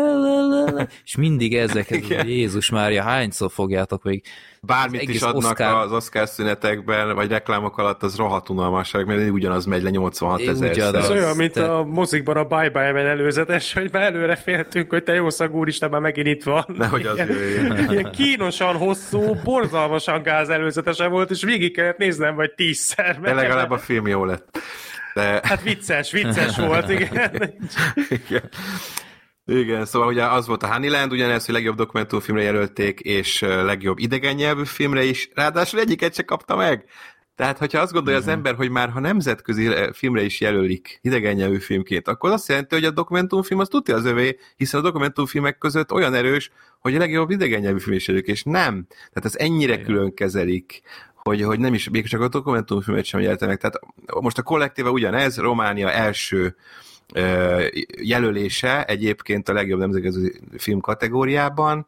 és mindig ezeket, hogy Jézus Mária, hányszor fogjátok még. Bármit is adnak Oscar... az Oscar szünetekben, vagy reklámok alatt, az rohadt unalmasság, mert ugyanaz megy le nyolcvanhat ezer. Ez olyan, mint te... a mozikban a Bye Bye Man előzetes, hogy már előre féltünk, hogy te jó szag úristen, már megint itt van. Nehogy az jöjjön. Ilyen kínosan hosszú, borzalmasan gáz előzetese volt, és végig kellett néznem, vagy tízszer. De legalább a film jó lett. De... Hát vicces, vicces volt, igen. Igen. Igen, szóval ugye az volt a Honeyland, ugyanez, hogy legjobb dokumentumfilmre jelölték, és legjobb idegen nyelvű filmre is, ráadásul egyiket se kapta meg. Tehát, hogyha azt gondolja uh-huh. az ember, hogy már ha nemzetközi filmre is jelölik idegen nyelvű filmként, akkor azt jelenti, hogy a dokumentumfilm az tudja az övé, hiszen a dokumentumfilmek között olyan erős, hogy a legjobb idegen nyelvű film is jelölik, és nem. Tehát ez ennyire Igen. külön kezelik, hogy, hogy nem is, még csak a dokumentumfilmet sem jelöltenek. Tehát most a Kollektíva ugyanez, Románia első jelölése egyébként a legjobb nemzetközi film kategóriában,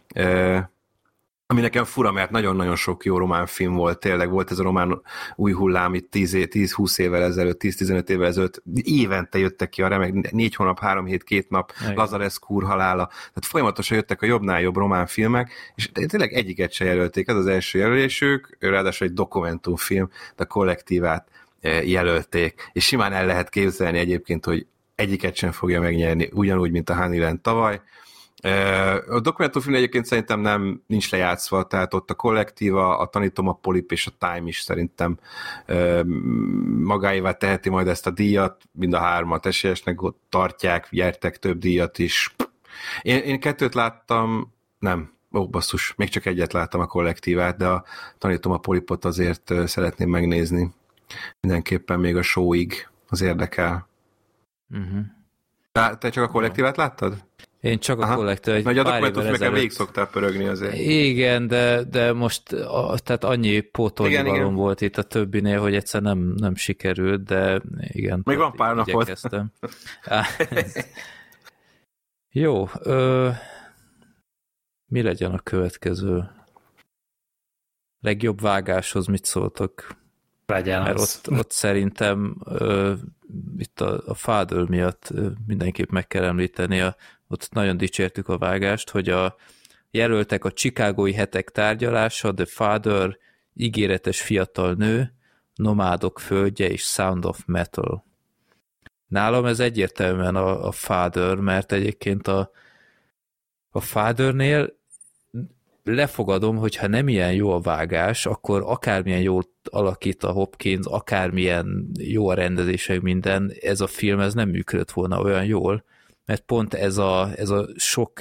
ami nekem fura, mert nagyon-nagyon sok jó román film volt, tényleg volt ez a román új hullám itt tíz-húsz évvel ezelőtt, tíz-tizenöt évvel ezelőtt, évente jöttek ki a remek, négy hónap, három hét, két nap, Lazareszk úr halála, tehát folyamatosan jöttek a jobbnál jobb román filmek, és tényleg egyiket se jelölték, ez az első jelölésük, ráadásul egy dokumentumfilm, de a Kollektívát jelölték, és simán el lehet képzelni egyébként, hogy egyiket sem fogja megnyerni, ugyanúgy, mint a Honeyland tavaly. A dokumentumfilm egyébként szerintem nem nincs lejátszva, tehát ott a Kollektíva, a Tanítóm a Polip és a Time is szerintem magáévá teheti majd ezt a díjat, mind a hármat esélyesnek tartják, gyertek több díjat is. Én, én kettőt láttam, nem, ó, basszus, még csak egyet láttam, a Kollektívát, de a Tanítóm a Polipot azért szeretném megnézni. Mindenképpen még a showig az érdekel. Uh-huh. Te, te csak a Kollektívát láttad? Én csak a Kollektívát. Nagy a dokumentumfilmeken végig szoktál pörögni azért. Igen, de, de most a, tehát annyi pótolni valóm volt itt a többinél, hogy egyszer nem, nem sikerült, de igen. Még van pár napot. Jó. Ö, mi legyen a következő? Legjobb vágáshoz mit szóltok? Legyen mert az. ott, ott szerintem ö, itt a, a Father miatt ö, mindenképp meg kell említeni, a, ott nagyon dicsértük a vágást, hogy a jelöltek a Chicagói hetek tárgyalása, The Father, Ígéretes fiatal nő, Nomádok földje és Sound of Metal. Nálam ez egyértelműen a, a Father, mert egyébként a, a Fathernél lefogadom, hogy ha nem ilyen jó a vágás, akkor akármilyen jól alakít a Hopkins, akármilyen jó a rendezése, minden, ez a film ez nem működött volna olyan jól, mert pont ez a, ez a sok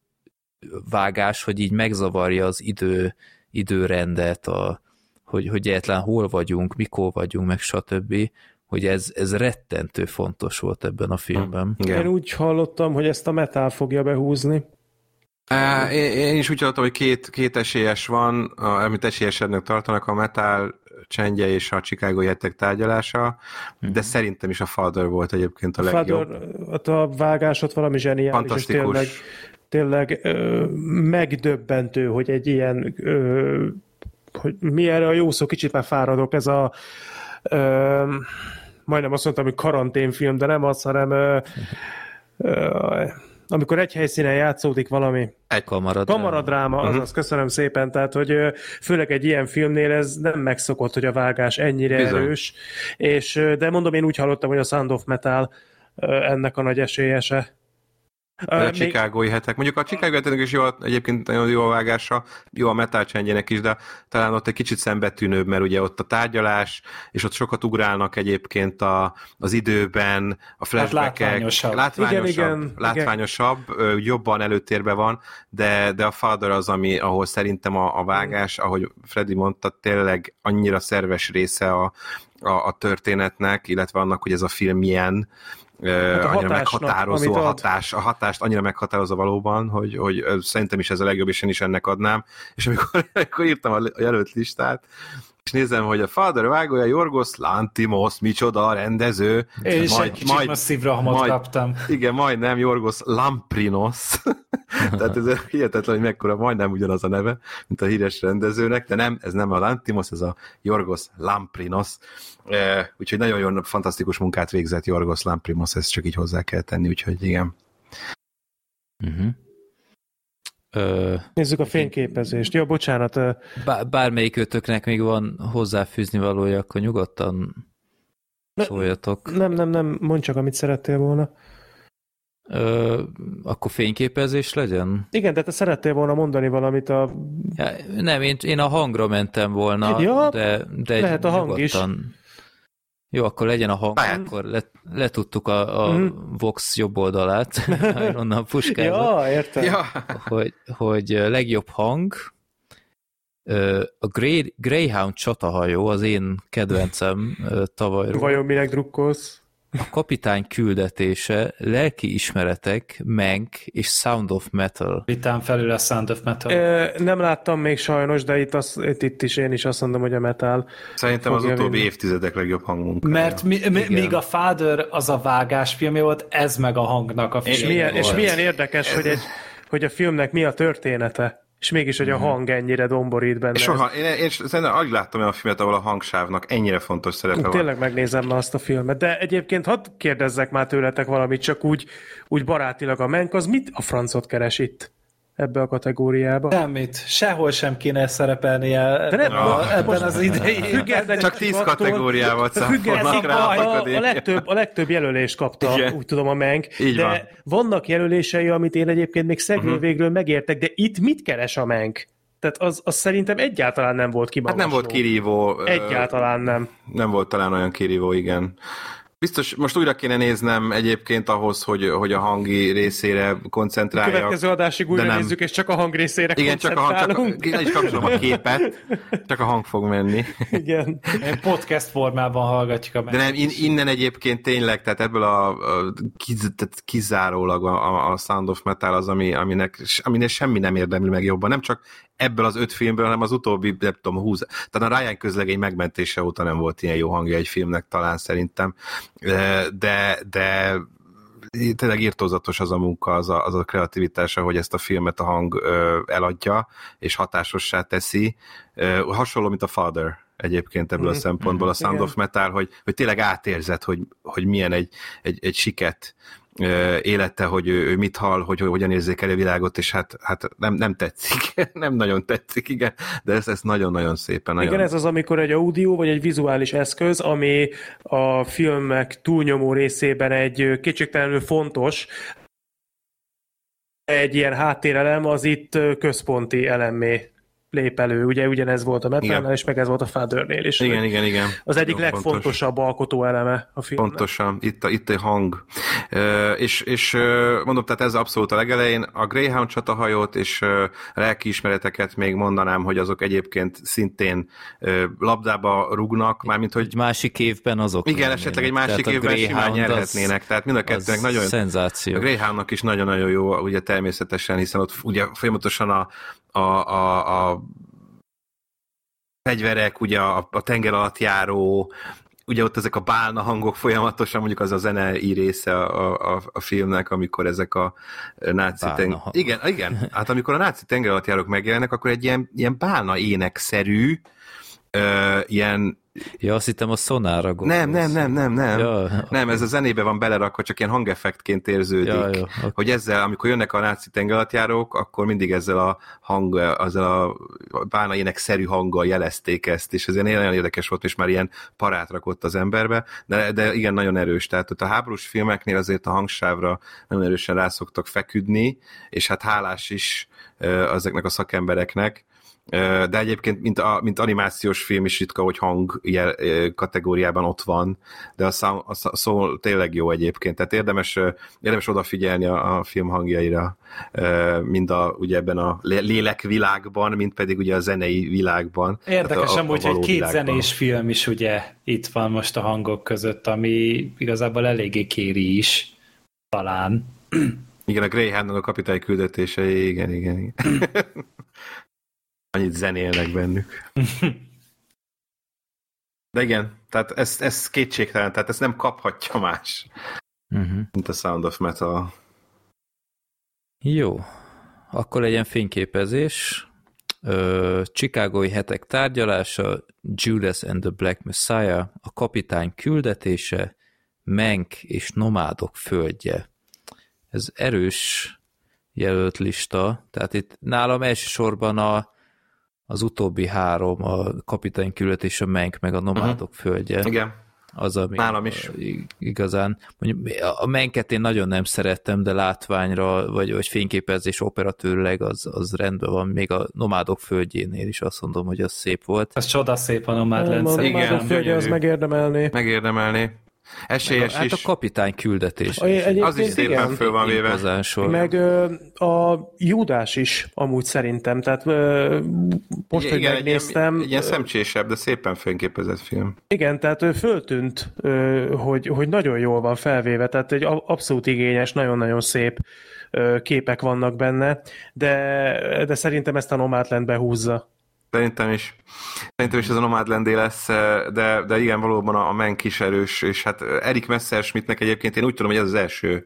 vágás, hogy így megzavarja az idő, időrendet, a, hogy, hogy egyáltalán hol vagyunk, mikor vagyunk, meg stb., hogy ez, ez rettentő fontos volt ebben a filmben. Igen. Én úgy hallottam, hogy ezt a Metal fogja behúzni. Uh, én, én is úgy hallottam, hogy két, két esélyes van, amit esélyesednek tartanak, a Metal csendje és a Chicagói hetek tárgyalása, de hmm. szerintem is a Father volt egyébként a, a legjobb. Father, a vágás ott valami zseniális. Fantasztikus. Tényleg, tényleg ö, megdöbbentő, hogy egy ilyen ö, hogy mi erre a jó szó, kicsit már fáradok, ez a ö, majdnem azt mondtam, hogy karanténfilm, de nem az, hanem ö, ö, amikor egy helyszínen játszódik valami egy kamaradráma, kamaradráma azaz, uh-huh. köszönöm szépen, tehát, hogy főleg egy ilyen filmnél ez nem megszokott, hogy a vágás ennyire Bizony. erős, és, de mondom, én úgy hallottam, hogy a Sound of Metal ennek a nagy esélyese. A még... Chicagói hetek. Mondjuk a Chicagói heteknek is jó, egyébként nagyon jó a vágása, jó a Metal csendjének is, de talán ott egy kicsit szembetűnőbb, mert ugye ott a tárgyalás, és ott sokat ugrálnak egyébként a, az időben, a flashbackek. Hát látványosabb. Látványosabb, igen, igen, látványosabb igen. jobban előtérben van, de, de a Father az, ami, ahol szerintem a, a vágás, ahogy Freddy mondta, tényleg annyira szerves része a, a, a történetnek, illetve annak, hogy ez a film milyen, Hát annyira meghatározó a hatás, a hatást annyira meghatározó valóban, hogy, hogy szerintem is ez a legjobb, és én is ennek adnám. És amikor, amikor írtam a jelölt listát, és nézem, hogy a Father vágója Yorgos Lanthimos, micsoda a rendező. Én is egy kicsit masszív rahmot kaptam. Igen, majdnem Yorgos Lamprinos. Tehát ez hihetetlen, hogy mekkora, majdnem ugyanaz a neve, mint a híres rendezőnek, de nem, ez nem a Lanthimos, ez a Yorgos Lamprinos. Úgyhogy nagyon jó, fantasztikus munkát végzett Yorgos Lamprinos, ezt csak így hozzá kell tenni, úgyhogy igen. Uh-huh. Ö, Nézzük a fényképezést. Jó, bocsánat. Bár, bármelyik ötöknek még van hozzáfűzni valója, akkor nyugodtan ne, szóljatok. Nem, nem, nem, mondd csak, amit szerettél volna. Ö, akkor fényképezés legyen? Igen, de te szerettél volna mondani valamit a... Ja, nem, én, én a hangra mentem volna, ja, de, de lehet a hang nyugodtan... is. Jó, akkor legyen a hang, Bár. akkor let, letudtuk a, a mm. Vox jobb oldalát, onnan puskázott, ja, értem. Ja. Hogy, hogy legjobb hang, a Grey, Greyhound csatahajó, az én kedvencem tavalyról. Vajon minek drukkolsz? A kapitány küldetése, lelki ismeretek, Mank és Sound of Metal. Vitán felül a Sound of Metal. E, nem láttam még sajnos, de itt, az, itt, itt is én is azt mondom, hogy a Metal. Szerintem az utóbbi vinni. évtizedek legjobb hangmunkája. Mert mi, mi, még a Father az a vágásfilmje volt, ez meg a hangnak a filmje. És milyen, és milyen érdekes, hogy, egy, hogy a filmnek mi a története. És mégis, hogy a hang ennyire domborít benne. Soha, én, én, én szerintem alig láttam olyan filmet, ahol a hangsávnak ennyire fontos szerepe van. Tényleg megnézem ma azt a filmet, de egyébként hadd kérdezzek már tőletek valamit, csak úgy, úgy barátilag a Mank, az mit a francot keres itt ebbe a kategóriába? Semmit. Sehol sem kéne szerepelnie ebben, a, a, ebben az idején. Csak tíz kategóriával számolnak rá a, a, a, legtöbb, a legtöbb jelölést kapta, igen. Úgy tudom, a Mank, Így de van. vannak jelölései, amit én egyébként még szegről uh-huh. végről megértek, de itt mit keres a Mank? Tehát az, az szerintem egyáltalán nem volt kimagasló. Hát nem volt kirívó. Egyáltalán nem. Nem volt talán olyan kirívó, igen. Biztos, most újra kéne néznem egyébként ahhoz, hogy, hogy a hangi részére koncentráljak. A következő adásig újra nem... nézzük, és csak a hang részére igen, koncentrálunk. Igen, csak a hang, csak a, is kapcsolom a képet, csak a hang fog menni. Igen. Podcast formában hallgatjuk a De nem, in, innen egyébként tényleg, tehát ebből a, a kiz, tehát kizárólag a, a Sound of Metal az, ami, aminek, aminek semmi nem érdemli meg jobban. Nem csak ebből az öt filmből, hanem az utóbbi, nem tudom, húsz. Tehát a Ryan közlegény megmentése óta nem volt ilyen jó hangja egy filmnek talán szerintem. De, de tényleg irtózatos az a munka, az a, az a kreativitása, hogy ezt a filmet a hang eladja, és hatásossá teszi. Hasonló, mint a Father egyébként ebből mm. a szempontból a Sound Igen. of Metal, hogy, hogy tényleg átérzed, hogy, hogy milyen egy, egy, egy siket élete, hogy ő, ő mit hall, hogy hogyan érzékeli a világot, és hát, hát nem, nem tetszik, nem nagyon tetszik, igen, de ez, ez nagyon-nagyon szépen. Nagyon... Igen, ez az, amikor egy audio vagy egy vizuális eszköz, ami a filmek túlnyomó részében egy kétségtelenül fontos, egy ilyen háttérelem, az itt központi elemmé lép elő. Ugye ugyanez volt a Metalnál, és meg ez volt a Fathernél is. Igen, igen, igen. Az egyik Nagyon legfontosabb fontos. alkotó eleme a filmnek. Pontosan, itt a, itt a hang. Uh, és, és uh, mondom, tehát ez abszolút a legelején. A Greyhound csatahajót és uh, lelkiismereteket még mondanám, hogy azok egyébként szintén uh, labdába rúgnak, mármint, hogy... Egy másik évben azok Igen, lennének. Esetleg egy másik tehát évben simán nyerhetnének. Tehát mind a kettőnek nagyon... Szenzáció. A Greyhoundnak is nagyon-nagyon jó, ugye természetesen, hiszen ott ugye folyamatosan a a, a, a fegyverek, ugye a, a tenger alatt járó, ugye ott ezek a bálna hangok folyamatosan, mondjuk az a zenei része a, a, a filmnek, amikor ezek a náci tenger... Igen, igen, hát amikor a náci tenger alatt járók megjelennek, akkor egy ilyen, ilyen bálna énekszerű, uh, ilyen Ja, azt hittem a szonára gondolsz. Nem, nem, nem, nem, nem. Ja, nem, ez a zenébe van belerakva, csak ilyen hangeffektként érződik. Ja, ja, okay. Hogy ezzel, amikor jönnek a náci tengeralattjárók, akkor mindig ezzel a hang, ezzel a bálna ének-szerű hanggal jelezték ezt, és ez ilyen nagyon érdekes volt, és már ilyen parát rakott az emberbe, de, de igen, nagyon erős. Tehát ott a háborús filmeknél azért a hangsávra nagyon erősen rászoktak feküdni, és hát hálás is ezeknek a szakembereknek. De egyébként, mint, a, mint animációs film is ritka, hogy hang jel, kategóriában ott van, de a szó, a szó tényleg jó egyébként, tehát érdemes, érdemes odafigyelni a, a film hangjaira, mind a, ugye ebben a lélekvilágban, mint pedig ugye a zenei világban. Érdekes amúgy, hogy két világban. Zenés film is ugye itt van most a hangok között, ami igazából eléggé kéri is, talán. Igen, a Greyhoundnak a kapitány küldetései, igen, igen, igen. Annyit zenélnek bennük. De igen, tehát ez, ez kétségtelen, tehát ez nem kaphatja más, uh-huh. mint a Sound of Metal. Jó, akkor legyen fényképezés. Ö, Chicagói hetek tárgyalása, Judas and the Black Messiah, a kapitány küldetése, Mank és nomádok földje. Ez erős jelölt lista, tehát itt nálam elsősorban a az utóbbi három, a kapitány küldetés, a Mank, meg a nomádok uh-huh. földje. Igen. Az, ami nálam is. Igazán. Mondjuk, a Manket én nagyon nem szerettem, de látványra, vagy, vagy fényképezés operatőrleg az, az rendben van. Még a nomádok földjénél is azt mondom, hogy az szép volt. Ez csoda szép a Nomadland. A nomádok földje az megérdemelné. Megérdemelné. Esélyes hát is. Hát a kapitány küldetés. A, is. Az is szépen igen. föl van véve. Meg ö, a Júdás is amúgy szerintem. Tehát ö, most, igen, hogy megnéztem... Egy ilyen szemcsésebb, de szépen fényképezett film. Igen, tehát ő föltűnt, ö, hogy, hogy nagyon jól van felvéve, tehát egy abszolút igényes, nagyon-nagyon szép ö, képek vannak benne, de, de szerintem ezt a Nomadland behúzza. Szerintem is. Szerintem is ez a Nomadlandé lesz, de, de igen, valóban a, a Mank is erős, és hát Eric Messerschmittnek egyébként én úgy tudom, hogy ez az első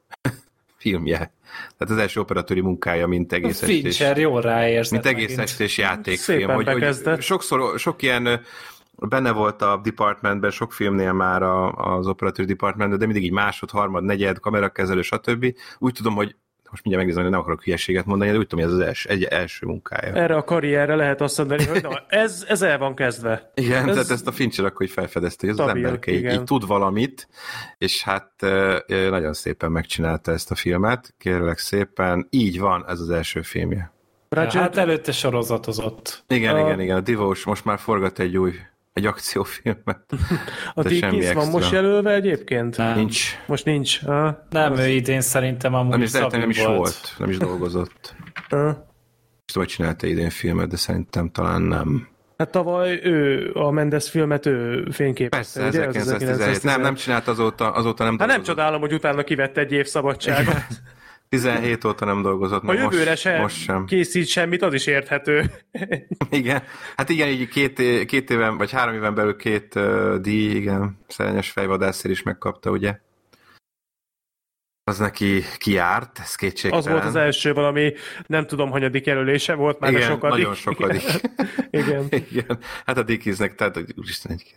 filmje. Tehát az első operatőri munkája, mint egész estés. Fincher jól ráérzett. Mint egész megint. Estés játékfilm. Hogy, hogy sokszor, sok ilyen benne volt a departmentben, sok filmnél már a, az operatőri departmentben, de mindig így másod, harmad, negyed, kamerakezelő, stb. Úgy tudom, hogy most mindjárt megnézem, hogy nem akarok hülyeséget mondani, de úgy tudom, hogy ez az els, egy első munkája. Erre a karrierre lehet azt mondani, hogy na, ez, ez el van kezdve. Igen, ez tehát ezt a Fincher akkor hogy felfedezte, hogy ez stabil, az ember így, így tud valamit, és hát nagyon szépen megcsinálta ezt a filmet, kérlek szépen, így van, ez az első filmje. Ja, hát előtte sorozatozott. Igen, a... igen, igen, a Divós most már forgat egy új egy akciófilmet. A Tikis van most jelölve egyébként? Nem. Nincs. Most nincs. Ah, nem, az... ő idén szerintem amúgy nem is, nem is volt. volt. Nem is dolgozott. Ah. Most tudom, hogy csinálta idén filmet, de szerintem talán nem. Hát tavaly ő, a Mendes filmet ő fényképezte. Persze, ezerkilencszáztizenhét. Nem, nem csinált azóta, azóta nem dolgozott. Hát nem csodálom, hogy utána kivette egy év szabadságot. tizenhét óta nem dolgozott. Ha jövőre most, sem most sem készít semmit, az is érthető. Igen. Hát igen, így két, két éven, vagy három éven belül két uh, díj, igen, Szerelmes fejvadászért is megkapta, ugye? Az neki kiárt, ez kétségtelen. Az volt az első valami, nem tudom, hanyadik jelölése volt, már igen, sokadik. nagyon sokadik. Igen. Igen. Hát a Dickiesnek, tehát úristen egy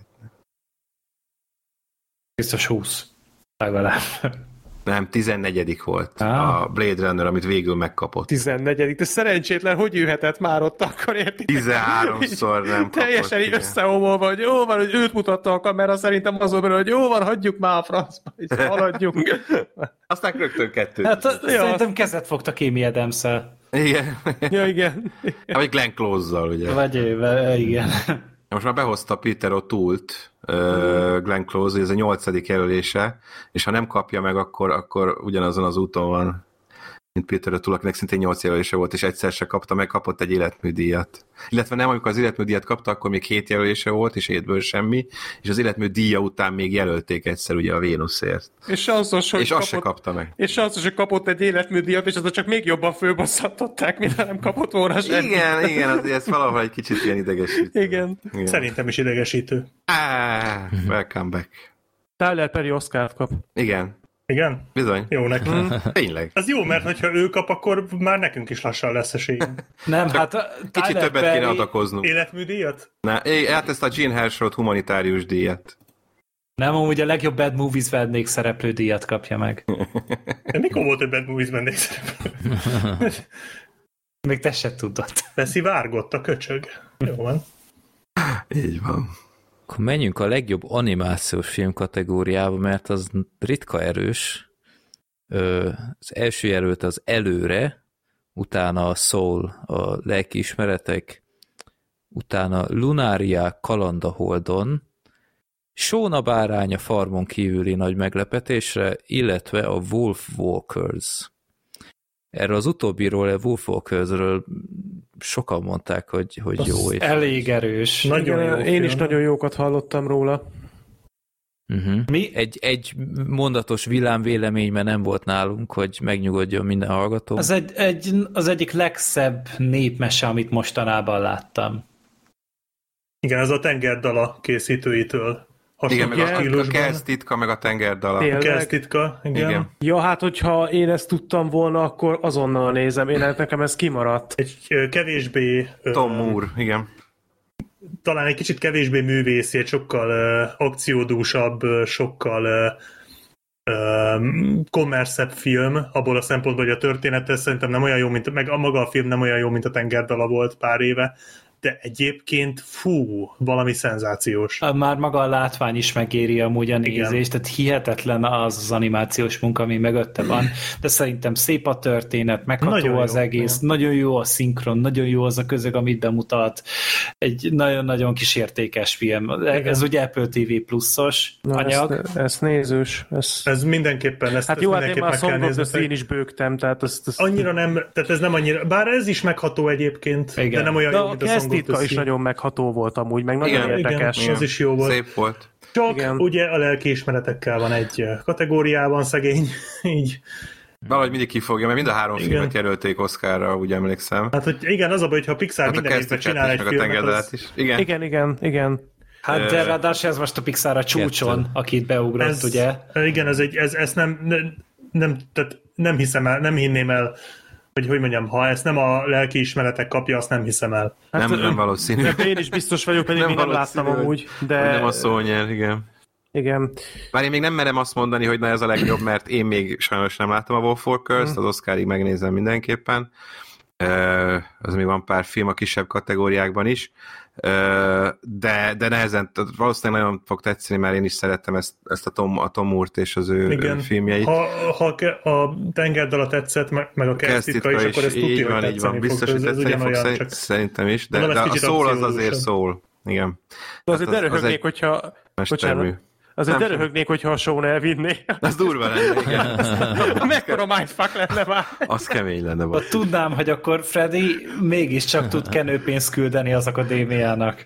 Biztos húsz. Legalább. Nem, tizennegyedik volt ah. a Blade Runner, amit végül megkapott. tizennegyedik De szerencsétlen, hogy jöhetett már ott akkor, értitek? tizenháromszor nem kapott. Teljesen így összeomolva, hogy jó van, hogy őt mutatta a kamera, szerintem azon belül, hogy jó van, hagyjuk már a francba, és haladjunk. Aztán rögtön kettőt. Hát a, ja. Szerintem kezet fogtak Amy Adams-szel. Igen. Ja, igen. Vagy Glenn Close-zal, ugye. Vagy ő, igen. Most már behozta Peter O'Toole-t, uh, Glenn Close, ez a nyolcadik jelölése, és ha nem kapja meg, akkor, akkor ugyanazon az úton van, mint Peter O'Toole, akinek szintén nyolc jelölése volt, és egyszer se kapta meg, kapott egy életműdíjat. Illetve nem, amikor az életműdíjat kapta, akkor még hét jelölése volt, és hétből semmi, és az életműdíja után még jelölték egyszer ugye a Vénuszért. És sanszos, hogy és kapott, azt se kapta meg. És sanszos, hogy kapott egy életműdíjat, és azok csak még jobban fölbosszantották, mint ha nem kapott volna semmi. Igen, igen, az, ez valahol egy kicsit ilyen idegesítő. Igen. igen. Szerintem is idegesítő. Ah, welcome back. Tyler Perry Oscart kap. Igen. Igen? Bizony. Jó neki. Tényleg. Az jó, mert hogyha ő kap, akkor már nekünk is lassan lesz esélyünk. Nem, Csak hát a kicsit többet Perry... kéne adakoznunk. Életműdíjat? Na, hát ezt a Gene Harshaw humanitárius díjat. Nem, amúgy a legjobb Bad Movies vendég szereplő díjat kapja meg. De mikor volt, hogy Bad Movies vendég szereplő? Még te se tudod. Beszivárgott a köcsög. Jó van. Így van. Akkor menjünk a legjobb animációs film kategóriába, mert az ritka erős. Az első jelölt az Előre, utána a Soul, a lelkiismeretek, utána Lunária Kaland a Holdon, Sóna bárány a farmon kívüli nagy meglepetésre, illetve a Wolf Walkers. Erről az utóbbiról, a Wolf Walkersről sokan mondták, hogy, hogy jó. És elég erős. Nagyon Igen, jó én film. is nagyon jókat hallottam róla. Uh-huh. Mi? Egy, egy mondatos villámvélemény, mert nem volt nálunk, hogy megnyugodjon minden hallgató. Az, egy, egy, az egyik legszebb népmese, amit mostanában láttam. Igen, ez a Tengerdala készítőitől. Igen, meg a, a, a stílusban. Kelsz titka, meg a Tengerdala. Tényleg? Kelsz titka, igen. Igen. Ja, hát hogyha én ezt tudtam volna, akkor azonnal nézem. Én nekem ez kimaradt. Egy ö, kevésbé... ö, Tom Moore, igen. Talán egy kicsit kevésbé művészi, egy sokkal uh, akciódúsabb, uh, sokkal uh, um, kommerszebb film, abból a szempontból, hogy a története szerintem nem olyan jó, mint, meg a maga a film nem olyan jó, mint a Tengerdala volt pár éve, de egyébként fú, valami szenzációs. Már maga a látvány is megéri amúgy a nézést, tehát hihetetlen az az animációs munka, ami mögötte van, de szerintem szép a történet, megható Nagyon az jó, egész, jó. nagyon jó a szinkron, nagyon jó az a közeg, amit bemutat, egy nagyon-nagyon kísértékes film. Igen. Ez ugye Apple té vé pluszos Na, anyag. Ezt, ezt nézős. Ezt... Ez mindenképpen lesz. Hát jó, hát én már a Song of the Scene is bőgtem, tehát azt... azt... Annyira nem, tehát ez nem annyira, bár ez is megható egyébként, igen. de nem olyan de jó, a mint a Song of the Titka is Scene. nagyon megható volt amúgy, meg nagyon Igen, érdekes. Igen, az is jó volt. Szép volt. Csak Igen. ugye a lelkiismeretekkel van egy kategóriában szegény, így. Valahogy mindig kifogja, mert mind a három Igen. filmet jelölték Oscarra, úgy emlékszem. Hát, hogy igen, az a baj, hogyha a Pixar Hát a minden évben Kelsz csinál egy meg a filmet, Tengerdalát az... is. Igen. Igen, igen, igen. Hát de ráadásul ez most a Pixar a csúcson, akit beugrott, Ez, ugye? igen, ez egy, ez, ezt nem, nem, nem, tehát nem hiszem el, nem hinném el, hogy hogy mondjam, ha ezt nem a lelkiismeretek kapja, azt nem hiszem el. Hát, nem, nem valószínű. Ebben én is biztos vagyok, pedig Nem még nem valószínű, láttam hogy- amúgy, Hogy de nem a szó nyer, igen. igen. Bár én még nem merem azt mondani, hogy na ez a legjobb, mert én még sajnos nem láttam a Wolf Walkers-t, az Oscarig megnézem mindenképpen. Uh, az még van pár film a kisebb kategóriákban is, uh, de, de nehezen, valószínűleg nagyon fog tetszeni, mert én is szerettem ezt, ezt a Tom, a Tom Moore-t és az ő Igen. filmjeit. Ha, ha ke- a Tengerdala tetszett, meg meg a Kelsz Kelsz titka is, akkor ez így tudja, van, hogy így van, tetszeni biztos, fog. hogy Ez, ez tetszeni fog, ugyanolyan, szerint, csak szerintem is, de, Mondom, de ez a kicsit szól az akciódúsabb. azért szól. Igen. De azért Hát de az- az röhögnék, egy hogyha... mestermű. Bocsánat. Azért Nem. de röhögnék, hogyha a show elvinné. Az durva lenne, igen. Mekkora mindfuck lenne már. Az kemény lenne. Ha Bak. tudnám, hogy akkor Freddy mégiscsak tud kenőpénzt küldeni az akadémiának.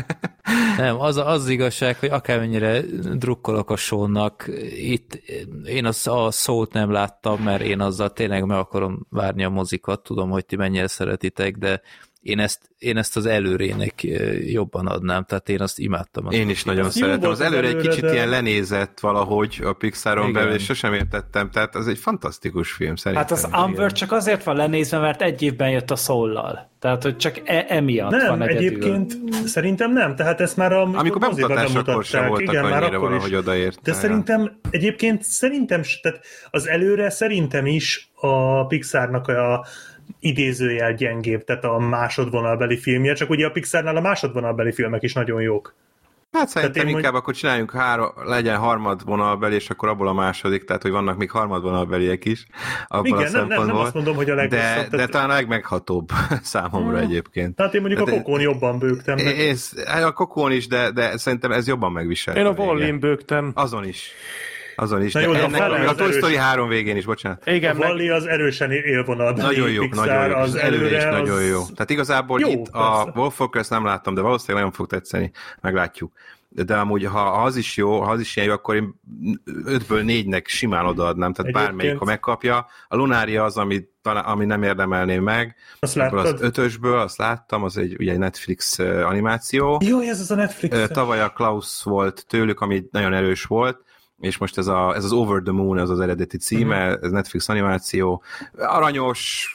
Nem, az, az igazság, hogy akármennyire drukkolok a Seannak, itt én az, a szót nem láttam, mert én azzal tényleg meg akarom várni a mozikat, tudom, hogy ti mennyire szeretitek, de én ezt, én ezt az előrének jobban adnám, tehát én azt imádtam. Az én is nagyon szeretem. Az előre egy kicsit de... ilyen lenézett valahogy a Pixaron belül, és sosem értettem, tehát az egy fantasztikus film szerintem. Hát az Umber csak azért van lenézve, mert egy évben jött a Soul-lal. Tehát, hogy csak e- emiatt nem, van egyedül. egyébként szerintem nem, tehát ezt már a amikor bemutatásakor sem voltak igen, annyira már valahogy odaért. De szerintem egyébként szerintem, tehát az előre szerintem is a Pixarnak a idézőjel gyengébb, tehát a másodvonalbeli filmje, csak ugye a Pixarnál a másodvonalbeli filmek is nagyon jók. Hát szerintem inkább mondj... akkor csináljunk három, legyen harmadvonalbeli, és akkor abból a második, tehát hogy vannak még harmadvonalbeliek is. Igen, nem, nem, nem azt mondom, hogy a legrosszabb. De, tehát... de talán a legmeghatóbb számomra hmm. egyébként. Tehát én mondjuk tehát, a Kokón jobban bőgtem. Én, a Kokón is, de, de szerintem ez jobban megvisel. Én a Wall-in bőgtem. Azon is. Azon is. Jó, ennek, a, a Toy erős... Story három végén is, bocsánat. Igen, a Wall-i az erősen élvonalban. Nagyon jó, nagyon jó. Az előre is az... nagyon jó. Tehát igazából jó, itt persze. A Wolf Walkers nem láttam, de valószínűleg nagyon fog tetszeni. Meglátjuk. De amúgy, ha az is jó, ha az is ilyen jó, akkor én ötből négynek simán odaadnám, tehát egyébként... bármelyik, ha megkapja. A Lunária az, ami, ami nem érdemelném meg. Azt láttad? Az ötösből, azt láttam, az egy ugye Netflix animáció. Jó, ez az a Netflix. Tavaly a Klaus volt tőlük, ami nagyon erős volt, és most ez, a, ez az Over the Moon, ez az eredeti címe, mm-hmm. ez Netflix animáció. Aranyos,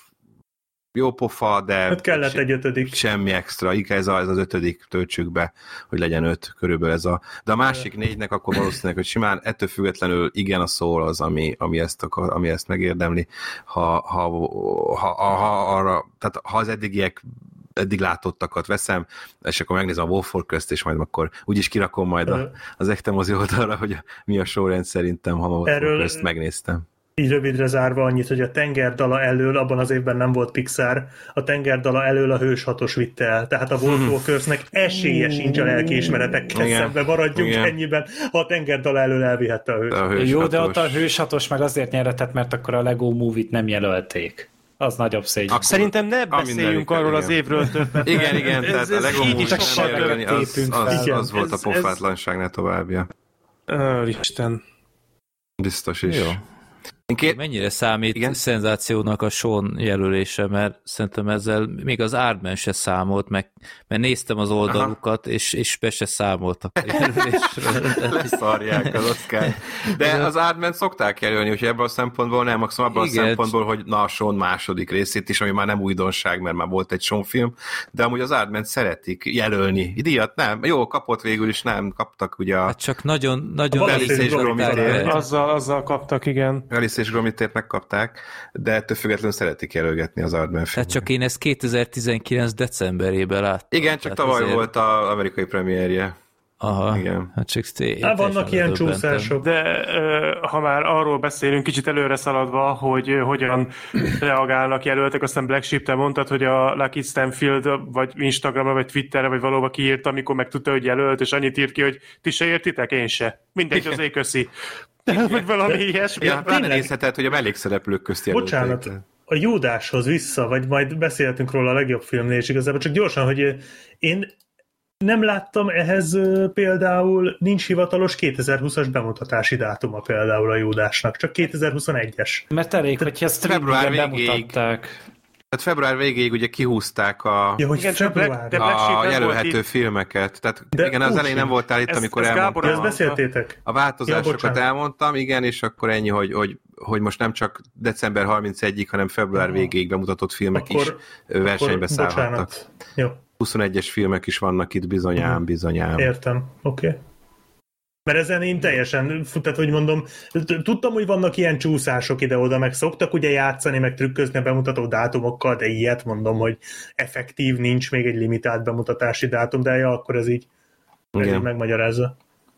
jó pofa, de hát kellett egy ötödik. Semmi extra, inkább ez, a, ez az ötödik töltsük be, hogy legyen öt körülbelül ez a... De a másik négynek akkor valószínűleg, hogy simán ettől függetlenül igen a Soul az, ami, ami, ezt, akar, ami ezt megérdemli, ha, ha, ha, ha, ha, arra, tehát ha az eddigiek eddig látottakat veszem, és akkor megnézem a Wolf Walkers-t, és majd akkor úgyis kirakom majd a, az Ekte mozi oldalra, hogy a, mi a sorrend szerintem, ha a Wolf Walkers-t megnéztem. Így rövidre zárva annyit, hogy a Tengerdala elől, abban az évben nem volt Pixar, a Tengerdala elől a Hős hatos vitte el. Tehát a Wolf Walkersnek esélye sincs a lelkiismeretekkel szembe, maradjunk igen. ennyiben, ha a Tengerdala elől elvihette a Hős. A hős Jó, hatos. De ott a Hős hatos meg azért nyeretett, mert akkor a Lego Movie-t nem jelölték. Az nagyobb szégyen. Akkor szerintem ne beszéljünk arról igen. az évről többet. Igen, igen, ez, tehát ez a Lego Movie-t nem jelölni, az, az, az volt ez, a pofátlanság, ne továbbja. Ö, Isten. Biztos is. Jó. Ké... Mennyire számít igen? Szenzációnak a Sean jelölése, mert szerintem ezzel még az Aardman se számolt, meg, mert néztem az oldalukat, és, és be se számoltak a jelölésről. Leszarják az Oscar. De az Aardman szokták jelölni, úgyhogy ebből a szempontból nem, maximum abban igen. a szempontból, hogy na a Sean második részét is, ami már nem újdonság, mert már volt egy Sean film, de amúgy az Aardman szeretik jelölni. Díjat nem, jó, kapott végül is, nem, kaptak ugye a... Hát csak nagyon... nagyon azzal, azzal kaptak, igen. és Gromitért megkapták, de ettől függetlenül szeretik jelölgetni az Aardman filmet. Tehát csak én ezt kétezer-tizenkilenc decemberében láttam. Igen, csak tavaly azért... volt az amerikai premierje. Aha, igen. Hát csak hát vannak ilyen csúszások. De ha már arról beszélünk, kicsit előre szaladva, hogy hogyan reagálnak jelöltek, aztán Black Sheep, te mondtad, hogy a Lucky Stanfield vagy Instagramra, vagy Twitterre, vagy valóban kiírta, amikor megtudta, hogy jelölt, és annyit írt ki, hogy ti se értitek, én se. Mindegy, azért köszi. Vagy valami ilyesmi. Ja, pláne nézheted, hogy a mellékszereplők közt jelölték. Bocsánat, a Júdáshoz vissza, vagy majd beszélhetünk róla a legjobb filmnél, és igazából csak gyorsan, hogy én nem láttam ehhez például, nincs hivatalos kétezer-húszas bemutatási dátuma például a Júdásnak, csak kétezer-huszonegyes. Mert elég, hogyha ezt február bemutatták. Tehát február végéig ugye kihúzták a, ja, hogy igen, Black, a jelölhető filmeket. Tehát de igen, az elején nem voltál itt, ez, amikor ez elmondtam. Ezt beszéltétek? A változásokat ja, elmondtam, igen, és akkor ennyi, hogy, hogy, hogy most nem csak december harmincegyedikéig, hanem február végéig bemutatott filmek akkor, is versenybe szállhattak. Jó. huszonegyes filmek is vannak itt, bizonyám, bizonyám. Értem, oké. Okay. Mert ezen én teljesen, tehát hogy mondom, tudtam, hogy vannak ilyen csúszások ide-oda, meg szoktak ugye játszani, meg trükközni a bemutató dátumokkal, de ilyet mondom, hogy effektív nincs még egy limitált bemutatási dátum, de ja, akkor ez így, ez így megmagyarázza.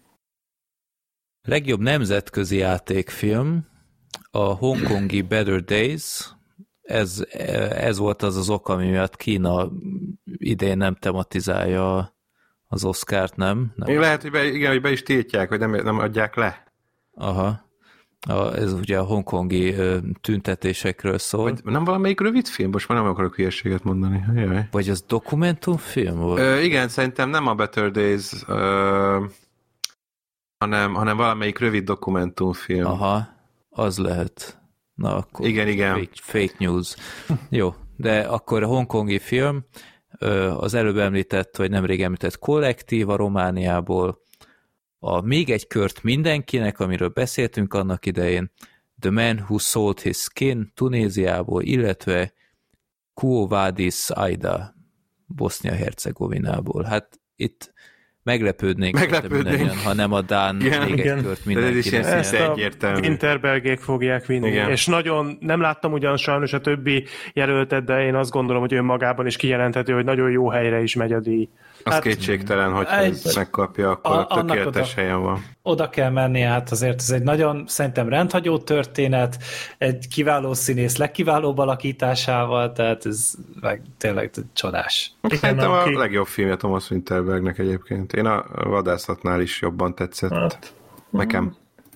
Legjobb nemzetközi játékfilm a hongkongi Better Days. Ez, ez volt az az ok, ami miatt Kína idén nem tematizálja az Oscart, nem? nem. Még lehet, hogy be, igen, hogy be is tiltják, hogy nem, nem adják le. Aha. A, ez ugye a hongkongi ö, tüntetésekről szól. Vagy nem valamelyik rövid film? Most már nem akarok hülyeséget mondani. Jaj. Vagy az dokumentumfilm volt? Ö, igen, szerintem nem a Better Days, ö, hanem, hanem valamelyik rövid dokumentumfilm. Aha, az lehet. Na akkor igen, igen. Fake, fake news. Jó, de akkor a hongkongi film, az előbb említett, vagy nemrég említett Kollektív a Romániából, a Még egy kört mindenkinek, amiről beszéltünk annak idején, The Man Who Sold His Skin Tunéziából, illetve Quo Vadis Aida Bosznia-Hercegovinából. Hát itt meglepődnénk, meglepődnénk. ha nem a Dán igen, még igen. egy kört mindenkinek. Ezt a Winterbergék fogják vinni. Igen. És nagyon, nem láttam ugyan sajnos a többi jelöltet, de én azt gondolom, hogy önmagában is kijelenthető, hogy nagyon jó helyre is megy a díj. Az hát, kétségtelen, hogy egy, ez megkapja, akkor a, tökéletes oda, helyen van. Oda kell menni, hát azért ez egy nagyon, szerintem rendhagyó történet, egy kiváló színész legkiválóbb alakításával, tehát ez meg tényleg csodás. Szerintem a legjobb filmje Thomas Winterbergnek egyébként. Én a vadászatnál is jobban tetszett. Hát, nekem.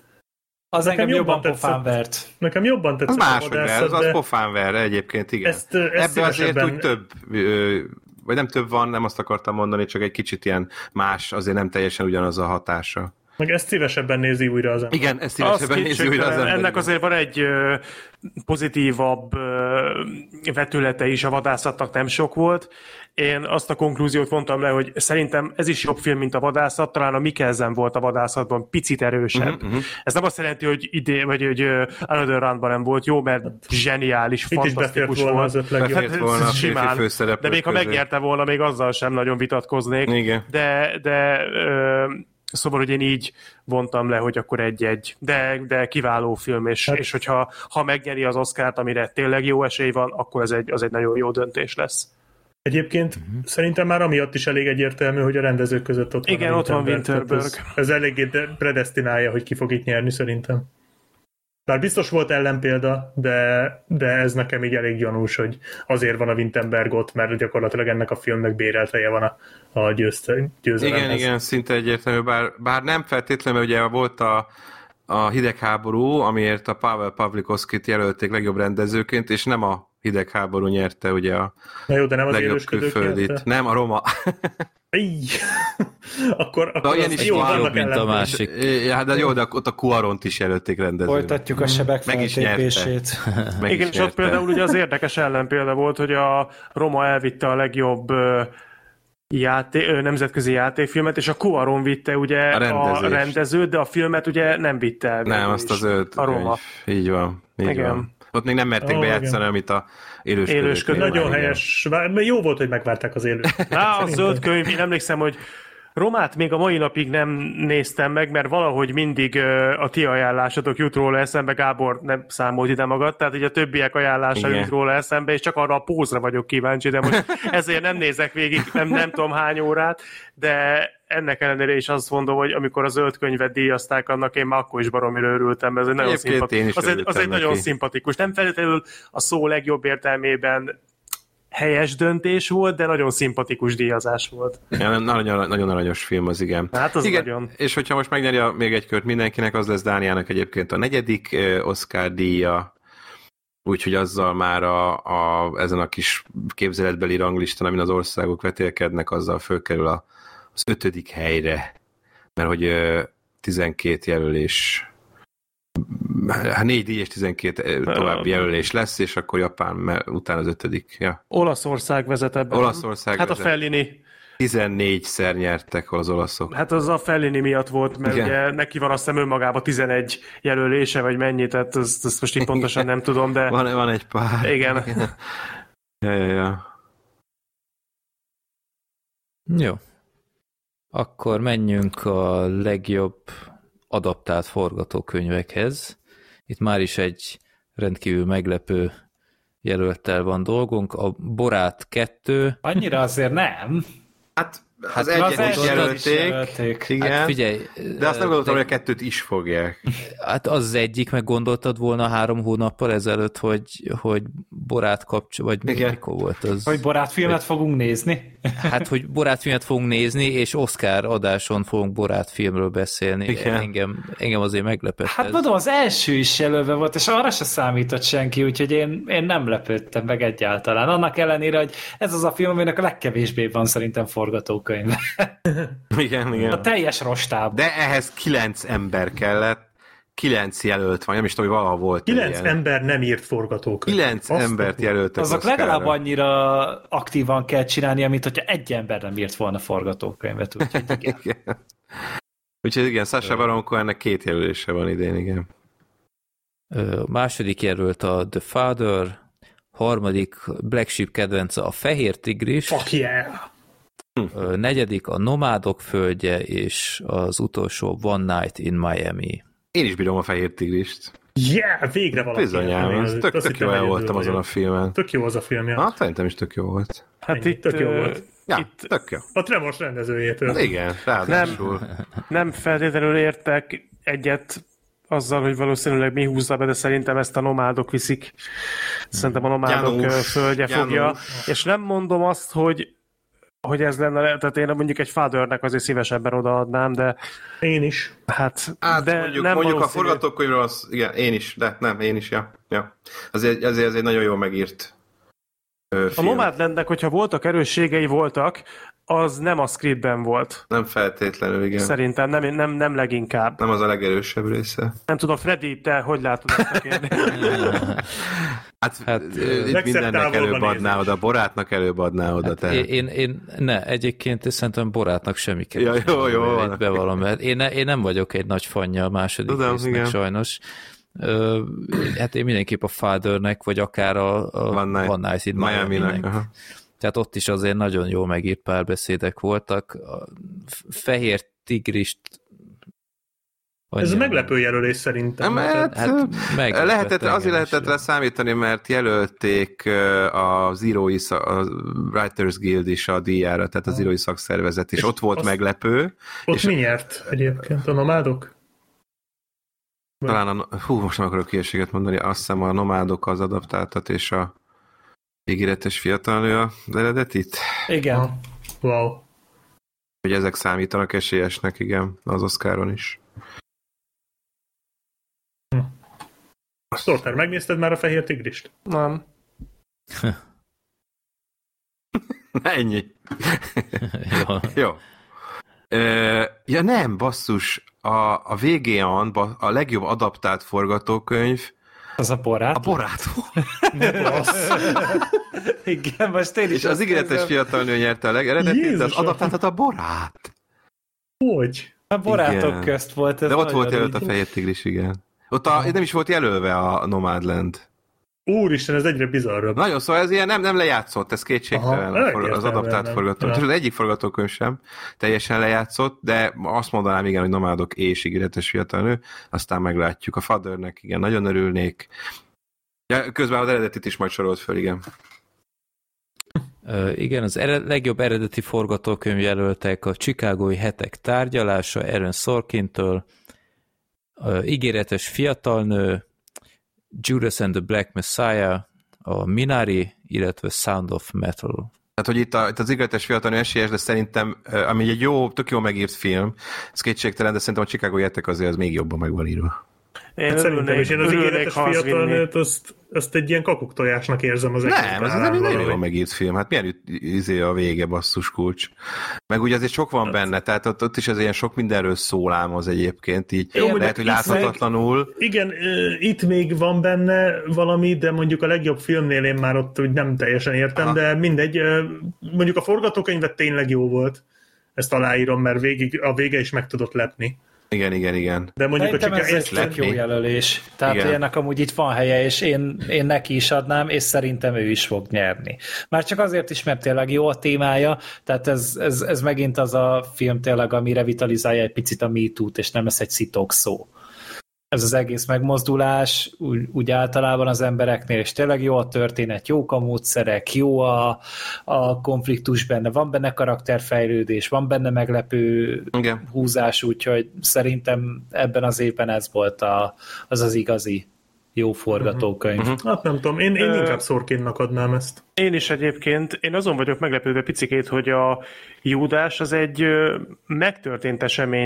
Az nekem engem jobban pofán vert. Nekem jobban tetszett az a vadászat, az, az de... pofán ver egyébként, igen. Ezt, ezt Ebben azért úgy több... Ö, vagy nem több van, nem azt akartam mondani, csak egy kicsit ilyen más, azért nem teljesen ugyanaz a hatása. Meg ezt szívesebben nézi újra az ember. Igen, ezt szívesebben nézi újra az ember. Ennek igen. Azért van egy ö, pozitívabb ö, vetülete is, a vadászatnak nem sok volt. Én azt a konklúziót vontam le, hogy szerintem ez is jobb film, mint a vadászat, talán a Mikkelsen volt a vadászatban picit erősebb. Uh-huh, uh-huh. Ez nem azt jelenti, hogy idé, vagy hogy uh, Another Roundban nem volt jó, mert zseniális, itt fantasztikus volt. Az befért volna a simán, de még ha megnyerte volna, még azzal sem nagyon vitatkoznék. Igen. De, de ö, szóval, hogy én így vontam le, hogy akkor egy-egy. De, de kiváló film, és, hát. és hogyha ha megnyeri az Oscart, amire tényleg jó esély van, akkor ez egy, az egy nagyon jó döntés lesz. Egyébként uh-huh. szerintem már amiatt is elég egyértelmű, hogy a rendezők között ott van. Igen, ott van Winterberg. Ez, ez eléggé predesztinálja, hogy ki fog itt nyerni szerintem. Bár biztos volt ellenpélda, de, de ez nekem így elég gyanús, hogy azért van a Winterberg ott, mert gyakorlatilag ennek a filmnek bérelt helye van a, a győzte, győzelemhez. Igen, igen, szinte egyértelmű, bár, bár nem feltétlenül, ugye volt a a hidegháború, amiért a Pavel Pawlikowskit jelölték legjobb rendezőként, és nem a hidegháború nyerte ugye a Na jó, de nem az legjobb külföldit. Nem, a Roma. akkor akkor az is jó, jobb, mint a másik. Ja, de jó, de ott a Cuaront is jelölték rendezőnek. Folytatjuk a sebek feltépését. Igen, és ott például ugye az érdekes ellenpélda volt, hogy a Roma elvitte a legjobb Játé, nemzetközi játékfilmet, és a Cuarón vitte ugye a, a rendezőt, de a filmet ugye nem vitte el. Nem, azt az öt. A Roma. Így van. Így igen. van. Ott még nem merték oh, bejátszani, igen. amit a élősködőt. Élősködő. Nagyon igen. helyes. Jó volt, hogy megvárták az élőt. Á, a zöld könyv, én emlékszem, hogy Romát még a mai napig nem néztem meg, mert valahogy mindig uh, a ti ajánlásatok jut róla eszembe, Gábor nem számolt ide magad, tehát így a többiek ajánlása jut róla eszembe, és csak arra a pózra vagyok kíváncsi, de most ezért nem nézek végig, nem, nem tudom hány órát, de ennek ellenére is azt mondom, hogy amikor a zöld könyvet díjazták, annak én már akkor is baromira örültem, ez egy nagyon, szimpatikus, az egy, az egy nagyon szimpatikus. Nem feltétlenül a szó legjobb értelmében helyes döntés volt, de nagyon szimpatikus díjazás volt. Ja, nagyon, nagyon aranyos film az, igen. Hát az igen, nagyon. És hogyha most megnyeri a, még egy kört mindenkinek, az lesz Dániának egyébként a negyedik uh, Oscar díja, úgyhogy azzal már a, a, ezen a kis képzeletbeli ranglistán, amin az országok vetélkednek, azzal fölkerül a, az ötödik helyre, mert hogy uh, tizenkét jelölés hát négy díj és tizenkét további jelölés lesz, és akkor Japán után az ötödik. Ja. Olaszország vezet ebben. Olaszország hát vezet. A Fellini. tizennégyszer nyertek az olaszok. Hát az a Fellini miatt volt, mert igen. ugye neki van azt hiszem önmagában tizenegy jelölése, vagy mennyi, tehát azt, azt most így pontosan igen. nem tudom, de... Van, van egy pár. Igen. ja, ja, ja. Jó. Akkor menjünk a legjobb adaptált forgatókönyvekhez. Itt már is egy rendkívül meglepő jelölttel van dolgunk. A Borát kettő. Annyira azért nem. Hát az hát egyet is jelölték. jelölték. Igen. Hát figyelj, de azt nem gondoltam, de... hogy a kettőt is fogják. Hát az, az egyik, meg gondoltad volna három hónappal ezelőtt, hogy, hogy Borát kapcs... vagy igen. mikor volt az? Hogy Borát filmet hogy... fogunk nézni? Hát, hogy Borát filmet fogunk nézni, és Oscar adáson fogunk Borát filmről beszélni. Igen. Engem, engem azért meglepett. Hát mondom, az első is jelölve volt, és arra se számított senki, úgyhogy én, én nem lepődtem meg egyáltalán. Annak ellenére, hogy ez az a film, aminek a legkevésbé van szerintem forgatókönyv. igen, igen. A teljes rostában. De ehhez kilenc ember kellett, kilenc jelölt van, nem is tudom, hogy valaha volt. Kilenc ember nem írt forgatókönyvet. Kilenc embert jelöltek Azok Oscarra. legalább annyira aktívan kell csinálni, mint hogyha egy ember nem írt volna forgatókönyvet. Úgyhogy igen. igen. Úgyhogy igen, Sacha Baron Cohennek két jelölése van idén, igen. A második jelölt a The Father, harmadik Black Sheep kedvence a Fehér tigris, Fuck yeah! a negyedik a Nomádok földje, és az utolsó One Night in Miami. Én is bírom a Fehér tigrist. Yeah, végre valaki. Bizonyám, az tök, tök jó el voltam azon a filmen. Tök jó az a filmje. Hát szerintem is tök jó volt. Hát Ennyi, itt, tök jó ö, volt. Ja, itt tök jó. A Tremors rendezőjétől. Hát igen, ráadásul. nem feltétlenül értek egyet azzal, hogy valószínűleg mi húzza be, de szerintem ezt a nomádok viszik. Szerintem a nomádok Gyanús, földje gyanús. fogja. És nem mondom azt, hogy hogy ez lenne, tehát én mondjuk egy Fathernek azért szívesebben odaadnám, de Én is. hát, Hát de mondjuk, nem mondjuk a valószínű. forgatókönyvről az, igen, én is, de nem, én is, ja. ja. Azért, azért ez egy nagyon jól megírt ö, A film. Nomadlandnek, hogyha voltak erősségei voltak, az nem a scriptben volt. Nem feltétlenül, igen. Szerintem nem, nem, nem leginkább. Nem az a legerősebb része. Nem tudom, Freddy, te hogy látod ezt a kérdést? Hát, Hát, hát ö, itt legszebb mindennek távolban előbb adná nézés. oda, Borátnak előbb adná oda. Hát te. én, én, én, ne, egyébként szerintem Borátnak semmi kell. Ja, jó, jó, van. Egy bevallom, mert én, ne, én nem vagyok egy nagy fanja a második Tudom, résznek igen. sajnos. Ö, hát én mindenképp a Fathernek, vagy akár a, a One Night, One Night in Miami-nek. Miami-nek. Aha. Tehát ott is azért nagyon jó megírt párbeszédek voltak. A Fehér tigrist Ez annyira- meglepő jelölés szerintem. Nem, Tehát- hát, Hát meglepett lehetett, engem azért is, lehetett ja. rá számítani, mert jelölték ö, a Zeroi, a Writers Guild is a díjára, tehát a Zeroi szakszervezet, és, És ott volt azt- meglepő. Ott és mi nyert egyébként? A nomádok? Talán a, hú, most nem akarok hülyeséget mondani, azt hiszem a Nomádok az adaptáltat, és a ígéretes fiatalnő az eredetit, Igen. Ah, wow. hogy ezek számítanak esélyesnek, igen, az Oscaron is. Sorter, megnézted már a Fehér tigrist? Nem. Ennyi. Jó. Jó. Ö, ja nem, basszus, a, a vé gé á-n a legjobb adaptált forgatókönyv Az a borát. a Borát volt. Igen, most én is És az azt ígéretes nézem. fiatalnő nyerte a legeredetit, de az Jézusom. adaptáltat a Borát. Hogy? A barátok Igen. közt volt. Ez De ott nagyon volt jelölt a így- Fehér tigris, igen. Ott a, nem is volt jelölve a Nomadland. Úristen, ez egyre bizarrabb. Nagyon, szóval ez ilyen nem, nem lejátszott, ez kétségtelen Aha, a for- az egyértelműen adaptált nem. forgatókönyv. Ja. És az egyik forgatókönyv sem teljesen lejátszott, de azt mondanám, igen, hogy Nomádok és ígéretes fiatalnő, aztán meglátjuk. A Fathernek, igen, nagyon örülnék. Ja, közben az eredetit is majd sorolt föl, igen. Ö, igen, az ered, legjobb eredeti forgatókönyv jelöltek a Chicagói hetek tárgyalása Aaron Sorkintől, a ígéretes fiatalnő, Judas and the Black Messiah, a Minari, illetve Sound of Metal. Tehát, hogy itt, a, itt az ígéretes fiatalnő esélyes, de szerintem, eh, ami egy jó, tök jó megírt film, ez kétségtelen, de szerintem a Chicago Jettek azért az még jobban meg van írva. Én Hát szerintem örülnék, is. Én az örülnék, ígéretes ha az vinné. fiatalnőt, azt, azt egy ilyen kakuktojásnak érzem az egész Nem, ez az kárán egy nagyon valahogy. jó megírt film. Hát milyen üt- izé a vége, basszus kulcs. Meg ugye azért sok van benne, tehát ott, ott is ez ilyen sok mindenről szól ám az egyébként, így Jó, lehet, mondjuk hogy itt láthatatlanul. Igen, ö, itt még van benne valami, de mondjuk a legjobb filmnél én már ott úgy nem teljesen értem, Aha. de mindegy. ö, Mondjuk a forgatókönyvet tényleg jó volt. Ezt aláírom, mert végig, a vége is meg tudott lepni. Igen, igen, igen. De mondjuk Szerintem a ez Chica- egy tök jó lepni. jelölés. Tehát Igen. ennek amúgy itt van helye, és én, én neki is adnám, és szerintem ő is fog nyerni. Már csak azért is, mert tényleg jó a témája, tehát ez, ez, ez megint az a film tényleg, ami revitalizálja egy picit a MeToo-t, és nem lesz egy szitok szó. Ez az egész megmozdulás, úgy, úgy általában az embereknél, és tényleg jó a történet, jók a módszerek, jó a, a konfliktus benne, van benne karakterfejlődés, van benne meglepő Igen. húzás, úgyhogy szerintem ebben az évben ez volt a, az az igazi jó forgatókönyv. Uh-huh. Hát nem tudom, én, én Ö, inkább Sorkinnak adnám ezt. Én is egyébként, én azon vagyok meglepődve picikét, hogy a Júdás az egy ö, megtörtént eseményt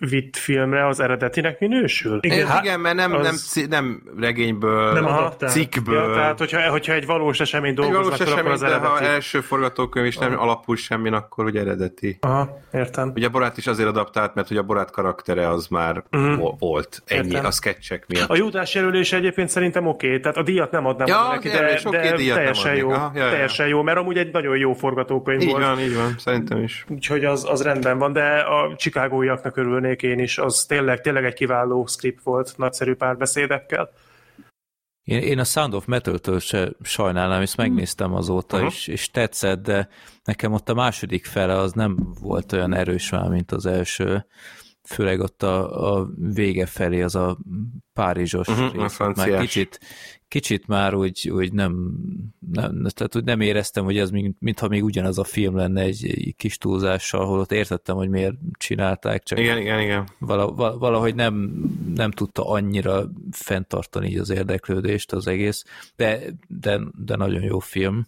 vitt filmre az eredetinek minősül? Igen, hát, igen mert nem, az... nem, nem regényből, nem a cikkből. Ja, tehát, hogyha, hogyha egy valós esemény dolgoznak, egy valós akkor esemény, az eredeti. Ha első forgatókönyv is nem Aha. alapul semmin, akkor ugye eredeti. Aha, értem. Ugye a Borát is azért adaptált, mert ugye a Borát karaktere az már uh-huh. volt. Ennyi, értem. A sketchek miatt. A Júdás jelölése egyébként szerintem oké, okay. Tehát a díjat nem adnám ja, neki, de, de, de teljesen, jó, Aha, ja, teljesen ja. jó, mert amúgy egy nagyon jó forgatókönyv így volt. Így van, így van, szerintem is. Úgyhogy az, az rendben van, de a chicagóiaknak örülnék én is, az tényleg, tényleg egy kiváló script volt, nagyszerű párbeszédekkel. Én, én a Sound of Metal-től se sajnálnám, és megnéztem azóta, uh-huh. és, és tetszett, de nekem ott a második fele az nem volt olyan erős már, mint az első. Főleg ott a, a vége felé az a párizsos uh-huh, rész. Már kicsit, kicsit már úgy, úgy nem, nem, tehát úgy nem éreztem, hogy ez még, mintha még ugyanaz a film lenne egy, egy kis túlzással, holott értettem, hogy miért csinálták, csak igen, igen, igen. Vala, valahogy nem, nem tudta annyira fenntartani így az érdeklődést az egész, de, de, de nagyon jó film.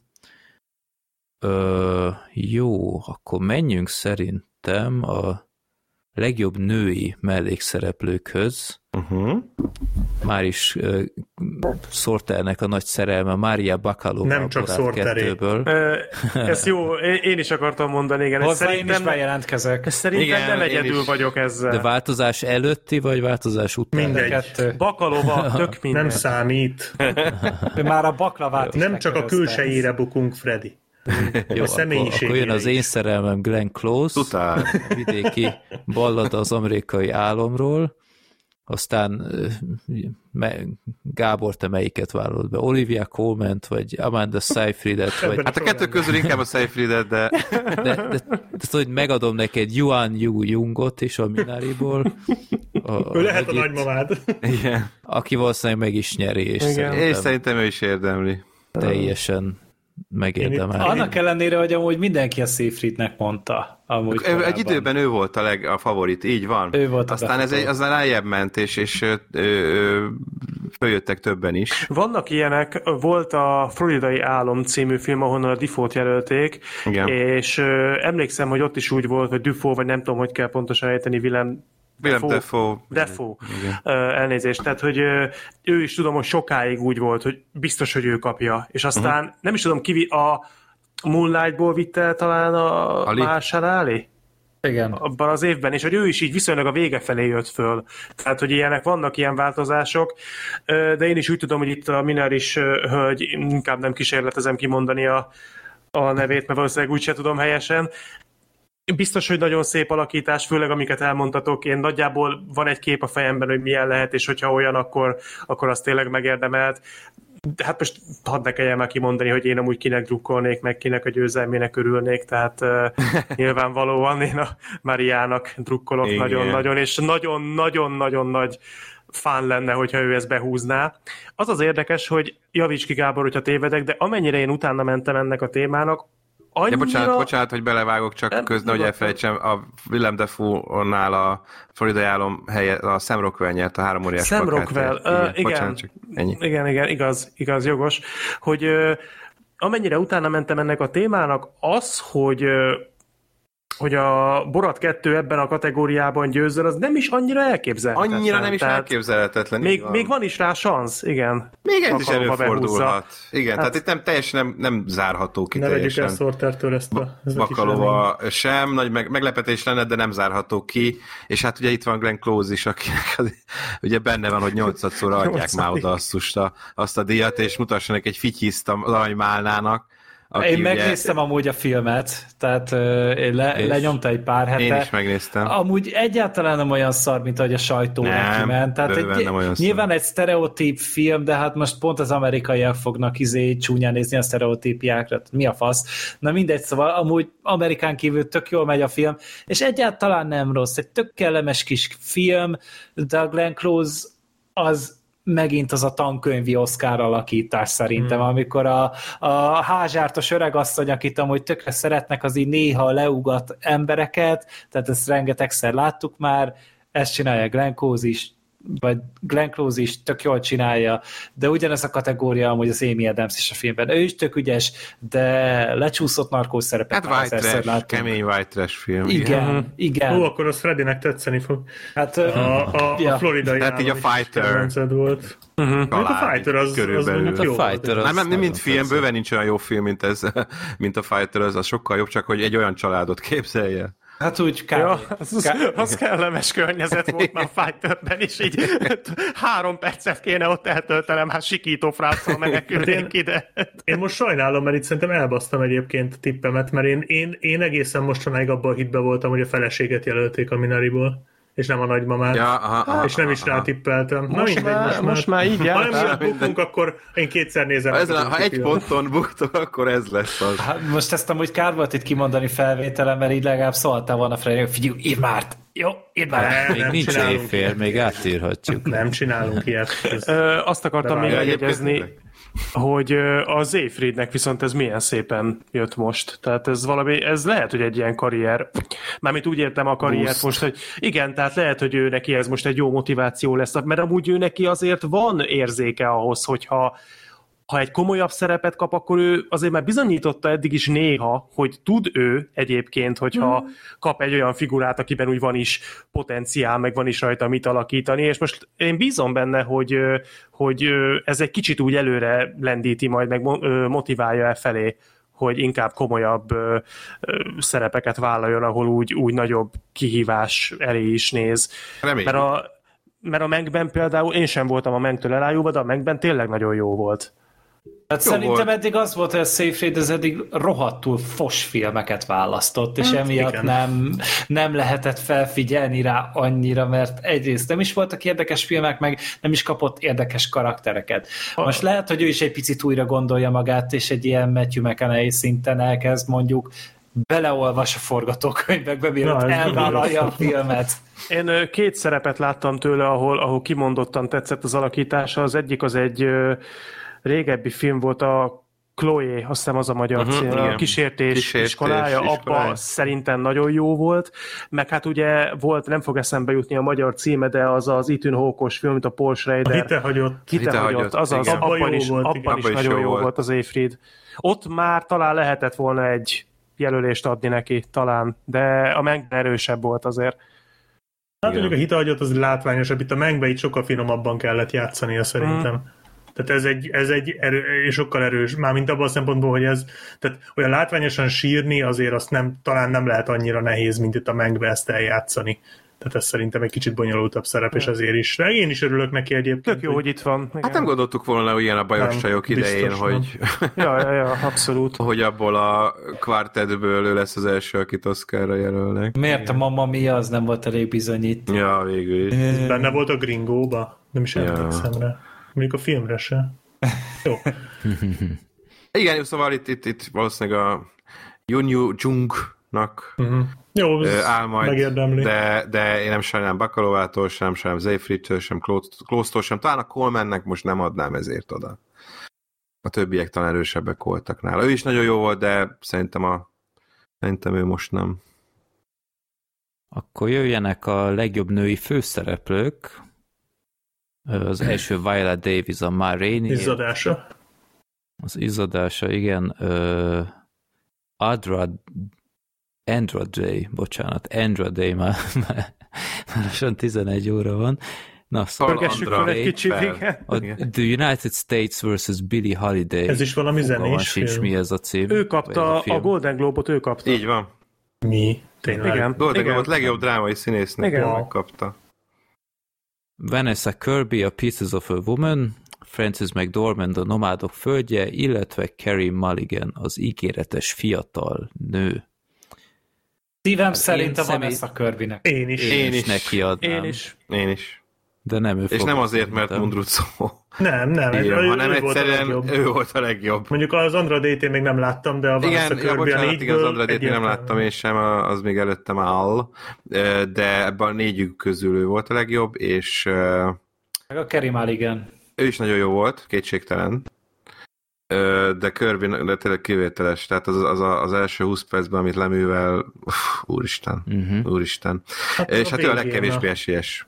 Ö, jó, akkor menjünk szerintem a legjobb női mellékszereplőkhöz. Uh-huh. Már is uh, Sorternek a nagy szerelme, Mária Bakalova. Nem csak Sorteré. Ezt jó, én is akartam mondani, igen. Hozzá én is bejelentkezek. Szerintem igen, nem egyedül vagyok ezzel. De változás előtti, vagy változás után? Mindegy. Bakalova, tök minden. Nem számít. Már a baklavát is nem csak a külsejére bukunk, Freddy. Jó, a akkor, akkor jön az én szerelmem Glenn Close, Tutál. vidéki ballada az amerikai álomról, aztán Gábor, te melyiket vállalod be? Olivia Colman-t, vagy Amanda Seyfriedet? Vagy... Hát a kettő közül inkább a Seyfriedet, de... De, de, de, de hogy megadom neked Yuan Yu Jungot is a Minariból. Ő lehet a nagymamád. Igen. Aki valószínűleg meg is nyeri, és szerintem, és szerintem ő is érdemli. Teljesen megérdemel. Annak ellenére, hogy amúgy mindenki a Seyfriednek mondta. Amúgy egy korábban. Időben ő volt a, leg, a favorit, így van. Ő volt aztán ez egy, aztán rájebb ment, és, és ö, ö, följöttek többen is. Vannak ilyenek, volt a Floridai Álom című film, ahonnan a Dafoe-t jelölték, igen. És ö, emlékszem, hogy ott is úgy volt, hogy Dafoe, vagy nem tudom, hogy kell pontosan ejteni, Willem Willem Dafoe. Dafoe. Elnézést. Tehát, hogy ő is tudom, hogy sokáig úgy volt, hogy biztos, hogy ő kapja. És aztán uh-huh. nem is tudom, ki a Moonlightból vitte talán a Ali. Mahershala Ali? Igen. Abban az évben, és hogy ő is így viszonylag a vége felé jött föl. Tehát, hogy ilyenek vannak, ilyen változások, de én is úgy tudom, hogy itt a Minaris hölgy, inkább nem kísérletezem kimondani a, a nevét, mert valószínűleg úgyse tudom helyesen. Biztos, hogy nagyon szép alakítás, főleg amiket elmondtatok. Én nagyjából van egy kép a fejemben, hogy milyen lehet, és hogyha olyan, akkor, akkor az tényleg megérdemelt. Hát most hadd ne kelljen már kimondani, hogy én amúgy kinek drukkolnék, meg kinek a győzelmének örülnék, tehát uh, nyilvánvalóan én a Mariának drukkolok nagyon-nagyon, és nagyon-nagyon-nagyon nagy fán lenne, hogyha ő ezt behúzná. Az az érdekes, hogy javíts ki, Gábor, hogyha tévedek, de amennyire én utána mentem ennek a témának, annyira... Ja, bocsánat, bocsánat, hogy belevágok, csak közben, hogy elfelejtsem, a Willem Dafoe-nál a Floridai Álom helye, a Sam Rockwell nyert a három óriás Sam Rockwell, uh, igen, igen, bocsánat, csak ennyi. igen, igen, igaz, igaz, jogos, hogy uh, amennyire utána mentem ennek a témának, az, hogy uh, hogy a Borat kettő ebben a kategóriában győzzel, az nem is annyira elképzelhetetlen. Annyira nem is tehát elképzelhetetlen. Még, van. még van is rá szansz, igen. Még ez is előfordulhat. Igen, hát, tehát itt nem teljesen nem, nem zárható ki ne teljesen. Ne vegyük el Sortertől ezt a... Bakalova sem, nagy meg, meglepetés lenne, de nem zárható ki. És hát ugye itt van Glenn Close is, akinek az, ugye benne van, hogy nyolcadszor adják már oda azt a, azt a díjat, és mutassanak egy fityiszt az aranymálnának. Aki én megnéztem ugye... amúgy a filmet, tehát uh, én le, lenyomta egy pár hete. Én is megnéztem. Amúgy egyáltalán nem olyan szar, mint ahogy a sajtó neki ment. Tehát egy, nyilván szar. Egy sztereotíp film, de hát most pont az amerikaiak fognak izé csúnyán nézni a sztereotípiákra. Mi a fasz? Na mindegy, szóval amúgy Amerikán kívül tök jól megy a film, és egyáltalán nem rossz. Egy tök kellemes kis film, de a Glenn Close az megint az a tankönyvi Oscar alakítás szerintem, hmm. amikor a, a házsártos öregasszony, akit amúgy tökre szeretnek, az így néha leugat embereket, tehát ezt rengetegszer láttuk már, ezt csinálja Glenn Close is, vagy Glenn Close is tök jól csinálja, de ugyanez a kategória amúgy az Amy Adams is a filmben. Ő is tök ügyes, de lecsúszott narkós szerepet. Hát white trash, kemény white trash film. Igen, igen. igen. Ó, akkor az Freddynek tetszeni fog. Hát a, a, ja. a floridai hát így a Fighter volt. Uh-huh. A Fighter az, körülbelül. Az, az a Fighter az nem, nem, mint film, bőven nincs olyan jó film, mint ez, mint a Fighter, az, az sokkal jobb, csak hogy egy olyan családot képzelje. Hát úgy kb. Ja, az, az kellemes környezet volt már a Fighterben is, így három percet kéne ott eltöltenem, hát sikító frászal menekülnék ide. Én most sajnálom, mert itt szerintem elbasztam egyébként a tippemet, mert én, én, én egészen mostanáig abban a hitben voltam, hogy a feleséget jelölték a Minariból, és nem a nagymamát, ja, aha, aha, és nem is rá tippeltem. Most, mindegy, már, most, most már így jár. Ha nem bukunk, akkor én kétszer nézem. Ha, ezen, ha egy ponton buktok, akkor ez lesz az. Hát most ezt amúgy kár volt itt kimondani felvételen, mert így legalább szóltál volna Freddy, hogy figyelj, írd már! Jó, írd már! Még nincs évfél, még átírhatjuk. Nem csinálunk ilyet. Ö, azt akartam még megjegyezni, hogy az Seyfriednek viszont ez milyen szépen jött most. Tehát ez valami, ez lehet, hogy egy ilyen karrier, mármint úgy értem a karriert Buszt. most, hogy igen, tehát lehet, hogy ő neki ez most egy jó motiváció lesz, mert amúgy ő neki azért van érzéke ahhoz, hogyha ha egy komolyabb szerepet kap, akkor ő azért már bizonyította eddig is néha, hogy tud ő egyébként, hogyha mm. kap egy olyan figurát, akiben úgy van is potenciál, meg van is rajta mit alakítani, és most én bízom benne, hogy, hogy ez egy kicsit úgy előre lendíti majd, meg motiválja e felé, hogy inkább komolyabb ö, ö, szerepeket vállaljon, ahol úgy, úgy nagyobb kihívás elé is néz. Remény. Mert a, mert a Mengben például, én sem voltam a Mengtől elájulva, de a Mengben tényleg nagyon jó volt. Hát jó szerintem volt. Eddig az volt, hogy a Seyfried az eddig rohadtul fos filmeket választott, és hát, emiatt nem, nem lehetett felfigyelni rá annyira, mert egyrészt nem is voltak érdekes filmek, meg nem is kapott érdekes karaktereket. Most lehet, hogy ő is egy picit újra gondolja magát, és egy ilyen Matthew McConaughey szinten elkezd mondjuk beleolvas a forgatókönyvekbe, mielőtt elvállalja a filmet. Én két szerepet láttam tőle, ahol, ahol kimondottan tetszett az alakítása. Az egyik az egy régebbi film volt, a Chloe, azt hiszem az a magyar uh-huh, cím, a kísértés, kísértés iskolája, abban szerintem nagyon jó volt, meg hát ugye volt, nem fog eszembe jutni a magyar címe, de az az Ethan Hawke-os film, mint a Paul Schrader. A Hitehagyott. Hitehagyott, azaz, abban, abban is, volt, abban is abban nagyon jó volt. volt az Seyfried. Ott már talán lehetett volna egy jelölést adni neki, talán, de a Mengben erősebb volt azért. Hát mondjuk a Hitehagyott az látványosabb, itt a Mengben itt sokkal finomabban kellett játszania szerintem. Hmm. Tehát ez egy, ez egy erő, sokkal erős, mármint abban a szempontból, hogy ez, tehát olyan látványosan sírni azért azt nem, talán nem lehet annyira nehéz, mint itt a Mengbe ezt eljátszani. Tehát ez szerintem egy kicsit bonyolultabb szerep, és azért is. De én is örülök neki egyébként. Tök jó, hogy, hogy itt van. Igen. Hát nem gondoltuk volna, hogy ilyen a bajos nem, csajok idején, hogy... ja, ja, ja, abszolút. hogy abból a kvartetből ő lesz az első, akit Oscarra jelölnek. Miért a Mamma Mia az nem volt elég bizonyít? Ja, végül is. Benne volt a Gringóba? Nem is emlékszem ja. rá. Mondjuk a filmre se. Jó. Igen, szóval itt, itt, itt valószínűleg a Yun Jung-nak uh-huh. Jó, áll majd, de, de én nem sajnálom Bakalovától sem, sem Seyfriedtől, sem Close-tól sem. Talán a Colemannek most nem adnám ezért oda. A többiek talán erősebbek voltak nála. Ő is nagyon jó volt, de szerintem, a, szerintem ő most nem. Akkor jöjjenek a legjobb női főszereplők. Az első Viola Davis, a Ma Rainey. Izzadása. Az izzadása, igen. Uh, Adra Andra Day, bocsánat, Andra Day, már, már, már lassan tizenegy óra van. Na, szörgessük fel egy kicsit, igen. A The United States versus Billie Holiday. Ez is valami zenés film. Mi ez a cím? Ő kapta a, a Golden Globe-ot, ő kapta. Így van. Mi? Tényleg? Igen. Golden Globe-ot legjobb drámai színésznek megkapta. Vanessa Kirby, a Pieces of a Woman, Frances McDormand, a Nomádok földje, illetve Carey Mulligan, az ígéretes fiatal nő. Szívem hát szerint a Vanessa Kirbynek. Én is. Én, én is neki adnám. Én is. Én is. De nem ő És nem azért, mert Mundrucó. Nem, nem. Igen, ő, hanem ő egyszerűen volt ő volt a legjobb. Mondjuk az Andra Day-t még nem láttam, de a Vanessa Kirby ja, bocsánat, a négyből... Igen, az Andra Day-t nem láttam én sem, az még előttem áll, de ebben a négyük közül ő volt a legjobb, és... Meg a Carey Mulligan. Ő is nagyon jó volt, kétségtelen. De Kirby de tényleg kivételes, tehát az, az, az első húsz percben, amit leművel, uff, úristen, uh-huh. úristen. Hát és hát ő a legkevésbé esélyes.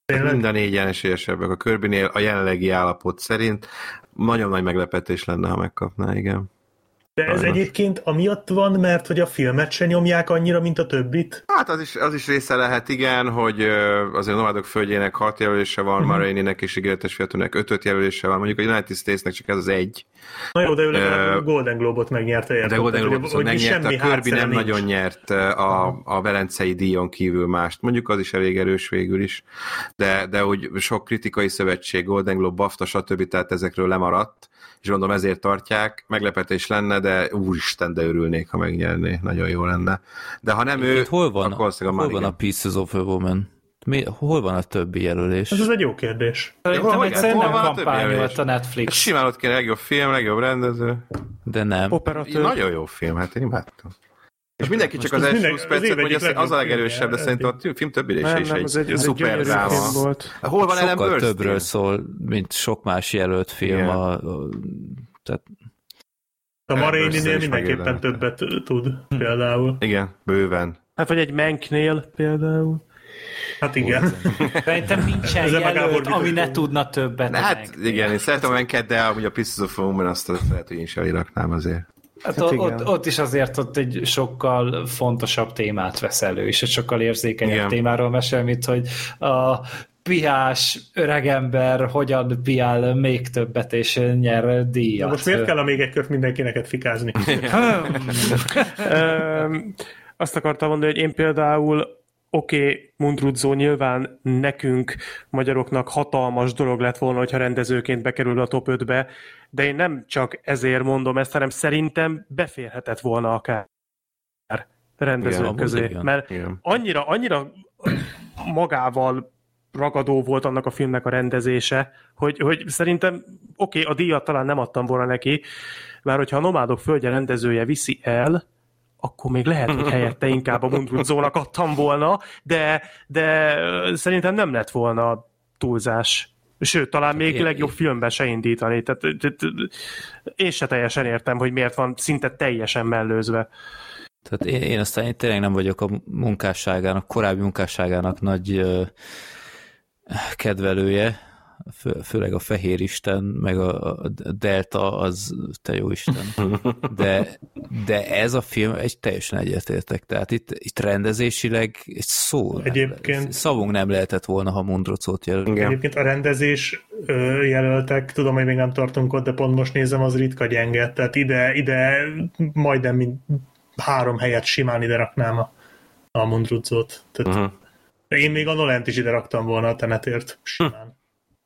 Mind a négyen esélyesebbek a Kirbynél a jelenlegi állapot szerint. Nagyon nagy meglepetés lenne, ha megkapná, igen. De ez Sajnos. Egyébként amiatt van, mert hogy a filmet se nyomják annyira, mint a többit? Hát az is, az is része lehet, igen, hogy azért a Nomádok földjének hat jelölése van, uh-huh. Marraine-nek és Ígéretes fiatalnak ötöt jelölése van, mondjuk a United States-nek csak ez az egy. Na jó, de ő legalább uh, Golden Globe-ot megnyerte. Értem. De Golden Globe-ot hogy megnyerte, a Kirby nem nincs. Nagyon nyert a, a Velencei díjon kívül mást. Mondjuk az is elég erős végül is, de, de úgy sok kritikai szövetség, Golden Globe, BAFTA, stb. Tehát ezekről lemaradt, és gondolom ezért tartják. Meglepetés lenne, de úristen, de örülnék, ha megnyerné. Nagyon jó lenne. De ha nem ő, hol van, akkor hol van igen. a Pieces of a Woman? Mi, hol van a többi jelölés? Ez, ez egy jó kérdés. Szerintem egyszerűen nem kampányolt a Netflix. Simán ott kéne legjobb film, legjobb rendező. De nem. Operatőr. Nagyon jó film, hát én imádtam. És mindenki csak az első húsz percet, hogy az, az a legerősebb, de szerintem a film többi része is egy, egy szuper dráma. Hol van Ellen Burstyn? Sokkal többről szól, mint sok más jelölt film. A, a, tehát... A Marraine-nél mindenképpen többet tud, például. Igen, bőven. Hát vagy egy Manknél például. Hát igen. Szerintem nincsen jelölt, ami ne tudna többet. Hát igen, én szeretem a Manket, de amúgy a Pieces of a Woman azt lehet, hogy én is eliraknám azért. Hát hát ott, ott is azért ott egy sokkal fontosabb témát vesz elő, és egy sokkal érzékenyebb igen. témáról mesél, mint hogy a pihás öregember hogyan piál még többet, és nyer díjat. Na most miért kell a még egy kört mindenkinek fikázni? Azt akartam mondani, hogy én például oké, okay, Mundruczó nyilván nekünk, magyaroknak hatalmas dolog lett volna, hogyha rendezőként bekerül a top ötbe, de én nem csak ezért mondom ezt, hanem szerintem beférhetett volna akár rendezők igen, közé. Igen. Mert igen. annyira, annyira magával ragadó volt annak a filmnek a rendezése, hogy, hogy szerintem oké, okay, a díjat talán nem adtam volna neki, mert hogyha a Nomádok földje rendezője viszi el, akkor még lehet, hogy helyette inkább a Mundruczónak adtam volna, de, de szerintem nem lett volna túlzás. Sőt, talán még én, legjobb én... filmben se indítani. Tehát, én se teljesen értem, hogy miért van szinte teljesen mellőzve. Tehát én, én aztán én tényleg nem vagyok a munkásságának, korábbi munkásságának nagy uh, kedvelője, Fő, főleg a Fehér Isten, meg a, a Delta, az te jó Isten. De, de ez a film egy teljesen egyetértek. Tehát itt, itt rendezésileg egy szó. Egyébként... Szavunk nem lehetett volna, ha Mundruczót jelölt. Egyébként a rendezés jelöltek, tudom, hogy még nem tartunk ott, de pont most nézem, az ritka gyenge. Tehát ide, ide majdnem mind három helyet simán ide raknám a, a Mundruczót. Tehát uh-huh. Én még a Nolent is ide raktam volna a Tenetért simán.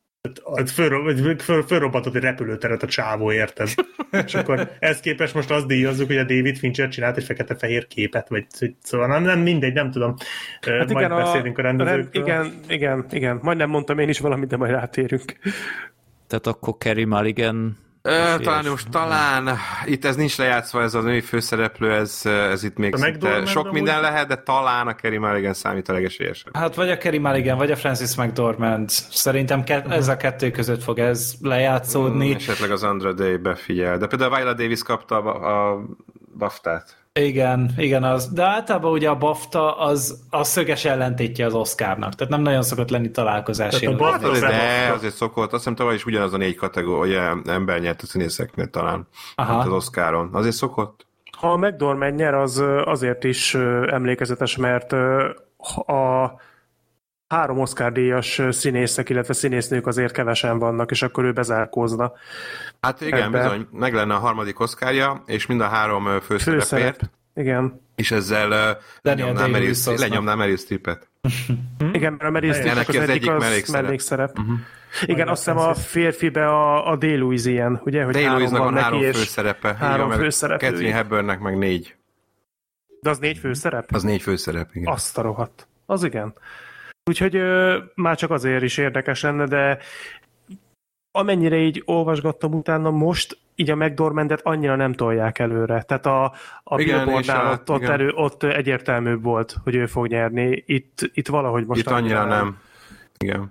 Föl, föl, fölrobbantott egy repülőteret a csávó, érted? És akkor ezt képest most azt díjazzuk, hogy a David Fincher csinált egy fekete-fehér képet, vagy szóval nem, nem mindegy, nem tudom. Hát majd igen, beszélünk a, a rendezőkről. Igen, igen, igen. Majdnem mondtam én is valamit, de majd rátérünk. Tehát akkor Carey Mulligan... Ö, talán most talán, itt ez nincs lejátszva, ez a női főszereplő, ez, ez itt még szinte sok minden úgy... lehet, de talán a Carey Mulligan számít a legesélyesebb. Hát vagy a Carey Mulligan, vagy a Frances McDormand. Szerintem ke- uh-huh. ez a kettő között fog ez lejátszódni. Hmm, esetleg az Andra Day befigyel, de például Viola Davis kapta a, a baftát. Igen, igen, az, de általában ugye a BAFTA az a szöges ellentétje az Oscarnak, tehát nem nagyon szokott lenni találkozási. Hát azért, de azért szokott, azt hiszem tavaly is ugyanaz a négy kategória ember nyert a színészeknél talán, az Oscaron. Azért szokott? Ha a McDormand nyer, az azért is emlékezetes, mert a három Oscar-díjas színészek, illetve színésznők azért kevesen vannak, és akkor ő bezárkózna. Hát igen, ebbe. Bizony, meg lenne a harmadik Oscarja, és mind a három főszerepért. Főszerep. Igen. És ezzel lenyomnám Meryl Streepet. Igen, mert a Meryl Streep az, az egyik az mellékszerep. mellékszerep. Uh-huh. Igen, azt hiszem a férfibe a, a Day-Lewis-ilyen, ugye? Hogy Day-Lewisnak van három főszerepe. Három főszerep. Catherine Hepburnnek meg négy. De az négy főszerep? Az négy főszerep, igen. Azt a rohadt. Az igen. Úgyhogy ö, már csak azért is érdekes lenne, de amennyire így olvasgattam utána, most így a McDormandet annyira nem tolják előre. Tehát a, a Billboardnál ott, ott, elő, ott egyértelműbb volt, hogy ő fog nyerni. Itt, itt valahogy most... Itt annyira nem. nem. Igen.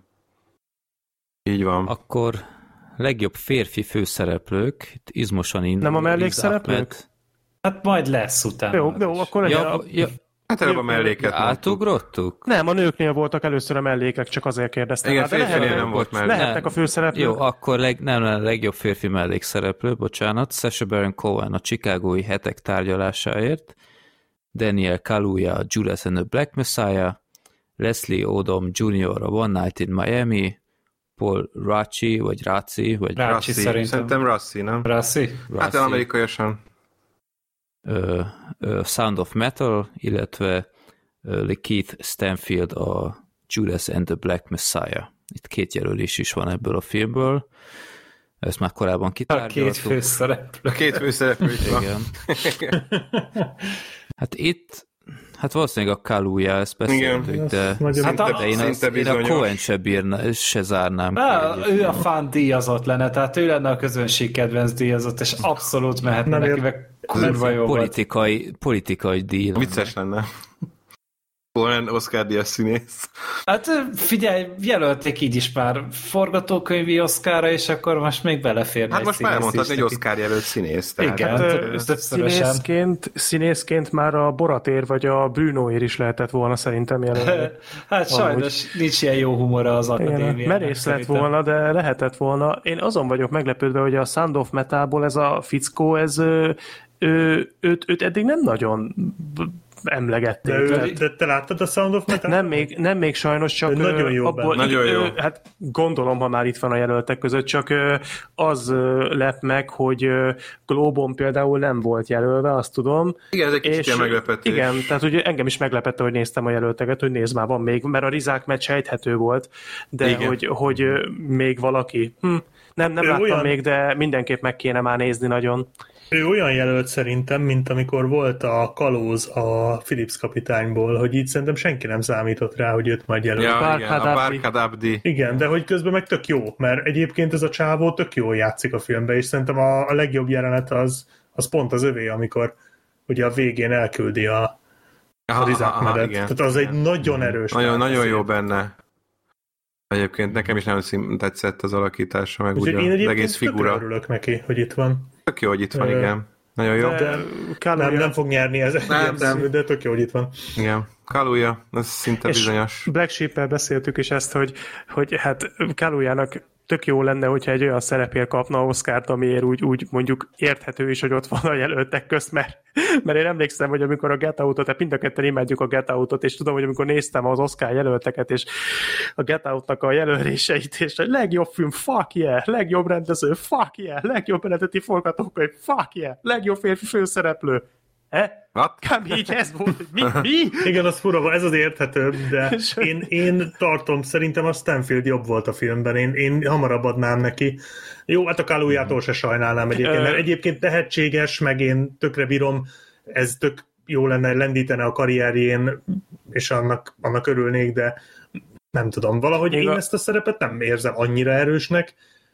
Így van. Akkor legjobb férfi főszereplők, itt izmosan indul. Nem a mellékszereplők? Hát majd lesz utána. Jó, jó akkor legyen ja, a... ja, Hát előbb a melléket átugrottuk? Nem, a nőknél voltak először a mellékek, csak azért kérdeztem. Igen, hát, férfinél lehet, nem volt mellék. Lehetnek a főszereplők. Jó, akkor leg, nem, nem, legjobb férfi mellékszereplő, bocsánat. Sacha Baron Cohen a Chicagói hetek tárgyalásáért, Daniel Kaluuya a Judas and the Black Messiah, Leslie Odom junior a One Night in Miami, Paul Raci, vagy Raci, vagy Raci szerintem. Szerintem Rassi, nem? Rassi? Hát nem amerikaiasan. Uh, uh, Sound of Metal, illetve uh, Keith Stanfield a Judas and the Black Messiah. Itt két jelölés is van ebből a filmből. Ezt már korábban kitárgyaltuk. A két főszereplő. A két főszereplő is van. Igen. Hát itt, hát valószínűleg a Kaluuya, ezt beszéltük, de, Hát a, de én, az, én a Cohen se, bírna, se zárnám ki. Á, ő a fan díjazott lenne, tehát ő lenne a közönség kedvenc díjazott, és abszolút mehetne neki, meg kurva jó politikai, volt. Politikai díj. Vicces lenne. Cohen Oscar-díjas színész. Hát figyelj, jelölték így is már forgatókönyvi Oscarra, és akkor most még beleférne. Hát most már elmondhatni, hogy Oscar jelölt színész. Tehát. Igen, hát, színészként, színészként már a Boratér vagy a Brunoér is lehetett volna szerintem jelölni. Hát sajnos Amúgy. nincs ilyen jó humora az akadémiának. Merész lett volna, de lehetett volna. Én azon vagyok meglepődve, hogy a Sound of Metalból ez a fickó, ez ő, ő, őt, őt eddig nem nagyon emlegették. De, ő, de te láttad a Sound of Metal? Nem még, nem még sajnos, csak... Ő nagyon jó abból, Nagyon jó. Ő, hát gondolom, ha már itt van a jelöltek között, csak az lep meg, hogy Globon például nem volt jelölve, azt tudom. Igen, ez egy kicsit ilyen meglepetés. Igen, tehát ugye engem is meglepette, hogy néztem a jelölteket, hogy nézd már, van még, mert a Rizák meccs sejthető volt, de igen. hogy, hogy még valaki... Hm, nem, nem láttam olyan... még, de mindenképp meg kéne már nézni nagyon. Ő olyan jelölt szerintem, mint amikor volt a kalóz a Philips kapitányból, hogy így szerintem senki nem számított rá, hogy őt majd jelölt. Ja, igen, a Barkhad Abdi. Igen, de hogy közben meg tök jó, mert egyébként ez a csávó tök jól játszik a filmben, és szerintem a, a legjobb jelenet az, az pont az övé, amikor ugye a végén elküldi a, a Rizák-medet. Tehát az igen. Egy nagyon erős. Nagyon, nagyon jó benne. Egyébként nekem is nagyon tetszett az alakítása, meg ugye az egész figura. Én örülök neki, hogy itt van. Tök jó, hogy itt van, igen. Nagyon jó. De nem, nem fog nyerni ez nem, nem. De tök jó, hogy itt van. Igen. Kaluuya, ez szinte és bizonyos. Black Sheep-el beszéltük is ezt, hogy, hogy hát Kaluyának tök jó lenne, hogyha egy olyan szerepért kapna Oscart, amiért úgy, úgy mondjuk érthető is, hogy ott van a jelöltek közt, mert, mert én emlékszem, hogy amikor a Get Out-ot, tehát mind a ketten imádjuk a Get Out-ot, és tudom, hogy amikor néztem az Oscar jelölteket, és a Get Out-nak a jelöléseit, és a legjobb film, fuck yeah, legjobb rendező, fuck yeah, legjobb eredeti forgatókönyv, fuck yeah, legjobb férfi főszereplő. Eh? Kb. Így ez volt, hogy mi? mi? Igen, az fura, ez az érthetőbb, de én, én tartom, szerintem a Stanfield jobb volt a filmben, én, én hamarabb adnám neki. Jó, hát a Kaluyától se sajnálnám egyébként, mert egyébként tehetséges, meg én tökre bírom, ez tök jó lenne, lendítene a karrierjén, és annak, annak örülnék, de nem tudom, valahogy Még én a... ezt a szerepet nem érzem annyira erősnek,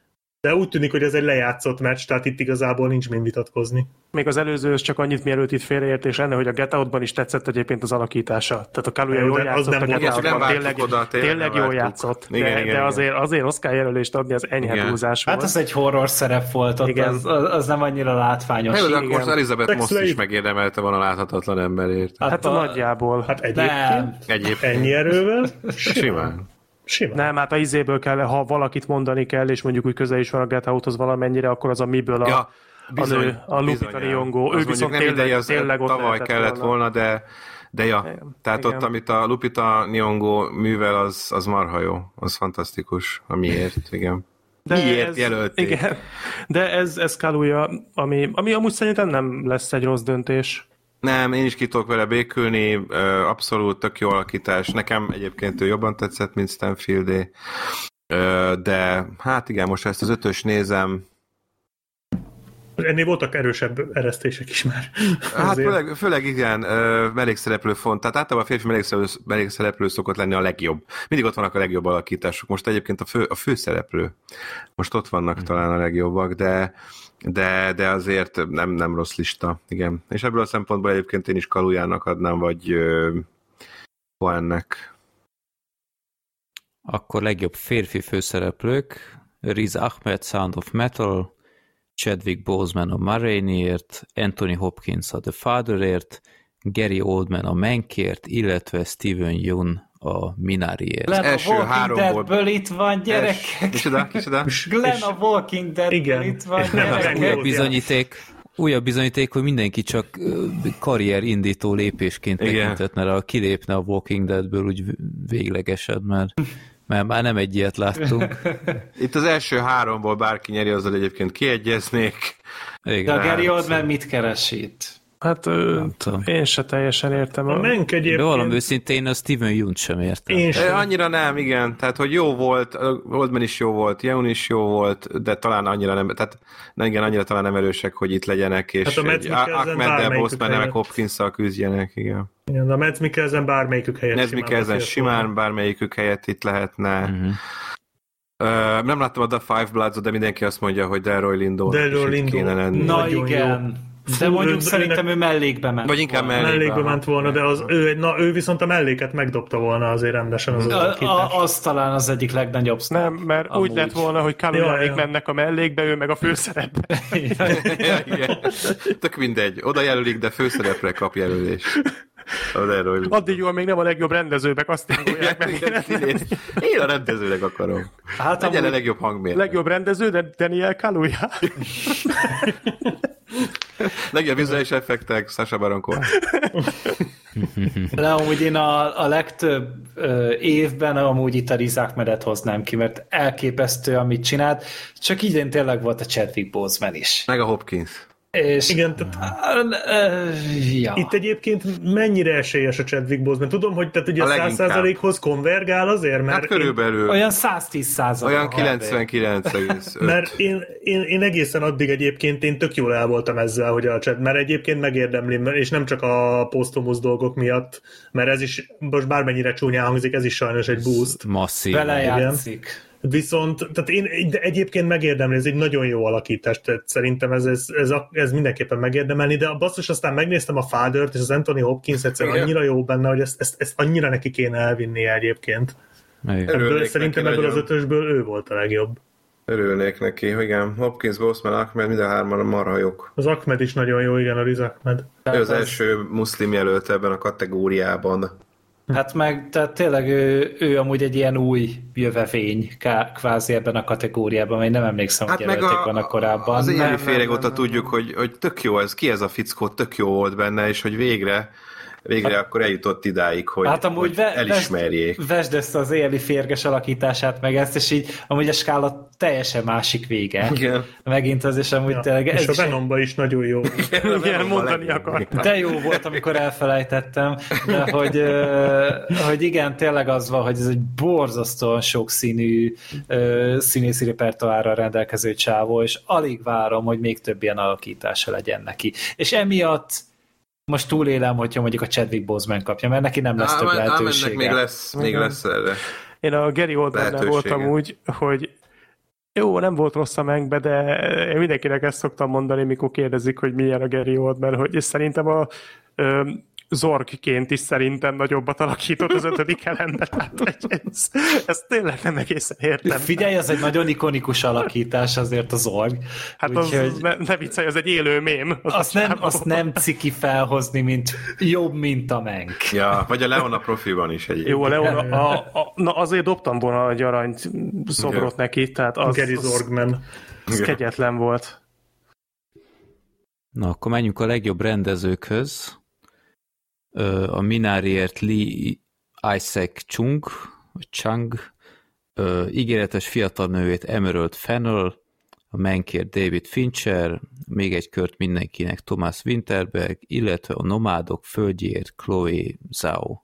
de úgy tűnik, hogy ez egy lejátszott meccs, tehát itt igazából nincs mind vitatkozni. Még az előzőhöz csak annyit, mielőtt itt félreértés lenne, hogy a Get Out-ban is tetszett egyébként az alakítása. Tehát a Kaluuya jól játszott a Get Out-ban, tényleg, oda, tényleg, tényleg jól játszott. Igen, de, igen, de azért, azért Oscar jelölést adni az enyhe túlzás volt. Hát az egy horror szerep volt ott, az, az nem annyira látványos. Hát, de akkor az Elizabeth Moss is megérdemelte volna a láthatatlan emberért. Hát, hát a, nagyjából. Hát egyébként, egyébként. Ennyi erővel? Simán. Simán. Nem, hát a izéből kell, ha valakit mondani kell, és mondjuk úgy közel is van a Get Out-hoz valamennyire, akkor az a miből a, ja, bizony, a, nő, a Lupita Nyong'o. Ő viszont nem tényleg, az tényleg ott tavaly kellett volna, volna de, de ja. Igen, tehát igen. ott, amit a Lupita Nyong'o művel, az, az marha jó. Az fantasztikus. A miért, igen. De miért ez, jelölték? Igen. De ez, ez Kaluuya, ami, ami amúgy szerintem nem lesz egy rossz döntés. Nem, én is ki tudok vele békülni, abszolút tök jó alakítás. Nekem egyébként ő jobban tetszett, mint Stanfieldé. De hát igen, most ezt az ötös nézem. Ennél voltak erősebb eresztések is már. Hát főleg, főleg igen, mellékszereplő font. Tehát általában a férfi mellékszereplő, mellékszereplő szokott lenni a legjobb. Mindig ott vannak a legjobb alakítások. Most egyébként a, fő, a főszereplő. Most ott vannak hmm. talán a legjobbak, de De, de azért nem, nem rossz lista, igen. És ebből a szempontból egyébként én is Kaluyának adnám, vagy Cohennek. Akkor legjobb férfi főszereplők: Riz Ahmed, Sound of Metal, Chadwick Boseman a Ma Raineyért, Anthony Hopkins a The Fatherért, Gary Oldman a Mankért, illetve Steven Yeun a Minariért. Glenn első a Walking háromból- Deadből itt van, gyerekek. Kicsoda, kicsoda? Glenn a Walking Deadből Igen. itt van, Igen. gyerekek. Újabb bizonyíték, újabb bizonyíték, hogy mindenki csak ö, karrierindító lépésként Igen. tekintetne rá, kilépne a Walking Deadből úgy véglegesed, mert, mert már nem egy ilyet láttunk. Itt az első háromból bárki nyeri, azzal egyébként kiegyeznék. Igen. De a Gary Hát, Oldman mit keres itt? Hát ö, Nem tudom. én se teljesen értem. A A... Mank De egyébként... valami őszintén a Steven Yeun sem értem. Én E, sem. annyira nem, igen. Tehát, hogy jó volt, Oldman is jó volt, Yeun is jó volt, de talán annyira nem, tehát nem, igen, annyira talán nem erősek, hogy itt legyenek, és Hát a Mads Mikkelsen Ahmeddel, bármelyikük Boseman, meg helyett. Hopkinsszal küzdjenek, igen. Igen, de a Mads Mikkelsen bármelyikük helyett Ned simán Mikkelsen beszélt simán volna. bármelyikük helyett itt lehetne. Uh-huh. Uh, nem láttam a The Five Bloods-ot, de mindenki azt mondja, hogy Delroy Lindo Delroy is itt Lindo. kéne lenni. Na Nagyon igen. De Fú, mondjuk ő- szerintem ő mellékbe ment. Vagy inkább volna. mellékbe. Mellékbe aha. ment volna, de az, ő, na, ő viszont a melléket megdobta volna azért rendesen az A, alakítás. a, az talán az egyik legnagyobb sztár. Nem, mert Amúgy. úgy lett volna, hogy Ja, kalujáig ja. mennek a mellékbe, ő meg a főszerepbe. Ja, igen. Tök mindegy. Oda jelölik, de főszerepre kap jelölés. A Delroy Lindo. Addig jól még nem a legjobb rendezőbek, azt indulják meg. Én a rendezőnek akarom. Hát Legyen a amúgy, legjobb hangmérnök. Legjobb rendező, de Daniel Kaluuya. Legjobb vizuális effektek, Sacha Baron Cohen. de amúgy én a, a legtöbb ö, évben amúgy itt a Riz Ahmedet hoznám ki, mert elképesztő, amit csinált, csak idén tényleg volt a Chadwick Boseman is. Meg a Hopkins. És Igen, tehát ja. itt egyébként mennyire esélyes a Chadwick Boseman? Tudom, hogy tehát ugye A a leginkább. száz százalékhoz konvergál azért, mert Hát körülbelül Olyan száz tíz százalék. olyan kilencvenkilenc egész öt. Mert én, én, én egészen addig egyébként én tök jól el voltam ezzel, hogy a chat, mert egyébként megérdemli, és nem csak a posztumusz dolgok miatt, mert ez is, most bármennyire csúnyán hangzik, ez is sajnos egy boost. Masszív. Vele játszik. Viszont, tehát én de egyébként megérdemli, ez egy nagyon jó alakítás, tehát szerintem ez, ez, ez, a- ez mindenképpen megérdemelni, de a basszus aztán megnéztem a Father-t, és az Anthony Hopkins egyszer Igen. annyira jó benne, hogy ezt, ezt, ezt annyira neki kéne elvinnie egyébként. Igen. Ebből, Örülnék szerintem neki ebből az nagyon. ötösből ő volt a legjobb. Örülnék neki, hogy igen. Hopkins, Boseman, Ahmed, mind a hárman marha jók. Az Ahmed is nagyon jó, igen, a Riz Ahmed. Ő az első muszlim jelölt ebben a kategóriában. Hát meg, tehát tényleg ő, ő amúgy egy ilyen új jövevény ká- kvázi ebben a kategóriában, mert én nem emlékszem, Hát hogy meg jelölték a, volna korábban. az Nem, éjjeli nem, féregóta nem, nem. tudjuk, hogy, hogy tök jó ez, ki ez a fickó, tök jó volt benne, és hogy végre végre akkor eljutott idáig, hogy, Hát amúgy hogy ve- elismerjék. Vesd, vesd ezt az éjjeli férges alakítását meg ezt, és így amúgy a skála teljesen másik vége. Igen. Megint az, és amúgy Ja, tényleg ez és a is egy- Venomban is nagyon jó. Igen, mondani akartam. de jó volt, amikor elfelejtettem, de hogy, ö, hogy igen, tényleg az van, hogy ez egy borzasztóan sokszínű ö, színészi repertoárral rendelkező csávó, és alig várom, hogy még több ilyen alakítása legyen neki. És emiatt most túlélem, hogyha mondjuk a Chadwick Boseman kapja, mert neki nem lesz több Ám, ám ennek lehetősége. még lesz, még Igen. lesz erre. Én a Gary Oldmannel Lehetősége. voltam úgy, hogy jó, nem volt rossz a Mankbe, de én mindenkinek ezt szoktam mondani, mikor kérdezik, hogy milyen a Gary Oldman, hogy és szerintem a ö, Zorgként is szerintem nagyobbat alakított az ötödik elemben. Tehát ez, ez tényleg nem egészen értem. Figyelj, ez egy nagyon ikonikus alakítás azért az Zorg. Hát az, Úgyhogy- ne, ne viccelj, az egy élő mém. Az Azt a nem, csávó. azt nem ciki felhozni, mint jobb, mint a Mank. Ja, vagy a Leona profiban is egy. Jó, a Leon, a, a, na azért dobtam volna egy aranyt szobrot Igen. neki, tehát az, Gary az, Zorgman. az kegyetlen volt. Na, akkor menjünk a legjobb rendezőkhöz. Ö, A Minariért Lee Isaac Chung, vagy Chung, ö, ígéretes fiatal nővét Emerald Fennell, a Mankért David Fincher, még egy kört mindenkinek Thomas Winterberg, illetve a Nomádok földjéért Chloe Zhao.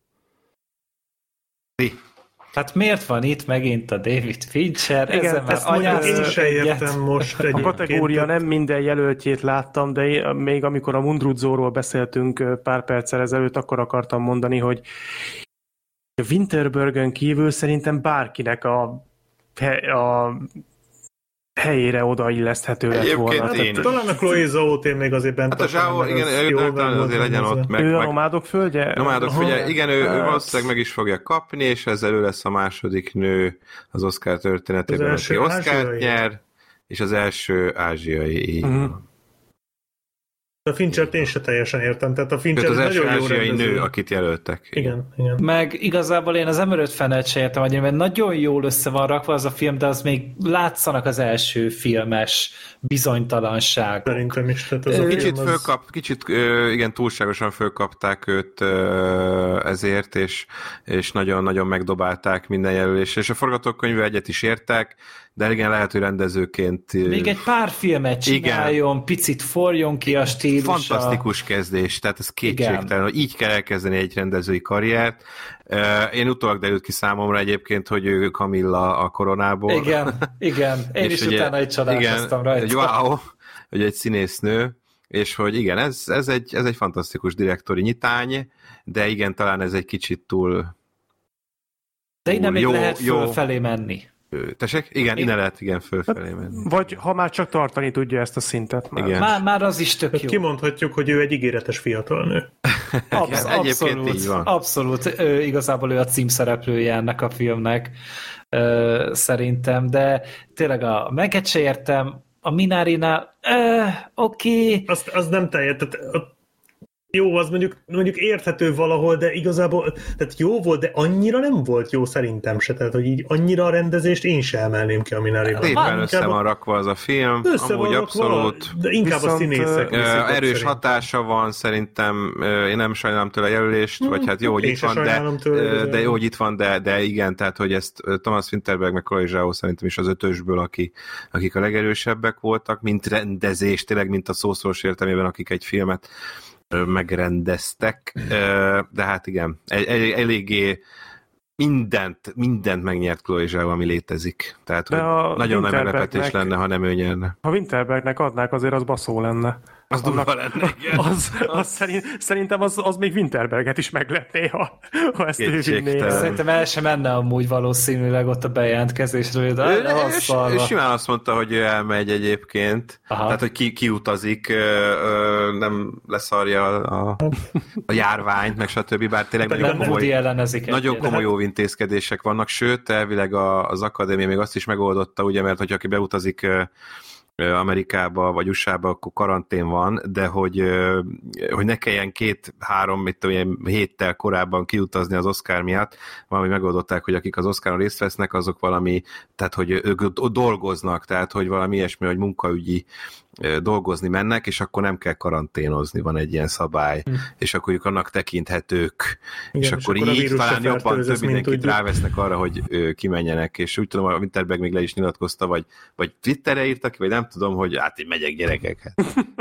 Hát miért van itt megint a David Fincher? Igen, Ezen már ezt mondjuk Én anyáztunk se egyet. értem most A egyébként. kategória nem minden jelöltjét láttam, de én, még amikor a Mundruzzóról beszéltünk ö, pár perccel ezelőtt, akkor akartam mondani, hogy a Winterbergön kívül szerintem bárkinek a, he- a helyére odailleszthető lett Egyébként volna. én- Tehát Talán a Chloe Zhao-t én még azért bent Hát a tartom, Zsáó, mert igen, az ő jól talán volt azért legyen rendezve. ott, meg, ő a meg Nomádok földje? Nomádok, Aha. figyelj, igen, ő, ő Hát- valószínűleg meg is fogja kapni, és ezzel ő lesz a második nő az Oscar történetében, Az aki első Oscart ázsiai. nyer, és az első ázsiai. Így. Mhm. van. A Finchert én se teljesen értem, tehát a Fincher az nagyon első jó ázsiai rendező. nő, akit jelöltek. Igen, igen. Meg igazából én az em öt fenet se értem, hogy mert nagyon jól össze van rakva az a film, de az még látszanak az első filmes bizonytalanság. Szerintem is. Tehát az a Kicsit film az... fölkap, kicsit igen, túlságosan fölkapták őt ezért, és, és nagyon-nagyon megdobálták minden jelölésre, és a forgatókönyvvel egyet is értek, de igen, lehet, hogy rendezőként... Még egy pár filmet csináljon, igen. Picit forjon ki a stílusa. Fantasztikus kezdés, tehát ez kétségtelen, hogy így kell elkezdeni egy rendezői karriert. Én utólag derült ki számomra egyébként, hogy ő Camilla a Koronából. Igen, igen. Én is ugye, utána egy csodálkoztam rajta. Hogy wow, hogy egy színésznő, és hogy igen, ez, ez, egy, ez egy fantasztikus direktori nyitány, de igen, talán ez egy kicsit túl... De innen még jó, lehet jó. fölfelé menni. Tessék? Igen, innen lehet igen fölfelé menni. Vagy ha már csak tartani tudja ezt a szintet. Már, igen. már, már az is tök jó. Kimondhatjuk, hogy ő egy ígéretes fiatal nő. Absz- abszolút, így van. Abszolút. Ő, igazából ő a címszereplője ennek a filmnek ö, szerintem, de tényleg a Meget se értem, a Minari-nál oké. Okay. Azt, az nem teljes, tehát jó, az mondjuk, mondjuk érthető valahol, de igazából, tehát jó volt, de annyira nem volt jó szerintem se, tehát hogy így annyira a rendezést én se emelném ki a Minari-ban. Szépen össze van rakva az a film, össze amúgy abszolút. De inkább Viszont, a színészek. Uh, erős hatása van szerintem, uh, én nem sajnálom tőle a jelölést, hmm, vagy hát jó, hogy itt van, de, tőle, de jó, hogy itt van, de, de igen, tehát hogy ezt Thomas Winterberg meg Chloe Zhao szerintem is az ötösből, aki, akik a legerősebbek voltak, mint rendezés, tényleg, mint a szószoros értelmében, akik egy filmet megrendeztek, de hát igen, el, eléggé mindent, mindent megnyert Chloe Zhao, ami létezik. Tehát hogy nagyon nagy meglepetés lenne, ha nem ő nyerne. Ha Winterbergnek adnák, azért az baszó lenne. Az durva lenne, igen. Az, az szerint, szerintem az, az még Winterberget is meglepné, ha, ha ezt ő vinné. Szerintem el sem menne amúgy valószínűleg ott a bejelentkezésről, de ő, ő, ő simán azt mondta, hogy ő elmegy egyébként. Aha. Tehát, hogy ki, kiutazik, nem leszarja a, a járványt, meg stb. Bár tényleg nagyon komoly, nagyon komoly óvintézkedések vannak, sőt, elvileg az akadémia még azt is megoldotta, ugye, mert hogyha aki beutazik Amerikába vagy u es á-ba, akkor karantén van, de hogy, hogy ne kelljen két-három mit tudom, héttel korábban kiutazni az Oscar miatt, valami megoldották, hogy akik az Oscaron részt vesznek, azok valami, tehát hogy ők dolgoznak, tehát hogy valami ilyesmi, hogy munkaügyi dolgozni mennek, és akkor nem kell karanténozni, van egy ilyen szabály, hm. és akkor ők annak tekinthetők, igen, és, és akkor, akkor így talán jobban több mindenkit rávesznek arra, hogy ő, kimenjenek, és úgy tudom, a Winterberg még le is nyilatkozta, vagy, vagy Twitterre írtak, vagy nem tudom, hogy hát én megyek gyerekek.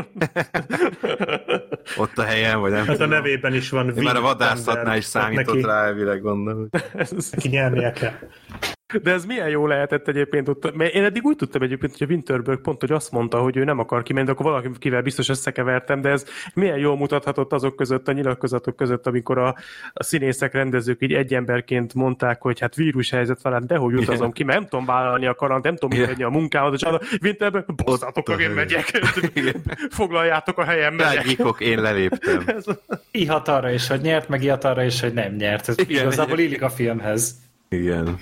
Ott a helyen, vagy nem hát tudom. A nevében is van. Már a vadászatnál is számított neki, rá, elvileg gondolom. Neki nyernie kell. De ez milyen jó lehetett egyébként ott, mert én eddig úgy tudtam egyébként, hogy a Winterberg pont, hogy azt mondta, hogy ő nem akar kimenni, de akkor valakivel biztos összekevertem, de ez milyen jól mutathatott azok között, a nyilatkozatok között, amikor a, a színészek, rendezők így egy emberként mondták, hogy hát vírushelyzet van, de hogy utazom ki, mert nem tudom vállalni a karant, nem tudom yeah. a munkámat, és a Winterberg, bozzátok meg, én megyek, foglaljátok a helyem, megyek. Rágyíkok, én leléptem. Ihat arra is, hogy nyert, meg ihat arra is, hogy nem nyert. Ez igen, igazából illik a filmhez. Igen.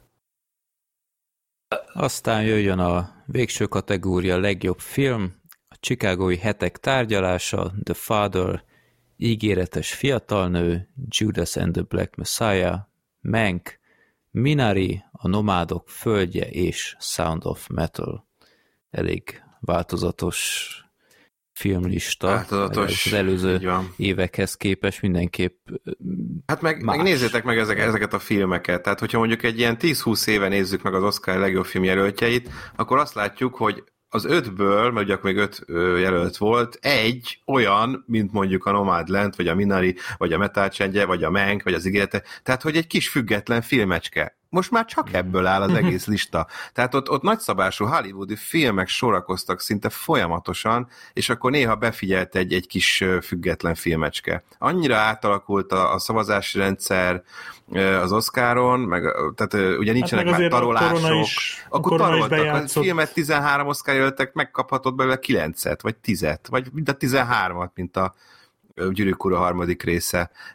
Aztán jöjjön a végső kategória legjobb film, a Chicagói hetek tárgyalása, The Father, Ígéretes fiatalnő, Judas and the Black Messiah, Mank, Minari, A nomádok földje és Sound of Metal. Elég változatos filmlista. Változatos. Az előző évekhez képest mindenképp hát meg, meg nézzétek meg ezek, ezeket a filmeket. Tehát, hogyha mondjuk egy ilyen tíz-húsz éve nézzük meg az Oscar legjobb film jelöltjeit, akkor azt látjuk, hogy az ötből, mert ugye akkor még öt jelölt volt, egy olyan, mint mondjuk a Nomadland, vagy a Minari, vagy a Metal Csendje, vagy a Mank, vagy az Ígérete. Tehát, hogy egy kis független filmecske. Most már csak ebből áll az egész lista. Tehát ott, ott nagyszabású hollywoodi filmek sorakoztak szinte folyamatosan, és akkor néha befigyelt egy, egy kis független filmecske. Annyira átalakult a, a szavazási rendszer az Oscaron, meg, tehát ugye nincsenek hát már tarolások. Is, akkor taroltak. A filmet tizenhárom Oscar jelöltek, megkaphatott belőle kilencet, vagy tízet, vagy mind a tizenhármat, mint a Gyűrűk Ura harmadik része.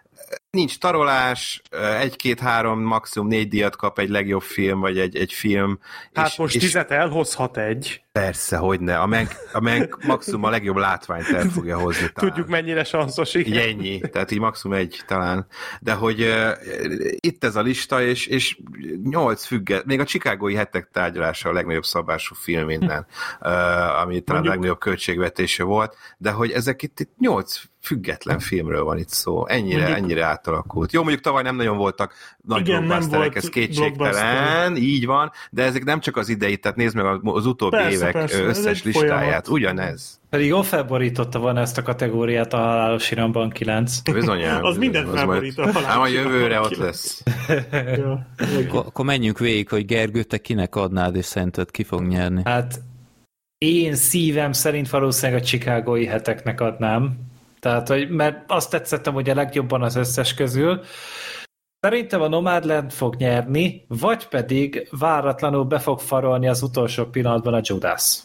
nincs tarolás, egy-két-három, maximum négy díjat kap egy legjobb film, vagy egy, egy film. Hát és, most és tizet elhozhat egy. Persze, hogyne. A Mank, a Mank maximum a legjobb látványt el fogja hozni. Talán. Tudjuk, mennyire sanszos, igen. Így ennyi, tehát így maximum egy talán. De hogy uh, itt ez a lista, és, és nyolc függet, még a Chicagói hetek tárgyalása a legnagyobb szabású film innen, uh, ami talán a legnagyobb költségvetése volt, de hogy ezek itt, itt nyolc független filmről van itt szó. Ennyire, mondjuk, ennyire átalakult. Jó, mondjuk tavaly nem nagyon voltak nagy blockbusterek, ez kétségtelen, így van, de ezek nem csak az idei, tehát nézd meg az utóbbi persze, évek persze, összes listáját, folyamat. Ugyanez. Pedig jól felborította volna ezt a kategóriát a Halálos Iramban kilenc. Bizonyán. Az mindent felborít a Ám a jövőre ott lesz. Ja. Akkor menjünk végig, hogy Gergő, te kinek adnád, és szerinted ki fog nyerni? Hát én szívem szerint valószínűleg a Chicagói heteknek adnám. Tehát, hogy, mert azt tetszettem, hogy a legjobban az összes közül. Szerintem a Nomadland fog nyerni, vagy pedig váratlanul be fog farolni az utolsó pillanatban a Judas.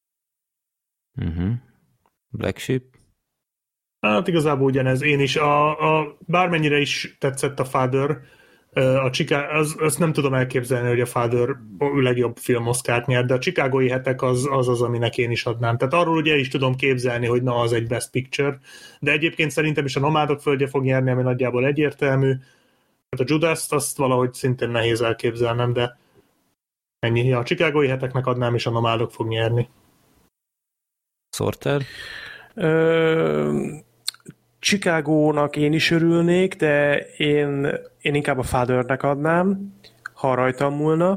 Uh-huh. Black Sheep? Hát igazából ugyanez. Én is. A, a, bármennyire is tetszett a Father, a Chicago, az, azt nem tudom elképzelni, hogy a Father a legjobb film Oscart nyert, de a Chicagói hetek az, az az, aminek én is adnám. Tehát arról ugye is tudom képzelni, hogy na, az egy Best Picture, de egyébként szerintem is a Nomádok földje fog nyerni, ami nagyjából egyértelmű. Hát a Judas-t azt valahogy szintén nehéz elképzelnem, de ennyi. A Chicagói heteknek adnám, és a Nomádok fog nyerni. Sorter? Ö... Chicagónak én is örülnék, de én, én inkább a Fathernek adnám, ha rajtam múlna.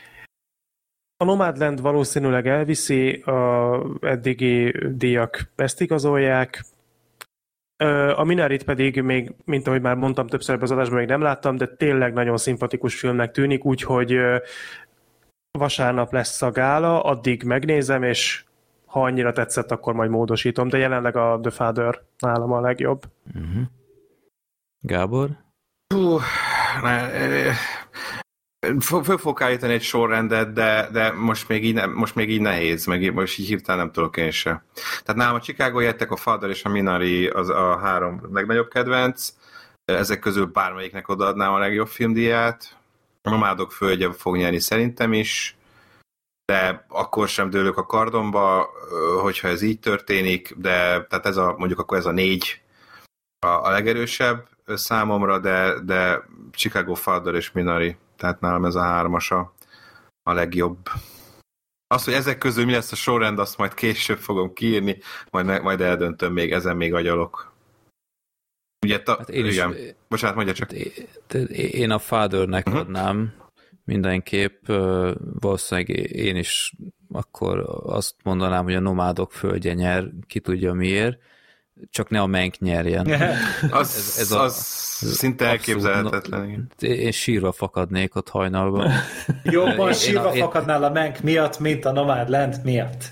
A Nomadland valószínűleg elviszi, a eddigi díjak ezt igazolják. A Minarit pedig még, mint ahogy már mondtam többször az adásban, még nem láttam, de tényleg nagyon szimpatikus filmnek tűnik, úgyhogy vasárnap lesz a gála, addig megnézem, és ha annyira tetszett, akkor majd módosítom, de jelenleg a The Father nálam a legjobb. Uh-huh. Gábor? Uh, Föl fogok állítani egy sorrendet, de, de most, még így ne, most még így nehéz, meg most így hirtelen nem tudok én se. Tehát nálam a Chicagói hetek, a Father és a Minari az a három legnagyobb kedvenc. Ezek közül bármelyiknek odaadnám a legjobb filmdíját. A Nomádok földje fog nyerni szerintem is, de akkor sem dőlök a kardomba, hogyha ez így történik, de tehát ez a, mondjuk akkor ez a négy a, a legerősebb számomra, de, de Chicago, Father és Minari, tehát nálam ez a hármas a, a legjobb. Azt, hogy ezek közül mi lesz a sorrend, azt majd később fogom kiírni, majd, majd eldöntöm, még ezen még agyalok. Ugye, ta, hát én igen. Is, bocsánat, mondja csak. Én a Fathernek uh-huh. adnám mindenképp, valószínűleg én is akkor azt mondanám, hogy a Nomádok földje nyer, ki tudja miért, csak ne a Mank nyerjen. az ez, ez az a, szinte elképzelhetetlen. Én sírva fakadnék ott hajnalban. Jobban én, sírva én, fakadnál a Mank miatt, mint a Nomadland miatt.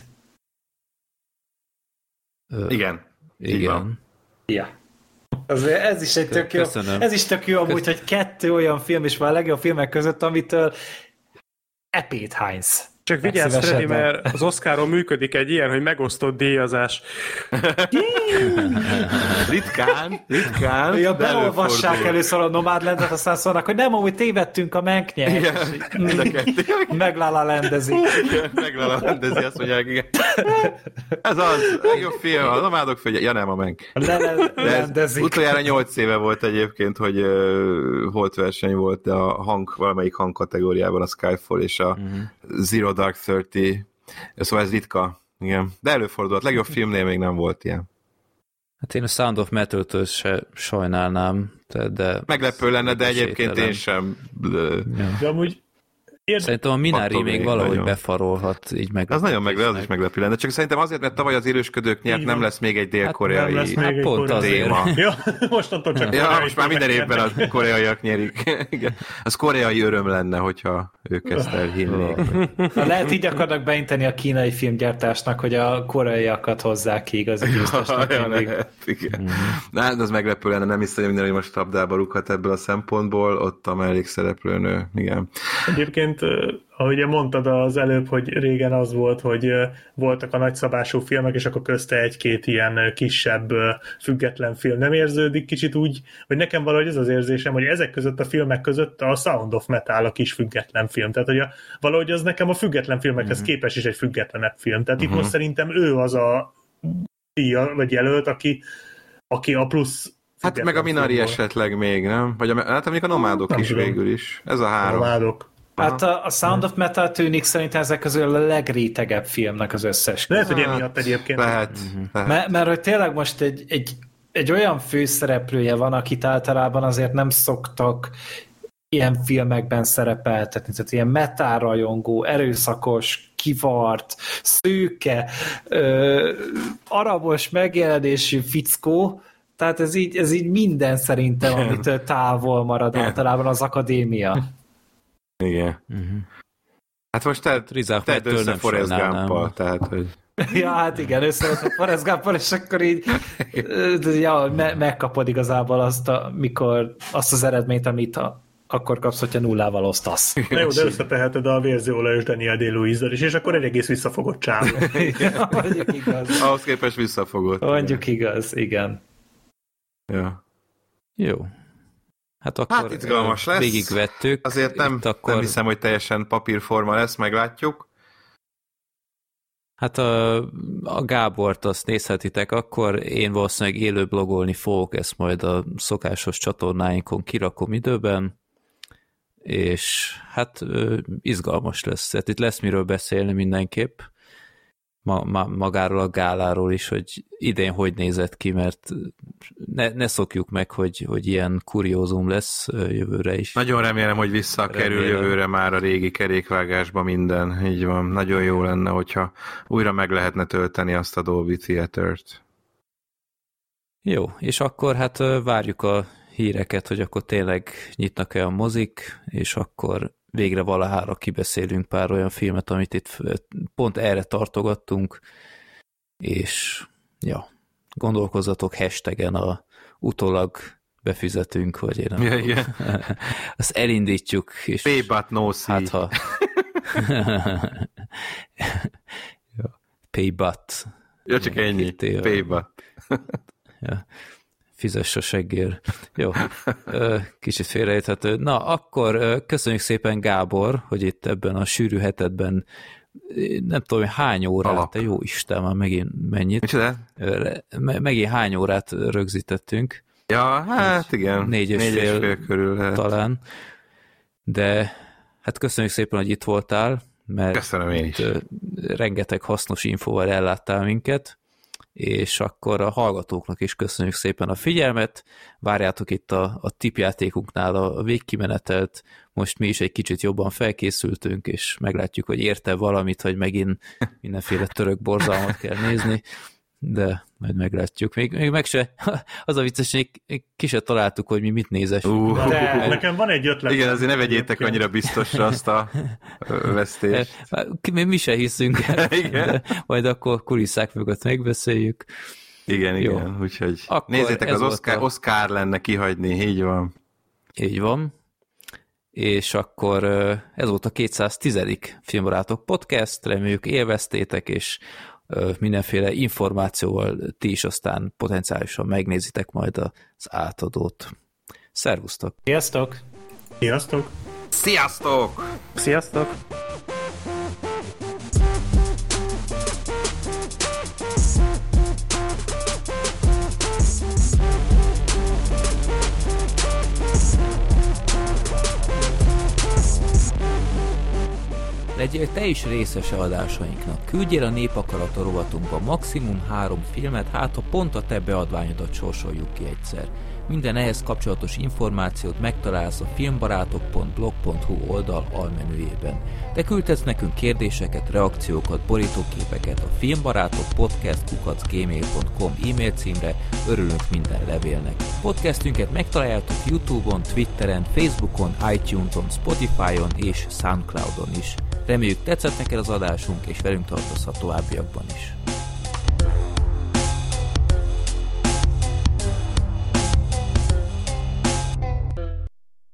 Igen. Igen. Ja. Ez, ez is egy tök jó, ez is tök jó amúgy, hogy kettő olyan film is van a legjobb filmek között, amitől epét hánysz. Csak vigyázz, Freddy, mert az Oscaron működik egy ilyen, hogy megosztott díjazás. ritkán, ritkán. Ja, beolvassák először a Nomadlandet, aztán szólnak, hogy nem, amúgy tévedtünk, a Mank nyert. Meglala lendezik. Meglala lendezi, azt mondják, igen. Ez az, legjobb film, a Nomádok földje, ja nem, a Mank. Lendezik. Utoljára nyolc éve volt egyébként, hogy uh, holt verseny volt a hang, valamelyik hangkategóriában a Skyfall és a mm-hmm. Zero Dark Thirty, szóval ez ritka, igen. De előfordult, legjobb filmnél még nem volt ilyen. Hát én a Sound of Metal-től se sajnálnám, de... Meglepő lenne, de egyébként én sem... Ja. De amúgy... Érde... Szerintem a Minari még valahogy nagyon befarolhat, így meg. Az nagyon meglepő, az is meglepő lenne. Csak szerintem azért, mert tavaly az Élősködők nyert, nem lesz még egy dél-koreai hát, hát egy pont téma. Ja, mostantól csak ja, most már minden évben a koreaiak nyerik. Igen. Az koreai öröm lenne, hogyha ők ezt elhinnék. Lehet így akarnak beinteni a kínai filmgyártásnak, hogy a koreaiakat hozzák ki igazi győztesnek. Ja, igen. Mm-hmm. Na, az meglepő lenne, nem hiszem, hogy minden, hogy most labdába rúghat ebből a szempontból, ott a mellékszereplőnő, igen. Egyébként egyébként, ahogy mondtad az előbb, hogy régen az volt, hogy voltak a nagyszabású filmek, és akkor közte egy-két ilyen kisebb független film. Nem érződik kicsit úgy, hogy nekem valahogy ez az érzésem, hogy ezek között a filmek között a Sound of Metal a kis független film. Tehát, hogy a, valahogy az nekem a független filmekhez uh-huh. képest is egy függetlenebb film. Tehát uh-huh. itt most szerintem ő az a díja, vagy jelölt, aki, aki a plusz. Hát meg a Minari filmból. Esetleg még, nem? Vagy a, hát mondjuk a Nomádok nem is tudom. Végül is. Ez a három. A Nomádok. Hát a, a Sound of Metal tűnik szerintem ezek közül a legrétegebb filmnek az összes. Lehet, hogy emiatt egyébként. Lehet. lehet. Mert, mert hogy tényleg most egy, egy, egy olyan főszereplője van, akit általában azért nem szoktak ilyen filmekben szerepeltetni. Tehát ilyen metal rajongó, erőszakos, kivart, szőke, ö, arabos megjelenésű fickó. Tehát ez így, ez így minden szerintem, amitől távol marad általában az akadémia. Igen. Uh-huh. Hát most te, tedd össze Forrest Gump-pal, tehát, hogy... Ja, hát igen, összejött a Forrest Gump-al, és akkor így ja, me- megkapod igazából azt, a, mikor, azt az eredményt, amit a, akkor kapsz, hogyha nullával osztasz. Na jó, de összeteheted a vérzőolajos Daniel Day-Lewis-zal is, és akkor egy egész visszafogott csávó. Ja, mondjuk igaz. Ahhoz képest visszafogott. Mondjuk igaz, igen. Ja. Jó. Hát akkor hát izgalmas lesz. Végigvettük. Azért nem, akkor... nem hiszem, hogy teljesen papírforma lesz, meglátjuk. Hát a, a Gábort azt nézhetitek, akkor én valószínűleg élő blogolni fogok, ezt majd a szokásos csatornáinkon kirakom időben, és hát izgalmas lesz. Hát itt lesz miről beszélni mindenképp. Ma, ma, magáról a gáláról is, hogy idén hogy nézett ki, mert ne, ne szokjuk meg, hogy, hogy ilyen kuriózum lesz jövőre is. Nagyon remélem, hogy visszakerül remélem. Jövőre már a régi kerékvágásba minden. Így van. Nagyon jó lenne, hogyha újra meg lehetne tölteni azt a Dolby Theatert. Jó, és akkor hát várjuk a híreket, hogy akkor tényleg nyitnak-e a mozik, és akkor végre valahára kibeszélünk pár olyan filmet, amit itt pont erre tartogattunk, és ja, gondolkozzatok hashtagen a utólag befizetünk, vagy én nem ja, igen. Azt elindítjuk, és pay but no see. Hát ha pay but. Ja, csak ennyi. Pay but. Ja. Fizess a seggér. Jó, kicsit félreérthető. Na, akkor köszönjük szépen, Gábor, hogy itt ebben a sűrű hetedben nem tudom, hány órát, Alap. Te jó Isten, már megint mennyit. Micsoda? Megint hány órát rögzítettünk. Ja, hát igen. Négy és, négy fél, és fél körül lehet. Talán. De hát köszönjük szépen, hogy itt voltál, mert köszönöm én is. Rengeteg hasznos infóval elláttál minket, és akkor a hallgatóknak is köszönjük szépen a figyelmet, várjátok itt a, a tippjátékunknál a végkimenetelt, most mi is egy kicsit jobban felkészültünk, és meglátjuk, hogy érte valamit, hogy megint mindenféle török borzalmat kell nézni, de majd meglátjuk. Még, még meg se, az a vicces, hogy ki se találtuk, hogy mi mit nézessünk. Uh, de nekem van egy ötlet. Igen, azért ne vegyétek annyira biztosra azt a vesztést. Mi, mi se hiszünk, de majd akkor kulisszák mögött megbeszéljük. Igen, Jó. igen, úgyhogy akkor nézzétek, az Oscar, a... Oscar lenne kihagyni, így van. Így van. És akkor ez volt a kétszáztízedik Filmbarátok podcast, reméljük élveztétek, és mindenféle információval ti is aztán potenciálisan megnézitek majd az átadót. Szervusztok! Sziasztok! Sziasztok! Sziasztok! Sziasztok! Legyél te is részese adásainknak. Küldjél a Népakarata rovatunkba maximum három filmet, hát ha pont a te beadványodat sorsoljuk ki egyszer. Minden ehhez kapcsolatos információt megtalálsz a filmbarátok pont blog pont hu oldal almenüjében. Te küldhetsz nekünk kérdéseket, reakciókat, borítóképeket a filmbarátok podcast kukac gmail pont com e-mail címre, örülünk minden levélnek. Podcastünket megtaláljátok YouTube-on, Twitteren, Facebookon, iTunes-on, Spotify-on és Soundcloud-on is. Reméljük tetszett neked az adásunk, és velünk tartozhat továbbiakban is.